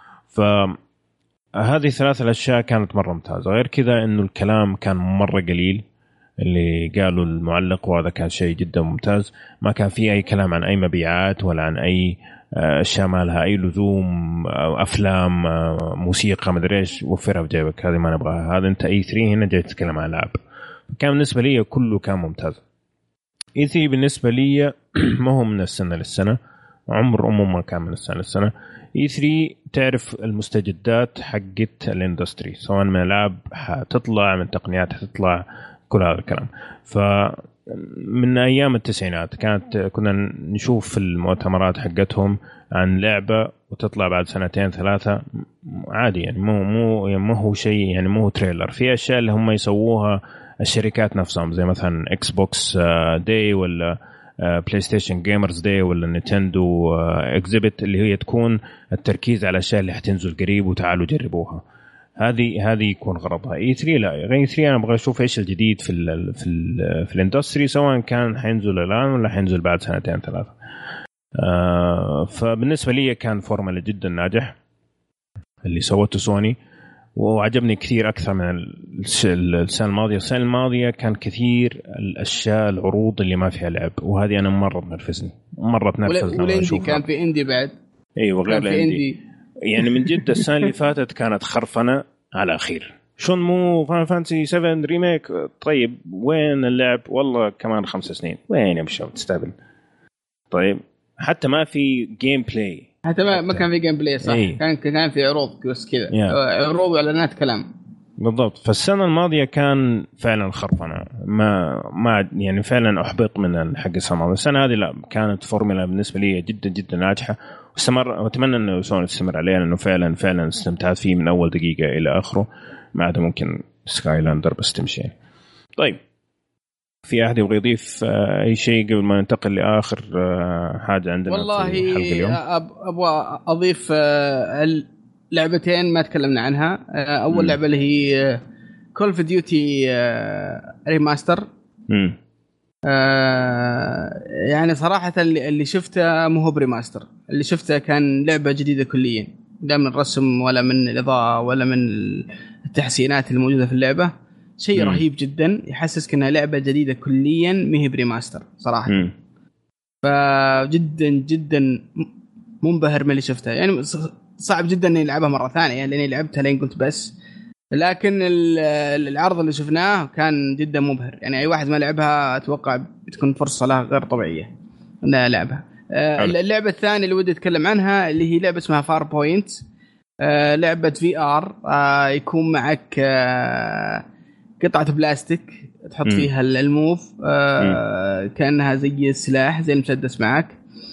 Speaker 5: هذه 3 الأشياء كانت مرة ممتازة. غير كذا إنه الكلام كان مرة قليل اللي قالوا المعلق، وهذا كان شيء جدا ممتاز. ما كان فيه أي كلام عن أي مبيعات ولا عن أي أشياء ما لها أي لزوم، أفلام، موسيقى، مدري إيش، وفرها بجيبك، هذه ما نبغاها. هذا أنت اي 3 هنا جاي تتكلم عن ألعاب. كان بالنسبة لي كله كان ممتاز. اي 3 بالنسبة لي ما هو من السنة للسنة، عمر ما كان من السنة للسنة. اي 3 تعرف المستجدات حقت الاندستري، سواء من العاب حتطلع، من تقنيات حتطلع، كل هذا الكلام. فمن ايام التسعينات كنا نشوف في المؤتمرات حقتهم عن لعبه وتطلع بعد 2-3 عادي يعني، مو هو شيء يعني، مو تريلر. في اشياء اللي هم يسووها الشركات نفسهم، زي مثلا اكس بوكس داي ولا بلاي ستيشن جيمرز داي ولا نينتندو اكزيبت، اللي هي تكون التركيز على الاشياء اللي حتنزل قريب وتعالوا جربوها. هذه يكون غرضها. اي 3 لا، اي 3 انا ابغى اشوف ايش الجديد في الاندستري، سواء كان حينزل الان ولا حينزل بعد 2-3. فبالنسبه لي كان فورمولا جدا ناجح اللي سوته سوني، وعجبني كثير أكثر من السنة الماضية. السنة الماضية كان كثير الأشياء العروض اللي ما فيها لعب، وهذه أنا مرة تنرفزني، مرة تنرفزني.
Speaker 3: والإندي كان في إندي بعد.
Speaker 5: أيوة غير الإندي يعني من جد. السنة اللي فاتت كانت خرفنة على أخير. شون مو فان فانسي 7 ريميك، طيب وين اللعب؟ والله كمان 5 سنين، وين يا بشو تستقبل؟ طيب حتى ما في جيم بلاي،
Speaker 3: حتى ما كان في جيم بلاي صح. كان في عروض بس كذا عروض واعلانات كلام.
Speaker 5: بالضبط. فالسنه الماضيه كان فعلا خرفنا، ما يعني فعلا احبط من حق السنه. السنه هذه لا، كانت فورمولا بالنسبه لي جدا جدا ناجحه، واستمر. واتمنى انه سوني تستمر عليها، لانه فعلا استمتعت فيه من اول دقيقه الى اخره. ما عدا ممكن سكايلاندر بس تمشي. طيب في أحد يبغى يضيف أي شيء قبل ما ننتقل لآخر حاجة عندنا
Speaker 3: والله
Speaker 5: في الحلقة اليوم؟
Speaker 3: أبغى أضيف لعبتين ما تكلمنا عنها. أول لعبة اللي هي Call of Duty ريماستر. يعني صراحة اللي شفته مو هو بريماستر، اللي شفته كان لعبة جديدة كليا، لا من الرسم ولا من الإضاءة ولا من التحسينات الموجودة في اللعبة. شيء رهيب جدا، يحسسك انها لعبه جديده كليا، ما هي بريماستر صراحه. فجدا جدا منبهر من اللي شفته. يعني صعب جدا اني العبها مره ثانيه يعني، لاني لعبتها لين قلت بس، لكن العرض اللي شفناه كان جدا مبهر. يعني اي واحد ما لعبها اتوقع بتكون فرصه له غير طبيعيه انها لعبها. اللعبه الثانيه اللي ودي اتكلم عنها اللي هي لعبه اسمها فار بوينت. لعبة VR يكون معك قطعة بلاستيك تحط فيها الموف كأنها زي السلاح زي المسدس معك.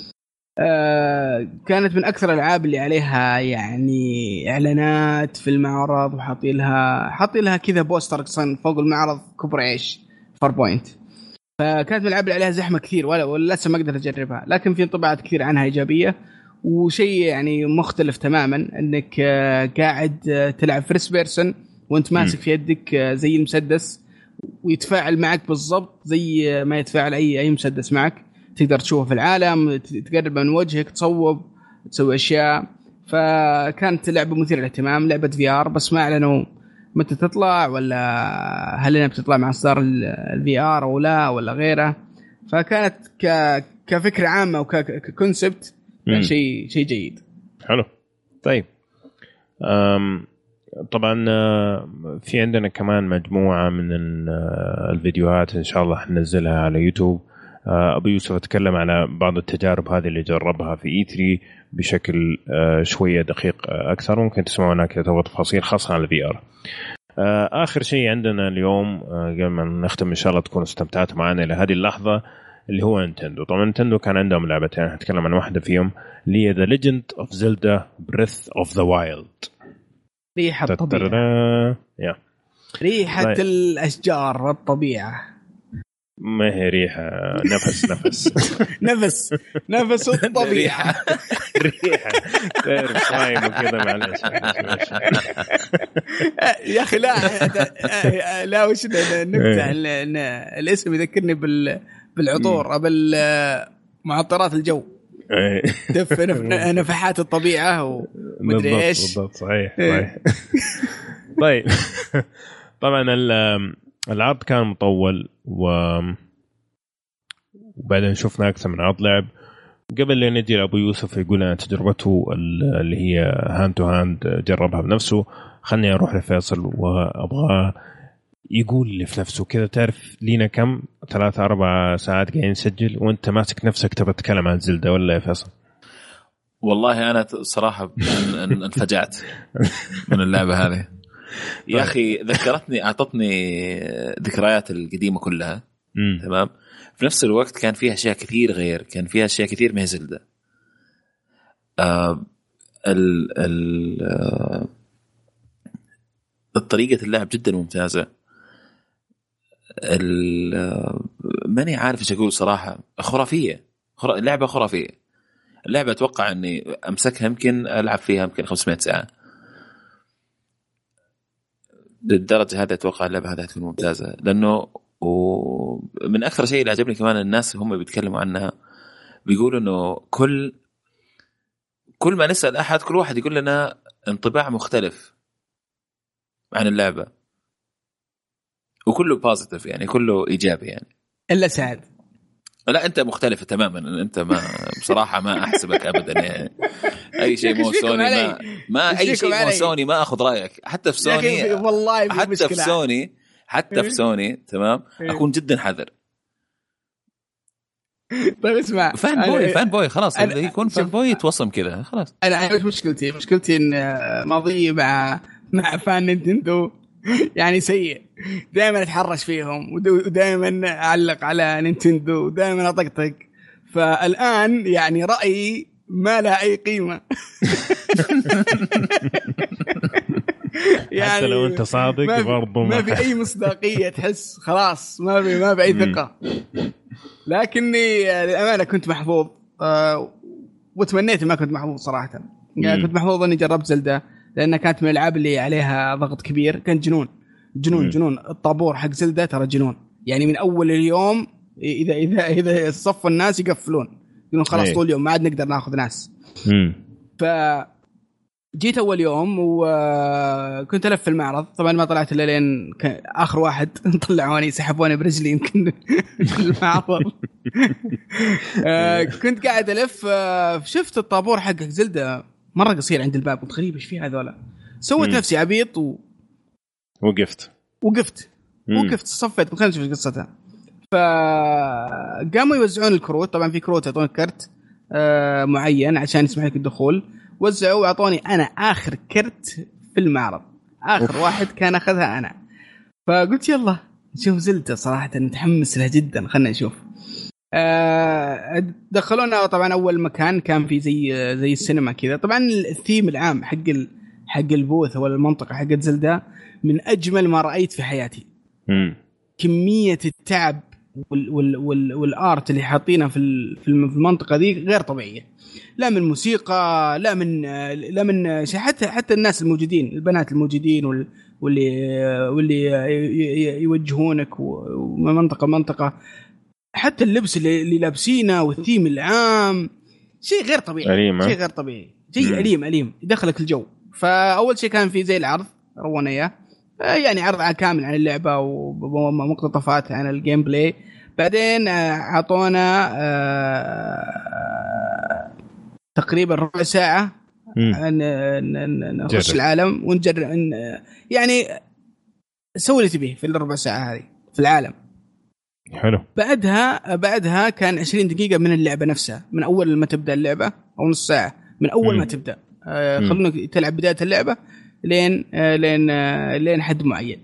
Speaker 3: كانت من أكثر الألعاب اللي عليها يعني إعلانات في المعرض، وحاطين لها كذا بوستر فوق المعرض كبر عيش 4 بوينت. فكانت من الألعاب اللي عليها زحمة كثير ولا لسه ما قدرت أجربها، لكن في انطباعات كثير عنها إيجابية. وشيء يعني مختلف تماما انك قاعد تلعب فيرست بيرسون وانت ماسك في يدك زي المسدس، ويتفاعل معك بالضبط زي ما يتفاعل اي مسدس معك. تقدر تشوفه في العالم، تقرب من وجهك، تصوب، تسوي اشياء. فكانت لعبه مثيره للاهتمام، لعبه VR، بس ما اعلنوا متى تطلع ولا هل انها بتطلع مع اصدار الVR او لا ولا غيره. فكانت كفكره عامه وككونسبت شيء جيد.
Speaker 5: حلو. طيب طبعا في عندنا كمان مجموعة من الفيديوهات إن شاء الله حننزلها على يوتيوب. أبو يوسف اتكلم على بعض التجارب هذه اللي جربها في E3 بشكل شوية دقيق أكثر، ممكن تسمعوا هناك تفاصيل خاصة على VR. آخر شيء عندنا اليوم قبل ما نختم إن شاء الله تكونوا استمتعتوا معنا إلى هذه اللحظة، اللي هو نينتندو. طبعا نينتندو كان عندهم لعبتين، هتكلم عن واحدة فيهم اللي هي The Legend of Zelda Breath of the Wild.
Speaker 3: ريحة الطبيعة، ريحة الأشجار والطبيعة،
Speaker 5: ما هي ريحة،
Speaker 3: نفس الطبيعة.
Speaker 5: ريحة تعرف صايم وكذا معلش
Speaker 3: يا أخي لا وش النكتة الاسم يذكرني بالعطور بالمعطرات الجو، نفحات الطبيعة ومدري ايش.
Speaker 5: بالضبط صحيح. طيب طبعا العرض كان مطول وبعدين شفنا أكثر من عرض لعب. قبل أن نجي لأبو يوسف يقول لنا تجربته اللي هي هاند تو هاند جربها بنفسه، خلني أروح لفيصل وأبغى يقول اللي في نفسه كذا. تعرف لينا كم 3-4 ساعات قاعدين نسجل وانت ماسك نفسك تبغى تتكلم عن زلدة ولا يا فيصل؟
Speaker 2: والله أنا صراحة انفجعت من اللعبة هذه يا أخي. ذكرتني، أعطتني ذكريات القديمة كلها. تمام. في نفس الوقت كان فيها أشياء كثير غير، كان فيها أشياء كثير ما هي زلدة. طريقة اللعب جدا ممتازة. ماني عارف ايش اقول صراحة، خرافية. اللعبة خرافية. اللعبة اتوقع اني امسكها يمكن العب فيها يمكن 500 ساعة. للدرجة هذه اتوقع اللعبة هذه تكون ممتازة، لانه ومن اكثر شيء اللي عجبني كمان الناس هم بيتكلموا عنها بيقولوا انه كل ما نسأل احد كل واحد يقول لنا انطباع مختلف عن اللعبة، وكله بوزيتيف يعني كله إيجابي يعني.
Speaker 3: إلا سعد.
Speaker 2: لا أنت مختلفة تماما، أنت ما بصراحة ما أحسبك أبدا يعني. أي شيء مو سوني ما أي شيء مو سوني ما أخذ رأيك. حتى في سوني
Speaker 3: والله
Speaker 2: حتى في سوني تمام أكون جدا حذر.
Speaker 3: طيب اسمع،
Speaker 2: فان بوي خلاص إذا يكون فان بوي يتوصم كذا خلاص.
Speaker 3: أنا عارف مشكلتي إن ماضي مع فان نينتندو يعني سيء. دائما اتحرش فيهم ودائما اعلق على نينتندو ودائما اطقطق. فالان يعني رايي ما له اي قيمه.
Speaker 5: يعني حتى لو انت صادق برضو
Speaker 3: ما في اي مصداقيه، تحس خلاص ما في اي ثقه. لكني للامانه كنت محظوظ وتمنيت ما كنت محظوظ صراحه. يعني كنت محظوظ اني جربت زلدة، لأنها كانت من الألعاب اللي عليها ضغط كبير. كان جنون الطابور حق زلدة ترى جنون يعني. من أول اليوم إذا صف الناس يقفلون يقولون خلاص طول اليوم ما عاد نقدر ناخذ ناس. فجيت أول يوم وكنت ألف في المعرض. طبعا ما طلعت إلا لين آخر واحد طلعوني سحبوني برجلي يمكن المعرض. كنت قاعد ألف شفت الطابور حق زلدة مرة قصير عند الباب، قلت غريب ايش في هذولا. سويت نفسي عبيط وقفت صفيت خلينا نشوف قصتها. فقاموا يوزعون الكروت. طبعا في كروت يعطونك كرت معين عشان يسمح لك الدخول، وزعوا وأعطوني أنا آخر كرت في المعرض، آخر واحد كان أخذها أنا. فقلت يلا نشوف زلدة، صراحة متحمس لها جدا، خلنا نشوف. دخلونا طبعا أول مكان كان في زي السينما كذا. طبعا الثيم العام حق البوث ولا المنطقة حق زلدة من أجمل ما رأيت في حياتي. كمية التعب والآرت اللي حاطينها في المنطقة دي غير طبيعية، لا من موسيقى لا من شيء، حتى الناس الموجودين، البنات الموجودين واللي يوجهونك ومن منطقة، حتى اللبس اللي لابسينه والثيم العام شيء غير طبيعي، شيء غير طبيعي، شيء أليم يدخلك الجو. فأول شيء كان في زي العرض رونا إياه، يعني عرض كامل عن اللعبة ومقتطفات عن الجيم بلاي. بعدين عطونا تقريبا ربع ساعة نخش العالم ونجرب، يعني سوي اللي تبيه في الربع ساعة هذه في العالم.
Speaker 5: حلو.
Speaker 3: بعدها كان 20 دقيقة من اللعبة نفسها، من أول ما تبدأ اللعبة أو نص ساعة من أول ما تبدأ، خلونك تلعب بداية اللعبة لين حد معين.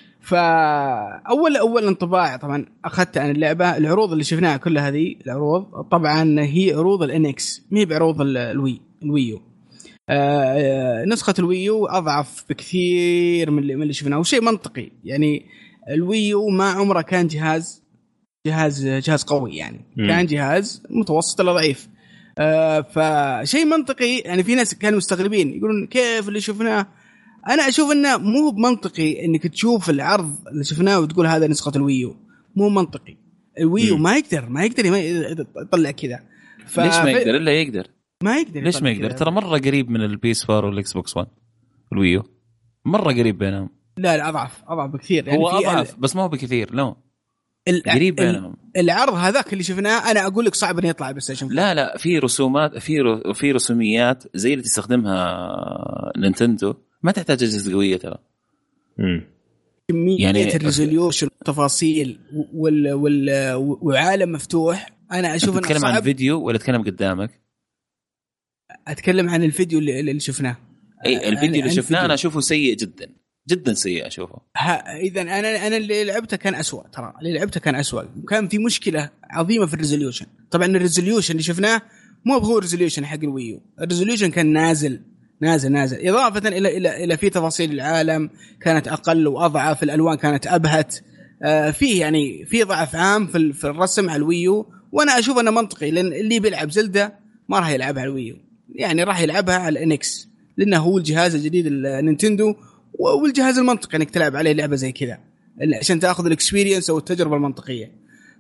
Speaker 3: فأول انطباع طبعا أخذت عن اللعبة، العروض اللي شفناها كل هذه العروض طبعا هي عروض الانكس، مي بعروض الويو. نسخة الويو أضعف بكثير من اللي شفناه، وشيء منطقي. يعني الويو ما عمره كان جهاز قوي، يعني كان جهاز متوسط إلى ضعيف. فشيء منطقي. يعني في ناس كانوا مستغربين يقولون كيف اللي شفناه. أنا أشوف إنه مو بمنطقي إنك تشوف العرض اللي شفناه وتقول هذا نسخة الويو، مو منطقي. الويو ما يقدر يطلع كذا.
Speaker 2: ليش ما يقدر؟ إلا يقدر.
Speaker 3: ما يقدر.
Speaker 2: ليش ما يقدر؟ ترى مرة قريب من البيس 4 والإكس بوكس 1 الويو، مرة قريب بينهم.
Speaker 3: لا أضعف بكثير. يعني
Speaker 2: هو أضعف بس ما هو بكثير. لا قريب بينهم.
Speaker 3: العرض هذاك اللي شفناه أنا أقول لك صعب إنه يطلع بالستيشن.
Speaker 2: لا في رسومات، في رسوميات زي اللي تستخدمها نينتندو، ما تحتاج أجهزة قوية ترى.
Speaker 3: كمية يعني الريزوليوشن والتفاصيل وعالم مفتوح. أنا أشوف إنه
Speaker 2: تتكلم عن الفيديو ولا تتكلم قدامك؟
Speaker 3: أتكلم عن الفيديو اللي شفناه.
Speaker 2: أي الفيديو اللي شفناه أنا أشوفه سيء جدا سيء أشوفه.
Speaker 3: إذا أنا اللي لعبته كان أسوأ، ترى اللي لعبته كان أسوأ، وكان في مشكلة عظيمة في الريزوليوشن. طبعا الريزوليوشن اللي شفناه مو هو الريزوليوشن حق الويو، الريزوليوشن كان نازل إضافة إلى في تفاصيل العالم كانت أقل وأضعف، الألوان كانت أبهت، فيه يعني في ضعف عام في الرسم على الويو. وأنا أشوف أنه منطقي، لأن اللي بيلعب زلدة ما راح يلعبها على الويو، يعني راح يلعبها على الانكس، لأنه هو الجهاز الجديد النينتندو والجهاز المنطقي انك تلعب عليه لعبه زي كذا عشان تاخذ الاكسبيرينس او التجربه المنطقيه.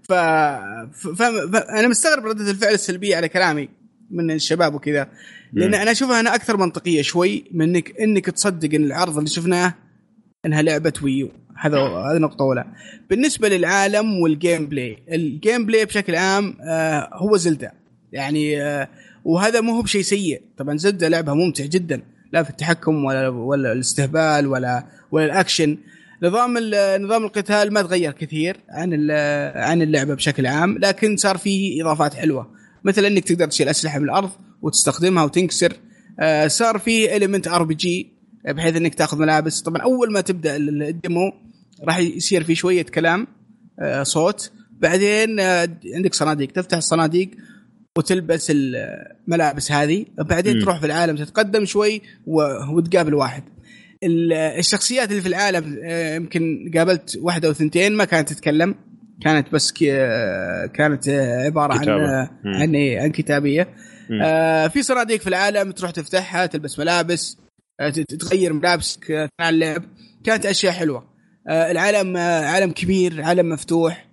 Speaker 3: انا مستغرب رده الفعل السلبيه على كلامي من الشباب وكذا، لان انا اشوفها انا اكثر منطقيه شوي من انك تصدق ان العرض اللي شفناه انها لعبه ويو. هذا نقطه اولى. بالنسبه للعالم والجيم بلاي، الجيم بلاي بشكل عام هو زلدة يعني، وهذا مو هو بشيء سيء. طبعا زلدة لعبه ممتع جدا، لا في التحكم ولا الاستهبال ولا الاكشن. نظام القتال ما تغير كثير عن اللعبه بشكل عام، لكن صار فيه اضافات حلوه، مثل انك تقدر تشيل اسلحه من الارض وتستخدمها وتنكسر. صار فيه إليمنت RPG بحيث انك تاخذ ملابس. طبعا اول ما تبدا الديمو راح يصير في شويه كلام صوت، بعدين عندك صناديق، تفتح الصناديق وتلبس الملابس هذه، بعدين تروح في العالم تتقدم شوي وتقابل واحد. الشخصيات اللي في العالم يمكن قابلت واحدة أو ثنتين ما كانت تتكلم، كانت بس كانت عبارة عن كتابية. في صناديق في العالم تروح تفتحها، تلبس ملابس، تغير ملابسك على اللعب. كانت أشياء حلوة. العالم عالم كبير، عالم مفتوح،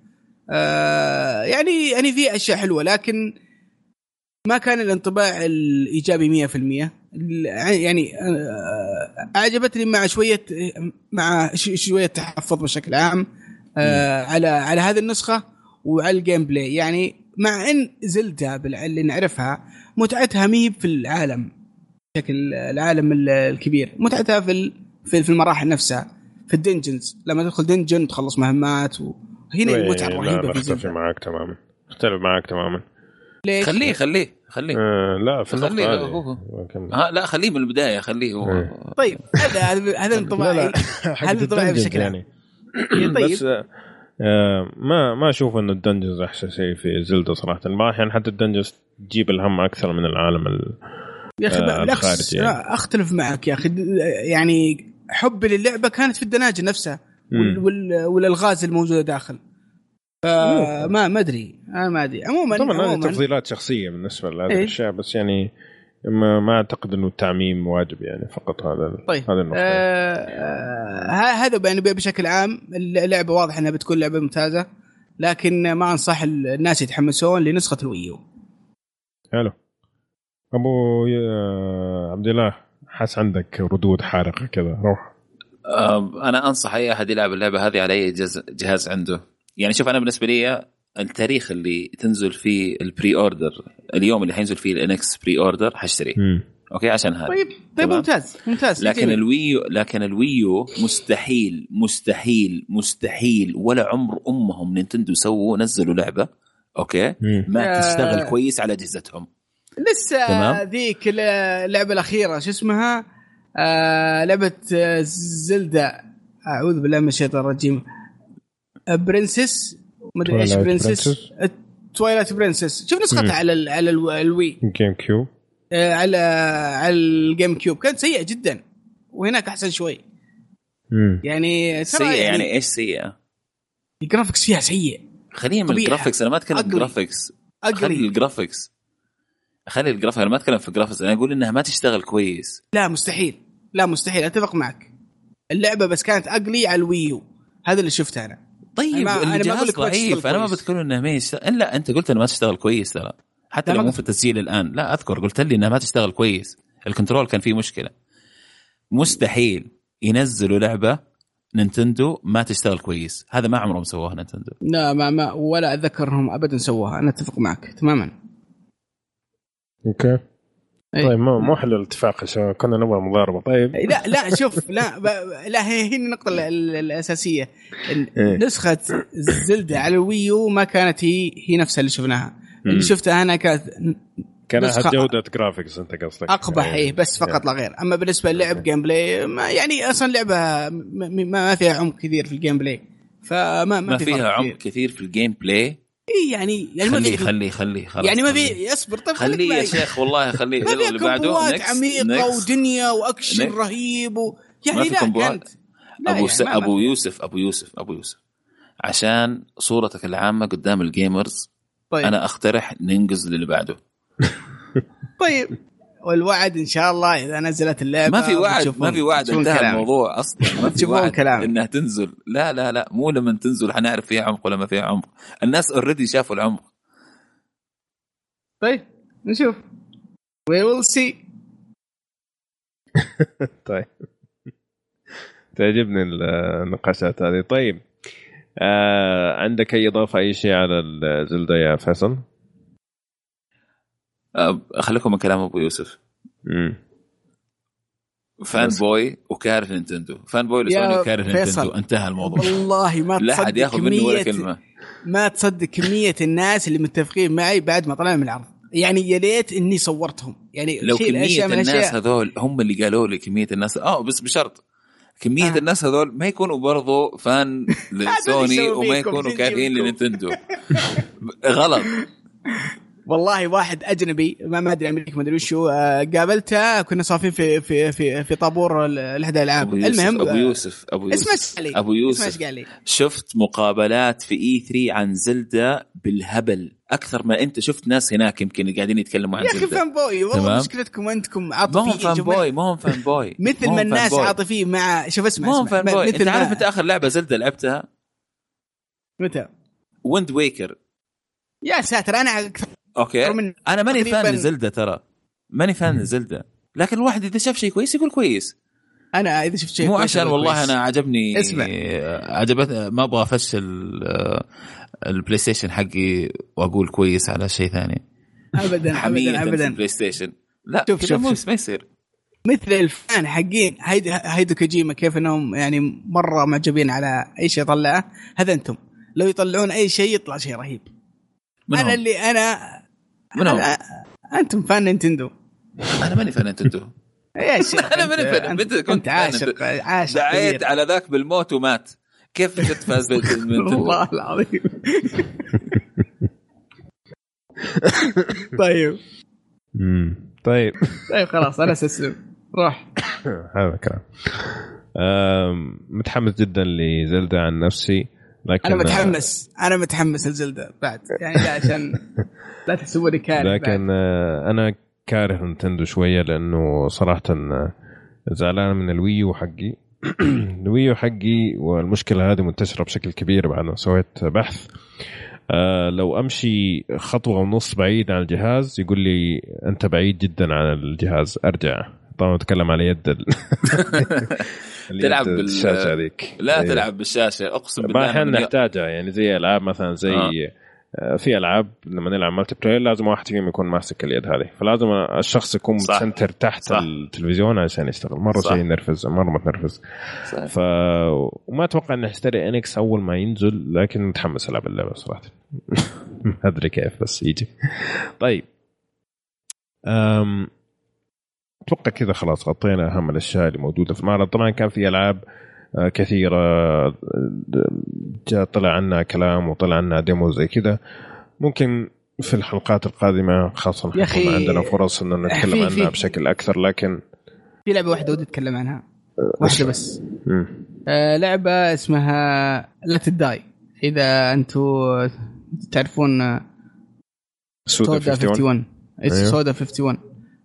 Speaker 3: يعني في أشياء حلوة، لكن ما كان الانطباع الإيجابي 100%. يعني أعجبتني مع شوية تحفظ بشكل عام على هذه النسخة وعلى الجيم بلاي. يعني مع إن زلدة اللي نعرفها متعتها ميب في العالم، بشكل العالم الكبير، متعتها في المراحل نفسها، في الدنجنز، لما تدخل دنجن تخلص مهمات، وهنا المتعة رهيبة.
Speaker 5: اختلف معك تماما.
Speaker 3: ليش؟
Speaker 2: خليه
Speaker 5: لا في النقطة
Speaker 2: لا خليه من البداية خليه هو.
Speaker 3: طيب هذا انطباعي هذا انطباعي بشكل
Speaker 5: يعني طيب. بس ما اشوف انه الدنجنز احسن شيء في زلدة صراحة. يعني حتى الدنجنز تجيب الهم اكثر من العالم
Speaker 3: يا اخي بالعكس يعني. اختلف معك يا اخي، يعني حبي للعبة كانت في الدناجة نفسها والالغاز الموجودة داخل. ما ادري عموما
Speaker 5: طبعا هذه تفضيلات شخصيه بالنسبه لهذه الاشياء، بس يعني ما اعتقد انه التعميم واجب يعني فقط هذا.
Speaker 3: طيب.
Speaker 5: هذا النقطه
Speaker 3: هذا يعني بشكل عام اللعبه واضح انها بتكون لعبه ممتازه، لكن ما انصح الناس يتحمسون لنسخه الويو.
Speaker 5: حلو. ابو عبد الله حاس عندك ردود حارقه كذا، روح.
Speaker 2: انا انصح اي احد يلعب اللعبه هذه على اي جهاز عنده. يعني شوف انا بالنسبه لي التاريخ اللي تنزل فيه البري اوردر، اليوم اللي حينزل فيه الانكس بري اوردر حشتري. اوكي عشان هذا.
Speaker 3: طيب ممتاز.
Speaker 2: لكن الويو مستحيل ولا عمر امهم نينتندو نزلوا لعبه اوكي ما تشتغل كويس على اجهزتهم
Speaker 3: لسه. ذيك اللعبه الاخيره شو اسمها لعبه زلدا، اعوذ بالله من الشيطان الرجيم، برنسس مدري ايش برنسس تويلايت برنسس. شوف نسختها على الوي
Speaker 5: جيم كيوب،
Speaker 3: على الجيم كيوب كانت سيئة جدا، وهناك احسن شوي. يعني
Speaker 2: سيئة يعني ايش سيئة؟
Speaker 3: الجرافيكس فيها سيء.
Speaker 2: خلينا من الجرافيكس، انا ما اتكلم الجرافيكس، خلي الجرافيكس انا ما اتكلم في الجرافيكس، انا اقول انها ما تشتغل كويس.
Speaker 3: لا مستحيل اتفق معك. اللعبة بس كانت اقلي على الويو، هذا اللي شفته انا.
Speaker 2: طيب الجهاز ضعيف، انا ما بتقول انها ما يشتغل. لا انت قلت انها ما تشتغل كويس ترى، حتى لو مو في التسجيل الان. لا اذكر قلت لي انها ما تشتغل كويس، الكنترول كان فيه مشكله. مستحيل ينزلوا لعبه نينتندو ما تشتغل كويس، هذا ما عمرهم سووها نينتندو.
Speaker 3: لا ما ولا اذكرهم ابدا سووها. انا اتفق معك تماما.
Speaker 5: اوكي طيب مو حلو الاتفاق عشان كنا نبغى مضاربه. طيب
Speaker 3: لا شوف لا هي النقطه الاساسيه. نسخه زلدة على الويو ما كانت هي نفسها اللي شفناها. اللي شفتها انا كانت
Speaker 5: جوده جرافيكس انت قصدك
Speaker 3: اقبح يعني. بس فقط لا غير. اما بالنسبه للعب جيم بلاي يعني اصلا لعبه ما فيها عمق كثير في الجيم بلاي،
Speaker 2: ما فيها عمق كثير في الجيم بلاي.
Speaker 3: يعني
Speaker 2: خلي
Speaker 3: يعني ما في اصبر. طيب
Speaker 2: خليه يا شيخ والله خليه اللي بعده
Speaker 3: عميقه ودنيا واكشن رهيب يعني لا كانت
Speaker 2: ابو يوسف عشان صورتك العامه قدام الجيمرز. طيب. انا اقترح ننجز للي بعده.
Speaker 3: طيب والوعد ان شاء الله اذا نزلت اللعبه
Speaker 2: ما في وعد انتهى الموضوع اصلا. ما في وعد
Speaker 3: كلام
Speaker 2: انها تنزل. لا مو لما تنزل حنعرف فيها عمق ولا ما فيها عمق. الناس اوريدي شافوا العمق.
Speaker 3: طيب نشوف we will see.
Speaker 5: طيب تعجبني النقاشات هذه. طيب عندك اي اضافه اي شيء على زلدة يا فيصل؟
Speaker 2: خليكم من كلام ابو يوسف. فان بوي وكاره نينتندو، فان بوي لسوني وكاره نينتندو، انتهى الموضوع.
Speaker 3: والله ما
Speaker 2: لا حد ياخذ منه ولا كلمه.
Speaker 3: ما تصدق كميه الناس اللي متفقين معي بعد ما طلعنا من العرض. يعني يا ليت اني صورتهم. يعني
Speaker 2: لو كميه الناس هذول هم اللي قالوا لي كميه الناس بس بشرط كميه الناس هذول ما يكونوا برضو فان لسوني وما يكونوا كارهين لنينتندو. غلط
Speaker 3: والله. واحد اجنبي ما ادري امريكا ما ادري وشو قابلته، كنا صافين في طابور الهدايا العام. المهم
Speaker 2: ابو يوسف شفت مقابلات في E3 عن زلدة بالهبل اكثر ما انت شفت ناس هناك يمكن قاعدين يتكلموا عن زلدة.
Speaker 3: يا اخي فان بوي والله مشكلتكم انتم عاطفيين.
Speaker 2: ما هم فان بوي
Speaker 3: مثل ما الناس عاطفيين مع شوف اسمع
Speaker 2: انت عارف متى اخر لعبه زلدة لعبتها؟
Speaker 3: متى؟
Speaker 2: ويند ويكر.
Speaker 3: يا ساتر. انا
Speaker 2: اوكي انا ماني فان لزلدة، ترى ماني فان لزلدة، لكن الواحد اذا شاف شيء كويس يقول كويس.
Speaker 3: انا اذا شفت شيء
Speaker 2: مو عشان والله
Speaker 3: كويس.
Speaker 2: انا عجبني عجبت ما ابغى افشل البلاي ستيشن حقي واقول كويس على شيء ثاني.
Speaker 3: ابدا
Speaker 2: البلاي ستيشن لا
Speaker 3: شوف
Speaker 2: ما يصير.
Speaker 3: مثل الفان حقين هيدو كوجيما كيف انهم يعني مره معجبين على اي شيء يطلعه. هذا انتم لو يطلعون اي شيء يطلع شيء رهيب. انا
Speaker 2: منو؟
Speaker 3: انتم فان نينتندو.
Speaker 2: انا ماني فان نينتندو
Speaker 3: يا شيخ
Speaker 2: انا ماني فان. انت كنت
Speaker 3: عاشق
Speaker 2: دعيت على ذاك بالموت ومات. كيف تتفاز بالنينتندو؟
Speaker 3: والله العظيم. طيب
Speaker 5: طيب
Speaker 3: خلاص انا استسلم روح.
Speaker 5: هذا كلام. متحمس جدا لزلدة عن نفسي، لكن
Speaker 3: انا متحمس لزلدة بعد يعني لا عشان لا تحسبوا لي كاره،
Speaker 5: لكن انا كاره نينتندو شويه لانه صراحه زعلان من الويو حقي. الويو حقي والمشكله هذه منتشره بشكل كبير بعد ما سويت بحث. لو امشي خطوه ونص بعيد عن الجهاز يقول لي انت بعيد جدا عن الجهاز، ارجع. طبعا اتكلم على يد
Speaker 2: تلعب
Speaker 5: بالشاشه هذيك.
Speaker 2: لا تلعب بالشاشه اقسم بالله
Speaker 5: ما احنا نحتاجها يعني زي العاب مثلا زي في العاب لما نلعب مالتي بلاير لازم واحد فيهم يكون ماسك اليد هذه، فلازم الشخص يكون متسنتر تحت التلفزيون عشان يشتغل. مره شيء ينرفز، مره ما تنرفز. وما اتوقع ان اشتري انكس اول ما ينزل، لكن متحمس العب اللعبه صراحه. ما ادري كيف بس يجي. طيب اتوقع كذا خلاص غطينا اهم الاشياء اللي موجوده في المعرض. طبعا كان في العاب كثيره جاء طلع عنها كلام وطلع عنها ديمو زي كذا. ممكن في الحلقات القادمه خاصه نكون عندنا فرص ان نتكلم عنها بشكل اكثر. لكن
Speaker 3: في لعبه واحده ودي اتكلم عنها، واحده بس. لعبه اسمها لا تداي، اذا انتم تعرفون سودا 51. سودا 51.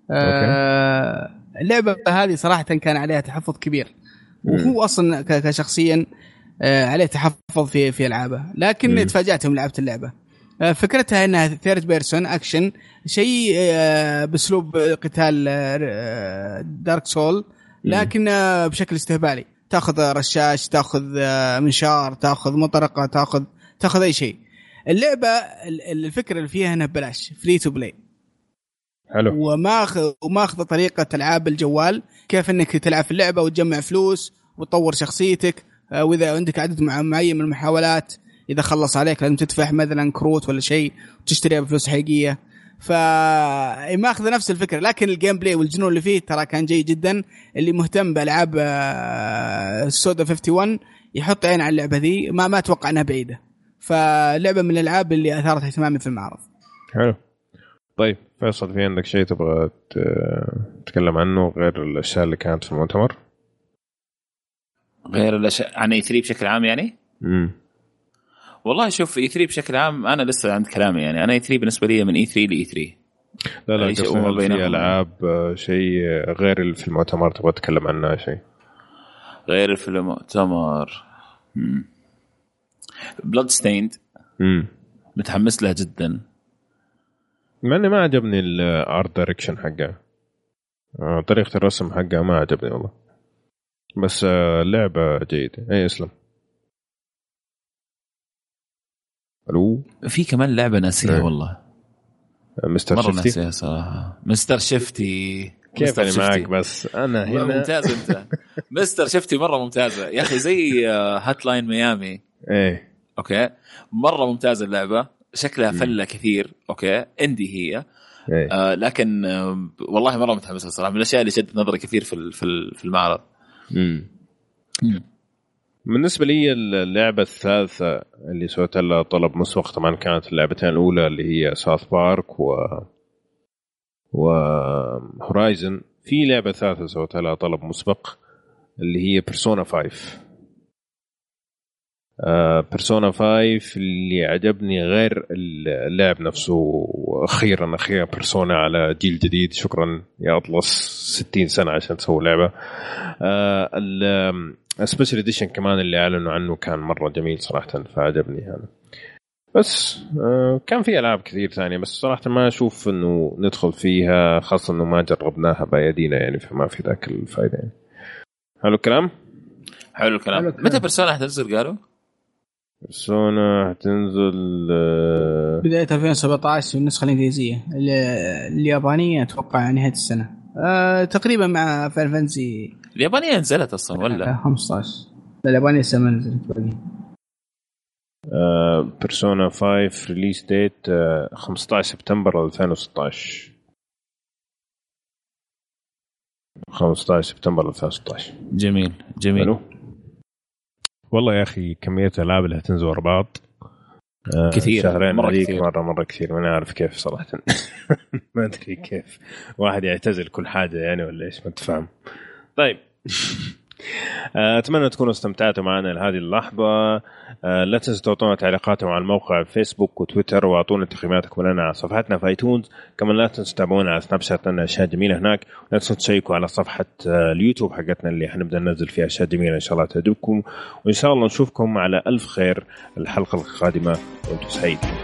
Speaker 3: اللعبة هذه صراحة كان عليها تحفظ كبير، وهو أصلا كشخصيا عليه تحفظ في ألعابه، لكن تفاجأت من لعبة اللعبة. فكرتها أنها ثيرد بيرسون أكشن، شيء بأسلوب قتال دارك سول، لكن بشكل استهبالي. تأخذ رشاش، تأخذ منشار، تأخذ مطرقة، تأخذ أي شيء. اللعبة الفكرة اللي فيها أنها بلاش، فري تو بلاي.
Speaker 5: حلو.
Speaker 3: وما أخذ طريقة ألعاب الجوال، كيف أنك تلعب في اللعبة وتجمع فلوس وتطور شخصيتك، وإذا عندك عدد معين من المحاولات إذا خلص عليك لازم تدفع مثلا كروت ولا شيء وتشتريها بفلوس حقيقية. فما أخذ نفس الفكرة، لكن الجيم بلاي والجنون اللي فيه ترى كان جيد جدا. اللي مهتم بألعاب سودا 51 يحط عين على اللعبة دي، ما أتوقع أنها بعيدة. فلعبة من الألعاب اللي أثارت اهتمامي في المعرض.
Speaker 5: حلو. طيب فيصل، في عندك شيء تبغى تتكلم عنه غير الأشياء اللي كانت في المؤتمر؟
Speaker 2: غير الأشياء عن E3 بشكل عام يعني؟ والله شوف E3 بشكل عام أنا لسه عند كلامي يعني. أنا E3 بالنسبة لي من E3 ل E3.
Speaker 5: لا قصدي في ألعاب شيء غير في المؤتمر تبغى تتكلم عنه شيء
Speaker 2: غير في المؤتمر؟ Bloodstained متحمس لها جدا،
Speaker 5: مع اني ما عجبني الارت دايركشن حقها، طريقه الرسم حقها ما عجبني والله، بس اللعبه جيده. اي اسلم. الو،
Speaker 2: في كمان لعبه ناسيها والله،
Speaker 5: مستر شفتي.
Speaker 2: ناسيها صراحه. مستر شفتي
Speaker 5: كيف أنا معك؟ بس انا هنا
Speaker 2: ممتاز. انت مستر شفتي مره ممتازه يا اخي، زي هاتلاين ميامي.
Speaker 5: ايه
Speaker 2: اوكي، مره ممتازه اللعبه، شكلها فله كثير. اوكي اندي هي لكن والله مره متحمس الصراحه، من الاشياء اللي شدت نظري كثير في المعرض.
Speaker 5: بالنسبه لي اللعبه الثالثه اللي سويت لها طلب مسبق، طبعا كانت اللعبتين الاولى اللي هي ساوث بارك و هورايزن. في لعبه ثالثه سويت لها طلب مسبق اللي هي بيرسونا 5. بيرسونا 5 اللي عجبني غير اللعب نفسه، واخيرا بيرسونا على جيل جديد. شكرا يا اطلس 60 سنه عشان تسوي لعبه. السبيشال اديشن كمان اللي اعلنوا عنه كان مره جميل صراحه، فعجبني هذا. بس كان في العاب كثير ثانيه، بس صراحه ما اشوف انه ندخل فيها، خاصه انه ما جربناها بايدينا يعني، فما في ذاك الفائده يعني. حلو الكلام. متى بيرسونا هتنزل؟ قالوا بيرسونا هتنزل
Speaker 3: بداية 2017 في النسخة الإنجليزية. اليابانية أتوقع نهاية السنة تقريبا مع فاينل فانتسي.
Speaker 2: اليابانية نزلت أصلا ولا
Speaker 3: 15؟ اليابانية لسه ما نزلت.
Speaker 5: بيرسونا 5 ريليس ديت 15 سبتمبر 2016. 15 سبتمبر 2016.
Speaker 2: جميل جميل.
Speaker 5: والله يا أخي كمية الألعاب اللي هتنزل ورا بعض
Speaker 2: كثير،
Speaker 5: شهرين مرة كثير. ما أعرف كيف صراحة. ما أدري كيف واحد يعتزل كل حاجة يعني ولا إيش، ما تفهم. طيب أتمنى تكونوا استمتعتوا معنا لهذه اللحظة. لا تنسوا تعطونا تعليقاتكم على الموقع فيسبوك وتويتر، وأعطونا تقييماتكم لنا على صفحتنا في ايتونز. كمان لا تنسوا تتابعونا على سناب شات، لنا أشياء جميلة هناك. لا تنسوا تشيكوا على صفحة اليوتيوب حقتنا اللي حنبدأ ننزل فيها أشياء جميلة إن شاء الله تعجبكم، وإن شاء الله نشوفكم على ألف خير الحلقة القادمة، وأنتم سعيد.